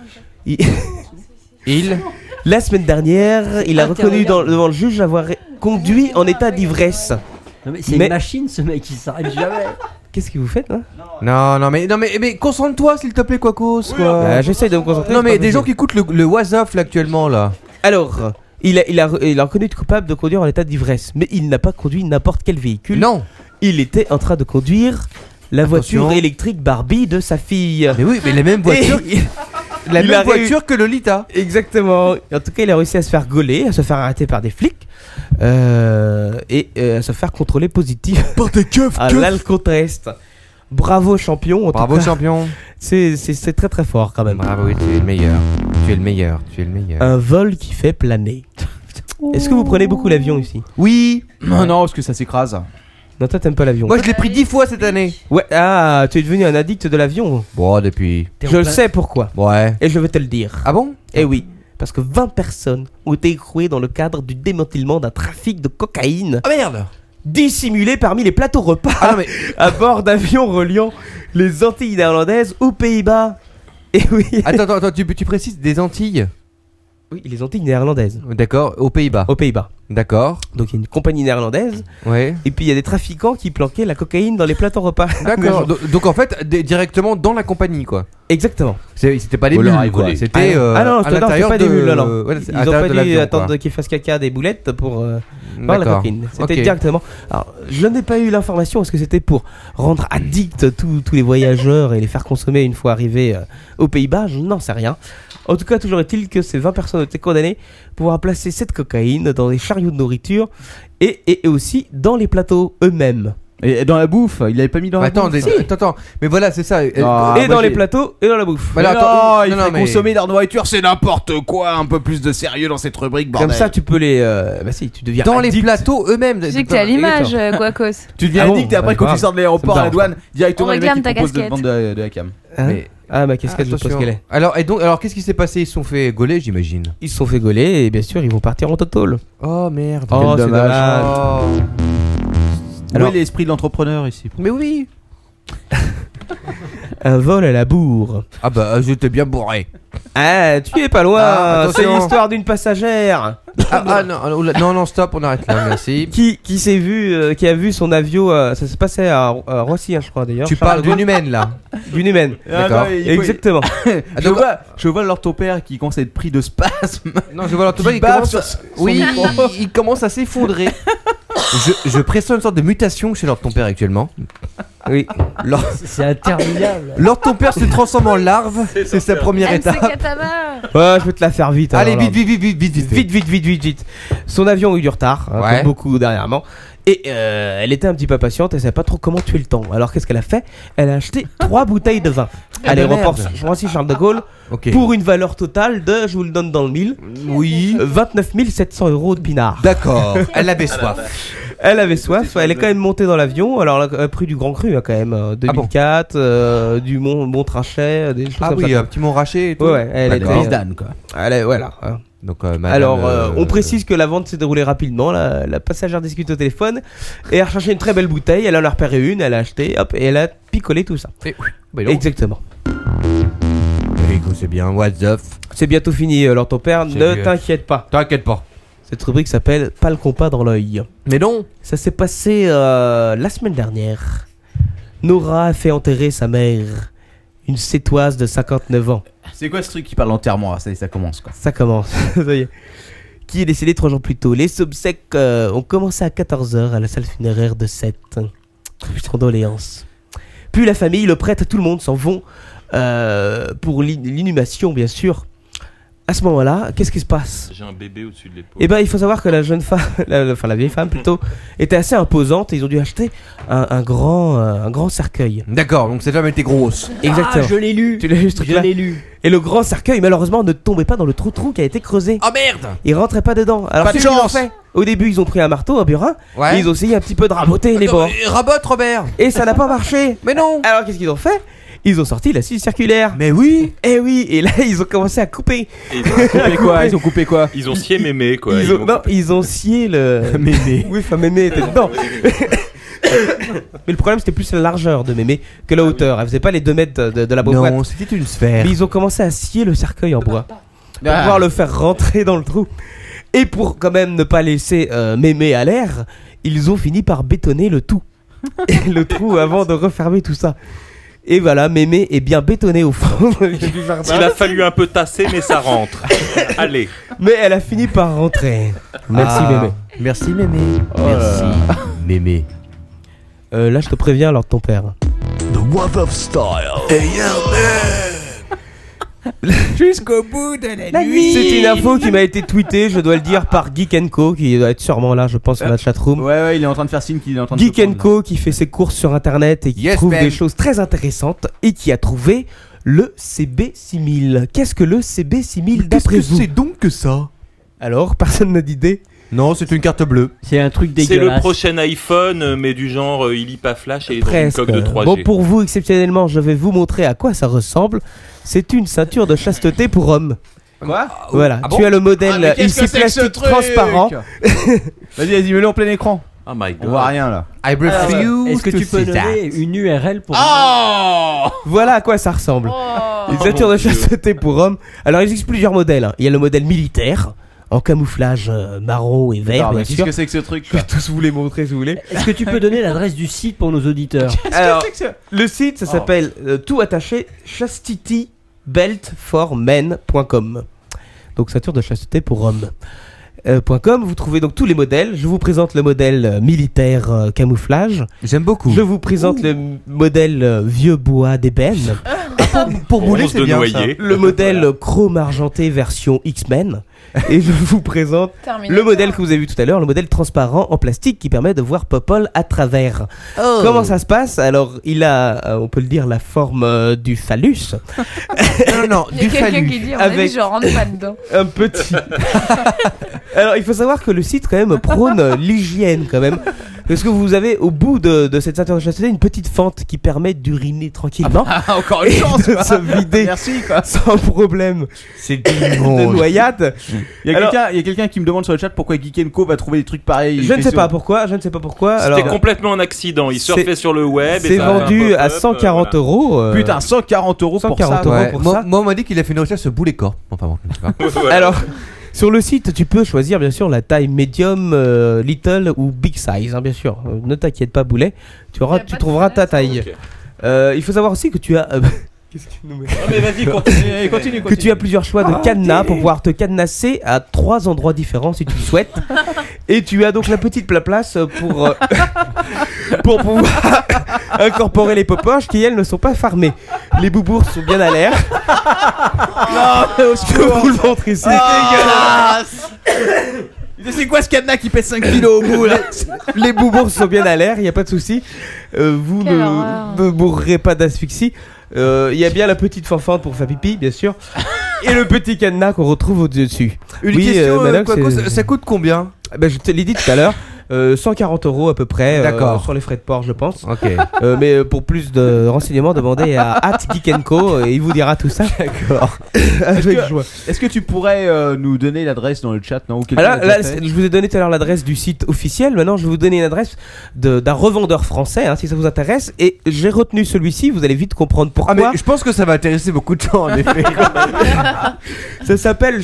La semaine dernière, il a reconnu devant le juge avoir conduit en état d'ivresse. Non, mais c'est une machine, ce mec, il s'arrête jamais. Qu'est-ce que vous faites là? Non, mais concentre-toi s'il te plaît, Quacos. Quoi. J'essaye de me concentrer. Non, mais des gens qui écoutent le WhatsApp là actuellement là. Alors, il a reconnu coupable de conduire en état d'ivresse, mais il n'a pas conduit n'importe quel véhicule. Non. Il était en train de conduire la Attention. voiture électrique Barbie de sa fille. Mais oui, mais la même voiture. La il même a voiture que Lolita. Exactement. En tout cas, il a réussi à se faire gauler, à se faire arrêter par des flics et à se faire contrôler positif par des keufs à l'alcotest. Bravo champion. Bravo champion. C'est très très fort quand même. Bravo, oui, tu es le meilleur. Tu es le meilleur. Tu es le meilleur. Un vol qui fait planer. Est-ce que vous prenez beaucoup l'avion ici? Oui. Non, parce que ça s'écrase. Non, toi t'aimes pas l'avion. Moi je l'ai pris 10 fois cette année. Ouais, tu es devenu un addict de l'avion. Bon, depuis. Je le sais pourquoi. Ouais. Et je vais te le dire. Ah bon? Eh oui. Parce que 20 personnes ont été écrouées dans le cadre du démantèlement d'un trafic de cocaïne. Ah merde! Dissimulé parmi les plateaux repas à bord d'avions reliant les Antilles néerlandaises aux Pays-Bas. Et oui. Attends, tu précises des Antilles? Oui, les Antilles néerlandaises. D'accord, aux Pays-Bas. Aux Pays-Bas. D'accord. Donc il y a une compagnie néerlandaise. Ouais. Et puis il y a des trafiquants qui planquaient la cocaïne dans les plateaux repas. D'accord. Donc en fait, directement dans la compagnie quoi. Exactement. C'était pas des mules quoi. C'était non, à l'intérieur pas des mules. Non. Ouais, Ils ont pas dû attendre qu'ils fassent caca des boulettes pour voir la cocaïne. C'était directement. Alors, je n'ai pas eu l'information. Est-ce que c'était pour rendre addict tous les voyageurs et les faire consommer une fois arrivés aux Pays-Bas? Je n'en sais rien. En tout cas, toujours est-il que ces 20 personnes ont été condamnées pour avoir placé cette cocaïne dans des chariots de nourriture et aussi dans les plateaux eux-mêmes. Et dans la bouffe, il avait pas mis dans la Attends, bouffe. attends, mais voilà, c'est ça. Et dans les plateaux et dans la bouffe. Voilà, Mais attends, non, il non, fait mais- consommer leur nourriture, c'est n'importe quoi. Un peu plus de sérieux dans cette rubrique, bordel. Comme ça, tu peux les. Bah si, tu deviens. Dans les addict. plateaux eux-mêmes. Tu sais que t'es à l'image, Quacos. Tu deviens Ah bon, addict et après, bah, quand tu grave. sors de l'aéroport Ça à me la douane, directement On les mecs réclame ils ta proposent de casquette. vendre de la cam. Hein Mais- Ah, ma casquette, je pense Attention. qu'elle est. Alors qu'est-ce qui s'est passé? Ils se sont fait gauler, j'imagine. Ils se sont fait gauler et bien sûr, ils vont partir en total. Oh merde. Oh, Quel c'est dommage. dommage. Où Alors- est l'esprit de l'entrepreneur ici? Mais oui. Un vol à la bourre. Ah bah j'étais bien bourré. Ah, tu es pas loin. Ah, c'est attention. l'histoire d'une passagère Non, stop, on arrête là, merci. qui s'est vu, qui a vu son avion. Ça se passait à Roissy, hein, je crois d'ailleurs. Tu parles d'une humaine là. d'une humaine. D'accord. Exactement. Je vois leur ton père qui commence à être pris de spasme. Non, je vois alors tout le monde, il bave commence. sur son Oui, micro. il commence à s'effondrer. Je pressens une sorte de mutation chez Lord ton père actuellement. Oui. C'est interminable. Lord ton père se transforme en larve, c'est sa première MC étape. Katama. Ouais, je vais te la faire vite. Allez, alors, là. vite. Son avion a eu du retard, hein, Ouais. comme beaucoup dernièrement. Et elle était un petit peu impatiente, elle savait pas trop comment tuer le temps. Alors qu'est-ce qu'elle a fait? Elle a acheté 3 bouteilles de vin à l'aéroport merde. Roissy-Charles de Gaulle Ok. pour une valeur totale de, je vous le donne dans le mille, Oui. 29 700 € de pinard. D'accord. Elle avait soif. Elle avait soif, elle est quand même montée dans l'avion. Alors elle a pris du grand cru hein, quand même, 2004, du Mont Trachet, des choses Ah comme oui, ça. un petit mont raché et tout. Ouais, ouais, elle D'accord. était Dan quoi. voilà. Hein. Donc, madame, Alors, on précise que la vente s'est déroulée rapidement. La passagère discute au téléphone et elle a recherché une très belle bouteille. Elle en a repéré une, elle a acheté, hop, et elle a picolé tout ça. Exactement. Écoute, c'est bien. What's up? C'est bientôt fini, alors ton père, C'est ne mieux. t'inquiète pas. T'inquiète pas. Cette rubrique s'appelle Pas le compas dans l'œil. Mais non. Ça s'est passé la semaine dernière. Nora a fait enterrer sa mère, une sétoise de 59 ans. C'est quoi ce truc qui parle enterrement? Ça commence quoi. Ça commence, ça y est. Qui est décédé 3 jours plus tôt. Les obsèques ont commencé à 14h à la salle funéraire de Sète. Condoléances. Puis la famille, le prêtre, tout le monde s'en vont pour l'inhumation, bien sûr. À ce moment-là, qu'est-ce qui se passe? J'ai un bébé au-dessus de l'épaule. Eh ben, il faut savoir que la jeune femme, la vieille femme plutôt, était assez imposante et ils ont dû acheter un grand cercueil. D'accord, donc cette femme était grosse. Exactement. Ah, je l'ai lu. Tu l'as lu ce truc-là? Je l'ai lu. Et le grand cercueil, malheureusement, ne tombait pas dans le trou qui a été creusé. Oh merde. Il rentrait pas dedans. Alors, Pas de qu'est-ce qu'ils ont chance. fait? Au début, ils ont pris un marteau, un burin, Ouais. et ils ont essayé un petit peu de raboter les bords. Rabote, Robert. Et ça n'a pas marché. Mais non. Alors, qu'est-ce qu'ils ont fait? Ils ont sorti la scie circulaire. Mais oui. Eh oui, et là, ils ont commencé à couper. Et ils ont coupé quoi? Ils ont scié mémé quoi. Ils ont scié le. Mémé. Oui, enfin, mémé était dedans. Mais le problème, c'était plus la largeur de mémé que la hauteur. Elle faisait pas les 2 mètres de la boîte. Non, c'était une sphère. Mais ils ont commencé à scier le cercueil en bois pour pouvoir le faire rentrer dans le trou. Et pour quand même ne pas laisser mémé à l'air, ils ont fini par bétonner le tout. Et le trou avant de refermer tout ça. Et voilà, mémé est bien bétonné au fond du jardin. Il a fallu un peu tasser, mais ça rentre. Allez. Mais elle a fini par rentrer. Merci mémé. Merci mémé. Oh Merci mémé. Là, je te préviens, alors de ton père. The What of Style. Jusqu'au bout de la nuit. C'est une info qui m'a été tweetée, je dois le dire, par Geek & Co, qui doit être sûrement là, je pense, sur la chatroom. Ouais, il est en train de faire signe qu'il est en train de. Geek & Co, qui fait ses courses sur internet et qui trouve des choses très intéressantes et qui a trouvé le CB6000. Qu'est-ce que le CB6000 d'après vous? C'est donc que ça? Alors, personne n'a d'idée? Non, c'est une carte bleue. C'est un truc C'est dégueulasse. le prochain iPhone, mais du genre il lit pas flash et dans une Presque. coque de 3G. Bon, pour vous, exceptionnellement, je vais vous montrer à quoi ça ressemble. C'est une ceinture de chasteté pour hommes. Quoi? Voilà, Ah bon? tu as le modèle mais qu'est-ce ici que c'est que ce plastique truc? transparent. Vas-y, mets-le en plein écran. Oh my god. On voit rien là. I refuse Est-ce que to tu peux see that. donner une URL pour Voilà à quoi ça ressemble. Oh. Une ceinture de chasteté pour hommes. Alors, il existe plusieurs modèles. Hein. Il y a le modèle militaire, en camouflage marron et vert, bien Qu'est-ce sûr. que c'est que ce truc Je quoi? vais tous vous les montrer si vous voulez. Est-ce que tu peux donner l'adresse du site pour nos auditeurs? Alors, le site, ça s'appelle tout attaché chastitybeltformen.com. Donc, ceinture de chasteté pour hommes. .com, vous trouvez donc tous les modèles. Je vous présente le modèle militaire camouflage. J'aime beaucoup. Je vous présente le modèle vieux bois d'ébène. pour bouler, Ronce c'est de bien noyer. ça. Le modèle chrome argenté version X-Men. Et je vous présente le modèle que vous avez vu tout à l'heure, le modèle transparent en plastique qui permet de voir Popol à travers. Oh. Comment ça se passe? Alors, il a, on peut le dire, la forme du phallus. Non, Il y a quelqu'un qui dit, à mon avis, je rentre pas dedans. Un petit. Alors, il faut savoir que le site, quand même, prône l'hygiène, quand même. Parce que vous avez, au bout de cette ceinture de chasteté, une petite fente qui permet d'uriner tranquillement. Encore une chance, de quoi. se vider Merci, quoi. sans problème C'est de noyade. Il y Alors- a quelqu'un qui me demande sur le chat pourquoi Geek & Co va trouver des trucs pareils. Je ne sais pas pourquoi. C'était complètement un accident. Il surfait sur le web. et C'est ça a fait un vendu à pop-up, 140 euros. Putain, 140 euros pour 140 ça. euros Ouais. pour Moi, ça. on m'a dit qu'il a fait une recherche sur boulet corps. Enfin bon, je sais pas. Voilà. Alors, sur le site, tu peux choisir bien sûr la taille medium, little ou big size, hein, bien sûr. Ne t'inquiète pas, Boulet. Tu trouveras ta taille. Ok. Il faut savoir aussi que tu as. Qu'est-ce que tu nous mets ? Ah, mais vas-y, continue. Que tu as plusieurs choix de cadenas pour pouvoir te cadenasser à 3 endroits différents si tu le souhaites. Et tu as donc la petite place pour pouvoir incorporer les popoches qui elles ne sont pas fermées. Les boubours sont bien à l'air. Non, je peux vous le montrer ici. C'est quoi ce cadenas qui pèse 5 kilos au bout là? Les boubours sont bien à l'air, il n'y a pas de souci. Vous Quelle horreur. ne mourrez pas d'asphyxie. Il y a bien la petite fanfante pour faire pipi, bien sûr. Et le petit cadenas qu'on retrouve au-dessus. Une Oui, question, Manox, Quaco, c'est- ça coûte combien? Ben, je te l'ai dit tout à l'heure. 140 euros à peu près. D'accord. Sur les frais de port, je pense. Ok. Mais pour plus de renseignements, demandez à @geek'n'co et il vous dira tout ça. D'accord. Avec joie. Est-ce que tu pourrais nous donner l'adresse dans le chat, non? Ou quelqu'un Alors, l'a là, déjà fait je vous ai donné tout à l'heure l'adresse du site officiel. Maintenant, je vais vous donner une adresse d'un revendeur français, hein, si ça vous intéresse. Et j'ai retenu celui-ci. Vous allez vite comprendre pourquoi. Ah, mais je pense que ça va intéresser beaucoup de gens en effet. Ça s'appelle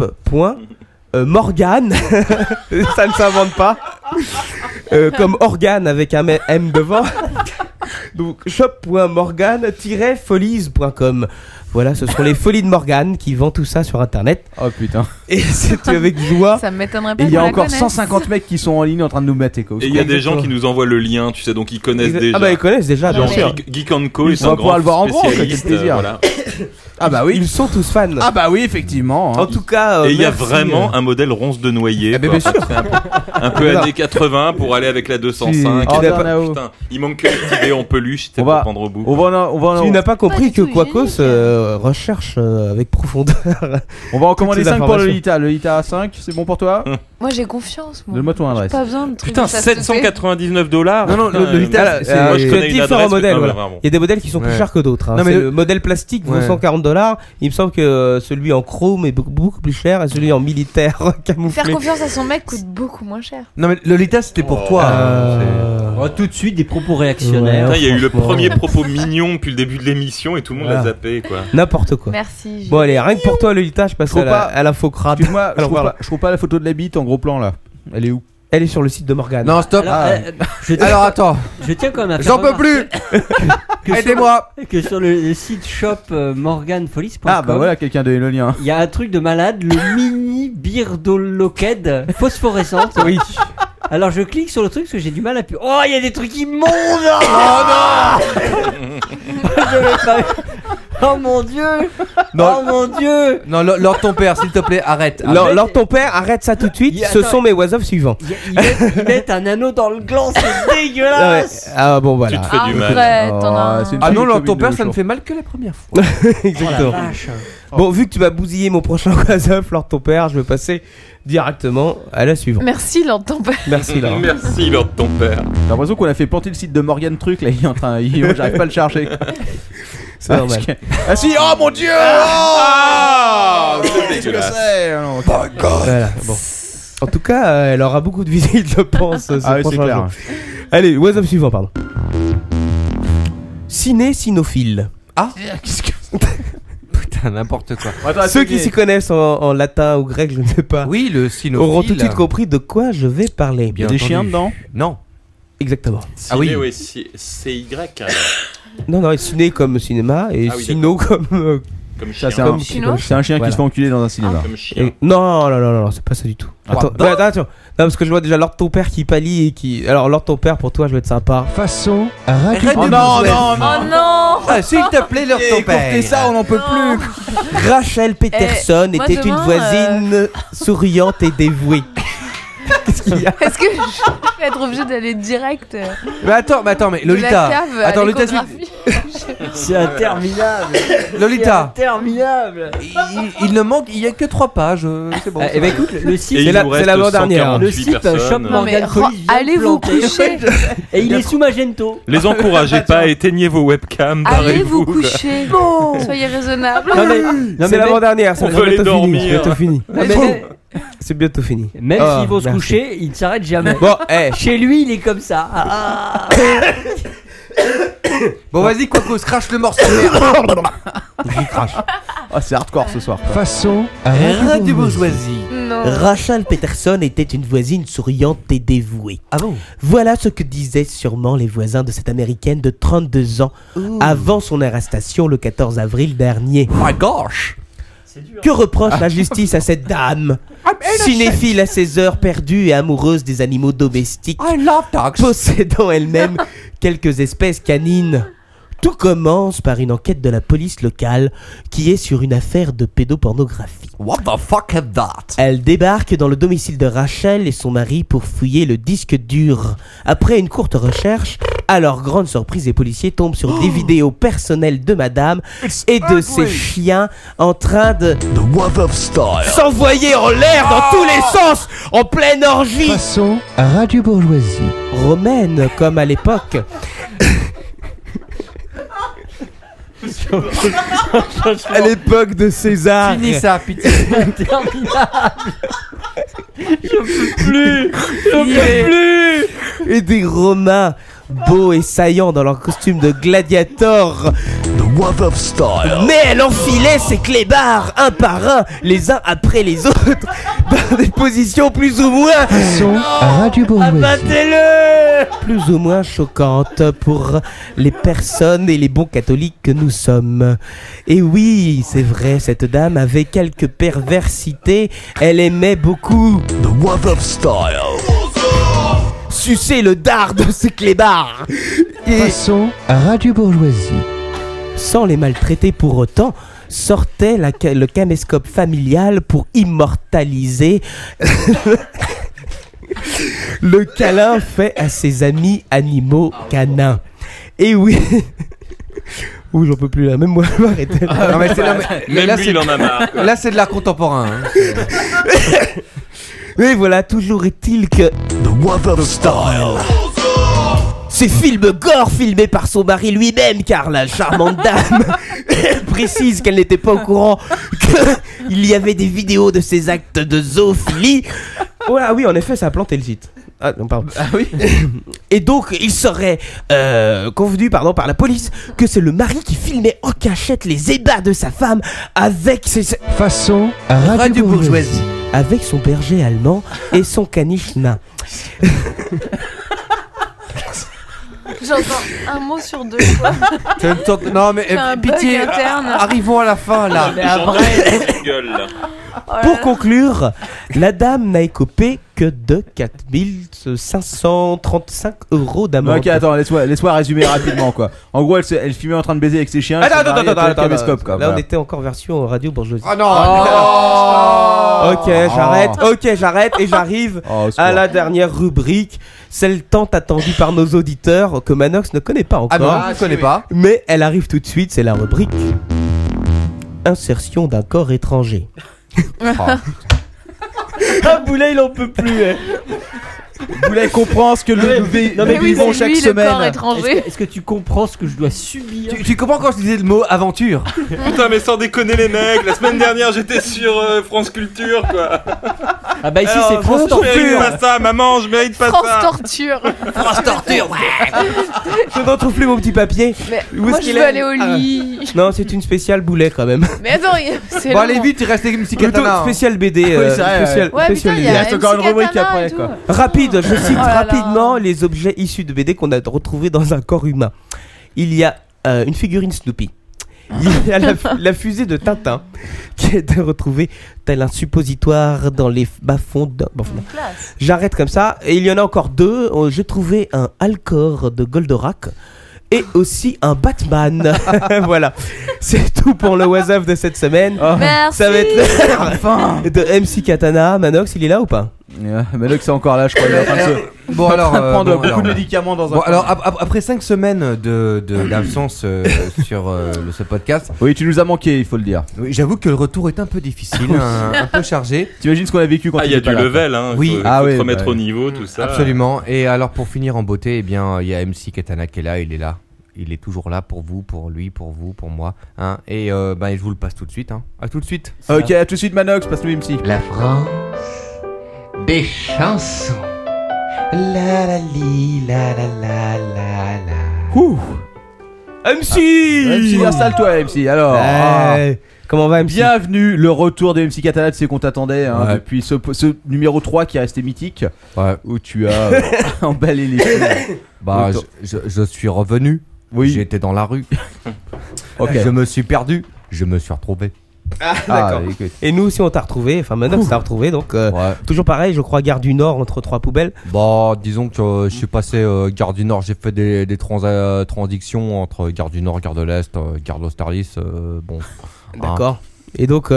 shop.morgan. Ça ne s'invente pas. Comme organe avec un M devant. Donc shop.morgan-folies.com. Voilà, ce sont les folies de Morgane qui vendent tout ça sur internet. Oh putain. Et c'est avec joie. Ça m'étonnerait pas Et il y a qu'on la encore connaisse. 150 mecs qui sont en ligne en train de nous mettre écho. Et il y a des gens qui nous envoient le lien, tu sais, donc ils connaissent déjà. Ah bah ils connaissent déjà, bien Non, sûr. Geek & Co, ils On va sont pouvoir le voir en grands grand, quel spécialistes. plaisir. Voilà. Ah bah oui. Ils sont tous fans. Ah bah oui, effectivement. En tout cas, Et il y a merci, vraiment un modèle ronce de noyer. Ah, mais quoi. bien sûr. C'est un peu Voilà. années 80 pour aller avec la 205. Tu Et n'as pas- pas- Putain, il manque que les idées en peluche, c'était On pour va- prendre au bout. Tu n'as pas compris du que tout Quacos recherche avec profondeur. On va en commander Toutes ces 5 pour le informations. Lolita. Le Lolita 5, c'est bon pour toi? Moi j'ai confiance. Moi. Donne-moi ton J'ai adresse. pas besoin de trucs Putain, de chasteté. $799. Non, non, le Lolita, Voilà, c'est- moi, je il y a connais une différents adresse, modèles. mais Voilà. vraiment. Il y a des modèles qui sont plus Ouais. chers que d'autres. Hein. Non, mais C'est le- le modèle plastique vaut Ouais. $140. Il me semble que celui en chrome est beaucoup plus cher et celui en militaire camouflé. Faire confiance à son mec coûte beaucoup moins cher. Non, mais Lolita, c'était pour toi. hein, Oh, tout de suite des propos réactionnaires. Putain, il y a eu le franchement. premier propos mignon depuis le début de l'émission et tout le monde Voilà. l'a zappé, quoi. N'importe quoi. Merci. Bon allez, rien que pour toi Lolita, je passe Trouve à pas- à l'info crade. Excuse-moi, je Alors, trouve voilà. pas- je trouve pas la photo de la bite en gros plan là. Elle est où? Elle est sur le site de Morgane. Non, stop. Alors, je tiens- Alors attends, je tiens quand même à faire j'en peux plus. que sur- Aidez-moi. que sur le site shop morganfolies.com, Ah bah voilà, quelqu'un de Elolien. il y a un truc de malade, le mini birdoloked phosphorescente. Oui. Alors je clique sur le truc parce que j'ai du mal à pu. Oh, il y a des trucs immondes. Oh non. Je vais pas- Oh mon dieu. Non. Oh mon dieu. Non, Lord ton père, s'il te plaît, arrête. Lors ton père, arrête ça tout de suite. Il y a- Ce attends. sont mes was-of suivants. Ils mettent un anneau dans le gland, c'est Ah, ouais. dégueulasse. Ah bon voilà. Tu te fais du mal. Arrête, t'en as un. c'est une Ah fille non, de Lord ton commune père, de ça ne Auchan. fait mal que la première fois. Exactement. Oh la vache. Bon, vu que tu vas bousiller mon prochain was-of, Lord ton père, je vais passer directement à la suivante. Merci, Lord ton père. Merci Laure. Merci, Lord ton père. J'ai l'impression qu'on a fait planter le site de Morgan Truc là, il est en train. J'arrive pas à le charger. C'est normal. Ah si, oh mon dieu! Ah, c'est Qu'est-ce que dégueulasse. c'est? Ah, non, ok. Voilà, bon. En tout cas, elle aura beaucoup de visites, je pense. ce Ah oui, c'est prochain clair. jour. Allez, was-of suivant, pardon. Ciné-cinophile. Ah, qu'est-ce que. Putain, n'importe quoi. Attends, Ceux qui s'y connaissent en latin ou grec, je ne sais pas, Oui, le cynophile. auront tout de suite compris de quoi je vais parler. Il y a des chiens dedans? Non. Exactement. Ah oui. Ciné, c'est Y. Non, non, ciné comme cinéma et Ah oui, sino comme Comme Ça, chien. c'est Chinois. c'est un chien qui Voilà. se fait enculer dans un cinéma. Comme chien. Et- non, c'est pas ça du tout. Attends, ouais, attends. Non, parce que je vois déjà Lord ton père qui pâlit et qui. Alors, Lord ton père, pour toi, je vais être sympa. Façon radio. Oh non, non, Oh non. Ah, s'il te plaît, leur ton Écoutez père. ça, on n'en peut Non. plus. Rachel Peterson moi, était une demain, voisine souriante et dévouée. Qu'est-ce qu'il y a? Est-ce que je vais être obligée d'aller direct Mais attends, mais de la Lolita. cave à Attends, Lolita, l'échographie? C'est interminable. Lolita. C'est interminable. Il ne manque, il y a que 3 pages. C'est bon. Eh ben écoute, le site, Et il la- vous c'est reste l'avant-dernière. le 148 site personnes. Shop Non, mais Morgan Collins vient de allez vous planter. coucher. Et il est sous Magento. Les encouragez pas, éteignez vos webcams. Allez vous barrez-vous. coucher. Soyez raisonnable. Non mais, C'est l'avant-dernière, on c'est veut aller bientôt fini. dormir. C'est bientôt fini. non, mais C'est bientôt fini. même Ah, s'ils vont se merci. coucher, il ne s'arrête jamais. Bon, Chez lui, il est comme ça. Ah. Bon, vas-y, Quacos, crache le morceau de merde. Ah, c'est hardcore ce soir. Façon Radio Bourgeoisie. Non. Rachel Peterson était une voisine souriante et dévouée. Ah bon? Voilà ce que disaient sûrement les voisins de cette américaine de 32 ans avant son arrestation le 14 avril dernier. My gosh. Que reproche la justice à cette dame, cinéphile à ses heures perdues et amoureuse des animaux domestiques, I love dogs. possédant elle-même quelques espèces canines? Tout commence par une enquête de la police locale qui est sur une affaire de pédopornographie. What the fuck is that? Elle débarque dans le domicile de Rachel et son mari pour fouiller le disque dur. Après une courte recherche, à leur grande surprise, les policiers tombent sur des vidéos personnelles de madame et de ses chiens en train de The Wave of Style. s'envoyer en l'air dans tous les sens, en pleine orgie Façon radio bourgeoisie. romaine, comme à l'époque. À l'époque de César. Finis ça, pitié. Plus et des Romains beaux et saillants dans leur costume de gladiator. The Wave of Style. Mais elle enfilait ses clébards un par un, les uns après les autres, dans des positions plus ou moins Façon radio bourgeoisie. abattez-le, plus ou moins choquantes pour les personnes et les bons catholiques que nous sommes. Et oui, c'est vrai, cette dame avait quelques perversités. Elle aimait beaucoup The Wave of Style. sucer le dard de ses clébards. Et Façon radio bourgeoisie. sans les maltraiter pour autant, sortait le caméscope familial pour immortaliser le câlin fait à ses amis animaux canins. Et oui. Ouh, j'en peux plus là, même moi je vais arrêter. Non, mais Même là, lui, c'est- il en a marre. Là, c'est de l'art contemporain. Hein. Mais voilà, toujours est-il que The Wave of Style. ces films gore filmés par son mari lui-même, car la charmante dame précise qu'elle n'était pas au courant qu'il y avait des vidéos de ses actes de zoophilie. Ah oui, en effet, ça a planté le site. Ah non, pardon. Ah oui. Et donc, il serait convenu par la police que c'est le mari qui filmait en cachette les ébats de sa femme avec Façon radio bourgeoisie. avec son berger allemand et son caniche nain. J'entends un mot sur deux. Non, mais J'ai un bug pitié, interne. arrivons à la fin là. Gueule, là. Oh là Pour là. conclure, la dame n'a écopé que de 4535 € d'amende. Ok, attends, laisse-moi résumer rapidement quoi. En gros, elle filmait en train de baiser avec ses chiens. Attends, caméscope quoi. Là, voilà. on était encore version radio bourgeoisie. Ah non. Ok, j'arrête et j'arrive Oh, au à secours. la dernière rubrique, celle tant attendue par nos auditeurs que Manox ne connaît pas Ah non, encore. je ne connais pas. Mais elle arrive tout de suite, c'est la rubrique insertion d'un corps étranger. Ah, Boulet, il en peut plus. Hein. Boulet comprend ce que nous Non, mais oui, vivons c'est chaque lui, le corps semaine. étranger. Est-ce que tu comprends ce que je dois subir? Tu comprends quand je disais le mot aventure? Putain, mais sans déconner, les mecs. La semaine dernière, j'étais sur France Culture, quoi. Ah bah ici Alors, c'est France je mérite Torture. pas ça, maman, je mérite pas France ça. torture. France torture. Je ne retrouve plus mon petit papier. Mais Où moi est-ce je qu'il veux est aller au lit. Non, c'est une spéciale Boulet quand même. Mais attends, c'est Bon, long. allez vite, il reste les MC Plutôt Katana. spéciale BD. Oui, c'est vrai, spéciale, Ouais, spéciale putain, il y BD. a reste encore MC une rubrique Katana après, et quoi. tout. Rapide, je cite Oh là là. rapidement les objets issus de BD qu'on a retrouvés dans un corps humain. Il y a une figurine Snoopy. il y a la fusée de Tintin qui a été retrouvée tel un suppositoire dans les bas-fonds Classe. J'arrête comme ça. Et il y en a encore 2. J'ai trouvé un Alcor de Goldorak et aussi un Batman. Voilà. C'est tout pour le Was Up de cette semaine. Merci. Ça va être enfin de MC Katana. Manox, il est là ou pas? Manox c'est encore là, je crois. Il est en train de se... Bon alors, prendre bon, beaucoup alors, de médicaments dans un. Bon alors après 5 semaines d'absence sur ce podcast. Oui, tu nous as manqué, il faut le dire. Oui, j'avoue que le retour est un peu difficile, un peu chargé. T'imagines ce qu'on a vécu quand il y a du level, hein. Oui. Faut te remettre au niveau, tout ça. Absolument. Et alors pour finir en beauté, eh bien il y a MC Katana qui est là, il est là. Il est toujours là pour vous, pour lui, pour vous, pour moi. Hein. Et je vous le passe tout de suite. Hein. À tout de suite. Ok, à tout de suite Manox, passe-nous MC. La France des chansons. La la li, la la la la la. Ouh. MC MC, installe-toi MC. Alors, comment va MC? Bienvenue, le retour de MC Katana, c'est qu'on t'attendait Ouais. depuis ce numéro 3 qui est resté mythique, où tu as emballé les choses. Bah, je suis revenu. Oui. J'étais dans la rue. Ok. Je me suis perdu. Je me suis retrouvé. Ah, d'accord. Et nous aussi on t'a retrouvé, enfin Manox t'a retrouvé, donc toujours pareil, je crois, gare du Nord entre 3 poubelles. Bah, disons que je suis passé gare du Nord, j'ai fait des transactions entre gare du Nord, gare de l'Est, gare d'Austerlitz, bon. D'accord. Et donc,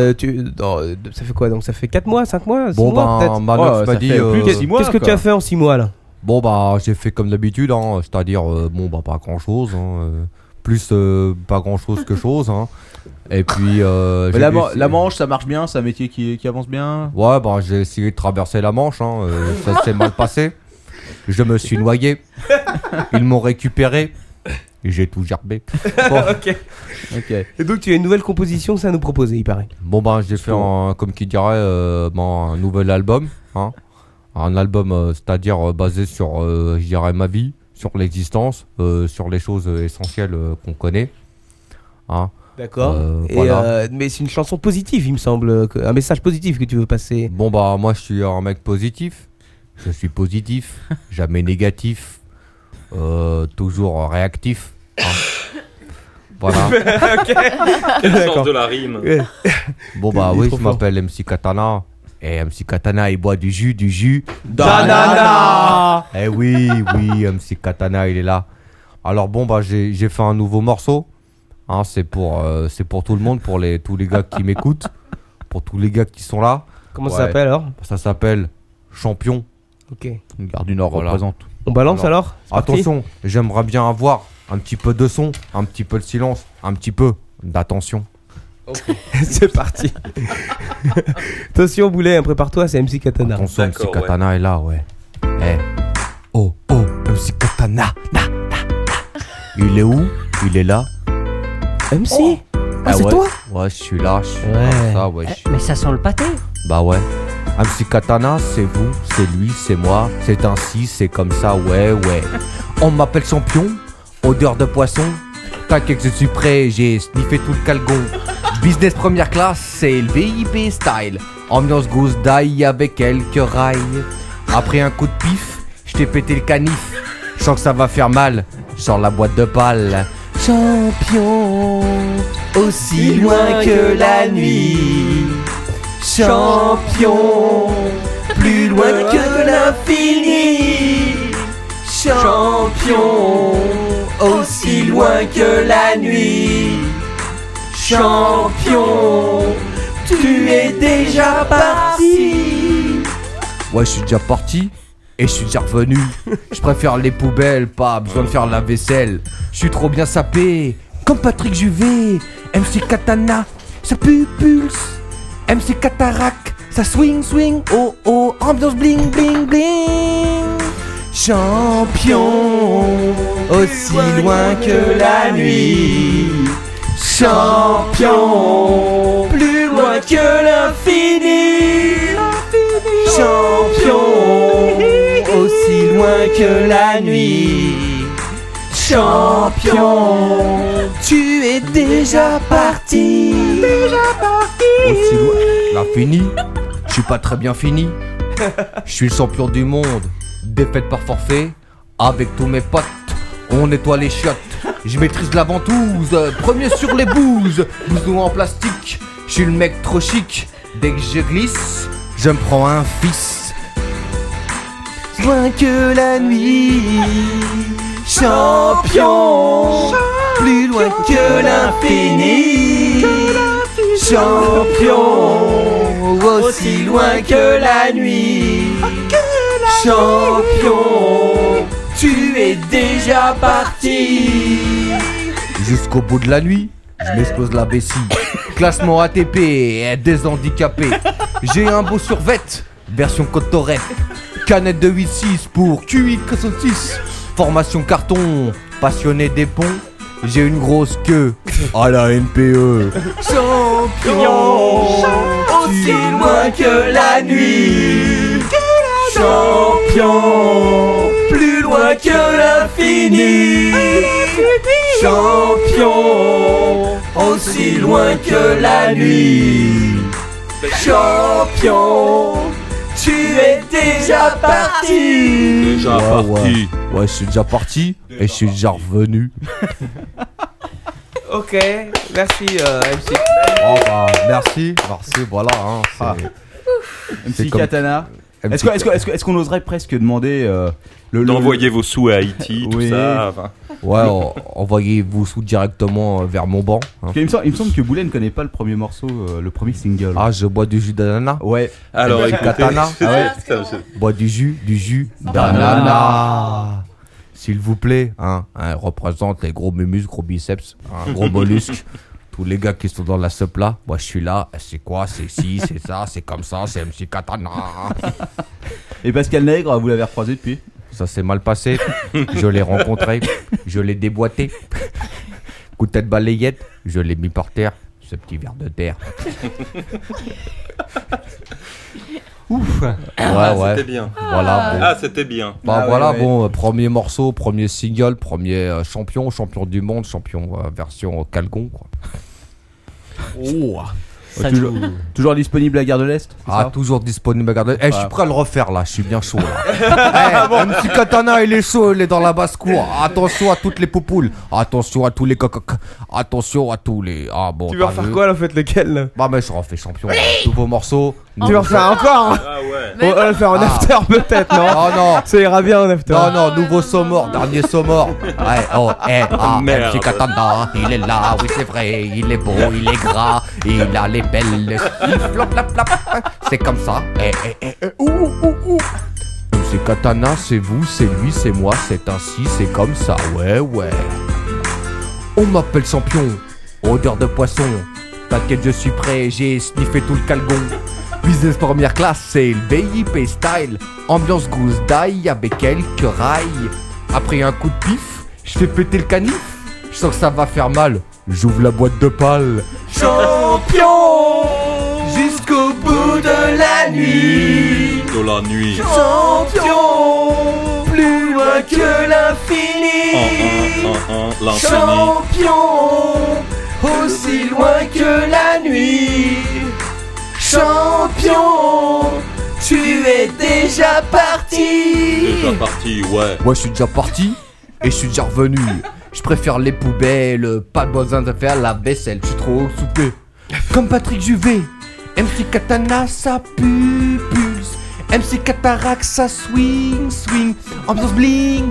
ça fait quoi? Donc ça fait 4 mois, 5 mois, 6 Bon, mois ben, peut-être. Manox m'a dit. Qu'est-ce que tu as fait en 6 mois là? Bon, bah, j'ai fait comme d'habitude, hein, c'est-à-dire, pas grand-chose, hein, plus pas grand-chose que chose, hein. Et puis la Manche, ça marche bien, c'est un métier qui avance bien. Ouais, bah j'ai essayé de traverser la Manche, hein, ça s'est mal passé. Je me suis noyé. Ils m'ont récupéré. Et j'ai tout gerbé. Bon. Ok. Et donc tu as une nouvelle composition, ça à nous proposer, il paraît. Bon bah j'ai fait comme qui dirait un nouvel album, hein. Un album c'est-à-dire basé sur je dirais ma vie, sur l'existence, sur les choses essentielles qu'on connaît, hein. D'accord. Voilà. Mais c'est une chanson positive, il me semble, un message positif que tu veux passer. Bon bah moi je suis un mec positif. Je suis positif, jamais négatif, toujours réactif. Hein. Voilà. Quel sens de la rime. Bon bah oui, je m'appelle MC Katana. Et MC Katana il boit du jus d'ananas. Eh oui, MC Katana il est là. Alors bon bah j'ai fait un nouveau morceau. Hein, c'est pour tout le monde, pour tous les gars qui m'écoutent, pour tous les gars qui sont là. Comment ça s'appelle alors? Ça s'appelle Champion. Ok. Gare du Nord représente. On balance alors? Attention, j'aimerais bien avoir un petit peu de son, un petit peu de silence, un petit peu d'attention. Ok. C'est parti. Attention Boulet, prépare-toi, c'est MC Katana. Attention, MC Katana est là, ouais. Oh, MC Katana. Il est où? Il est là. MC Ah c'est ouais. toi? Ouais, je suis là. Ça, ouais. Mais ça sent le pâté. Bah ouais. MC Katana, c'est vous, c'est lui, c'est moi. C'est ainsi, c'est comme ça, ouais. On m'appelle champion, odeur de poisson. T'inquiète que je suis prêt, j'ai sniffé tout le calgon. Business première classe, c'est le VIP style. Ambiance goose d'ail avec quelques rails. Après un coup de pif, je t'ai pété le canif. Je sens que ça va faire mal, je sors la boîte de pal. Champion, aussi loin que la nuit. Champion, plus loin que l'infini. Champion, aussi loin que la nuit. Champion, tu es déjà parti. Ouais, je suis déjà parti. Et je suis déjà revenu. Je préfère les poubelles, pas besoin de faire la vaisselle. Je suis trop bien sapé, comme Patrick Juvet. MC Katana, ça pulse. MC Cataract, ça swing. Oh, ambiance bling. Champion, aussi loin que la nuit. Champion, plus loin que l'infini. Champion, aussi loin que la nuit. Champion, tu es déjà parti. Aussi loin, l'infini. Je suis pas très bien fini. Je suis le champion du monde. Défaite par forfait. Avec tous mes potes, on nettoie les chiottes. je maîtrise la ventouse. Premier sur les bouses, blouson en plastique. Je suis le mec trop chic. Dès que je glisse, je me prends un fils. Loin que la nuit, champion. Plus loin que l'infini, champion. Aussi loin que la nuit, champion. Tu es déjà parti. Jusqu'au bout de la nuit, je m'expose la vessie. Classement ATP, des handicapés. J'ai un beau survêt, version cotorette. Canette de 8-6 pour QI saucisse. Formation carton, passionné des ponts. J'ai une grosse queue à la NPE. Champion, aussi loin que la nuit. Champion, plus loin que l'infini. Champion, aussi loin que la nuit. Champion, tu es déjà parti. Déjà parti. Ouais, je suis déjà parti et je suis déjà revenu. Ok, merci MC. Oh bah, merci, voilà. Hein, MC Katana. Est-ce qu'on oserait presque demander d'envoyer vos sous à Haïti, tout ça enfin. Ouais, envoyez vos sous directement vers mon banc. Hein. Il me semble que Boulet ne connaît pas le premier morceau, le premier single. Ah, je bois du jus d'ananas. Ouais. Alors, écoutez, Katana. Ah ouais. Bois du jus d'ananas. S'il vous plaît, hein, représente les gros mémus, gros biceps, un gros mollusque. Tous les gars qui sont dans la sup là, moi je suis là, c'est quoi, c'est ci, c'est ça, c'est comme ça, c'est MC Katana. Et Pascal Nègre, vous l'avez recroisé depuis? Ça s'est mal passé, je l'ai rencontré, je l'ai déboîté. Coup de tête balayette, je l'ai mis par terre, ce petit verre de terre. Ouf. Ouais. C'était bien. Voilà. Bon. Ah, c'était bien. Bah voilà, bon, premier morceau, premier single, premier champion du monde, champion version Calgon, quoi. Oh. Toujours disponible à Gare de l'Est. Ah, toujours disponible à Gare de l'Est. Je suis prêt à le refaire là, je suis bien chaud là. MC Katana, il est chaud, il est dans la basse-cour. Attention à toutes les poupoules. Attention à tous les cococs. Attention à tous les. Ah bon. Tu veux refaire quoi là, en fait, lequel là? Bah, mais je refais champion. Nouveau morceau. Tu veux refaire encore? Ah ouais. On va le faire en after peut-être, non? Oh non. Ça ira bien en after. Non, nouveau Somor, dernier Somor. Ouais, MC Katana, il est là, oui c'est vrai, il est beau, il est gras, il a les belles flop. C'est comme ça. MC Katana, c'est vous, c'est lui, c'est moi, c'est ainsi, c'est comme ça, ouais. On m'appelle champion, odeur de poisson. T'inquiète, je suis prêt, j'ai sniffé tout le Calgon. Business première classe, c'est le BIP style. Ambiance goose d'ail avec quelques rails. Après un coup de pif, je fais péter le canif. Je sens que ça va faire mal. J'ouvre la boîte de pales. Champion, jusqu'au bout de la nuit. De la nuit. Champion, plus loin que l'infini. L'infini. Champion, aussi loin que la nuit. Champion, tu es déjà parti. Déjà parti, ouais. Ouais, je suis déjà parti et je suis déjà revenu. Je préfère les poubelles, pas besoin de faire la vaisselle, je suis trop occupé. Comme Patrick Juvet, MC Katana ça pulse, MC Cataract ça swing, ambiance bling.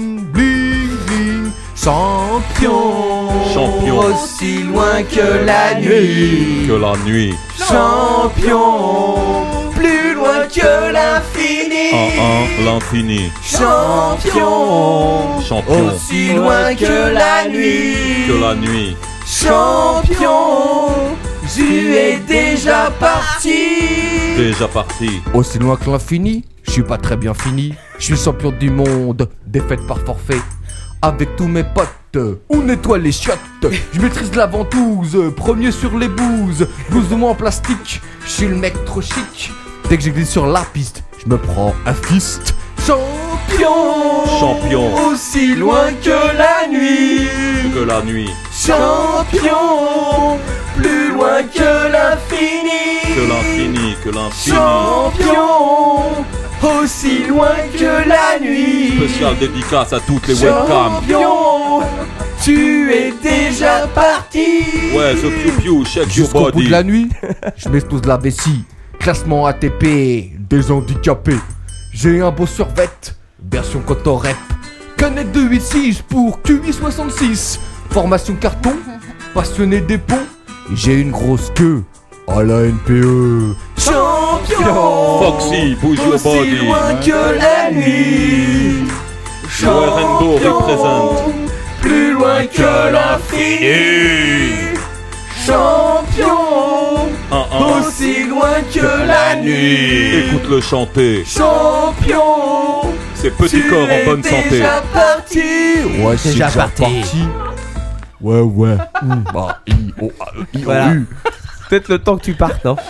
Champion, aussi loin que la nuit. Que la nuit. Champion, plus loin que l'infini. L'infini. Champion, aussi loin que la nuit. Que la nuit. Champion, tu es déjà parti. Déjà parti. Aussi loin que l'infini, je suis pas très bien fini. Je suis champion du monde, défaite par forfait. Avec tous mes potes, on nettoie les chiottes. Je maîtrise la ventouse, premier sur les bouses. Blouson en plastique, je suis le mec trop chic. Dès que j'existe sur la piste, je me prends un fist. Champion, aussi loin que la nuit. Que la nuit. Champion, plus loin que l'infini. Que l'infini, que l'infini. Champion, aussi loin que la nuit. Spécial dédicace à toutes les webcams. Champion, Tu es déjà parti. Ouais, ce piou-piou, shake your Jusqu'au bout body. de la nuit, je m'explose la vessie. Classement ATP, des handicapés. J'ai un beau survêt, version coton rep. Canette de 8.6 pour QI66. Formation carton, passionné des ponts. Et j'ai une grosse queue à la NPE. Champion, Foxy, bouge your aussi body. loin que la nuit. Le Rainbow représente. Plus loin que l'Afrique. Champion, aussi loin que la nuit. Écoute-le chanter. Champion, C'est Petit Corps en bonne santé. déjà parti. Ouais, c'est Déjà déjà parti. parti. Ouais. Bah, Voilà. Peut-être le temps que tu partes, non?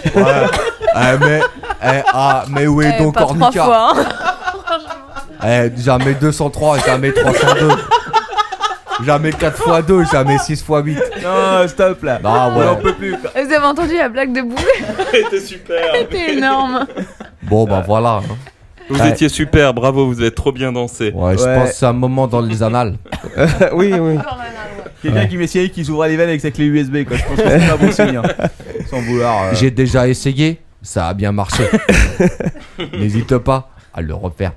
mais où est donc pas 3 Ornica? fois. Hein. Jamais 203, jamais 302. Jamais 4x2, jamais 6x8. Non, stop là. Ah ouais. On peut plus. Vous avez entendu la blague de Boulet? C'était super. C'était énorme. Bon, bah voilà. Vous étiez super, bravo, vous avez trop bien dansé. Ouais, je pense que c'est un moment dans les annales. Oui. Quelqu'un qui m'essayait qui s'ouvre les veines avec sa clé USB quoi. Je pense que c'est pas bon signe. Sans vouloir. J'ai déjà essayé, ça a bien marché. N'hésite pas à le refaire.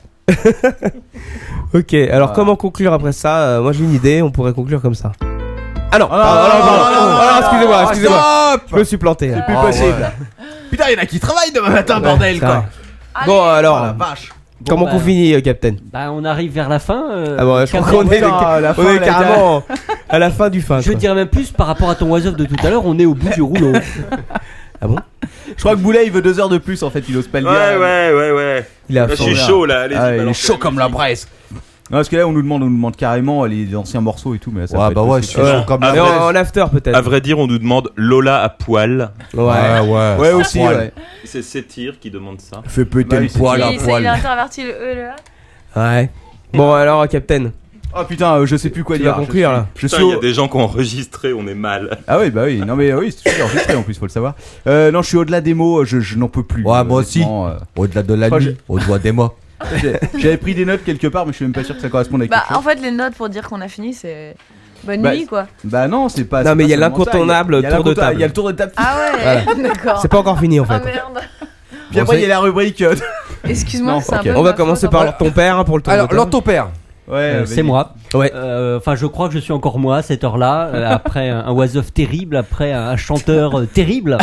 Ok, alors comment conclure après ça? Moi j'ai une idée, on pourrait conclure comme ça. Ah non, excusez-moi. Je me suis planté. C'est plus possible. Putain, il y en a qui travaillent demain matin, bordel quoi. Bon alors, Oh la vache. comment qu'on finit, Captain? Bah, on arrive vers la fin. Ah bon, je crois qu'on est, on est carrément à la fin du fin. Je dirais même plus par rapport à ton was-of de tout à l'heure, on est au bout du rouleau. Ah bon? Je crois que Boulet il veut 2 heures de plus en fait, il ose pas le dire. Ouais. Il a Là, je suis chaud là, allez-y. Ah, il est balancez. chaud comme la braise. Non, parce que là on nous demande carrément les anciens morceaux et tout, mais ça Ouais, bah ouais, je suis chaud comme la Mais braise. en after peut-être. À vrai dire, on nous demande Lola à poil. Ouais aussi, ouais. C'est Sétir qui demande ça. Fais péter Bah, le il- poil à Il a poil. interverti le E là. Ouais. Bon alors, Captain, Oh putain, je sais plus quoi tu vas dire. conclure là. Je Putain, suis il y a au... des gens qui ont enregistré, on est mal. Ah oui, bah oui, non mais oui, c'est enregistré en plus, faut le savoir. Non, je suis au-delà des mots, je n'en peux plus. Ouais, moi aussi. honnêtement, Au-delà de la Oh, nuit, au-delà des mois. J'avais pris des notes quelque part, mais je suis même pas sûr que ça corresponde avec Bah, quelque chose. en fait, les notes pour dire qu'on a fini, c'est bonne Bah, nuit quoi. Bah non, c'est pas. Non, c'est mais pas il y a seulement ça, l'incontournable il y a tour de table. Il y a le tour de table. Ah ouais, Voilà. d'accord. C'est pas encore fini en fait. Ah merde. Puis après, il y a la rubrique. Excuse-moi, Non, c'est un ok. peu. On va ma commencer faute, par en leur ton père pour le tour Alors, de Lord table. ton père. Ouais, C'est moi. Ouais. Enfin, je crois que je suis encore moi à cette heure-là, après un was-of terrible, après un chanteur terrible.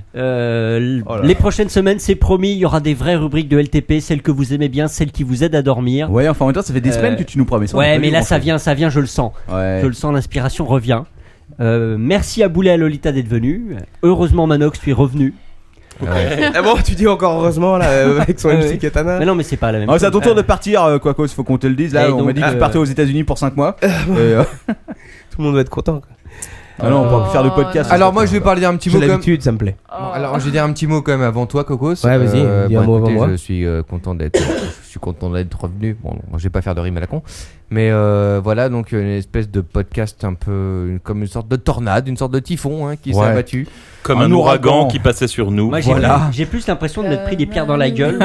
Les prochaines semaines, c'est promis, il y aura des vraies rubriques de LTP, celles que vous aimez bien, celles qui vous aident à dormir. Ouais, enfin en même temps, ça fait des semaines que tu nous promets ça. on a Ouais, pas mais vu là, grand-chose. ça vient, je le sens. Ouais. Je le sens, l'inspiration revient. Merci à Boulet et à Lolita d'être venus. Heureusement, Manox, tu es revenu. Ah bon, tu dis encore heureusement là avec son MC Katana. Mais non, mais c'est pas la même Ah, chose. c'est à ton tour de partir, quoi qu'il faut qu'on te le dise. Là, Et on donc, m'a dit que tu partais aux États-Unis pour 5 mois. Tout le monde va être content. Quoi. Ah non, on va plus faire de podcast. Alors, moi, je vais parler un petit J'ai mot quand même. l'habitude, ça me plaît. Alors, je vais dire un petit mot quand même avant toi, Cocos. Ouais, vas-y, dis un mot avant moi. Je suis content d'être revenu. Bon, je vais pas faire de rime à la con. Mais voilà, donc une espèce de podcast un peu comme une sorte de tornade, une sorte de typhon qui s'est abattu. Comme un ouragan qui passait sur nous. Moi, j'ai plus l'impression de m'être pris des pierres dans la gueule.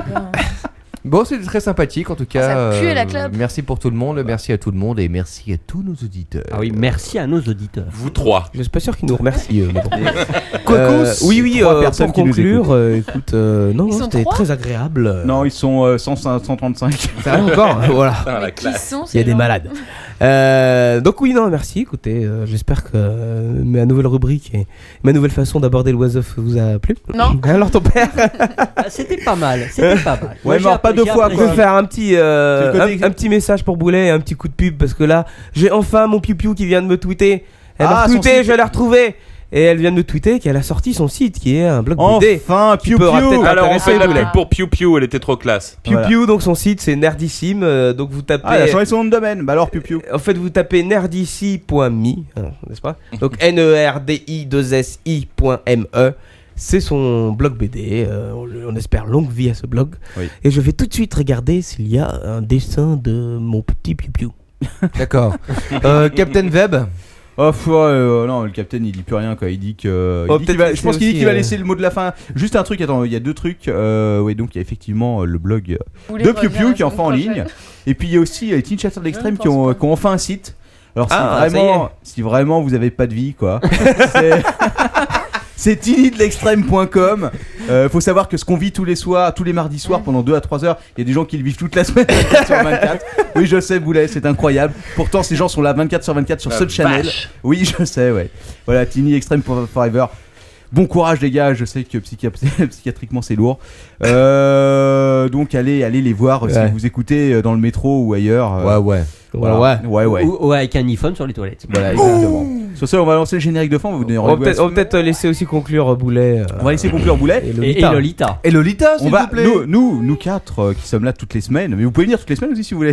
Bon, c'était très sympathique en tout cas. Ça pue la clope. Merci pour tout le monde, merci à tout le monde et merci à tous nos auditeurs. Ah oui, merci à nos auditeurs. Vous trois. Je suis pas sûr qu'ils nous remercient. Mais bon. Cocos, oui, trois personnes pour qui nous conclure, écoute, non, Ils sont c'était trois très agréable. Non, ils sont 135. Ça va encore, voilà. Ah, la Mais qui classe. sont Il y a ces des gens malades. Donc oui, non, merci. Écoutez, j'espère que ma nouvelle rubrique et ma nouvelle façon d'aborder le was-of vous a plu. Non. Alors ton père, Ah, c'était pas mal, c'était pas mal. Ouais, Moi, mais pas deux fois, je quoi. vais faire un petit, le côté- un petit message pour Boulet et un petit coup de pub parce que là, j'ai enfin mon piou-piou qui vient de me tweeter. Elle Ah, m'a son tweeté, site. je l'ai retrouvé. Et elle vient de me tweeter qu'elle a sorti son site qui est un blog BD. Enfin, Qui peut peut-être Alors on fait de la Boulet. pub pour Piu Piu, elle était trop classe. Piou-piou, donc son site c'est nerdissime. Donc vous tapez. Ah, il a changé son nom de domaine. Bah alors, Piu-Piu. En fait, vous tapez nerdici.me, n'est-ce pas? Donc nerdi2si.me. C'est son blog BD. On espère longue vie à ce blog. Oui. Et je vais tout de suite regarder s'il y a un dessin de mon petit piou-piou. D'accord. Captain Web. Oh, non, le capitaine il dit plus rien quoi. Il dit que. Oh, il dit qu'il peut-être va- je pense c'est qu'il dit aussi, qu'il va laisser le mot de la fin. Juste un truc, attends, il y a deux trucs. Oui, donc il y a effectivement le blog Vous voulez de revenir Piu-Piu la qui est enfin en semaine ligne. prochaine Et puis il y a aussi les Teen Chatters de l'Extrême Je qui ont pense pas. enfin un site. Alors Ah, si vraiment vous avez pas de vie, quoi, c'est tiny-de-l'extrême.com. Faut savoir que ce qu'on vit tous les mardis soirs pendant 2 à 3 heures, il y a des gens qui le vivent toute la semaine 24 sur 24. Oui, je sais, Boulet, c'est incroyable. Pourtant, ces gens sont là 24 sur 24 sur ce channel. Oui, je sais, ouais. Voilà, Tiny Extreme Forever. Bon courage les gars, je sais que psychiatriquement c'est lourd. Donc allez les voir si vous écoutez dans le métro ou ailleurs. Ouais. Ou avec un iPhone sur les toilettes. Voilà, exactement. Sur ce, on va lancer le générique de fin. On va vous donner On va peut-être laisser aussi conclure Boulet. On va laisser conclure Boulet et Lolita. Et Lolita, s'il vous plaît. Nous quatre qui sommes là toutes les semaines, mais vous pouvez venir toutes les semaines aussi si vous voulez.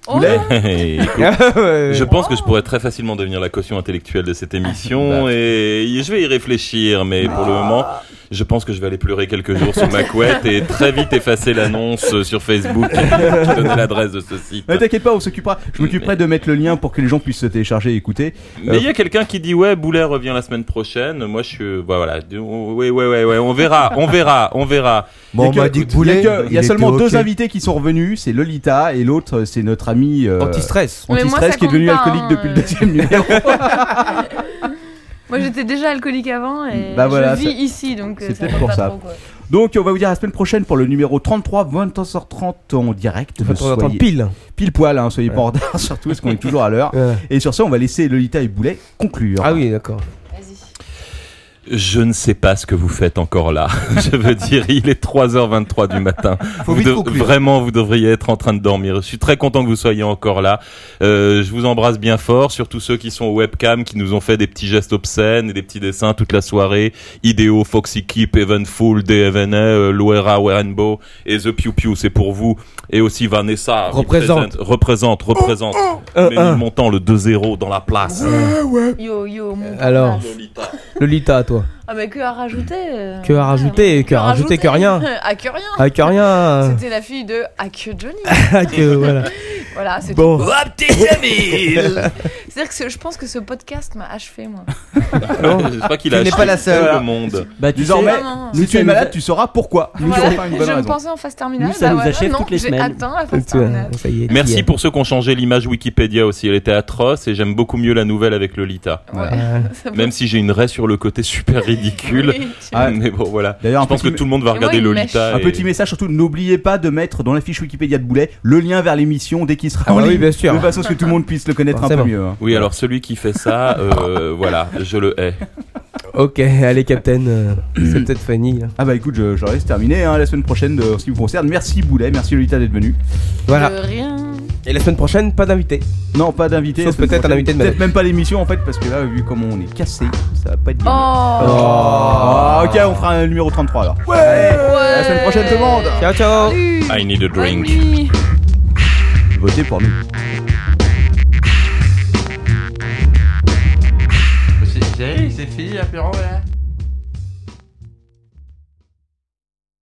Je pense que je pourrais très facilement devenir la caution intellectuelle de cette émission et je vais y réfléchir, mais pour le moment, je pense que je vais aller pleurer quelques jours sur ma couette et très vite effacer l'annonce sur Facebook qui donnait l'adresse de ce site. Ne t'inquiète pas, on s'occupera. Je m'occuperai de mettre le lien pour que les gens puissent se télécharger et écouter. Mais il y a quelqu'un qui dit ouais, Boulet revient la semaine prochaine. Moi, je suis voilà. Ouais, on verra. Bon, on m'a dit que Boulet, il y a seulement 2 invités qui sont revenus, c'est Lolita et l'autre c'est notre ami Anti-stress qui est devenu alcoolique depuis le 2e numéro. Moi j'étais déjà alcoolique avant et voilà, je vis ici donc c'est ça peut-être compte pour pas ça. trop, quoi. Donc on va vous dire la semaine prochaine pour le numéro 33, 20h30 en direct. 20h30 pile poil, hein, soyez pas en retard surtout parce qu'on est toujours à l'heure. Et sur ça on va laisser Lolita et Boulet conclure. Ah oui, d'accord. Je ne sais pas ce que vous faites encore là. Je veux dire, il est 3h23 du matin. Vraiment, vous devriez être en train de dormir. Je suis très content que vous soyez encore là. Je vous embrasse bien fort, surtout ceux qui sont au webcam, qui nous ont fait des petits gestes obscènes et des petits dessins toute la soirée. Ideo, Foxy Keep, Eventful, DFNA, Loera, Rainbow et The Pew Pew, c'est pour vous. Et aussi Vanessa. Représente. Mets mon temps, le 2-0 dans la place. Yo, mon alors, Lolita, à toi. Ah mais que à rajouter Que à rajouter que rien. Que rien. C'était la fille de que Johnny. Voilà, c'est bon. tout. C'est-à-dire que je pense que ce podcast m'a achevé moi. Non, je crois qu'il a achevé pas la seule le monde. Désormais, si tu es malade, tu sauras pourquoi. Je me pensais en phase terminale. Ça nous achève toutes les semaines. Attends la phase terminale. Merci pour ceux qui ont changé l'image Wikipédia aussi. Elle était atroce et j'aime beaucoup mieux la nouvelle avec Lolita. Même si j'ai une raie sur le côté super ridicule. Mais bon, voilà. D'ailleurs, je pense que tout le monde va regarder Lolita. Un petit message surtout, n'oubliez pas de mettre dans la fiche Wikipédia de Boulet le lien vers l'émission dès qu'il sera en ligne. Oui, bien sûr. De façon à ce que tout le monde puisse le connaître un peu mieux. Oui, alors celui qui fait ça, voilà, je le hais. Ok, allez, Captain, c'est peut-être Fanny. Ah bah écoute, je laisse terminer la semaine prochaine en ce qui vous concerne. Merci Boulet, merci Lolita d'être venu. Voilà. De rien. Et la semaine prochaine, pas d'invité. Non, pas d'invité. Sauf peut-être un invité de peut-être même pas l'émission en fait, parce que là, vu comment on est cassé, ça va pas être bien. Ok, on fera un numéro 33 alors. Ouais. La semaine prochaine tout le monde. Ciao. I need a drink. Votez pour nous. C'est fini l'apéro là.